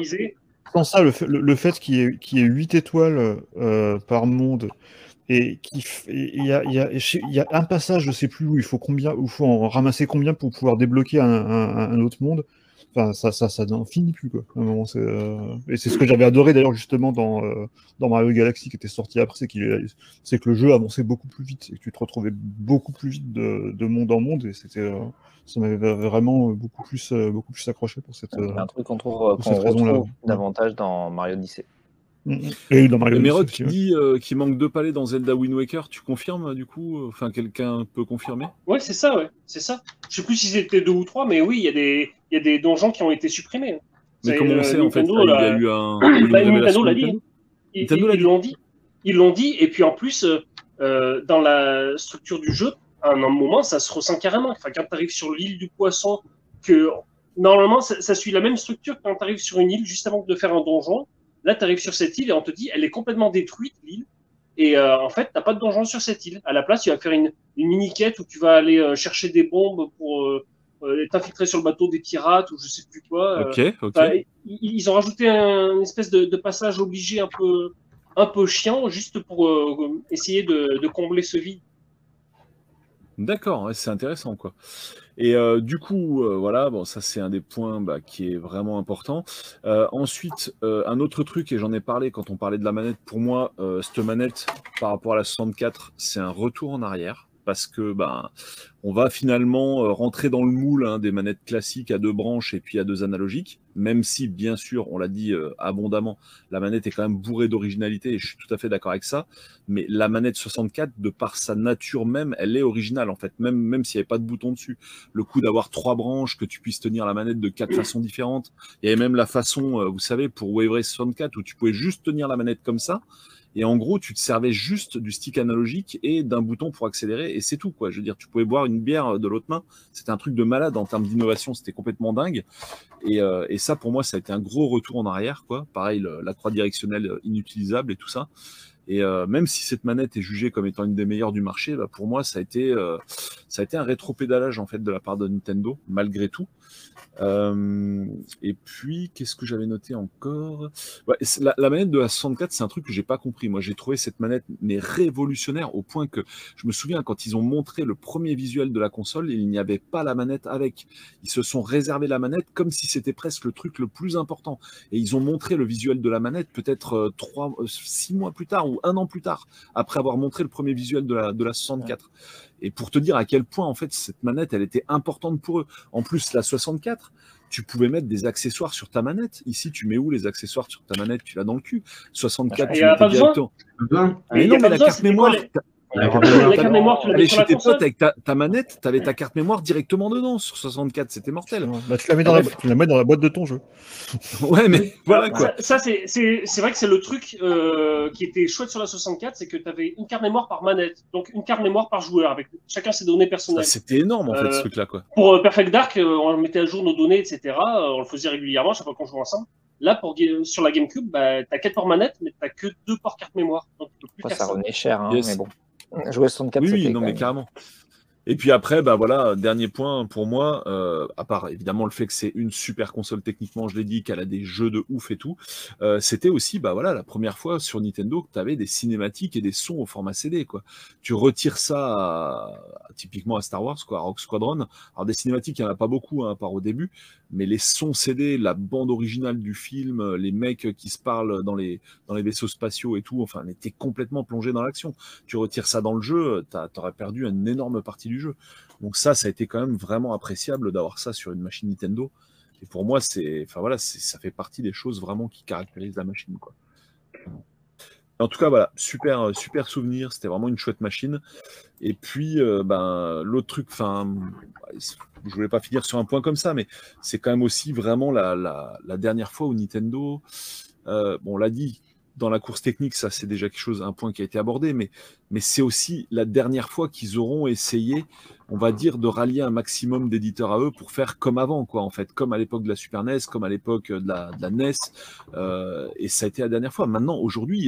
le fait qu'il y ait 8 étoiles par monde, et il y a un passage, je sais plus où, il faut en ramasser combien pour pouvoir débloquer un autre monde. Enfin, ça n'en finit plus, quoi. À un moment, et c'est ce que j'avais adoré d'ailleurs justement dans Mario Galaxy qui était sorti après, c'est que le jeu avançait beaucoup plus vite et que tu te retrouvais beaucoup plus vite de monde en monde, et ça m'avait vraiment beaucoup plus accroché pour cette. C'est un truc qu'on retrouve davantage dans Mario Odyssey. Et dans Mario Merod qui dit qu'il manque 2 palais dans Zelda Wind Waker, tu confirmes du coup? Enfin, quelqu'un peut confirmer? Ouais, c'est ça, ouais. C'est ça. Je sais plus si c'était 2 ou 3, mais oui, il y a des donjons qui ont été supprimés. Mais comment on sait en fait? Il y a eu un. Nintendo l'a dit. Ils l'ont dit. Ils l'ont dit, et puis en plus, dans la structure du jeu, à un moment, ça se ressent carrément. Enfin, quand tu arrives sur l'île du poisson, que normalement, ça suit la même structure quand tu arrives sur une île juste avant de faire un donjon. Là, tu arrives sur cette île et on te dit elle est complètement détruite, l'île. Et en fait, tu n'as pas de donjon sur cette île. À la place, tu vas faire une mini-quête où tu vas aller chercher des bombes pour t'infiltrer sur le bateau des pirates ou je sais plus quoi. Ok. Ils ont rajouté une espèce de passage obligé un peu chiant, juste pour essayer de combler ce vide. D'accord, c'est intéressant, quoi. Et du coup, voilà, bon, ça c'est un des points qui est vraiment important. Ensuite, un autre truc, et j'en ai parlé quand on parlait de la manette, pour moi, cette manette, par rapport à la 64, c'est un retour en arrière, parce que on va finalement rentrer dans le moule des manettes classiques à 2 branches et puis à 2 analogiques, même si, bien sûr, on l'a dit abondamment, la manette est quand même bourrée d'originalité, et je suis tout à fait d'accord avec ça, mais la manette 64, de par sa nature même, elle est originale, en fait, même s'il n'y avait pas de bouton dessus. Le coup d'avoir 3 branches, que tu puisses tenir la manette de 4 façons différentes, il y avait même la façon, vous savez, pour Wave Race 64, où tu pouvais juste tenir la manette comme ça, et en gros, tu te servais juste du stick analogique et d'un bouton pour accélérer, et c'est tout, quoi. Je veux dire, tu pouvais boire une bière de l'autre main. C'était un truc de malade en termes d'innovation, c'était complètement dingue. Et ça, pour moi, ça a été un gros retour en arrière, quoi. Pareil, la croix directionnelle inutilisable et tout ça. Et même si cette manette est jugée comme étant une des meilleures du marché, bah, pour moi, ça a été un rétropédalage en fait de la part de Nintendo, malgré tout. Et puis, qu'est-ce que j'avais noté encore? Ouais, la manette de la 64, c'est un truc que j'ai pas compris. Moi, j'ai trouvé cette manette mais révolutionnaire au point que je me souviens quand ils ont montré le premier visuel de la console, il n'y avait pas la manette avec. Ils se sont réservé la manette comme si c'était presque le truc le plus important. Et ils ont montré le visuel de la manette peut-être 6 mois plus tard ou 1 an plus tard, après avoir montré le premier visuel de la 64. Et pour te dire à quel point, en fait, cette manette, elle était importante pour eux. En plus, la 64, tu pouvais mettre des accessoires sur ta manette. Ici, tu mets où les accessoires sur ta manette? Tu l'as dans le cul. 64, tu mettais directement. Mais non, mais la carte mémoire... La carte mémoire, tu l'avais sur la chez tes console. potes avec ta manette, tu avais ta carte mémoire directement dedans sur 64, c'était mortel. Bah, tu la mets dans la boîte de ton jeu. Ouais, mais voilà quoi. Ça c'est vrai que c'est le truc qui était chouette sur la 64, c'est que tu avais une carte mémoire par manette, donc une carte mémoire par joueur, avec chacun ses données personnelles. C'était énorme en fait ce truc-là quoi. Pour Perfect Dark, on mettait à jour nos données, etc. On le faisait régulièrement, chaque fois qu'on jouait ensemble. Là, sur la GameCube, bah, tu as 4 ports manettes, mais tu n'as que 2 ports carte mémoire. Donc, tu peux plus faire ça revenait cher, hein, Yes. mais bon. Jouer 64, Oui, non, mais carrément. Et puis après, bah voilà, dernier point pour moi, à part évidemment le fait que c'est une super console techniquement, je l'ai dit, qu'elle a des jeux de ouf et tout, c'était aussi bah voilà, la première fois sur Nintendo que tu avais des cinématiques et des sons au format CD, quoi. Tu retires ça typiquement à Star Wars, quoi, à Rogue Squadron. Alors des cinématiques, il n'y en a pas beaucoup, hein, à part au début, mais les sons CD, la bande originale du film, les mecs qui se parlent dans les vaisseaux spatiaux et tout, enfin, on était complètement plongé dans l'action. Tu retires ça dans le jeu, t'aurais perdu une énorme partie du jeu. Donc ça a été quand même vraiment appréciable d'avoir ça sur une machine Nintendo. Et pour moi, ça fait partie des choses vraiment qui caractérisent la machine, quoi. En tout cas, voilà, super souvenir. C'était vraiment une chouette machine. Et puis, l'autre truc, je voulais pas finir sur un point comme ça, mais c'est quand même aussi vraiment la dernière fois où Nintendo, on l'a dit, dans la course technique, ça c'est déjà un point qui a été abordé, mais c'est aussi la dernière fois qu'ils auront essayé, on va dire, de rallier un maximum d'éditeurs à eux pour faire comme avant, quoi, en fait, comme à l'époque de la Super NES, comme à l'époque de la NES, et ça a été la dernière fois. Maintenant, aujourd'hui,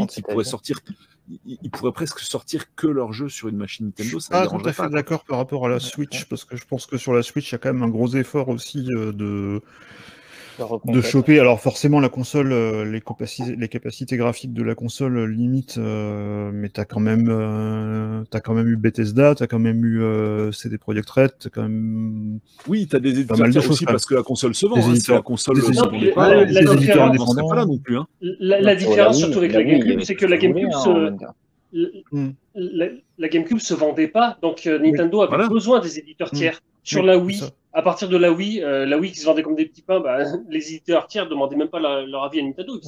ils pourraient presque sortir que leurs jeux sur une machine Nintendo. Je suis pas tout à fait d'accord par rapport à la Switch, parce que je pense que sur la Switch, il y a quand même un gros effort aussi de choper. Alors forcément, la console, les capacités graphiques de la console limitent, mais t'as quand même eu Bethesda, t'as quand même eu CD Projekt Red, t'as quand même. Oui, t'as des éditeurs aussi parce que la console se vend. C'est la console. Les éditeurs indépendants. Pas là non plus. Hein. La différence surtout avec la GameCube, c'est que la GameCube la GameCube se vendait pas, donc Nintendo avait besoin des éditeurs tiers. Sur la Wii, à partir de la Wii qui se vendait comme des petits pains, les éditeurs tiers ne demandaient même pas leur avis à Nintendo.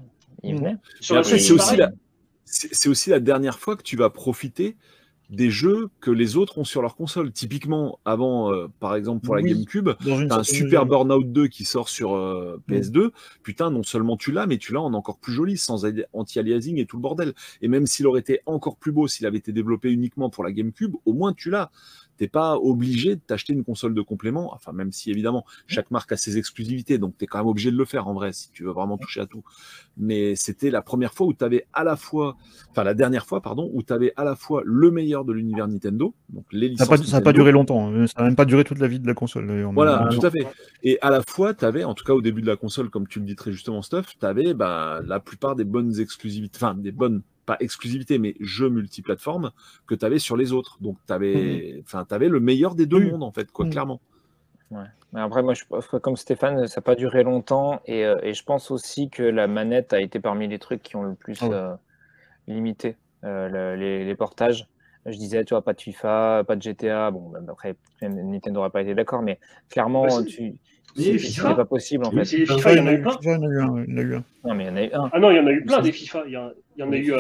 C'est aussi la dernière fois que tu vas profiter des jeux que les autres ont sur leur console. Typiquement, avant, par exemple, pour la GameCube, t'as un Super Burnout 2 qui sort sur PS2. Putain, non seulement tu l'as, mais tu l'as en encore plus joli, sans anti-aliasing et tout le bordel. Et même s'il aurait été encore plus beau, s'il avait été développé uniquement pour la GameCube, au moins tu l'as. T'es pas obligé de t'acheter une console de complément, enfin même si évidemment chaque marque a ses exclusivités, donc t'es quand même obligé de le faire en vrai si tu veux vraiment toucher à tout. Mais c'était la première fois où t'avais la dernière fois pardon, où t'avais à la fois le meilleur de l'univers Nintendo, donc les licences. Ça n'a pas duré longtemps, ça n'a même pas duré toute la vie de la console d'ailleurs. Voilà, tout à fait. Et à la fois t'avais, en tout cas au début de la console, comme tu le dis très justement Stuff, t'avais la plupart des bonnes exclusivités, enfin des bonnes pas exclusivité, mais jeux multiplateformes que tu avais sur les autres. Donc, tu avais le meilleur des deux mondes, en fait, quoi, clairement. Ouais. Mais après, moi, comme Stéphane, ça n'a pas duré longtemps. Et je pense aussi que la manette a été parmi les trucs qui ont le plus limité les portages. Je disais, tu vois, pas de FIFA, pas de GTA. Bon, après, Nintendo n'aurait pas été d'accord, mais clairement, c'était pas possible, en fait. FIFA, il y en a eu plein. Il y en a eu un. Non, mais il y en a eu un. Ah non, il y en a eu plein des FIFA. Il y en a eu.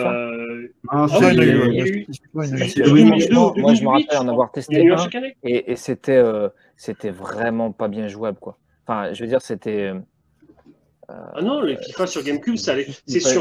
Moi, je me rappelle en avoir testé un. Et c'était vraiment pas bien jouable, quoi. Enfin, je veux dire, c'était. Ah non, les FIFA sur GameCube, ça allait.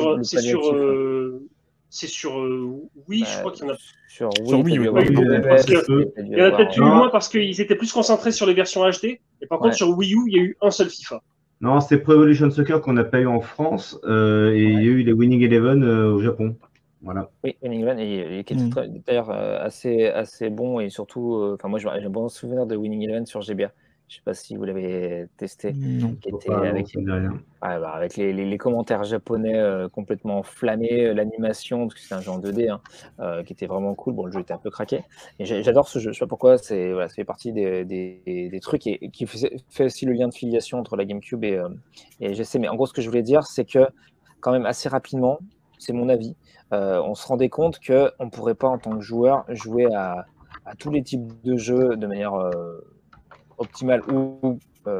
C'est sur Wii, je crois qu'il y en a. Sur Wii, il y en a peut-être eu moins parce qu'ils étaient plus concentrés sur les versions HD. Et par contre, sur Wii U, il y a eu un seul FIFA. Non, c'était Pro Evolution Soccer qu'on n'a pas eu en France. Et il y a eu les Winning Eleven au Japon. Voilà. Oui, Winning Eleven, et qui était d'ailleurs assez bon, et surtout, moi j'ai un bon souvenir de Winning Eleven sur GBA. Je ne sais pas si vous l'avez testé. Non. Qui était avec les commentaires japonais complètement enflammés, l'animation, parce que c'est un jeu en 2D, qui était vraiment cool. Bon, le jeu était un peu craqué. Et j'adore ce jeu, je ne sais pas pourquoi, ça fait partie des trucs, et qui fait aussi le lien de filiation entre la GameCube et GC. Mais en gros, ce que je voulais dire, c'est que quand même assez rapidement, c'est mon avis, on se rendait compte qu'on ne pourrait pas, en tant que joueur, jouer à tous les types de jeux de manière optimale ou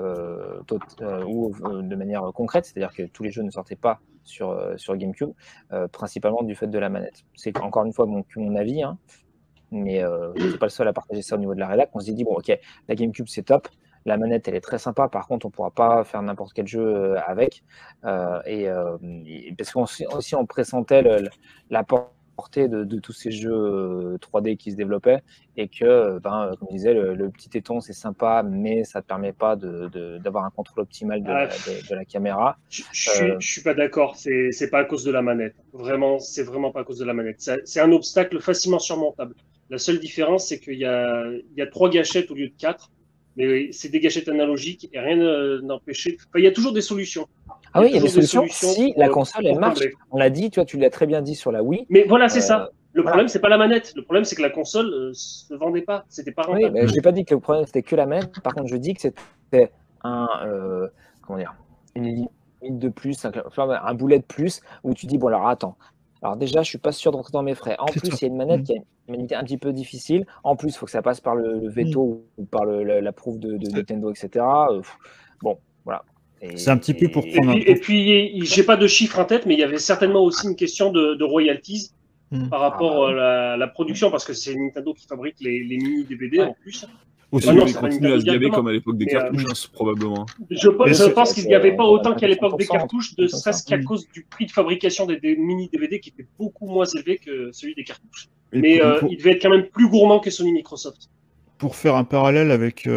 de manière concrète, c'est-à-dire que tous les jeux ne sortaient pas sur GameCube, principalement du fait de la manette. C'est encore une fois mon avis, mais je ne suis pas le seul à partager ça au niveau de la rédac. On s'est dit, bon, ok, la GameCube c'est top, la manette elle est très sympa, par contre on ne pourra pas faire n'importe quel jeu avec, parce qu'aussi on pressentait la portée de tous ces jeux 3D qui se développaient, et que, comme je disais, le petit téton c'est sympa, mais ça ne te permet pas d'avoir un contrôle optimal de la caméra. Je suis pas d'accord, c'est pas à cause de la manette. Vraiment, c'est vraiment pas à cause de la manette. C'est un obstacle facilement surmontable. La seule différence, c'est qu'il y a 3 gâchettes au lieu de 4, mais c'est des gâchettes analogiques et rien n'empêchait. Enfin, il y a toujours des solutions. Ah oui, il y a des solutions si la console elle marche. On l'a dit, tu l'as très bien dit sur la Wii. Mais voilà, c'est ça. Le problème, c'est pas la manette. Le problème, c'est que la console se vendait pas. C'était pas rentable. Oui, mais je n'ai pas dit que le problème c'était que la manette. Par contre, je dis que c'était une limite de plus, un boulet de plus, où tu dis, bon alors attends. Alors déjà, je suis pas sûr d'entrer dans mes frais. En plus, il y a une manette qui est une manette un petit peu difficile. En plus, il faut que ça passe par le veto ou par l'approuve de Nintendo, etc. Bon, voilà. C'est un petit peu pour prendre et puis, j'ai pas de chiffres en tête, mais il y avait certainement aussi une question de royalties par rapport à la production, parce que c'est Nintendo qui fabrique les mini DVD en plus. Aussi, ils continuent à se gaver comme à l'époque des cartouches, probablement. Je pense qu'il n'y avait pas autant qu'à l'époque des cartouches, de serait-ce qu'à cause du prix de fabrication des mini DVD qui était beaucoup moins élevé que celui des cartouches. Mais il devait être quand même plus gourmand que Sony Microsoft. Pour faire un parallèle avec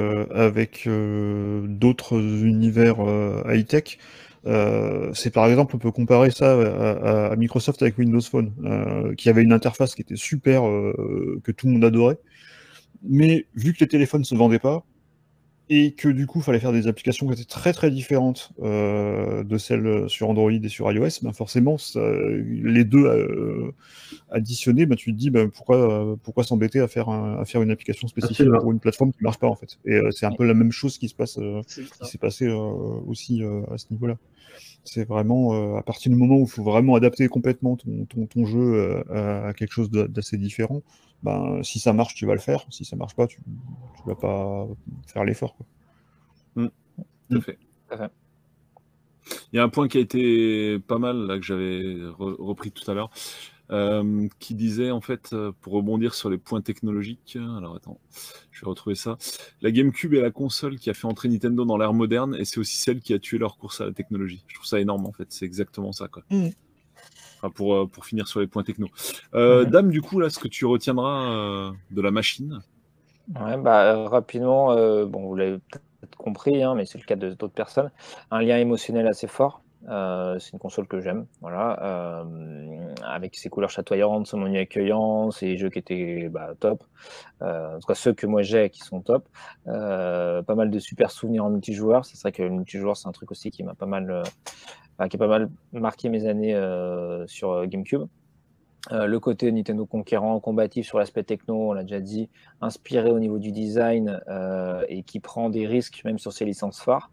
d'autres univers high-tech, c'est par exemple, on peut comparer ça à Microsoft avec Windows Phone, qui avait une interface qui était super, que tout le monde adorait. Mais vu que les téléphones ne se vendaient pas, et que du coup, il fallait faire des applications qui étaient très très différentes de celles sur Android et sur iOS, forcément, les deux additionnés, tu te dis pourquoi s'embêter à faire une application spécifique pour une plateforme qui ne marche pas, en fait. Et c'est un peu la même chose qui s'est passé aussi à ce niveau-là. C'est vraiment à partir du moment où il faut vraiment adapter complètement ton jeu à quelque chose d'assez différent. Si ça marche, tu vas le faire. Si ça marche pas, tu vas pas faire l'effort. Tout à fait. Il y a un point qui a été pas mal là, que j'avais repris tout à l'heure, qui disait en fait, pour rebondir sur les points technologiques, alors attends, je vais retrouver ça. La GameCube est la console qui a fait entrer Nintendo dans l'ère moderne, et c'est aussi celle qui a tué leur course à la technologie. Je trouve ça énorme en fait, c'est exactement ça quoi. Enfin, pour finir sur les points techno. Dame, du coup là, ce que tu retiendras de la machine? Ouais, rapidement, vous l'avez peut-être compris, mais c'est le cas d'autres personnes. Un lien émotionnel assez fort. C'est une console que j'aime, voilà, avec ses couleurs chatoyantes, son menu accueillant, ses jeux qui étaient top, en tout cas ceux que moi j'ai qui sont top, pas mal de super souvenirs en multijoueur. C'est vrai que le multijoueur c'est un truc aussi qui m'a pas mal, qui a pas mal marqué mes années sur GameCube. Le côté Nintendo conquérant, combatif sur l'aspect techno, on l'a déjà dit, inspiré au niveau du design et qui prend des risques même sur ses licences phares.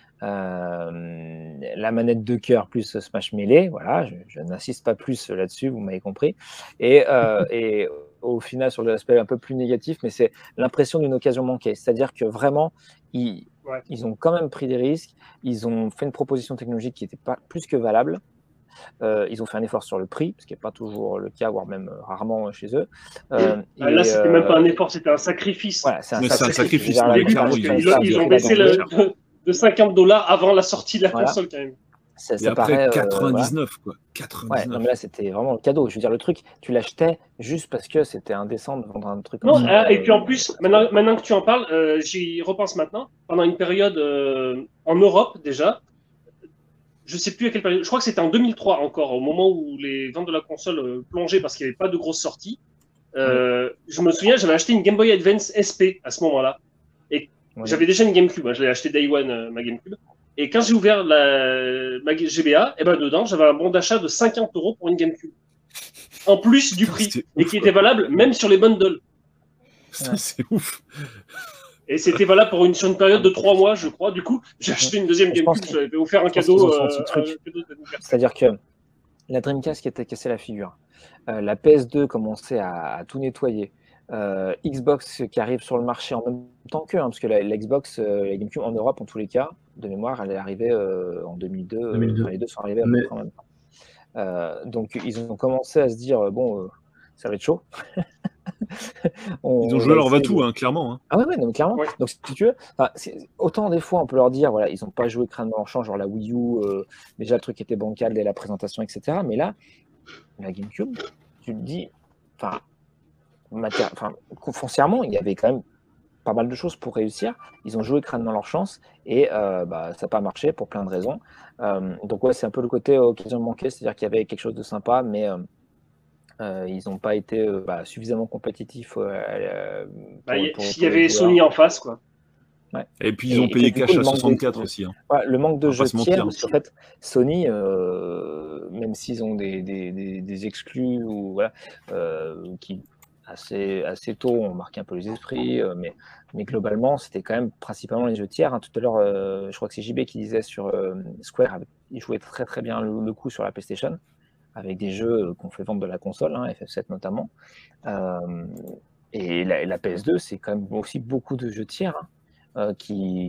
La manette de cœur plus Smash Melee, voilà, je n'insiste pas plus là-dessus, vous m'avez compris. Et au final, sur l'aspect un peu plus négatif, mais c'est l'impression d'une occasion manquée. C'est-à-dire que vraiment, ils ont quand même pris des risques, ils ont fait une proposition technologique qui n'était pas plus que valable. Ils ont fait un effort sur le prix, ce qui n'est pas toujours le cas, voire même rarement chez eux. Là, c'était même pas un effort, c'était un sacrifice. Voilà, c'est un sacrifice. Ils ont baissé de $50 avant la sortie de la console, quand même. Et après, 99, quoi. 99. Ouais, non, mais là, c'était vraiment le cadeau. Je veux dire, le truc, tu l'achetais juste parce que c'était indécent de vendre un truc comme ça. Et puis en plus, maintenant que tu en parles, j'y repense maintenant. Pendant une période, en Europe déjà, je sais plus à quelle période, je crois que c'était en 2003 encore, au moment où les ventes de la console plongeaient parce qu'il n'y avait pas de grosses sorties. Je me souviens, j'avais acheté une Game Boy Advance SP à ce moment-là. Et j'avais déjà une GameCube, je l'ai acheté Day One, ma GameCube. Et quand j'ai ouvert ma GBA, et ben dedans, j'avais un bon d'achat de 50 € pour une GameCube. En plus du prix. Et qui était valable même sur les bundles. C'est ouf. Et c'était valable sur une période de 3 mois, je crois. Du coup, j'ai acheté une deuxième GameCube. J'avais offert un cadeau. C'est-à-dire que la Dreamcast qui était cassée la figure. La PS2 commençait à tout nettoyer. Xbox qui arrive sur le marché en même temps qu'eux, parce que la Xbox, la GameCube en Europe, en tous les cas, de mémoire, elle est arrivée en 2002. Enfin, les deux sont arrivés à peu près en même temps. Donc, ils ont commencé à se dire bon, ça va être chaud. Ils ont joué leur va-tout, clairement. Hein. Ah ouais, non, clairement. Ouais. Donc, si tu veux, autant des fois, on peut leur dire, voilà, ils n'ont pas joué crânement en champ, genre la Wii U, déjà le truc était bancal dès la présentation, etc. Mais là, la GameCube, tu te dis, foncièrement, il y avait quand même pas mal de choses pour réussir. Ils ont joué crânement leur chance et ça n'a pas marché pour plein de raisons. Donc, ouais, c'est un peu le côté occasion manquée, c'est-à-dire qu'il y avait quelque chose de sympa, mais ils n'ont pas été suffisamment compétitifs. Il y avait Sony en face, quoi. Ouais. Et puis ils ont payé cash à 64 aussi. Hein. Ouais, le manque de jeux tiers, parce qu'en fait, Sony, même s'ils ont des exclus ou qui assez tôt ont marqué un peu les esprits, mais globalement, c'était quand même principalement les jeux tiers. Hein. Tout à l'heure, je crois que c'est JB qui disait sur Square, il jouait très très bien le coup sur la PlayStation, avec des jeux qu'on fait vendre de la console, FF7 notamment. Et la PS2, c'est quand même aussi beaucoup de jeux tiers qui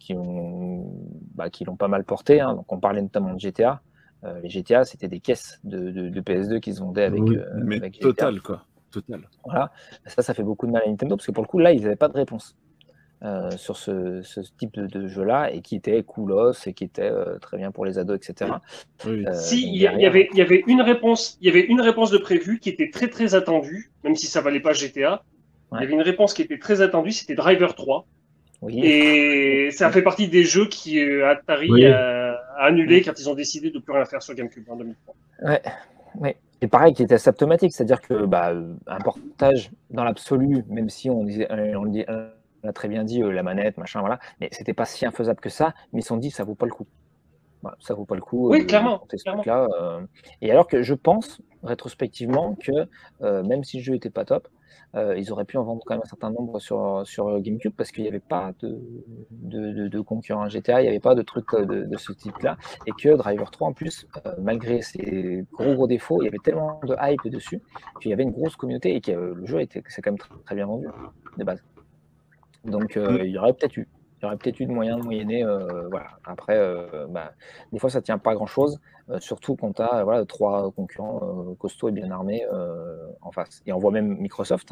l'ont pas mal porté. Hein. Donc on parlait notamment de GTA. Les GTA, c'était des caisses de PS2 qu'ils vendaient avec. Mais avec total, GTA. quoi. Total. Voilà. Ça fait beaucoup de mal à Nintendo, parce que pour le coup, là, ils n'avaient pas de réponse. Sur ce type de jeu-là, et qui était coolos et qui était très bien pour les ados, etc. Oui. Il y avait une réponse de prévue qui était très très attendue, même si ça valait pas GTA. Ouais. Il y avait une réponse qui était très attendue, c'était Driver 3. Oui. Et ça fait partie des jeux qui Atari a annulé quand ils ont décidé de ne plus rien faire sur GameCube en 2003. Ouais. Et pareil, qui était asymptomatique, c'est-à-dire que un portage dans l'absolu, même si on a très bien dit la manette, machin, voilà, mais c'était pas si infaisable que ça, mais ils se sont dit ça vaut pas le coup. Voilà, ça vaut pas le coup. Oui, clairement. Là, et alors que je pense, rétrospectivement, que même si le jeu était pas top, ils auraient pu en vendre quand même un certain nombre sur GameCube, parce qu'il n'y avait pas de concurrent GTA, il n'y avait pas de truc de ce type-là, et que Driver 3, en plus, malgré ses gros défauts, il y avait tellement de hype dessus qu'il y avait une grosse communauté, et que le jeu c'est quand même très, très bien vendu, de base. Donc, il y aurait peut-être eu de moyens de moyenner. Voilà. Après, des fois, ça ne tient pas à grand-chose, surtout quand tu as 3 concurrents costauds et bien armés en face. Et on voit même Microsoft,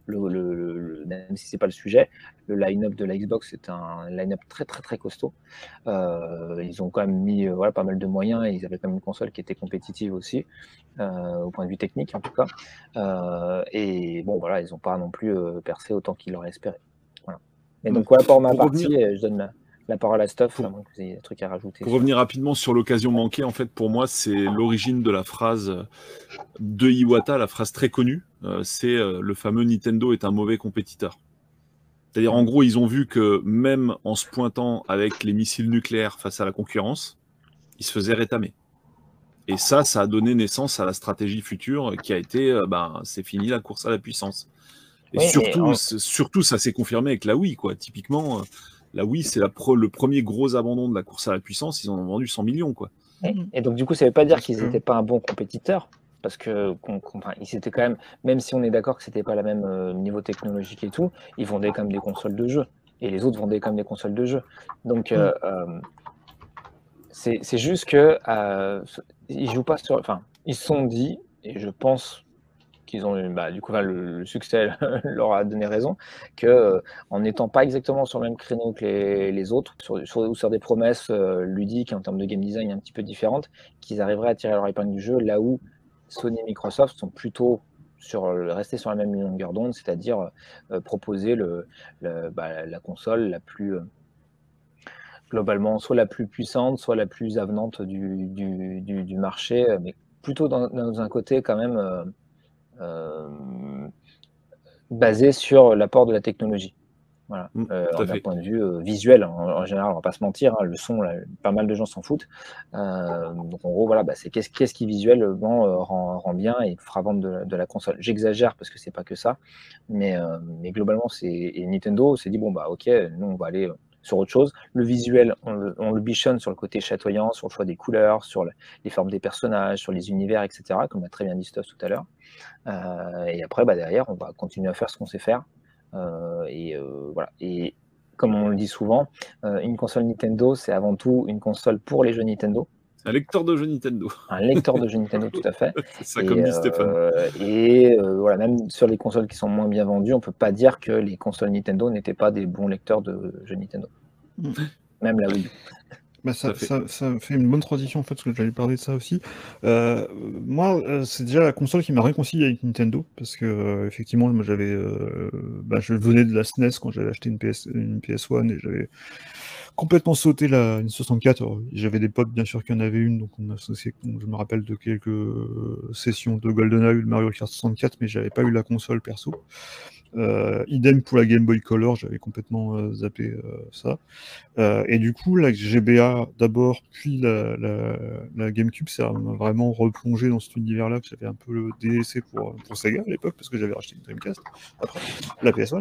même si ce n'est pas le sujet, le line-up de la Xbox, c'est un line-up très, très, très costaud. Ils ont quand même mis pas mal de moyens, et ils avaient quand même une console qui était compétitive aussi, au point de vue technique en tout cas. Et bon, voilà, ils n'ont pas non plus percé autant qu'ils l'auraient espéré. Et donc, pour ma partie, je donne la parole à Stuff, à moins que vous ayez des trucs à rajouter. Pour revenir rapidement sur l'occasion manquée, en fait, pour moi, c'est l'origine de la phrase de Iwata, la phrase très connue, c'est le fameux Nintendo est un mauvais compétiteur. C'est-à-dire, en gros, ils ont vu que même en se pointant avec les missiles nucléaires face à la concurrence, ils se faisaient rétamer. Et ça a donné naissance à la stratégie future qui a été, c'est fini la course à la puissance. Et surtout, ça s'est confirmé avec la Wii, quoi. Typiquement, la Wii, c'est le premier gros abandon de la course à la puissance. Ils en ont vendu 100 millions, quoi. Et donc, du coup, ça ne veut pas dire qu'ils n'étaient pas un bon compétiteur, parce que ils étaient quand même si on est d'accord que c'était pas le même niveau technologique et tout, ils vendaient quand même des consoles de jeu, et les autres vendaient quand même des consoles de jeu. Donc, c'est juste que ils jouent pas sur. Enfin, ils se sont dit, et je pense qu'ils ont eu, du coup, le succès leur a donné raison, que en n'étant pas exactement sur le même créneau que les autres, sur des promesses ludiques en termes de game design un petit peu différentes, qu'ils arriveraient à tirer leur épingle du jeu, là où Sony et Microsoft sont plutôt rester sur la même longueur d'onde, c'est-à-dire proposer la console la plus globalement soit la plus puissante, soit la plus avenante du marché, mais plutôt dans un côté quand même basé sur l'apport de la technologie. Voilà. D'un point de vue visuel, en général, on va pas se mentir, hein, le son, là, pas mal de gens s'en foutent. Donc en gros, voilà, c'est qu'est-ce qui visuellement rend bien et fera vendre de la console. J'exagère parce que c'est pas que ça, mais globalement, et Nintendo s'est dit bon ok, nous on va aller sur autre chose. Le visuel, on le bichonne sur le côté chatoyant, sur le choix des couleurs, sur les formes des personnages, sur les univers, etc. Comme a très bien dit Stuff tout à l'heure. Et après, derrière, on va continuer à faire ce qu'on sait faire. Voilà. Et comme on le dit souvent, une console Nintendo, c'est avant tout une console pour les jeux Nintendo. Un lecteur de jeux Nintendo. Un lecteur de jeux Nintendo, tout à fait. C'est ça, comme dit Stéphane. Voilà, même sur les consoles qui sont moins bien vendues, on peut pas dire que les consoles Nintendo n'étaient pas des bons lecteurs de jeux Nintendo. Même la Wii U. Ça fait une bonne transition en fait, parce que j'allais parler de ça aussi. Moi, c'est déjà la console qui m'a réconcilié avec Nintendo, parce que effectivement, moi j'avais, je venais de la SNES quand j'avais acheté une PS1 et j'avais complètement sauté une 64. J'avais des potes bien sûr qui en avaient une, donc on associait. Je me rappelle de quelques sessions de GoldenEye ou de Mario Kart 64, mais j'avais pas eu la console perso. Idem pour la Game Boy Color, j'avais complètement zappé ça. Et du coup, la GBA d'abord, puis la GameCube, ça m'a vraiment replongé dans cet univers-là que j'avais un peu délaissé pour Sega à l'époque, parce que j'avais racheté une Dreamcast, après, la PS1.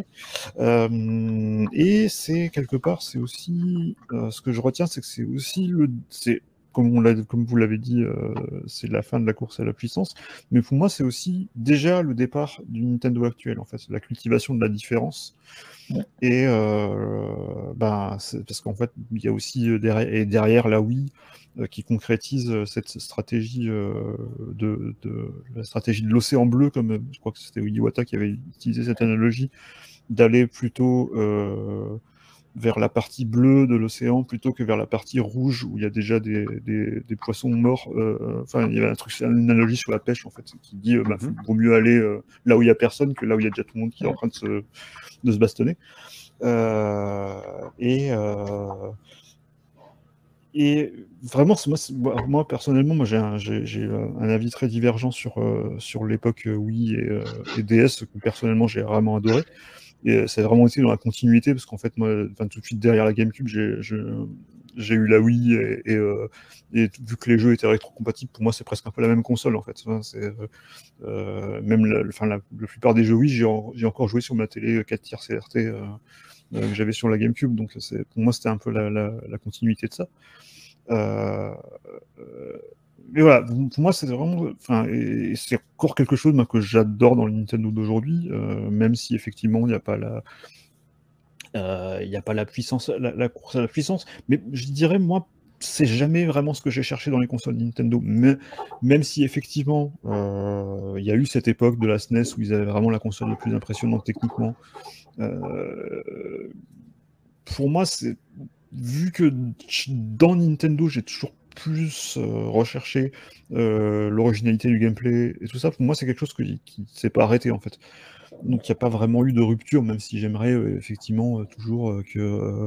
Et c'est quelque part, c'est aussi, ce que je retiens, c'est que c'est aussi comme vous l'avez dit, c'est la fin de la course à la puissance. Mais pour moi, c'est aussi déjà le départ du Nintendo actuel, en fait. La cultivation de la différence. Et parce qu'en fait, il y a aussi derrière la Wii qui concrétise cette stratégie la stratégie de l'océan bleu, comme je crois que c'était Iwata qui avait utilisé cette analogie, d'aller plutôt vers la partie bleue de l'océan plutôt que vers la partie rouge où il y a déjà des poissons morts. Enfin, il y avait une analogie sur la pêche en fait, qui dit vaut mieux aller là où il y a personne que là où il y a déjà tout le monde qui est en train de se bastonner. Et vraiment, moi personnellement, j'ai un avis très divergent sur l'époque Wii et DS que personnellement j'ai vraiment adoré. Et ça a vraiment été dans la continuité, parce qu'en fait, moi, tout de suite derrière la GameCube, j'ai eu la Wii, et vu que les jeux étaient rétro-compatibles, pour moi, c'est presque un peu la même console, en fait. Même la plupart des jeux Wii, j'ai encore joué sur ma télé 4 tiers CRT que j'avais sur la GameCube, donc pour moi, c'était un peu la continuité de ça. Mais voilà, pour moi, c'est vraiment, et c'est encore quelque chose que j'adore dans le Nintendo d'aujourd'hui, même si effectivement il n'y a pas la puissance, la course à la puissance. Mais je dirais, moi, c'est jamais vraiment ce que j'ai cherché dans les consoles Nintendo. Mais même si effectivement il y a eu cette époque de la SNES où ils avaient vraiment la console la plus impressionnante techniquement. Pour moi, c'est vu que dans Nintendo, j'ai toujours plus recherché l'originalité du gameplay et tout ça, pour moi c'est quelque chose qui s'est pas arrêté en fait. Donc il n'y a pas vraiment eu de rupture, même si j'aimerais effectivement toujours que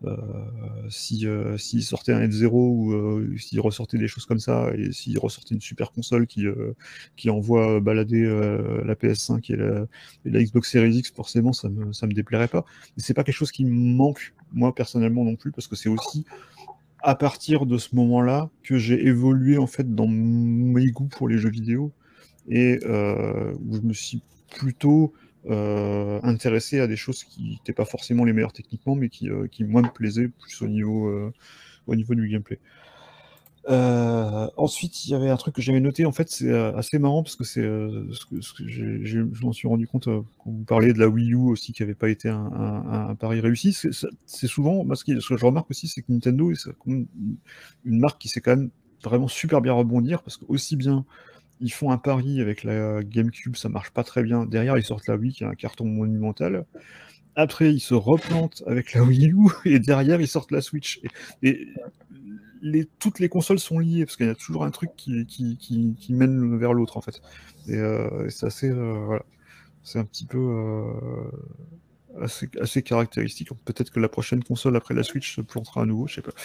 s'il sortait un F0 ou s'il ressortait des choses comme ça, et s'il ressortait une super console qui envoie balader la PS5 et la Xbox Series X, forcément ça me déplairait pas. Mais c'est pas quelque chose qui me manque moi personnellement non plus, parce que c'est aussi à partir de ce moment-là que j'ai évolué en fait dans mes goûts pour les jeux vidéo, et où je me suis plutôt intéressé à des choses qui n'étaient pas forcément les meilleures techniquement, mais qui moi me plaisaient plus au niveau du gameplay. Ensuite, il y avait un truc que j'avais noté, en fait, c'est assez marrant, parce que c'est ce que je m'en suis rendu compte quand vous parliez de la Wii U aussi, qui n'avait pas été un pari réussi. C'est souvent, ce que je remarque aussi, c'est que Nintendo, c'est une marque qui sait quand même vraiment super bien rebondir, parce que aussi bien ils font un pari avec la GameCube, ça marche pas très bien. Derrière, ils sortent la Wii, qui est un carton monumental. Après, ils se replantent avec la Wii U, et derrière, ils sortent la Switch. Et toutes les consoles sont liées, parce qu'il y a toujours un truc qui mène vers l'autre, en fait. Et c'est assez... voilà. C'est un petit peu... assez caractéristique. Peut-être que la prochaine console après la Switch se plantera à nouveau, je sais pas.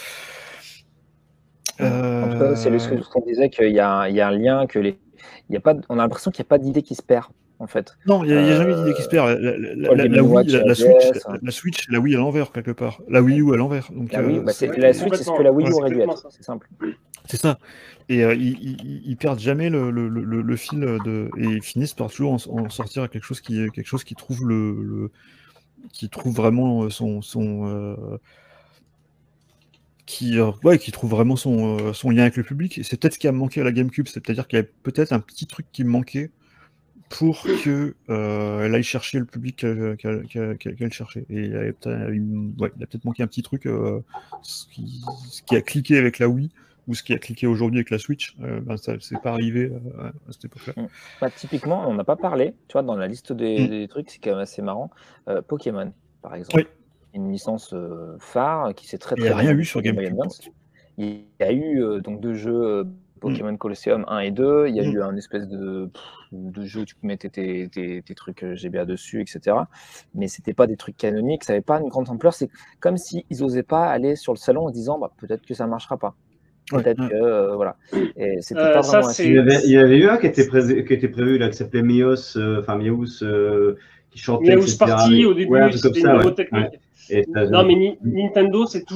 En tout cas, c'est ce qu'on disait qu'il y a un lien, on a l'impression qu'il n'y a pas d'idée qui se perd, en fait. Non, il n'y a jamais d'idée qui se perd. La Switch, la Wii à l'envers, quelque part. La Wii U à l'envers. La Switch, c'est ce que la Wii U aurait dû être, c'est simple. C'est ça. Et ils perdent jamais le fil et ils finissent par toujours en sortir à quelque chose qui trouve qui trouve vraiment qui trouve vraiment son lien avec le public. Et c'est peut-être ce qui a manqué à la GameCube, c'est-à-dire qu'il y avait peut-être un petit truc qui manquait pour que elle aille chercher le public qu'elle cherchait. Et il a peut-être manqué un petit truc, ce qui a cliqué avec la Wii, ou ce qui a cliqué aujourd'hui avec la Switch, ça c'est pas arrivé à cette époque-là. Typiquement, on n'a pas parlé, tu vois, dans la liste des trucs, c'est quand même assez marrant. Pokémon, par exemple. Oui. Une licence phare qui s'est très bien. Il n'y a rien eu sur GameCube. Il y a eu donc 2 jeux Pokémon Colosseum 1 et 2. Il y a eu un espèce de jeu où tu peux mettre tes trucs GBA dessus, etc. Mais c'était pas des trucs canoniques, ça n'avait pas une grande ampleur. C'est comme s'ils n'osaient pas aller sur le salon en disant peut-être que ça ne marchera pas. Peut-être que voilà. Et c'était pas vraiment il y avait eu un qui était prévu là, qui s'appelait Mios, qui chantait. Mios Party au début, c'était une nouveau technique. Non, mais Nintendo a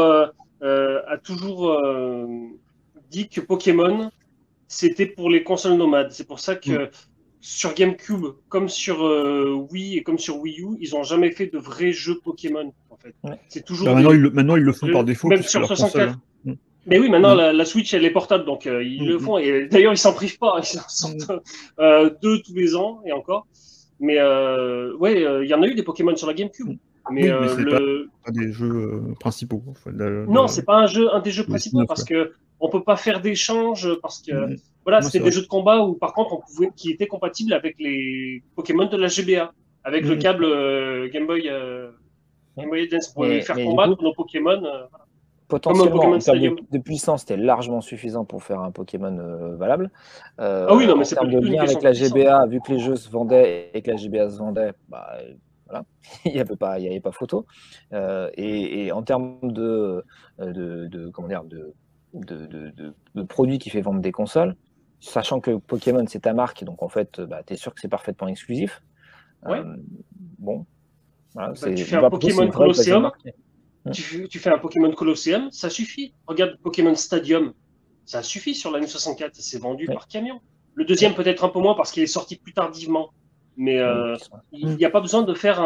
toujours dit que Pokémon c'était pour les consoles nomades. C'est pour ça que sur GameCube, comme sur Wii et comme sur Wii U, ils n'ont jamais fait de vrais jeux Pokémon. En fait, c'est toujours. Maintenant, ils le font par défaut. Même sur 64. Mais oui, maintenant la Switch elle est portable, donc ils le font. Et d'ailleurs, ils s'en privent pas. Ils en sortent 2 tous les ans et encore. Mais il y en a eu des Pokémon sur la GameCube. Mais c'est pas des jeux principaux. Non, c'est pas un des jeux principaux parce que on peut pas faire d'échange parce que c'était des jeux de combat où par contre qui étaient compatibles avec les Pokémon de la GBA avec le câble Game Boy Advance pour les faire combattre nos Pokémon. Potentiellement, en termes de puissance, c'était largement suffisant pour faire un Pokémon valable. Oui, non, mais c'est pas de lien avec la GBA, vu que les jeux se vendaient et que la GBA se vendait, voilà, il n'y avait pas photo. Et en termes de produits qui fait vendre des consoles, sachant que Pokémon c'est ta marque, donc en fait, tu es sûr que c'est parfaitement exclusif. Bon, voilà, tu fais un Pokémon Colosseum. Tu fais un Pokémon Colosseum, ça suffit. Regarde Pokémon Stadium, ça suffit sur la N64, c'est vendu par camion. Le deuxième peut-être un peu moins parce qu'il est sorti plus tardivement, mais il n'y a pas besoin de faire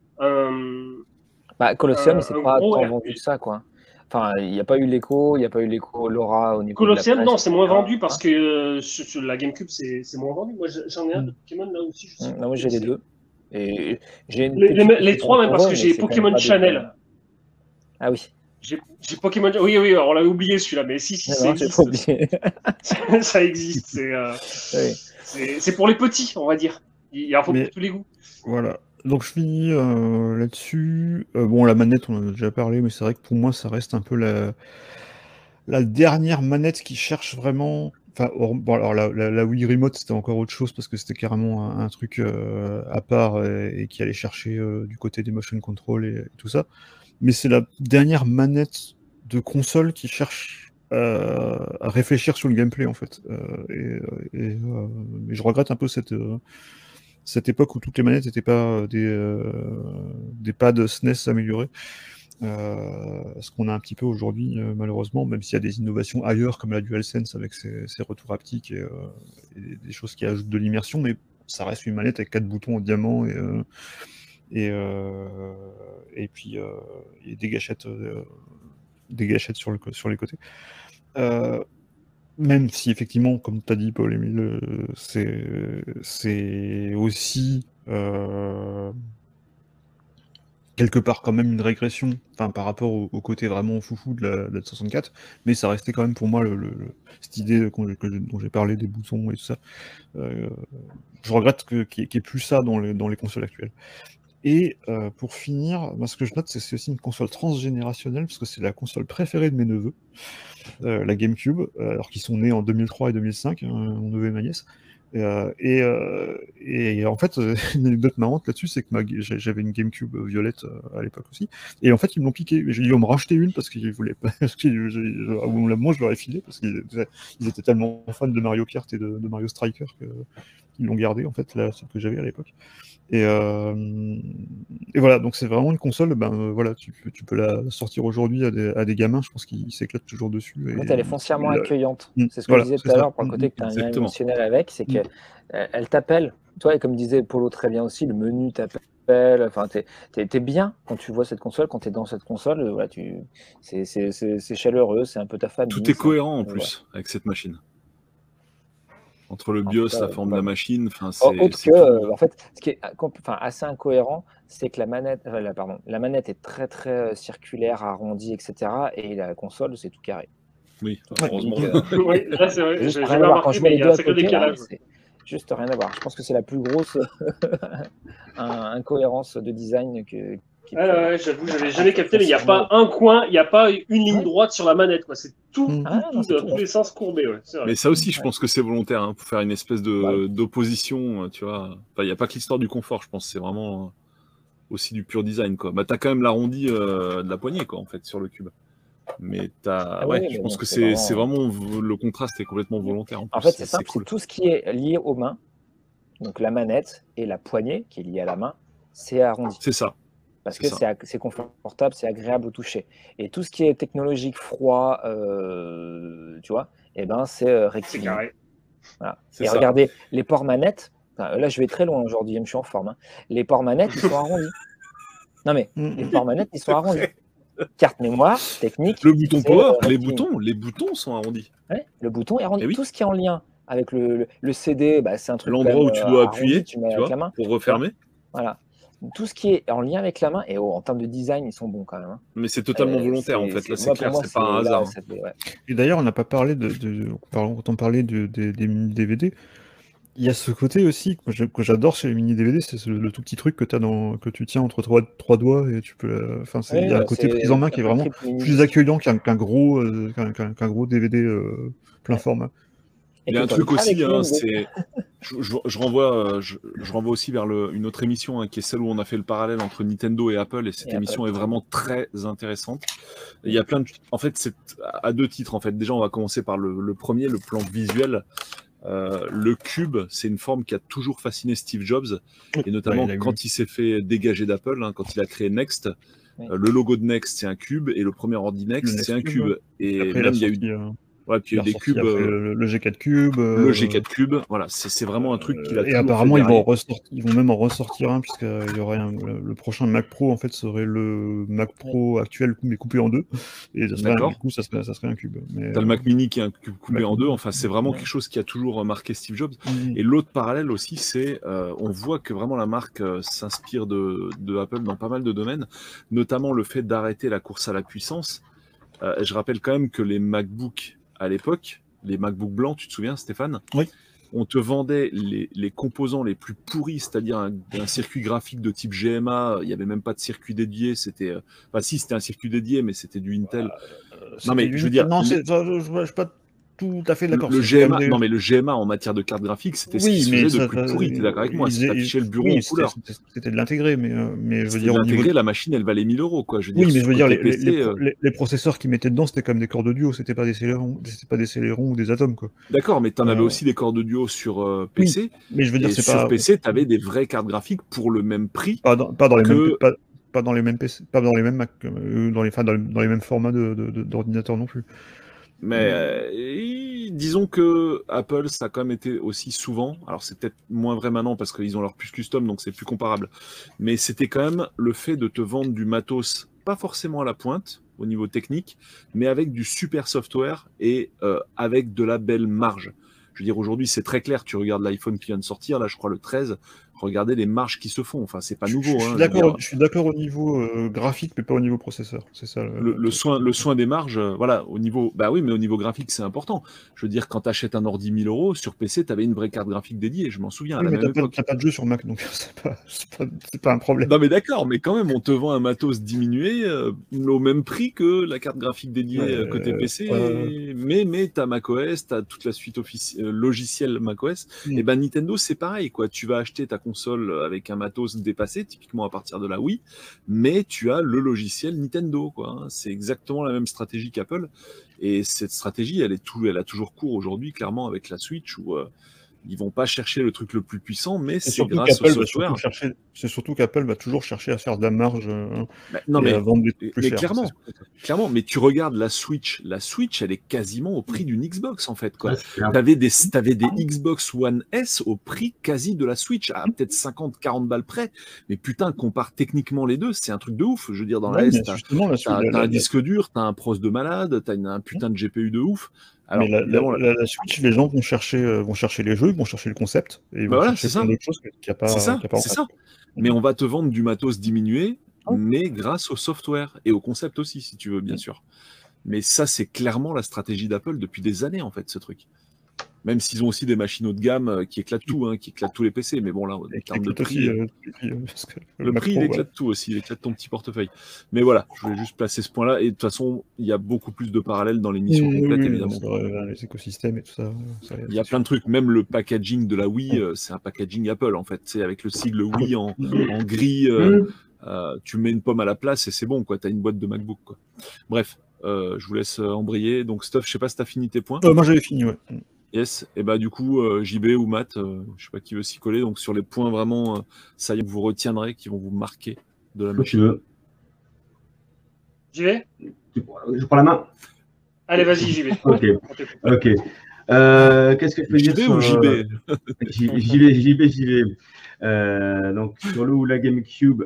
Colosseum, c'est pas tant vendu que ça, quoi. Enfin, il n'y a pas eu l'écho, Laura au niveau Colosseum, de la presse, non, c'est moins vendu parce que sur la GameCube, c'est moins vendu. Moi, j'en ai un de Pokémon là aussi. Non, moi, j'ai les deux. Et les 3 même parce que j'ai Pokémon Channel. Ah oui. J'ai Pokémon. Oui, on l'avait oublié celui-là, mais si, ça existe. Ça existe. C'est pour les petits, on va dire. Il y a un faut pour tous les goûts. Voilà. Donc je finis là-dessus. La manette, on en a déjà parlé, mais c'est vrai que pour moi, ça reste un peu la dernière manette qui cherche vraiment. Enfin, alors la Wii Remote, c'était encore autre chose parce que c'était carrément un truc à part et qui allait chercher du côté des motion control et tout ça. Mais c'est la dernière manette de console qui cherche à réfléchir sur le gameplay, en fait. Et je regrette un peu cette époque où toutes les manettes n'étaient pas des pads SNES améliorés. Ce qu'on a un petit peu aujourd'hui, malheureusement, même s'il y a des innovations ailleurs, comme la DualSense avec ses retours haptiques et des choses qui ajoutent de l'immersion, mais ça reste une manette avec 4 boutons en diamant et puis des gâchettes sur les côtés. Même si effectivement, comme tu as dit, Paul-Émile, c'est aussi quelque part quand même une régression, par rapport au côté vraiment foufou de la 64, mais ça restait quand même pour moi cette idée dont j'ai parlé des boutons et tout ça. Je regrette qu'il n'y ait plus ça dans les consoles actuelles. Et pour finir, ce que je note, c'est aussi une console transgénérationnelle, parce que c'est la console préférée de mes neveux, la GameCube, alors qu'ils sont nés en 2003 et 2005, mon neveu et ma nièce. Et en fait, une anecdote marrante là-dessus, c'est que j'avais une GameCube violette à l'époque aussi. Et en fait, ils me l'ont piqué. J'ai dit, on me racheter une parce qu'ils voulaient pas. Parce que moi, je leur ai filé parce qu'ils étaient tellement fans de Mario Kart et de Mario Striker qu'ils l'ont gardé, en fait, là, celle que j'avais à l'époque. Et voilà, donc c'est vraiment une console, voilà, tu peux la sortir aujourd'hui à des gamins, je pense qu'ils s'éclatent toujours dessus. En fait, elle est foncièrement accueillante. C'est ce que voilà, je disais tout à l'heure pour le côté que tu as un lien Exactement. émotionnel avec, c'est qu'elle t'appelle. Toi, et comme disait Polo très bien aussi, le menu t'appelle. Enfin, t'es bien quand tu vois cette console, quand tu es dans cette console, voilà, c'est chaleureux, c'est un peu ta famille. Tout est cohérent en plus avec cette machine. Entre le BIOS, la forme de la machine, enfin en fait, ce qui est assez incohérent, c'est que la manette est très très circulaire, arrondie, etc. Et la console, c'est tout carré. Oui, heureusement. Oui, là c'est vrai. Juste J'ai rien jamais à voir. Quand remarqué, je vois mais les il y deux a un à sacré côté, décalage. c'est juste rien à voir. Je pense que c'est la plus grosse incohérence de design Ouais, j'avoue, j'avais jamais capté, mais il n'y a pas un coin, il n'y a pas une ligne droite sur la manette, quoi. C'est tout dans tous les sens courbé, ouais. Mais ça aussi, je pense que c'est volontaire, hein, pour faire une espèce d'opposition, tu vois. Enfin, il n'y a pas que l'histoire du confort, je pense, c'est vraiment aussi du pur design, quoi. Bah, t'as quand même l'arrondi de la poignée, quoi, en fait, sur le cube. Mais je pense que c'est vraiment le contraste est complètement volontaire. En fait, c'est simple, c'est tout ce qui est lié aux mains, donc la manette et la poignée qui est liée à la main, c'est arrondi. C'est ça. Parce que c'est confortable, c'est agréable au toucher. Et tout ce qui est technologique, froid, tu vois, c'est rectiligne. C'est carré. Voilà. Et ça. Regardez, les ports manettes, là je vais très loin aujourd'hui, je suis en forme. Hein. Les ports manettes, ils sont arrondis. Non mais, les ports manettes, ils sont arrondis. Carte mémoire, technique. Le bouton power, les boutons sont arrondis. Ouais, le bouton est arrondi. Tout ce qui est en lien avec le CD, c'est un truc. L'endroit où tu dois appuyer, tu mets avec la main. Pour refermer. Voilà. Tout ce qui est en lien avec la main, et en termes de design, ils sont bons quand même. Hein. Mais c'est totalement volontaire, en fait. Là, c'est clair, c'est pas un hasard. Et d'ailleurs, on n'a pas parlé quand on parlait des mini-DVD, il y a ce côté aussi que j'adore chez les mini-DVD, c'est le tout petit truc que tu tiens entre trois doigts et tu peux... il y a un côté prise en main qui est vraiment plus accueillant qu'un gros DVD plein format. Il y a un truc aussi, c'est... Je renvoie aussi vers une autre émission, qui est celle où on a fait le parallèle entre Nintendo et Apple, et cette émission est vraiment très intéressante. Il y a plein de... En fait, c'est à deux titres, en fait. Déjà, on va commencer par le premier, le plan visuel. Le cube, c'est une forme qui a toujours fasciné Steve Jobs, et notamment quand il s'est fait dégager d'Apple, quand il a créé Next. Le logo de Next, c'est un cube, et le premier ordi Next, c'est un cube. Et après, même, il y a eu... puis il y a des cubes. Le G4 Cube. Le G4 Cube, voilà, c'est vraiment un truc qu'il a et apparemment, ils vont même en ressortir un, puisqu'il y aurait le prochain Mac Pro, en fait, serait le Mac Pro actuel, mais coupé en deux. Et du coup, ça serait un cube. T'as le Mac Mini qui est un cube coupé en deux. Enfin, c'est vraiment quelque chose qui a toujours marqué Steve Jobs. Et l'autre parallèle aussi, c'est on voit que vraiment la marque s'inspire de Apple dans pas mal de domaines, notamment le fait d'arrêter la course à la puissance. Je rappelle quand même que les MacBooks à l'époque, les MacBook blancs, tu te souviens, Stéphane? Oui. On te vendait les composants les plus pourris, c'est-à-dire un circuit graphique de type GMA. Il n'y avait même pas de circuit dédié. C'était, c'était un circuit dédié, mais c'était du Intel. Non, mais je veux dire, non, je suis pas tout à fait d'accord. Le GMA, non, mais le GMA en matière de carte graphique, c'était ce qui se faisait de plus pourri. T'es d'accord avec moi? C'était affiché le bureau en couleur. C'était de l'intégrer, mais je veux dire, l'intégrer, la machine, elle valait 1000 €, quoi. Oui, mais je veux dire, les processeurs qu'ils mettaient dedans, c'était comme des corps de duo, c'était pas des Celeron ou des Atom, quoi. D'accord, mais t'en avais aussi des corps de duo sur PC. Oui, mais je veux dire, sur PC, t'avais des vraies cartes graphiques pour le même prix. Pas dans les mêmes PC, pas dans les mêmes Mac, dans les mêmes formats d'ordinateur non plus. Mais disons que Apple, ça a quand même été aussi souvent, alors c'est peut-être moins vrai maintenant parce qu'ils ont leur puce custom, donc c'est plus comparable, mais c'était quand même le fait de te vendre du matos, pas forcément à la pointe au niveau technique, mais avec du super software et avec de la belle marge. Je veux dire, aujourd'hui, c'est très clair, tu regardes l'iPhone qui vient de sortir, là je crois le 13, regardez les marges qui se font. Enfin, c'est pas nouveau. Je suis d'accord au niveau graphique, mais pas au niveau processeur. C'est ça. Le soin des marges, voilà, au niveau. Bah oui, mais au niveau graphique, c'est important. Je veux dire, quand tu achètes un ordi 1000 €, sur PC, tu avais une vraie carte graphique dédiée. Je m'en souviens. Oui, mais t'as pas de jeu sur Mac, donc c'est pas un problème. Non, mais d'accord, mais quand même, on te vend un matos diminué au même prix que la carte graphique dédiée côté PC. Mais t'as macOS, t'as toute la suite logicielle macOS. Et ben Nintendo, c'est pareil, quoi. Tu vas acheter ta console avec un matos dépassé, typiquement à partir de la Wii, mais tu as le logiciel Nintendo, quoi. C'est exactement la même stratégie qu'Apple. Et cette stratégie, elle a toujours cours aujourd'hui, clairement, avec la Switch, où ils vont pas chercher le truc le plus puissant, mais c'est grâce au software. C'est surtout qu'Apple va toujours chercher à faire de la marge à vendre des trucs plus chers. Clairement, mais tu regardes la Switch, elle est quasiment au prix d'une Xbox, en fait, quoi. Ouais, t'avais des Xbox One S au prix quasi de la Switch, à peut-être 50-40 balles près, mais putain, compare techniquement les deux, c'est un truc de ouf. Je veux dire, dans la S, t'as un disque dur, t'as un pros de malade, t'as un putain de GPU de ouf. Alors, mais la Switch, les gens vont chercher les jeux, vont chercher le concept, et ils vont chercher plein d'autres choses qu'il n'y a pas. C'est ça. Mais on va te vendre du matos diminué, mais grâce au software et au concept aussi, si tu veux, bien sûr. Mais ça, c'est clairement la stratégie d'Apple depuis des années, en fait, ce truc. Même s'ils ont aussi des machines haut de gamme qui éclatent tout, qui éclatent tous les PC. Mais bon, là, en termes de prix, le prix, il éclate tout aussi, il éclate ton petit portefeuille. Mais voilà, je voulais juste placer ce point-là. Et de toute façon, il y a beaucoup plus de parallèles dans l'émission complète, évidemment. Les écosystèmes et tout ça. Il y a plein de trucs. Même le packaging de la Wii, c'est un packaging Apple, en fait. C'est avec le sigle Wii en gris. Tu mets une pomme à la place et c'est bon, quoi. Tu as une boîte de MacBook, quoi. Bref, je vous laisse embrayer. Donc, Stuff, je sais pas si tu as fini tes points. Moi, j'avais fini, ouais. Yes, et bah du coup, JB ou Matt, je sais pas qui veut s'y coller, donc sur les points vraiment, ça y est, que vous retiendrez, qui vont vous marquer de la machine. J'y vais ? Je prends la main. Allez, vas-y, j'y vais. Ok. Qu'est-ce que je peux dire JB ou JB j'y vais. Donc sur le ou la GameCube,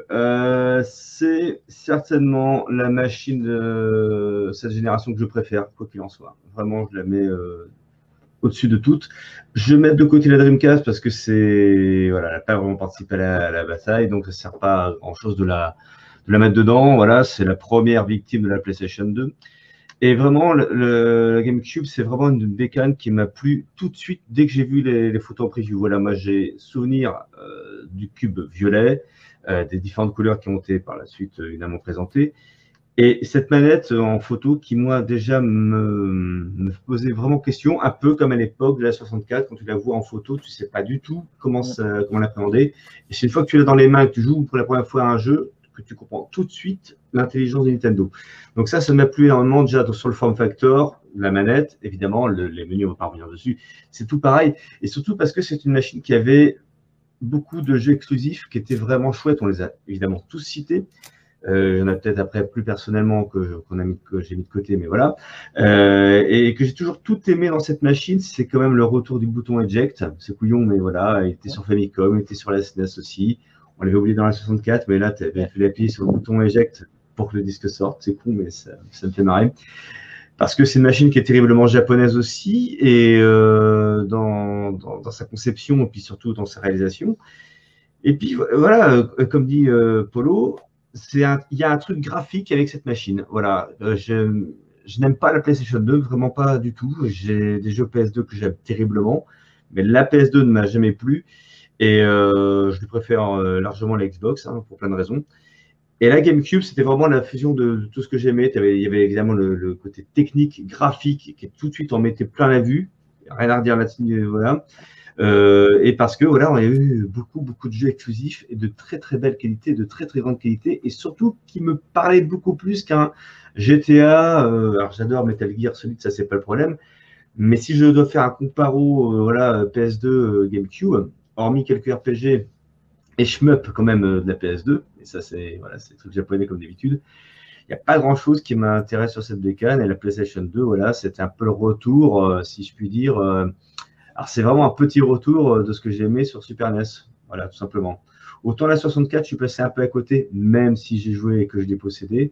c'est certainement la machine de cette génération que je préfère, quoi qu'il en soit. Vraiment, je la mets au-dessus de toutes. Je mets de côté la Dreamcast parce que elle n'a pas vraiment participé à la bataille, donc ça ne sert pas à grand-chose de la mettre dedans. Voilà, c'est la première victime de la PlayStation 2. Et vraiment, la GameCube, c'est vraiment une bécane qui m'a plu tout de suite dès que j'ai vu les photos en preview. Voilà, moi j'ai souvenir du cube violet, des différentes couleurs qui ont été par la suite évidemment présentées. Et cette manette en photo qui, moi, déjà me posait vraiment question, un peu comme à l'époque de la 64, quand tu la vois en photo, tu ne sais pas du tout comment l'appréhender. Et c'est une fois que tu l'as dans les mains, que tu joues pour la première fois à un jeu, que tu comprends tout de suite l'intelligence de Nintendo. Donc ça m'a plu énormément déjà sur le form factor, la manette, évidemment, les menus, on va pas revenir dessus, c'est tout pareil. Et surtout parce que c'est une machine qui avait beaucoup de jeux exclusifs qui étaient vraiment chouettes. On les a évidemment tous cités. Il y en a peut-être après plus personnellement que j'ai mis de côté, mais voilà. Et que j'ai toujours tout aimé dans cette machine, c'est quand même le retour du bouton eject. C'est couillon, mais voilà, il était sur Famicom, il était sur la SNES aussi. On l'avait oublié dans la 64, mais là, tu avais fait appuyer sur le bouton eject pour que le disque sorte. C'est con, mais ça me fait marrer. Parce que c'est une machine qui est terriblement japonaise aussi, et dans sa conception, et puis surtout dans sa réalisation. Et puis voilà, comme dit Polo, il y a un truc graphique avec cette machine. Voilà, je n'aime pas la PlayStation 2, vraiment pas du tout. J'ai des jeux PS2 que j'aime terriblement, mais la PS2 ne m'a jamais plu. Et je lui préfère largement la Xbox, pour plein de raisons. Et la GameCube, c'était vraiment la fusion de tout ce que j'aimais. Il y avait évidemment le côté technique, graphique, qui tout de suite en mettait plein la vue. Rien à redire là-dessus, voilà. Et parce que voilà, on a eu beaucoup de jeux exclusifs et de très très belle qualité, de très très grande qualité, et surtout qui me parlaient beaucoup plus qu'un GTA. Alors j'adore Metal Gear Solid, ça c'est pas le problème. Mais si je dois faire un comparo, voilà, PS2, GameCube, hormis quelques RPG et shmup quand même de la PS2, et ça c'est le truc japonais comme d'habitude, il n'y a pas grand-chose qui m'intéresse sur cette bécane. Et la PlayStation 2, voilà, c'était un peu le retour, si je puis dire. Alors c'est vraiment un petit retour de ce que j'ai aimé sur Super NES, voilà, tout simplement. Autant la 64, je suis passé un peu à côté, même si j'ai joué et que je l'ai possédé.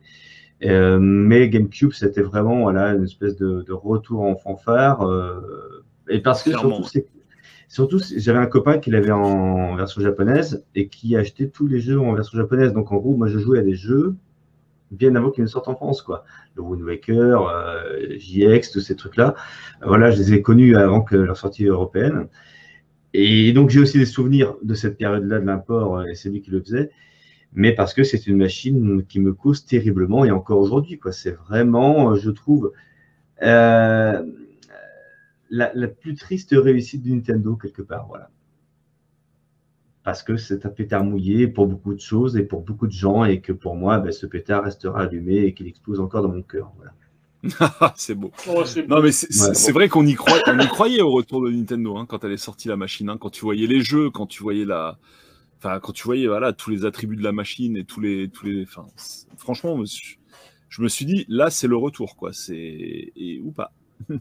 Mais GameCube, c'était vraiment voilà, une espèce de retour en fanfare. Et parce que clairement, surtout, Surtout, j'avais un copain qui l'avait en version japonaise et qui achetait tous les jeux en version japonaise. Donc, en gros, moi, je jouais à des jeux bien avant qu'ils ne sortent en France, quoi. Le Wind Waker, JX, tous ces trucs-là. Voilà, je les ai connus avant que leur sortie européenne. Et donc, j'ai aussi des souvenirs de cette période-là de l'import, et c'est lui qui le faisait. Mais parce que c'est une machine qui me cause terriblement, et encore aujourd'hui, quoi. C'est vraiment, je trouve, la plus triste réussite de Nintendo, quelque part, voilà. Parce que c'est un pétard mouillé pour beaucoup de choses et pour beaucoup de gens, et que pour moi, ce pétard restera allumé et qu'il explose encore dans mon cœur. Voilà. C'est beau. Oh, c'est beau. Non, mais c'est vrai qu'on y croyait au retour de Nintendo, hein, quand elle est sortie la machine, hein, quand tu voyais les jeux, quand tu voyais quand tu voyais voilà, tous les attributs de la machine et tous les enfin, franchement, je me suis dit, là, c'est le retour, quoi. Ou pas.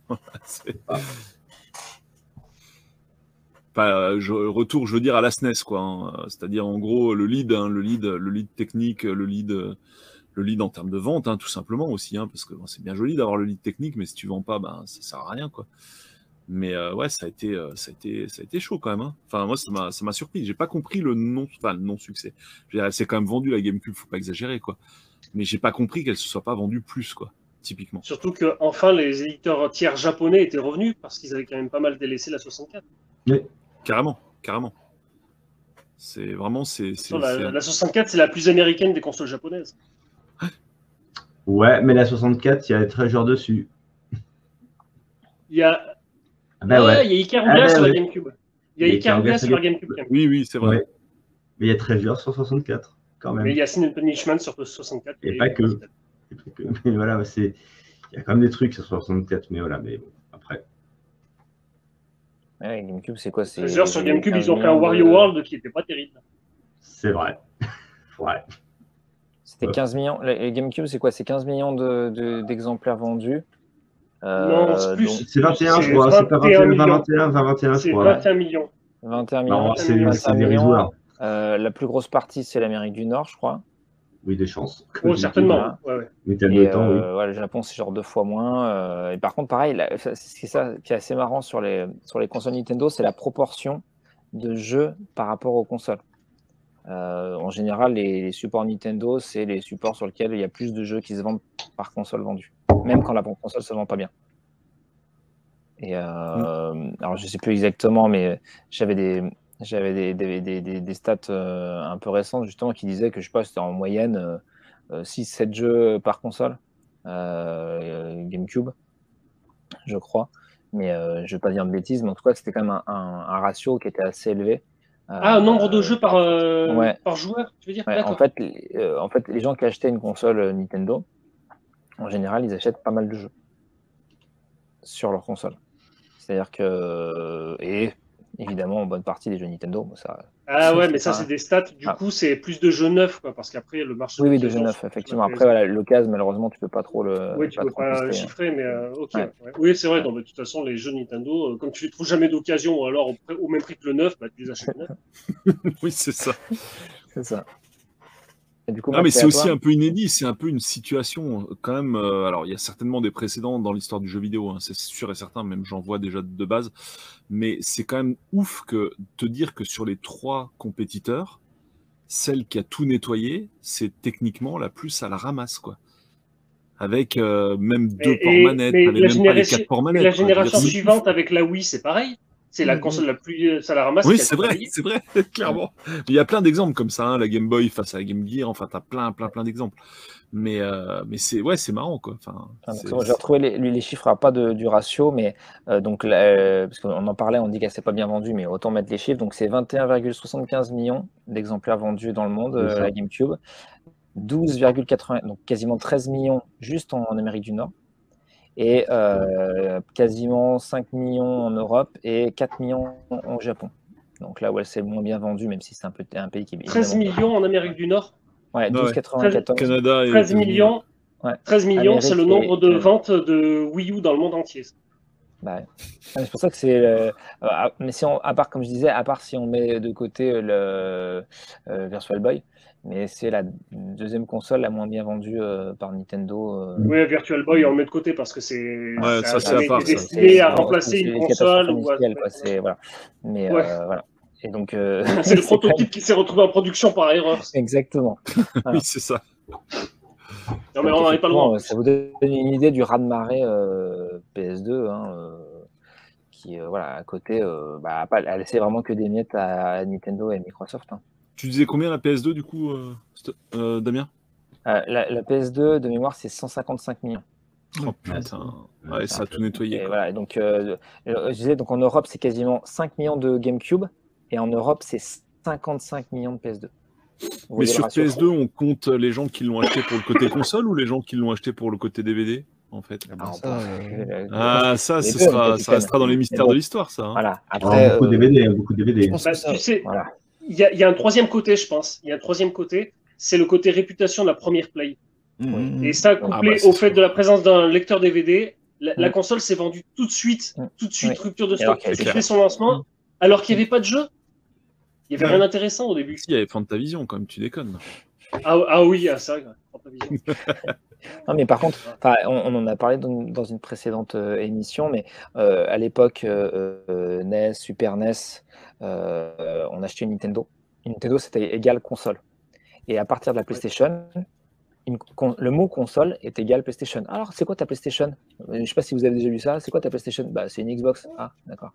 Retour, je veux dire, à la SNES, quoi. Hein. C'est-à-dire, en gros, le lead technique, le lead en termes de vente, hein, tout simplement aussi, hein, parce que c'est bien joli d'avoir le lead technique, mais si tu vends pas, ça sert à rien, quoi. Mais ouais, ça a été chaud quand même. Hein. Enfin, moi, ça m'a surpris. J'ai pas compris le non-succès. Elle s'est quand même vendue la GameCube, faut pas exagérer, quoi. Mais j'ai pas compris qu'elle se soit pas vendue plus, quoi, typiquement. Surtout que enfin les éditeurs tiers japonais étaient revenus parce qu'ils avaient quand même pas mal délaissé la 64. Oui. Carrément. C'est vraiment la 64, c'est la plus américaine des consoles japonaises. Ouais, mais la 64, il y a Treasure dessus. Il y a il y a Ikaruga sur la GameCube. Il y a Ikaruga sur la GameCube. Oui, c'est vrai. Ouais. Mais il y a Treasure sur 64, quand même. Mais il y a Sin and Punishment sur 64. Et pas que. Mais voilà, il y a quand même des trucs sur 64, mais voilà, mais bon, après. Ouais, GameCube, c'est quoi? Treasure sur GameCube, ils ont fait un Wario World qui n'était pas terrible. C'est vrai. Ouais. C'était 15 millions. Les GameCube, c'est quoi? C'est 15 millions d'exemplaires vendus. Non, c'est plus. C'est 21, je crois. C'est pas 21, je crois. C'est 21 millions. 21 millions. C'est dérisoire. La plus grosse partie, c'est l'Amérique du Nord, je crois. Oui, des chances. Oh, certainement. Ouais. Et, le Japon, c'est genre 2 fois moins. Et par contre, pareil, c'est ça qui est assez marrant sur les consoles Nintendo, c'est la proportion de jeux par rapport aux consoles. En général, les supports Nintendo, c'est les supports sur lesquels il y a plus de jeux qui se vendent par console vendue, même quand la console se vend pas bien. Et alors, je sais plus exactement, mais j'avais des stats un peu récentes justement qui disaient que je sais pas, c'était en moyenne 6-7 jeux par console GameCube, je crois. Mais je vais pas dire de bêtises, mais en tout cas, c'était quand même un ratio qui était assez élevé. Un nombre de jeux par joueur, tu veux dire? Ouais, en fait, les gens qui achetaient une console Nintendo, en général, ils achètent pas mal de jeux sur leur console. C'est-à-dire que... Et évidemment, en bonne partie des jeux Nintendo, ça... Ah ouais, mais ça, c'est des stats. Du coup, c'est plus de jeux neufs, quoi, parce qu'après, le marché... Oui, de jeux neufs, effectivement. Après, voilà, l'occasion, malheureusement, tu peux pas trop le... Oui, tu peux pas le chiffrer, mais ok. Ouais. Ouais. Oui, c'est vrai. Donc, de toute façon, les jeux Nintendo, comme tu les trouves jamais d'occasion, ou alors au même prix que le neuf, tu les achètes neufs. Oui, c'est ça. C'est ça. Et du coup, mais c'est aussi un peu inédit, c'est un peu une situation quand même. Alors, il y a certainement des précédents dans l'histoire du jeu vidéo, hein, c'est sûr et certain, même j'en vois déjà de base. Mais c'est quand même ouf que te dire que sur les 3 compétiteurs, celle qui a tout nettoyé, c'est techniquement la plus à la ramasse, quoi. Avec même 2 ports manettes, avec même pas les 4 ports manettes. La génération suivante avec la Wii, c'est pareil. C'est la console la plus à la ramasse. Oui, c'est vrai, clairement. Il y a plein d'exemples comme ça, hein, la Game Boy face à la Game Gear, enfin, t'as plein d'exemples. Mais c'est marrant, quoi. Enfin, j'ai retrouvé les chiffres à pas du ratio, mais parce qu'on en parlait, on dit qu'elle s'est pas bien vendue, mais autant mettre les chiffres. Donc, c'est 21,75 millions d'exemplaires vendus dans le monde, la GameCube. 12,80, donc quasiment 13 millions juste en Amérique du Nord. Et quasiment 5 millions en Europe et 4 millions au Japon. Donc là où elle s'est le moins bien vendue, même si c'est un pays qui est... 13 millions en Amérique du Nord. Ouais, 12,94. Canada et 13 millions, ouais. 13 millions, c'est le nombre de ventes de Wii U dans le monde entier. Bah, c'est pour ça que c'est... mais si à part, comme je disais, à part si on met de côté le Virtual Boy, mais c'est la deuxième console la moins bien vendue par Nintendo. Oui, Virtual Boy, on le met de côté parce que c'est ça, c'est à part, destiné à remplacer une console. Voilà. Mais voilà. Et donc, c'est le prototype qui s'est retrouvé en production par erreur. Exactement. Voilà. Oui, c'est ça. Non, mais on n'en est pas loin. Ça vous donne une idée du raz-de-marée PS2, qui, voilà, à côté, elle laissait vraiment que des miettes à Nintendo et Microsoft. Hein. Tu disais combien la PS2 du coup, Damien? La PS2 de mémoire, c'est 155 millions. Oh putain, ouais, ça a tout nettoyé. Et voilà, et donc, je disais, donc en Europe, c'est quasiment 5 millions de GameCube, et en Europe, c'est 55 millions de PS2. Mais sur PS2, on compte les gens qui l'ont acheté pour le côté console ou les gens qui l'ont acheté pour le côté DVD, en fait? Ça restera dans les mystères de l'histoire, ça. Hein. Voilà. Après, beaucoup de DVD, beaucoup de DVD. Tu sais, il y a un troisième côté, je pense. Il y a un troisième côté, c'est le côté réputation de la première Play. Et ça, couplé au fait de la présence d'un lecteur DVD, la console s'est vendue tout de suite, rupture de stock. Elle fait son lancement, alors qu'il n'y avait pas de jeu. Il n'y avait rien d'intéressant au début. Si, il y avait Fantavision, quand même, tu déconnes. Ah oui, c'est vrai, Fantavision. Non, mais par contre, on en a parlé dans une précédente émission, mais à l'époque, NES, Super NES, on achetait une Nintendo. Une Nintendo, c'était égal console. Et à partir de la PlayStation, le mot console est égal PlayStation. Alors, c'est quoi ta PlayStation? Je ne sais pas si vous avez déjà vu ça. C'est quoi ta PlayStation? C'est une Xbox. Ah, d'accord.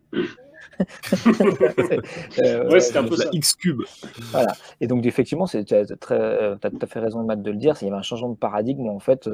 C'est un peu la X-Cube. Voilà. Et donc, effectivement, tu as tout à fait raison, Matt, de le dire. Il y avait un changement de paradigme où, en fait,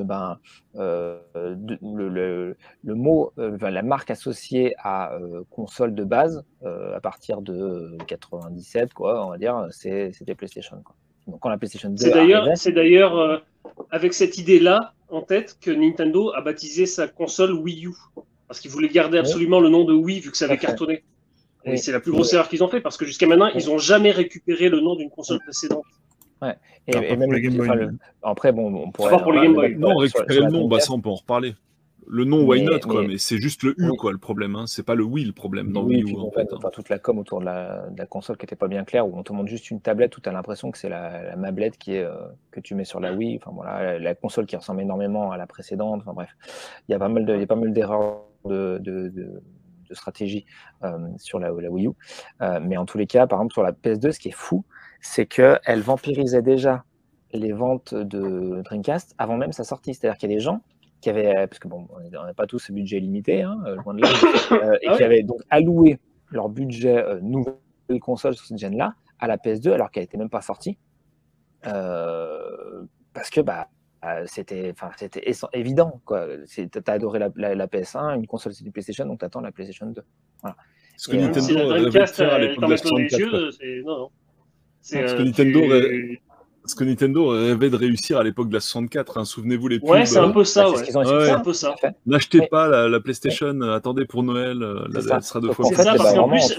le mot, la marque associée à console de base, à partir de 97, quoi, on va dire, c'était PlayStation. Quoi. Donc, quand la PlayStation 2 c'est d'ailleurs avec cette idée-là en tête que Nintendo a baptisé sa console Wii U. Parce qu'ils voulaient garder absolument le nom de Wii vu que ça avait cartonné. Et c'est la plus grosse erreur qu'ils ont fait parce que jusqu'à maintenant, ils n'ont jamais récupéré le nom d'une console précédente. Ouais. Et même les Game Boy. Après, on pourrait. Pour les Game Boy. Non, récupérer le nom, ça, on peut en reparler. Le nom, why not, quoi, mais c'est juste le U, quoi, le problème. Hein. C'est pas le Wii, le problème dans Wii U. Toute la com autour de la console qui n'était pas bien claire, où on te montre juste une tablette où tu as l'impression que c'est la mablette que tu mets sur la Wii. Enfin, voilà, la console qui ressemble énormément à la précédente. Enfin, bref, il y a pas mal d'erreurs de stratégie sur la Wii U. Mais en tous les cas, par exemple, sur la PS2, ce qui est fou, c'est qu'elle vampirisait déjà les ventes de Dreamcast avant même sa sortie. C'est-à-dire qu'il y a des gens qui avaient, parce que bon, on n'a pas tous ce budget limité, hein, loin de là, et qui avaient donc alloué leur budget nouvelle console sur cette gen-là à la PS2 alors qu'elle n'était même pas sortie. Parce que c'était évident. Tu as adoré la PS1, une console c'est du PlayStation, donc tu attends la PlayStation 2. Voilà. Ce que Nintendo rêvait de faire à l'époque de la 64. Ce que Nintendo rêvait de réussir à l'époque de la 64, hein. Souvenez-vous les pubs. Ouais, c'est un peu ça. C'est un peu ça. N'achetez pas la PlayStation, attendez pour Noël, elle sera 2 fois. C'est ça, parce qu'en plus,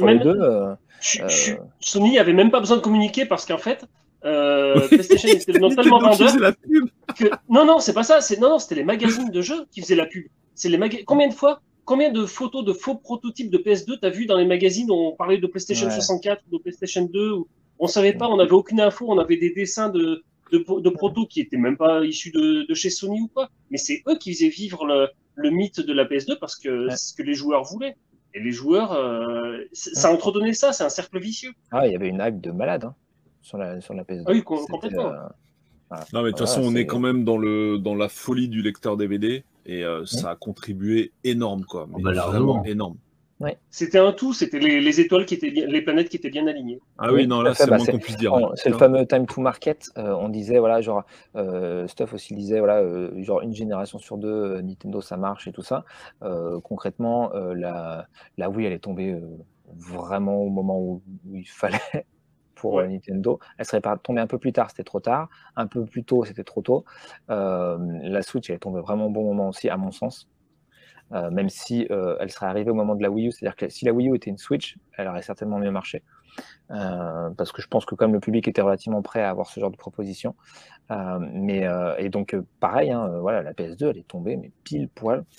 Sony n'avait même pas besoin de communiquer parce qu'en fait, PlayStation était tellement vendeur que non, c'est pas ça. C'était les magazines de jeux qui faisaient la pub. Combien de photos de faux prototypes de PS2 t'as vu dans les magazines où on parlait de PlayStation 64 ou de PlayStation 2 on savait pas, on n'avait aucune info, on avait des dessins de protos qui étaient même pas issus de chez Sony ou quoi. Mais c'est eux qui faisaient vivre le mythe de la PS2 parce que c'est ce que les joueurs voulaient. Et les joueurs, ça entredonnait ça, c'est un cercle vicieux. Ah, il y avait une hype de malade sur la PS2. Ah oui, complètement. Non, mais de toute façon, on est quand même dans la folie du lecteur DVD et ça a contribué énorme, quoi. Mais vraiment énorme. Ouais. C'était un tout, c'était les étoiles qui étaient les planètes qui étaient bien alignées. Ah oui, non, là, c'est moins qu'on puisse dire. C'est le fameux time to market. On disait, voilà, genre, Stuff aussi disait, voilà, genre une génération sur deux, Nintendo ça marche et tout ça. Concrètement, la Wii, elle est tombée vraiment au moment où il fallait pour Nintendo. Elle serait tombée un peu plus tard, c'était trop tard. Un peu plus tôt, c'était trop tôt. La Switch, elle est tombée vraiment au bon moment aussi, à mon sens. Même si elle serait arrivée au moment de la Wii U, c'est-à-dire que si la Wii U était une Switch, elle aurait certainement mieux marché. Parce que je pense que comme le public était relativement prêt à avoir ce genre de proposition. Et donc pareil, voilà, la PS2, elle est tombée, mais pile poil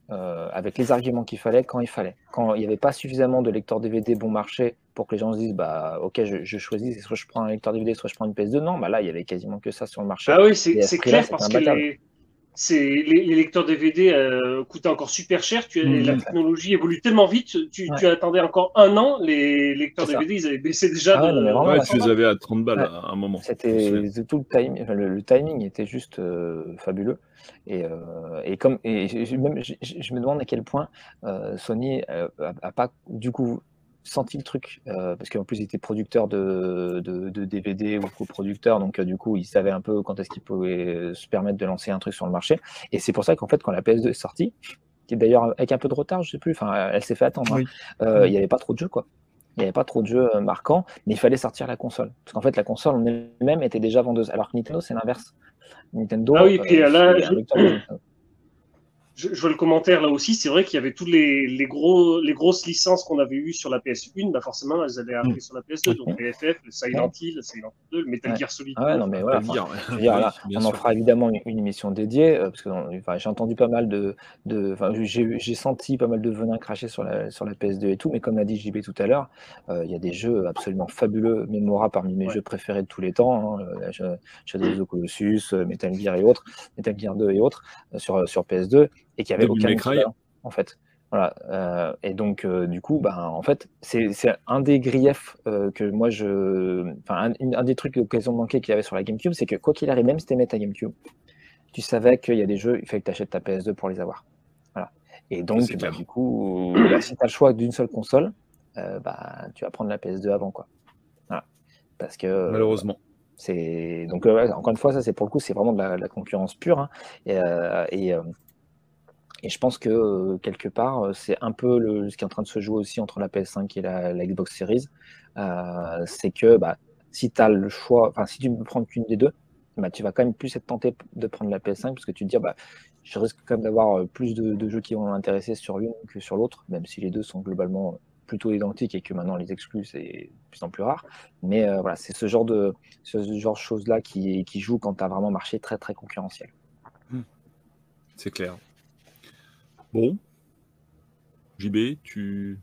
avec les arguments qu'il fallait quand il fallait. Quand il n'y avait pas suffisamment de lecteurs DVD bon marché pour que les gens se disent bah ok je choisis, soit je prends un lecteur DVD, soit je prends une PS2. Non, bah là il y avait quasiment que ça sur le marché. Ah oui, c'est clair parce que les lecteurs DVD coûtaient encore super cher. La technologie évolue tellement vite. Tu attendais encore un an, les lecteurs DVD, ils avaient baissé déjà. Tu les avais à 30 balles à un moment. C'était tout le timing. Le timing était juste fabuleux. Et même, je me demande à quel point Sony a pas du coup senti le truc, parce qu'en plus il était producteur de DVD ou coproducteur, donc du coup il savait un peu quand est-ce qu'il pouvait se permettre de lancer un truc sur le marché. Et c'est pour ça qu'en fait quand la PS2 est sortie, qui est d'ailleurs avec un peu de retard, je sais plus, enfin elle s'est fait attendre, il n'y avait pas trop de jeux quoi. Il n'y avait pas trop de jeux marquants, mais il fallait sortir la console. Parce qu'en fait, la console en elle-même était déjà vendeuse. Alors que Nintendo, c'est l'inverse. Nintendo, puis là, je vois le commentaire là aussi. C'est vrai qu'il y avait toutes les grosses licences qu'on avait eues sur la PS1. Bah forcément, elles allaient arriver sur la PS2. Donc les FF, le Silent Hill, le Silent 2, le Metal Gear Solid 2. Non, mais voilà, là, on en fera évidemment une émission dédiée. Parce que j'ai entendu pas mal j'ai senti pas mal de venin craché sur la PS2 et tout. Mais comme l'a dit JB tout à l'heure, il y a des jeux absolument fabuleux, mémorables parmi mes jeux préférés de tous les temps. Shadow of the Colossus, Metal Gear et autres, Metal Gear 2 et autres sur PS2. Et qu'il n'y avait aucun équivalent, en fait. Voilà. Et donc, du coup, en fait, c'est un des griefs que moi, un des trucs d'occasion de manquer qu'il y avait sur la GameCube, c'est que quoi qu'il arrive, même si tu aimais ta GameCube, tu savais qu'il y a des jeux, il fallait que tu achètes ta PS2 pour les avoir. Voilà. Et donc, du coup, si tu as le choix d'une seule console, tu vas prendre la PS2 avant, quoi. Voilà. Parce que... Malheureusement. Donc, encore une fois, ça, c'est pour le coup, c'est vraiment de la concurrence pure. Hein. Et je pense que quelque part, c'est un peu ce qui est en train de se jouer aussi entre la PS5 et la Xbox Series. C'est que si tu as le choix, si tu ne peux prendre qu'une des deux, tu vas quand même plus être tenté de prendre la PS5 parce que tu te dis, je risque quand même d'avoir plus de jeux qui vont m'intéresser sur l'une que sur l'autre, même si les deux sont globalement plutôt identiques et que maintenant les exclus, c'est de plus en plus rare. Mais voilà, c'est ce genre de choses-là qui jouent quand tu as vraiment un marché très, très concurrentiel. C'est clair. Bon, JB, tu...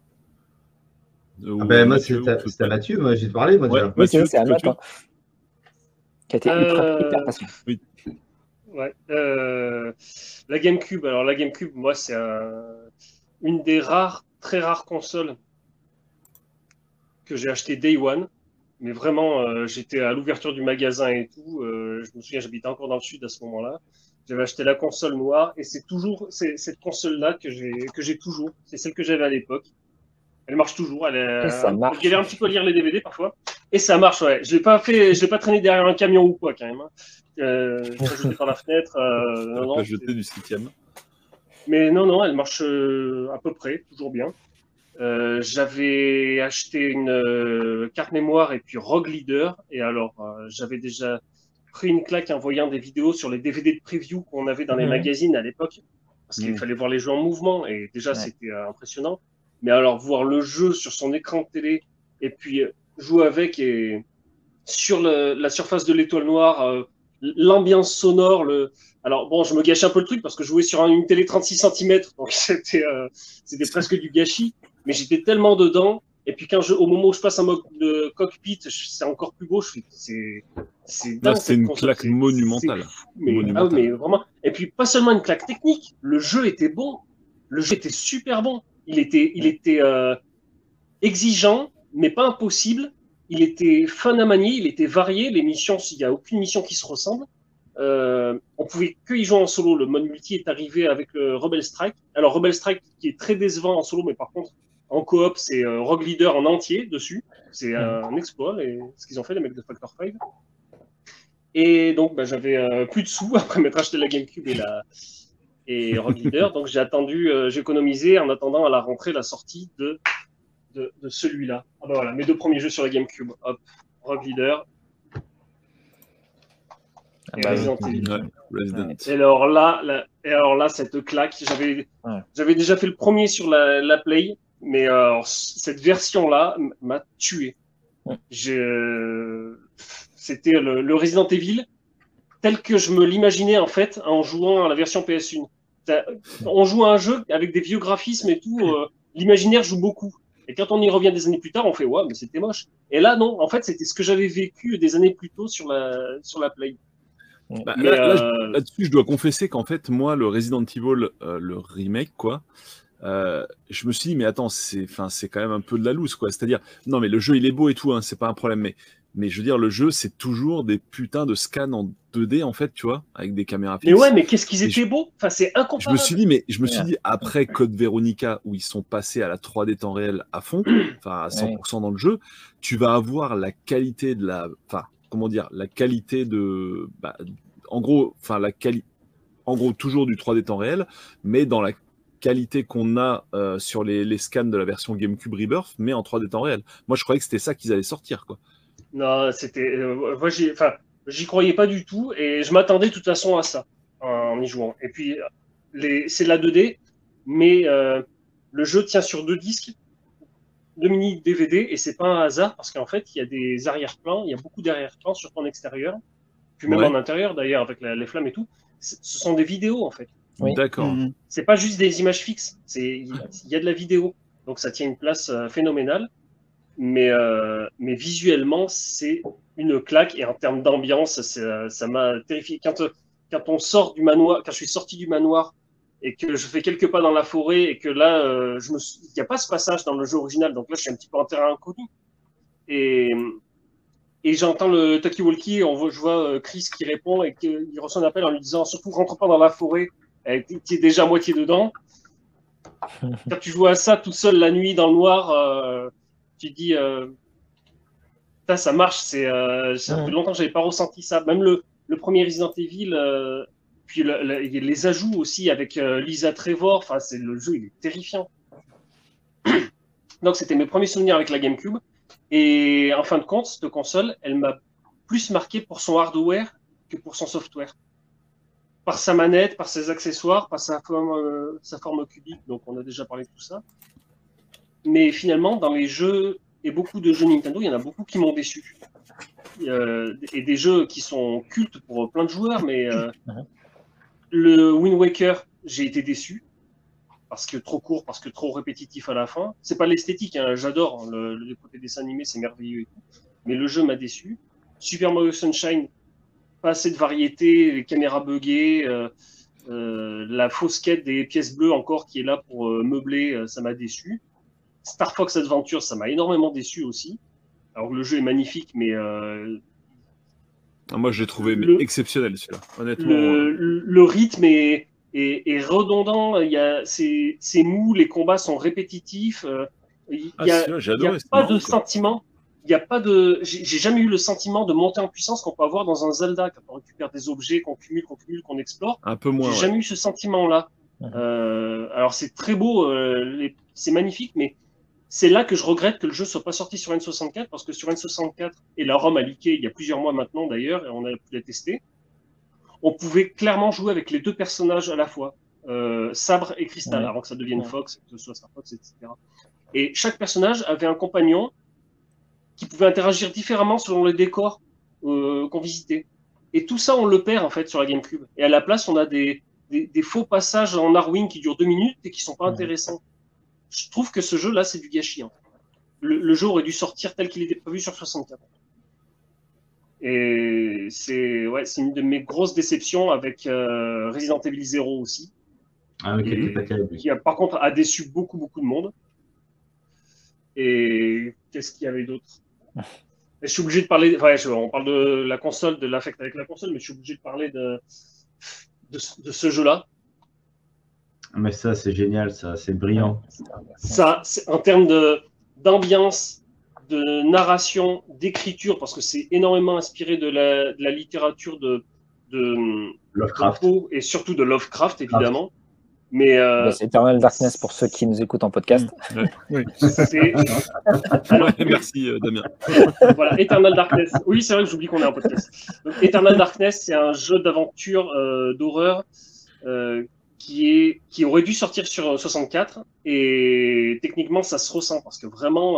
moi, c'est à Mathieu, moi j'ai parlé. Moi, déjà. C'est à Mathieu. Qui a été hyper patient. Oui. Ouais. La GameCube, alors la GameCube, moi, c'est une des très rares consoles que j'ai acheté Day One. Mais vraiment, j'étais à l'ouverture du magasin et tout. Je me souviens, j'habitais encore dans le sud à ce moment-là. J'avais acheté la console noire et c'est toujours cette console-là que j'ai toujours. C'est celle que j'avais à l'époque. Elle marche toujours. Ça marche. Je galère un petit peu à lire les DVD parfois. Et ça marche, ouais. Je l'ai pas traîné derrière un camion ou quoi, quand même. Je l'ai jeté par la fenêtre. Non, jeté du 7e. Mais non, elle marche à peu près, toujours bien. J'avais acheté une carte mémoire et puis Rogue Leader. Et alors, j'avais déjà pris une claque en voyant des vidéos sur les DVD de preview qu'on avait dans les magazines à l'époque, parce qu'il fallait voir les jeux en mouvement, et déjà c'était impressionnant. Mais alors voir le jeu sur son écran de télé, et puis jouer avec, et sur la surface de l'étoile noire, l'ambiance sonore, alors bon, je me gâchais un peu le truc, parce que je jouais sur une télé 36 cm, donc c'était presque du gâchis, mais j'étais tellement dedans. Et puis au moment où je passe en mode de cockpit, c'est encore plus beau. C'est une claque monumentale. Mais vraiment. Et puis pas seulement une claque technique. Le jeu était bon. Le jeu était super bon. Il était exigeant, mais pas impossible. Il était fun à manier. Il était varié. Les missions, il n'y a aucune mission qui se ressemble. On pouvait que y jouer en solo. Le mode multi est arrivé avec le Rebel Strike. Alors Rebel Strike qui est très décevant en solo, mais par contre en coop, c'est Rogue Leader en entier dessus. C'est un exploit, ce qu'ils ont fait, les mecs de Factor 5. Et donc, j'avais plus de sous après m'être acheté la GameCube et Rogue Leader. Donc, j'ai économisé en attendant à la rentrée la sortie de celui-là. Voilà, mes 2 premiers jeux sur la GameCube. Hop, Rogue Leader. Et Resident Evil. Et alors là, cette claque, j'avais déjà fait le premier sur la Play. Mais cette version-là m'a tué. C'était le Resident Evil tel que je me l'imaginais en fait en jouant à la version PS1. on joue à un jeu avec des vieux graphismes et tout, l'imaginaire joue beaucoup. Et quand on y revient des années plus tard, on fait ouais, mais c'était moche. Et là, non, en fait, c'était ce que j'avais vécu des années plus tôt sur la Play. Bah, là-dessus, je dois confesser qu'en fait, moi, le Resident Evil, le remake, quoi, je me suis dit, mais attends, c'est quand même un peu de la loose, quoi. C'est-à-dire, non, mais le jeu, il est beau et tout, hein, c'est pas un problème, mais je veux dire, le jeu, c'est toujours des putains de scans en 2D, en fait, tu vois, avec des caméras fixes. Mais ouais, mais qu'est-ce qu'ils étaient beaux. Enfin, c'est incomparable. Je me suis dit, après Code Veronica, où ils sont passés à la 3D temps réel à fond, enfin, à 100% dans le jeu, tu vas avoir la qualité de la qualité de, en gros, toujours du 3D temps réel, mais dans la qualité qu'on a sur les scans de la version GameCube Rebirth, mais en 3D temps réel. Moi, je croyais que c'était ça qu'ils allaient sortir, quoi. Non, c'était. Moi, j'y croyais pas du tout, et je m'attendais de toute façon à ça en y jouant. Et puis, c'est de la 2D, mais le jeu tient sur 2 disques, 2 mini DVD, et c'est pas un hasard parce qu'en fait, il y a des arrière-plans, il y a beaucoup d'arrière-plans sur ton extérieur, puis même en intérieur d'ailleurs avec les flammes et tout. Ce sont des vidéos en fait. Oui. D'accord. C'est pas juste des images fixes, il y a de la vidéo, donc ça tient une place phénoménale. Mais visuellement, c'est une claque, et en termes d'ambiance, ça m'a terrifié. Quand on sort du manoir, quand je suis sorti du manoir et que je fais quelques pas dans la forêt et que là, il n'y a pas ce passage dans le jeu original, donc là, je suis un petit peu en terrain inconnu. Et j'entends le talkie-walkie, je vois Chris qui répond et qu'il reçoit un appel en lui disant surtout rentre pas dans la forêt, qui est déjà à moitié dedans. Quand tu joues à ça tout seul la nuit dans le noir, tu te dis ça marche, ça fait longtemps que j'avais pas ressenti ça. Même le premier Resident Evil, puis les ajouts aussi avec Lisa Trevor, enfin le jeu il est terrifiant. Donc c'était mes premiers souvenirs avec la GameCube, et en fin de compte cette console elle m'a plus marqué pour son hardware que pour son software, par sa manette, par ses accessoires, par sa forme cubique, donc on a déjà parlé de tout ça. Mais finalement, dans les jeux, et beaucoup de jeux Nintendo, il y en a beaucoup qui m'ont déçu. Et des jeux qui sont cultes pour plein de joueurs, mais le Wind Waker, j'ai été déçu, parce que trop court, parce que trop répétitif à la fin. C'est pas l'esthétique, hein, j'adore, hein, le côté dessin animé, c'est merveilleux et tout. Mais le jeu m'a déçu. Super Mario Sunshine, pas assez de variété, les caméras buggées, la fausse quête des pièces bleues encore qui est là pour meubler, ça m'a déçu. Star Fox Adventure, ça m'a énormément déçu aussi. Alors que le jeu est magnifique, mais... moi, je l'ai trouvé exceptionnel, celui-là, honnêtement. Le rythme est redondant, c'est mou, les combats sont répétitifs. Il n'y a pas de sentiment. J'ai jamais eu le sentiment de monter en puissance qu'on peut avoir dans un Zelda, quand on récupère des objets, qu'on cumule, qu'on explore. Un peu moins. J'ai jamais eu ce sentiment-là. Alors c'est très beau, c'est magnifique, mais c'est là que je regrette que le jeu soit pas sorti sur N64, parce que sur N64, et la ROM a leaké il y a plusieurs mois maintenant d'ailleurs, et on a pu la tester, on pouvait clairement jouer avec les 2 personnages à la fois, Sabre et Crystal, avant que ça devienne Fox, que ce soit Star Fox, etc. Et chaque personnage avait un compagnon qui pouvait interagir différemment selon les décors qu'on visitait. Et tout ça, on le perd en fait sur la GameCube. Et à la place, on a des faux passages en Arwing qui durent 2 minutes et qui sont pas intéressants. Je trouve que ce jeu-là, c'est du gâchis. En fait. Le jeu aurait dû sortir tel qu'il était prévu sur 64. Et c'est une de mes grosses déceptions avec Resident Evil 0 aussi. Ah oui, qui était pas terrible. Qui, par contre, a déçu beaucoup, beaucoup de monde. Et qu'est-ce qu'il y avait d'autre? Je suis obligé de parler... on parle de la console, de l'affect avec la console, mais je suis obligé de parler de ce jeu-là. Mais ça, c'est génial, ça, c'est brillant. Ça, en termes d'ambiance, de narration, d'écriture, parce que c'est énormément inspiré de la littérature de Lovecraft. Poe, et surtout de Lovecraft, évidemment. Mais c'est Eternal Darkness pour ceux qui nous écoutent en podcast. Oui. Alors, merci Damien. Voilà, Eternal Darkness. Oui, c'est vrai que j'oublie qu'on est en podcast. Donc, Eternal Darkness, c'est un jeu d'aventure, d'horreur, qui aurait dû sortir sur 64, et techniquement ça se ressent parce que vraiment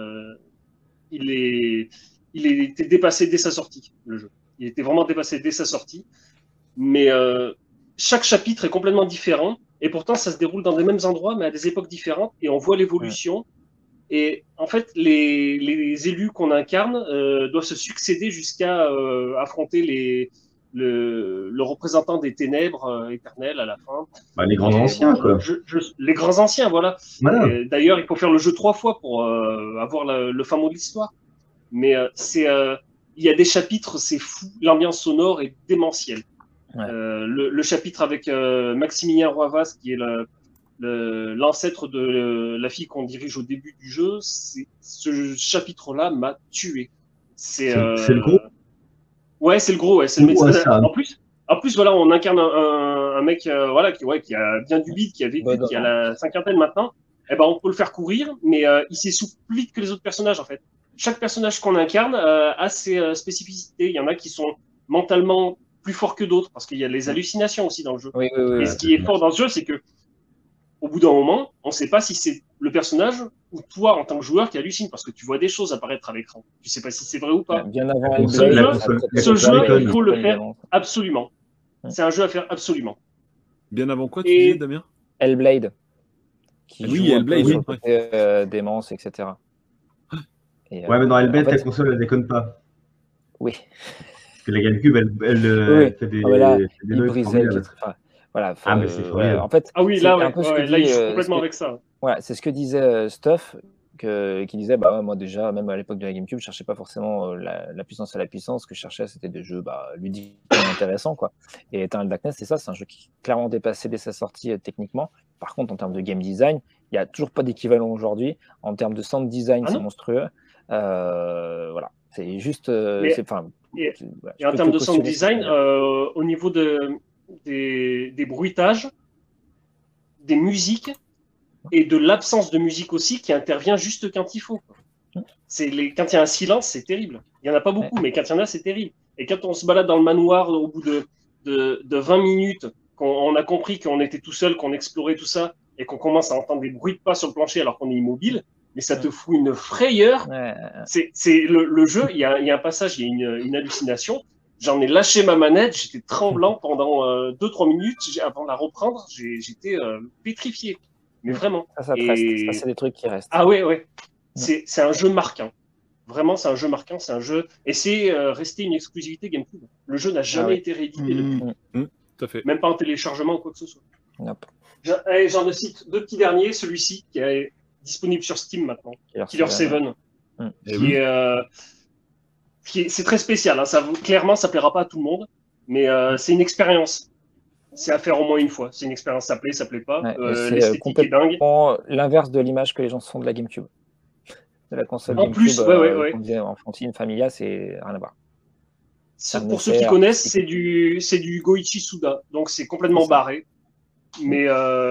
il était dépassé dès sa sortie, le jeu. Il était vraiment dépassé dès sa sortie, mais chaque chapitre est complètement différent, et pourtant ça se déroule dans les mêmes endroits, mais à des époques différentes, et on voit l'évolution. Et en fait, les élus qu'on incarne doivent se succéder jusqu'à affronter le représentant des ténèbres éternelles à la fin. Bah, les grands anciens, quoi. Les grands anciens, voilà. Voilà. D'ailleurs, il faut faire le jeu 3 fois pour avoir le fin mot de l'histoire. Mais il y a des chapitres, c'est fou. L'ambiance sonore est démentielle. Ouais. Le chapitre avec Maximilien Roivas, qui est l'ancêtre de la fille qu'on dirige au début du jeu, ce chapitre-là m'a tué. C'est le gros. Ouais, c'est le gros. Ouais, c'est le médecin. En plus, voilà, on incarne un mec, voilà, qui a bien du bide, qui a vécu, qui a la cinquantaine maintenant. Eh ben, on peut le faire courir, mais il s'essouffle plus vite que les autres personnages, en fait. Chaque personnage qu'on incarne a ses spécificités. Il y en a qui sont mentalement plus forts que d'autres, parce qu'il y a les hallucinations aussi dans le jeu. Oui, et ce qui est fort dans ce jeu, c'est que au bout d'un moment, on ne sait pas si c'est le personnage ou toi en tant que joueur qui hallucine, parce que tu vois des choses apparaître à l'écran. Tu ne sais pas si c'est vrai ou pas. Bien avant ce jeu, il faut le faire absolument. C'est un jeu à faire absolument. Bien avant quoi, tu disais, Damien? Hellblade. Oui, Hellblade. Démence, etc. Ouais, mais dans Hellblade, ta console, elle déconne pas. Oui. Parce que la GameCube, elle fait des brisait. Voilà. Mais c'est formidable. En fait, oui, là, là, il joue complètement avec ça. Voilà, c'est ce que disait Stuff, qui disait, moi déjà, même à l'époque de la GameCube, je cherchais pas forcément la puissance à la puissance. Ce que je cherchais, c'était des jeux ludiques intéressants, quoi. Et Eternal Darkness, c'est ça, c'est un jeu qui est clairement dépassé dès sa sortie techniquement. Par contre, en termes de game design, il n'y a toujours pas d'équivalent aujourd'hui. En termes de sound design, c'est monstrueux. Voilà, c'est juste. Et en termes de sound design, au niveau des bruitages, des musiques et de l'absence de musique aussi qui intervient juste quand il faut. Quand il y a un silence, c'est terrible. Il n'y en a pas beaucoup, mais quand il y en a, c'est terrible. Et quand on se balade dans le manoir au bout de 20 minutes, qu'on a compris qu'on était tout seul, qu'on explorait tout ça, et qu'on commence à entendre des bruits de pas sur le plancher alors qu'on est immobile, mais ça te fout une frayeur. C'est le jeu, il y a un passage, il y a une hallucination. J'en ai lâché ma manette, j'étais tremblant pendant 2-3 minutes. Avant de la reprendre, j'étais pétrifié. Mais vraiment. Ça reste. Ça, c'est des trucs qui restent. Ah ouais. C'est un jeu marquant. Vraiment, c'est un jeu marquant. C'est un jeu. Et c'est resté une exclusivité GameCube. Le jeu n'a jamais été réédité depuis. Tout à fait. Même pas en téléchargement ou quoi que ce soit. Nope. J'en cite 2 petits derniers. Celui-ci qui est disponible sur Steam maintenant. Killer 7. C'est très spécial. Clairement, ça plaira pas à tout le monde. Mais c'est une expérience. C'est à faire au moins une fois. C'est une expérience, ça plaît pas. L'esthétique est dingue. L'inverse de l'image que les gens se font de la GameCube. De la console en GameCube. Plus, ouais. On disait enfantine, familia, c'est rien à voir. Pour ceux qui connaissent, c'est du Goichi Suda. Donc c'est complètement barré. Mais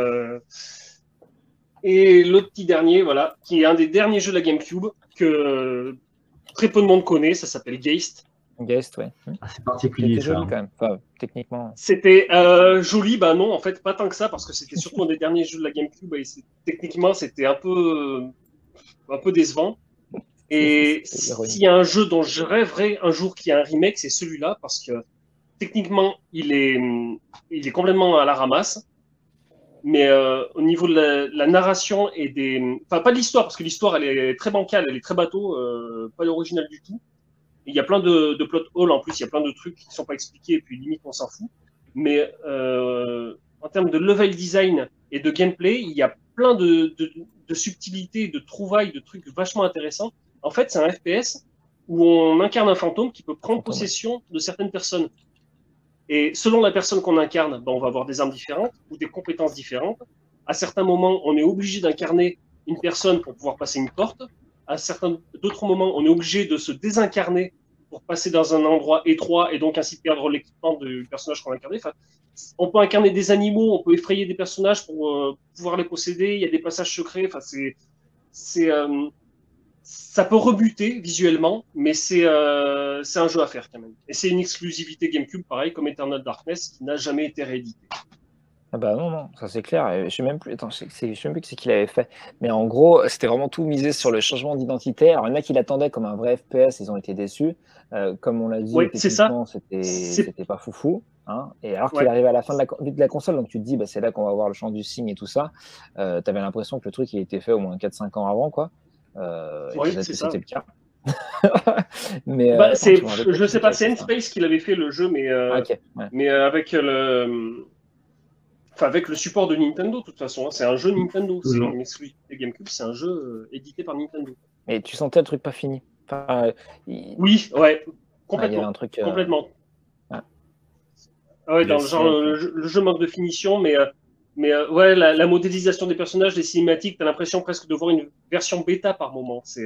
et l'autre petit dernier, voilà, qui est un des derniers jeux de la GameCube que très peu de monde connaît, ça s'appelle Geist. Geist, ouais. C'est particulier, ça. Joli quand même, enfin, techniquement. C'était joli, non, en fait, pas tant que ça, parce que c'était surtout un des derniers jeux de la GameCube, et techniquement, c'était un peu décevant. Et s'il y a un jeu dont je rêverais un jour qu'il y ait un remake, c'est celui-là, parce que techniquement, il est complètement à la ramasse. Mais au niveau de la narration et pas de l'histoire, parce que l'histoire, elle est très bancale, elle est très bateau, pas originale du tout. Il y a plein de plot holes en plus, il y a plein de trucs qui ne sont pas expliqués, et puis limite, on s'en fout. Mais en termes de level design et de gameplay, il y a plein de subtilités, de trouvailles, de trucs vachement intéressants. En fait, c'est un FPS où on incarne un fantôme qui peut prendre possession de certaines personnes. Et selon la personne qu'on incarne, on va avoir des armes différentes ou des compétences différentes. À certains moments, on est obligé d'incarner une personne pour pouvoir passer une porte. À d'autres moments, on est obligé de se désincarner pour passer dans un endroit étroit et donc ainsi perdre l'équipement du personnage qu'on a incarné. Enfin, on peut incarner des animaux, on peut effrayer des personnages pour pouvoir les posséder. Il y a des passages secrets. Enfin, ça peut rebuter visuellement, mais c'est un jeu à faire quand même. Et c'est une exclusivité GameCube, pareil comme Eternal Darkness, qui n'a jamais été réédité. Ah bah non, ça c'est clair. Je sais même plus. Attends, je sais même plus que c'est qu'il avait fait. Mais en gros, c'était vraiment tout misé sur le changement d'identité. Alors, il y en a qui l'attendaient comme un vrai FPS, ils ont été déçus. Comme on l'a dit, techniquement, c'était pas foufou. Hein, et alors qu'il arrive à la fin de la console, donc tu te dis, bah, c'est là qu'on va voir le champ du signe et tout ça. Tu avais l'impression que le truc il était fait au moins 4-5 ans avant, quoi. Oui, c'est ça. C'était le cas. Mais, je sais pas, c'est N-Space qui l'avait fait le jeu, mais, mais avec avec le support de Nintendo, de toute façon. Hein. C'est un jeu Nintendo. C'est une exclusivité GameCube, c'est un jeu édité par Nintendo. Et tu sentais le truc pas fini. Oui, ouais, complètement. Il y avait un truc, complètement. Ouais, dans le genre, le jeu manque de finition, mais ouais, la modélisation des personnages, les cinématiques, t'as l'impression presque de voir une version bêta par moment. C'est,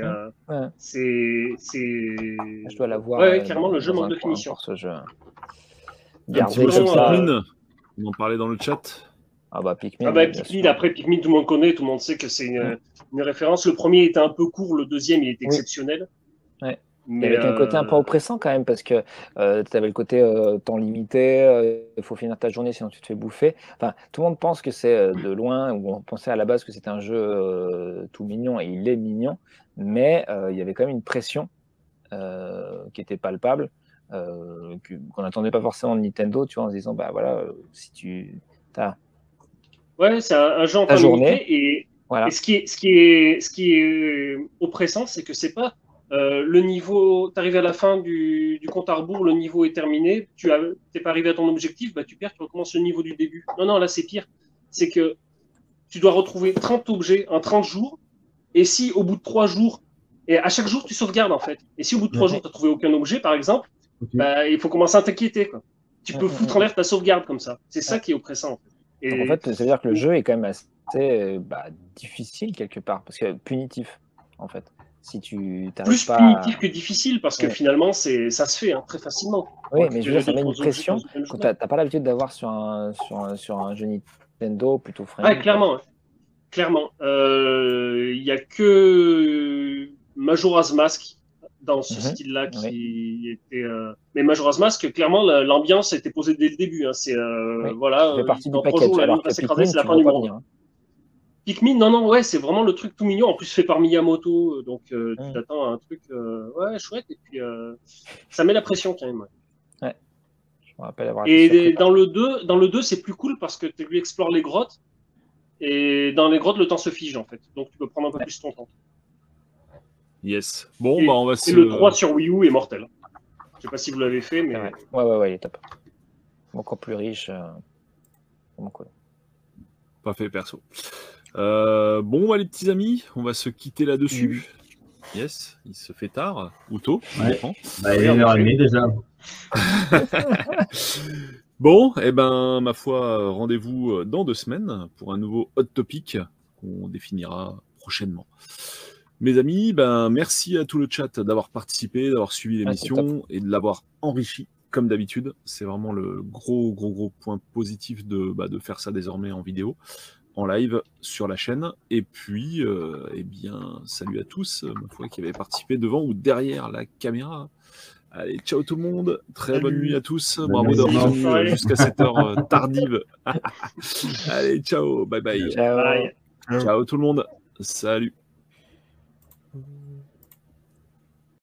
je dois la voir. Ouais, clairement, le jeu manque de finition. Pour ce jeu. Pikmin, on en parlait dans le chat. Ah bah Pikmin. Après Pikmin, tout le monde connaît, tout le monde sait que c'est une référence. Le premier était un peu court, le deuxième, il était exceptionnel. Ouais. Mais avec un côté un peu oppressant quand même, parce que tu avais le côté temps limité, il faut finir ta journée sinon tu te fais bouffer. Enfin, tout le monde pense que c'est de loin, ou on pensait à la base que c'était un jeu tout mignon, et il est mignon, mais il y avait quand même une pression qui était palpable, qu'on n'attendait pas forcément de Nintendo, tu vois, en se disant, bah voilà, si tu as... Ouais, c'est un jeu en temps limité, et ce qui est oppressant, c'est que c'est pas le niveau, tu arrives à la fin du compte à rebours, le niveau est terminé, tu n'es pas arrivé à ton objectif, bah, tu perds, tu recommences le niveau du début. Non, là c'est pire. C'est que tu dois retrouver 30 objets en 30 jours, et si au bout de 3 jours, et à chaque jour tu sauvegardes en fait, et si au bout de 3 jours tu n'as trouvé aucun objet par exemple, bah, il faut commencer à t'inquiéter. Tu peux foutre en l'air ta sauvegarde comme ça. C'est ça qui est oppressant en fait. Et... Donc, en fait, ça veut dire que le jeu est quand même assez difficile quelque part, parce que punitif en fait. Si tu plus pas punitif que difficile, parce que finalement, ça se fait très facilement. Oui, mais je veux dire, ça met une pression que tu n'as pas l'habitude d'avoir sur un jeu Nintendo plutôt friendly. Ouais, clairement. Clairement. Il n'y a que Majora's Mask dans ce style-là qui était... Mais Majora's Mask, clairement, l'ambiance a été posée dès le début. Hein. C'est, voilà, ça fait partie du package, alors que Pikmin, c'est la fin du monde. Pikmin, non, ouais, c'est vraiment le truc tout mignon, en plus fait par Miyamoto, donc tu t'attends à un truc chouette, et puis ça met la pression quand même. Ouais. Je me rappelle avoir et dans le 2, c'est plus cool parce que tu lui explores les grottes, et dans les grottes, le temps se fige en fait, donc tu peux prendre un peu plus ton temps. Yes. Bon, on va Et le 3 sur Wii U est mortel. Je sais pas si vous l'avez fait, mais... Ouais, il est top. Encore plus riche. Vraiment cool. Pas fait perso. Bon, les petits amis, on va se quitter là-dessus. Yes, il se fait tard, ou tôt, ça dépend. Il est 1h30 déjà. Bon, ma foi, rendez-vous dans 2 semaines pour un nouveau Hot Topic qu'on définira prochainement. Mes amis, merci à tout le chat d'avoir participé, d'avoir suivi l'émission et de l'avoir enrichi comme d'habitude. C'est vraiment le gros point positif de faire ça désormais en vidéo, en live sur la chaîne. Et puis, salut à tous, ma foi, qui avaient participé devant ou derrière la caméra. Allez, ciao tout le monde, très bonne nuit à tous, bravo d'avoir tenu jusqu'à cette heure tardive. Allez, ciao, bye bye. Ciao. Ciao tout le monde, salut.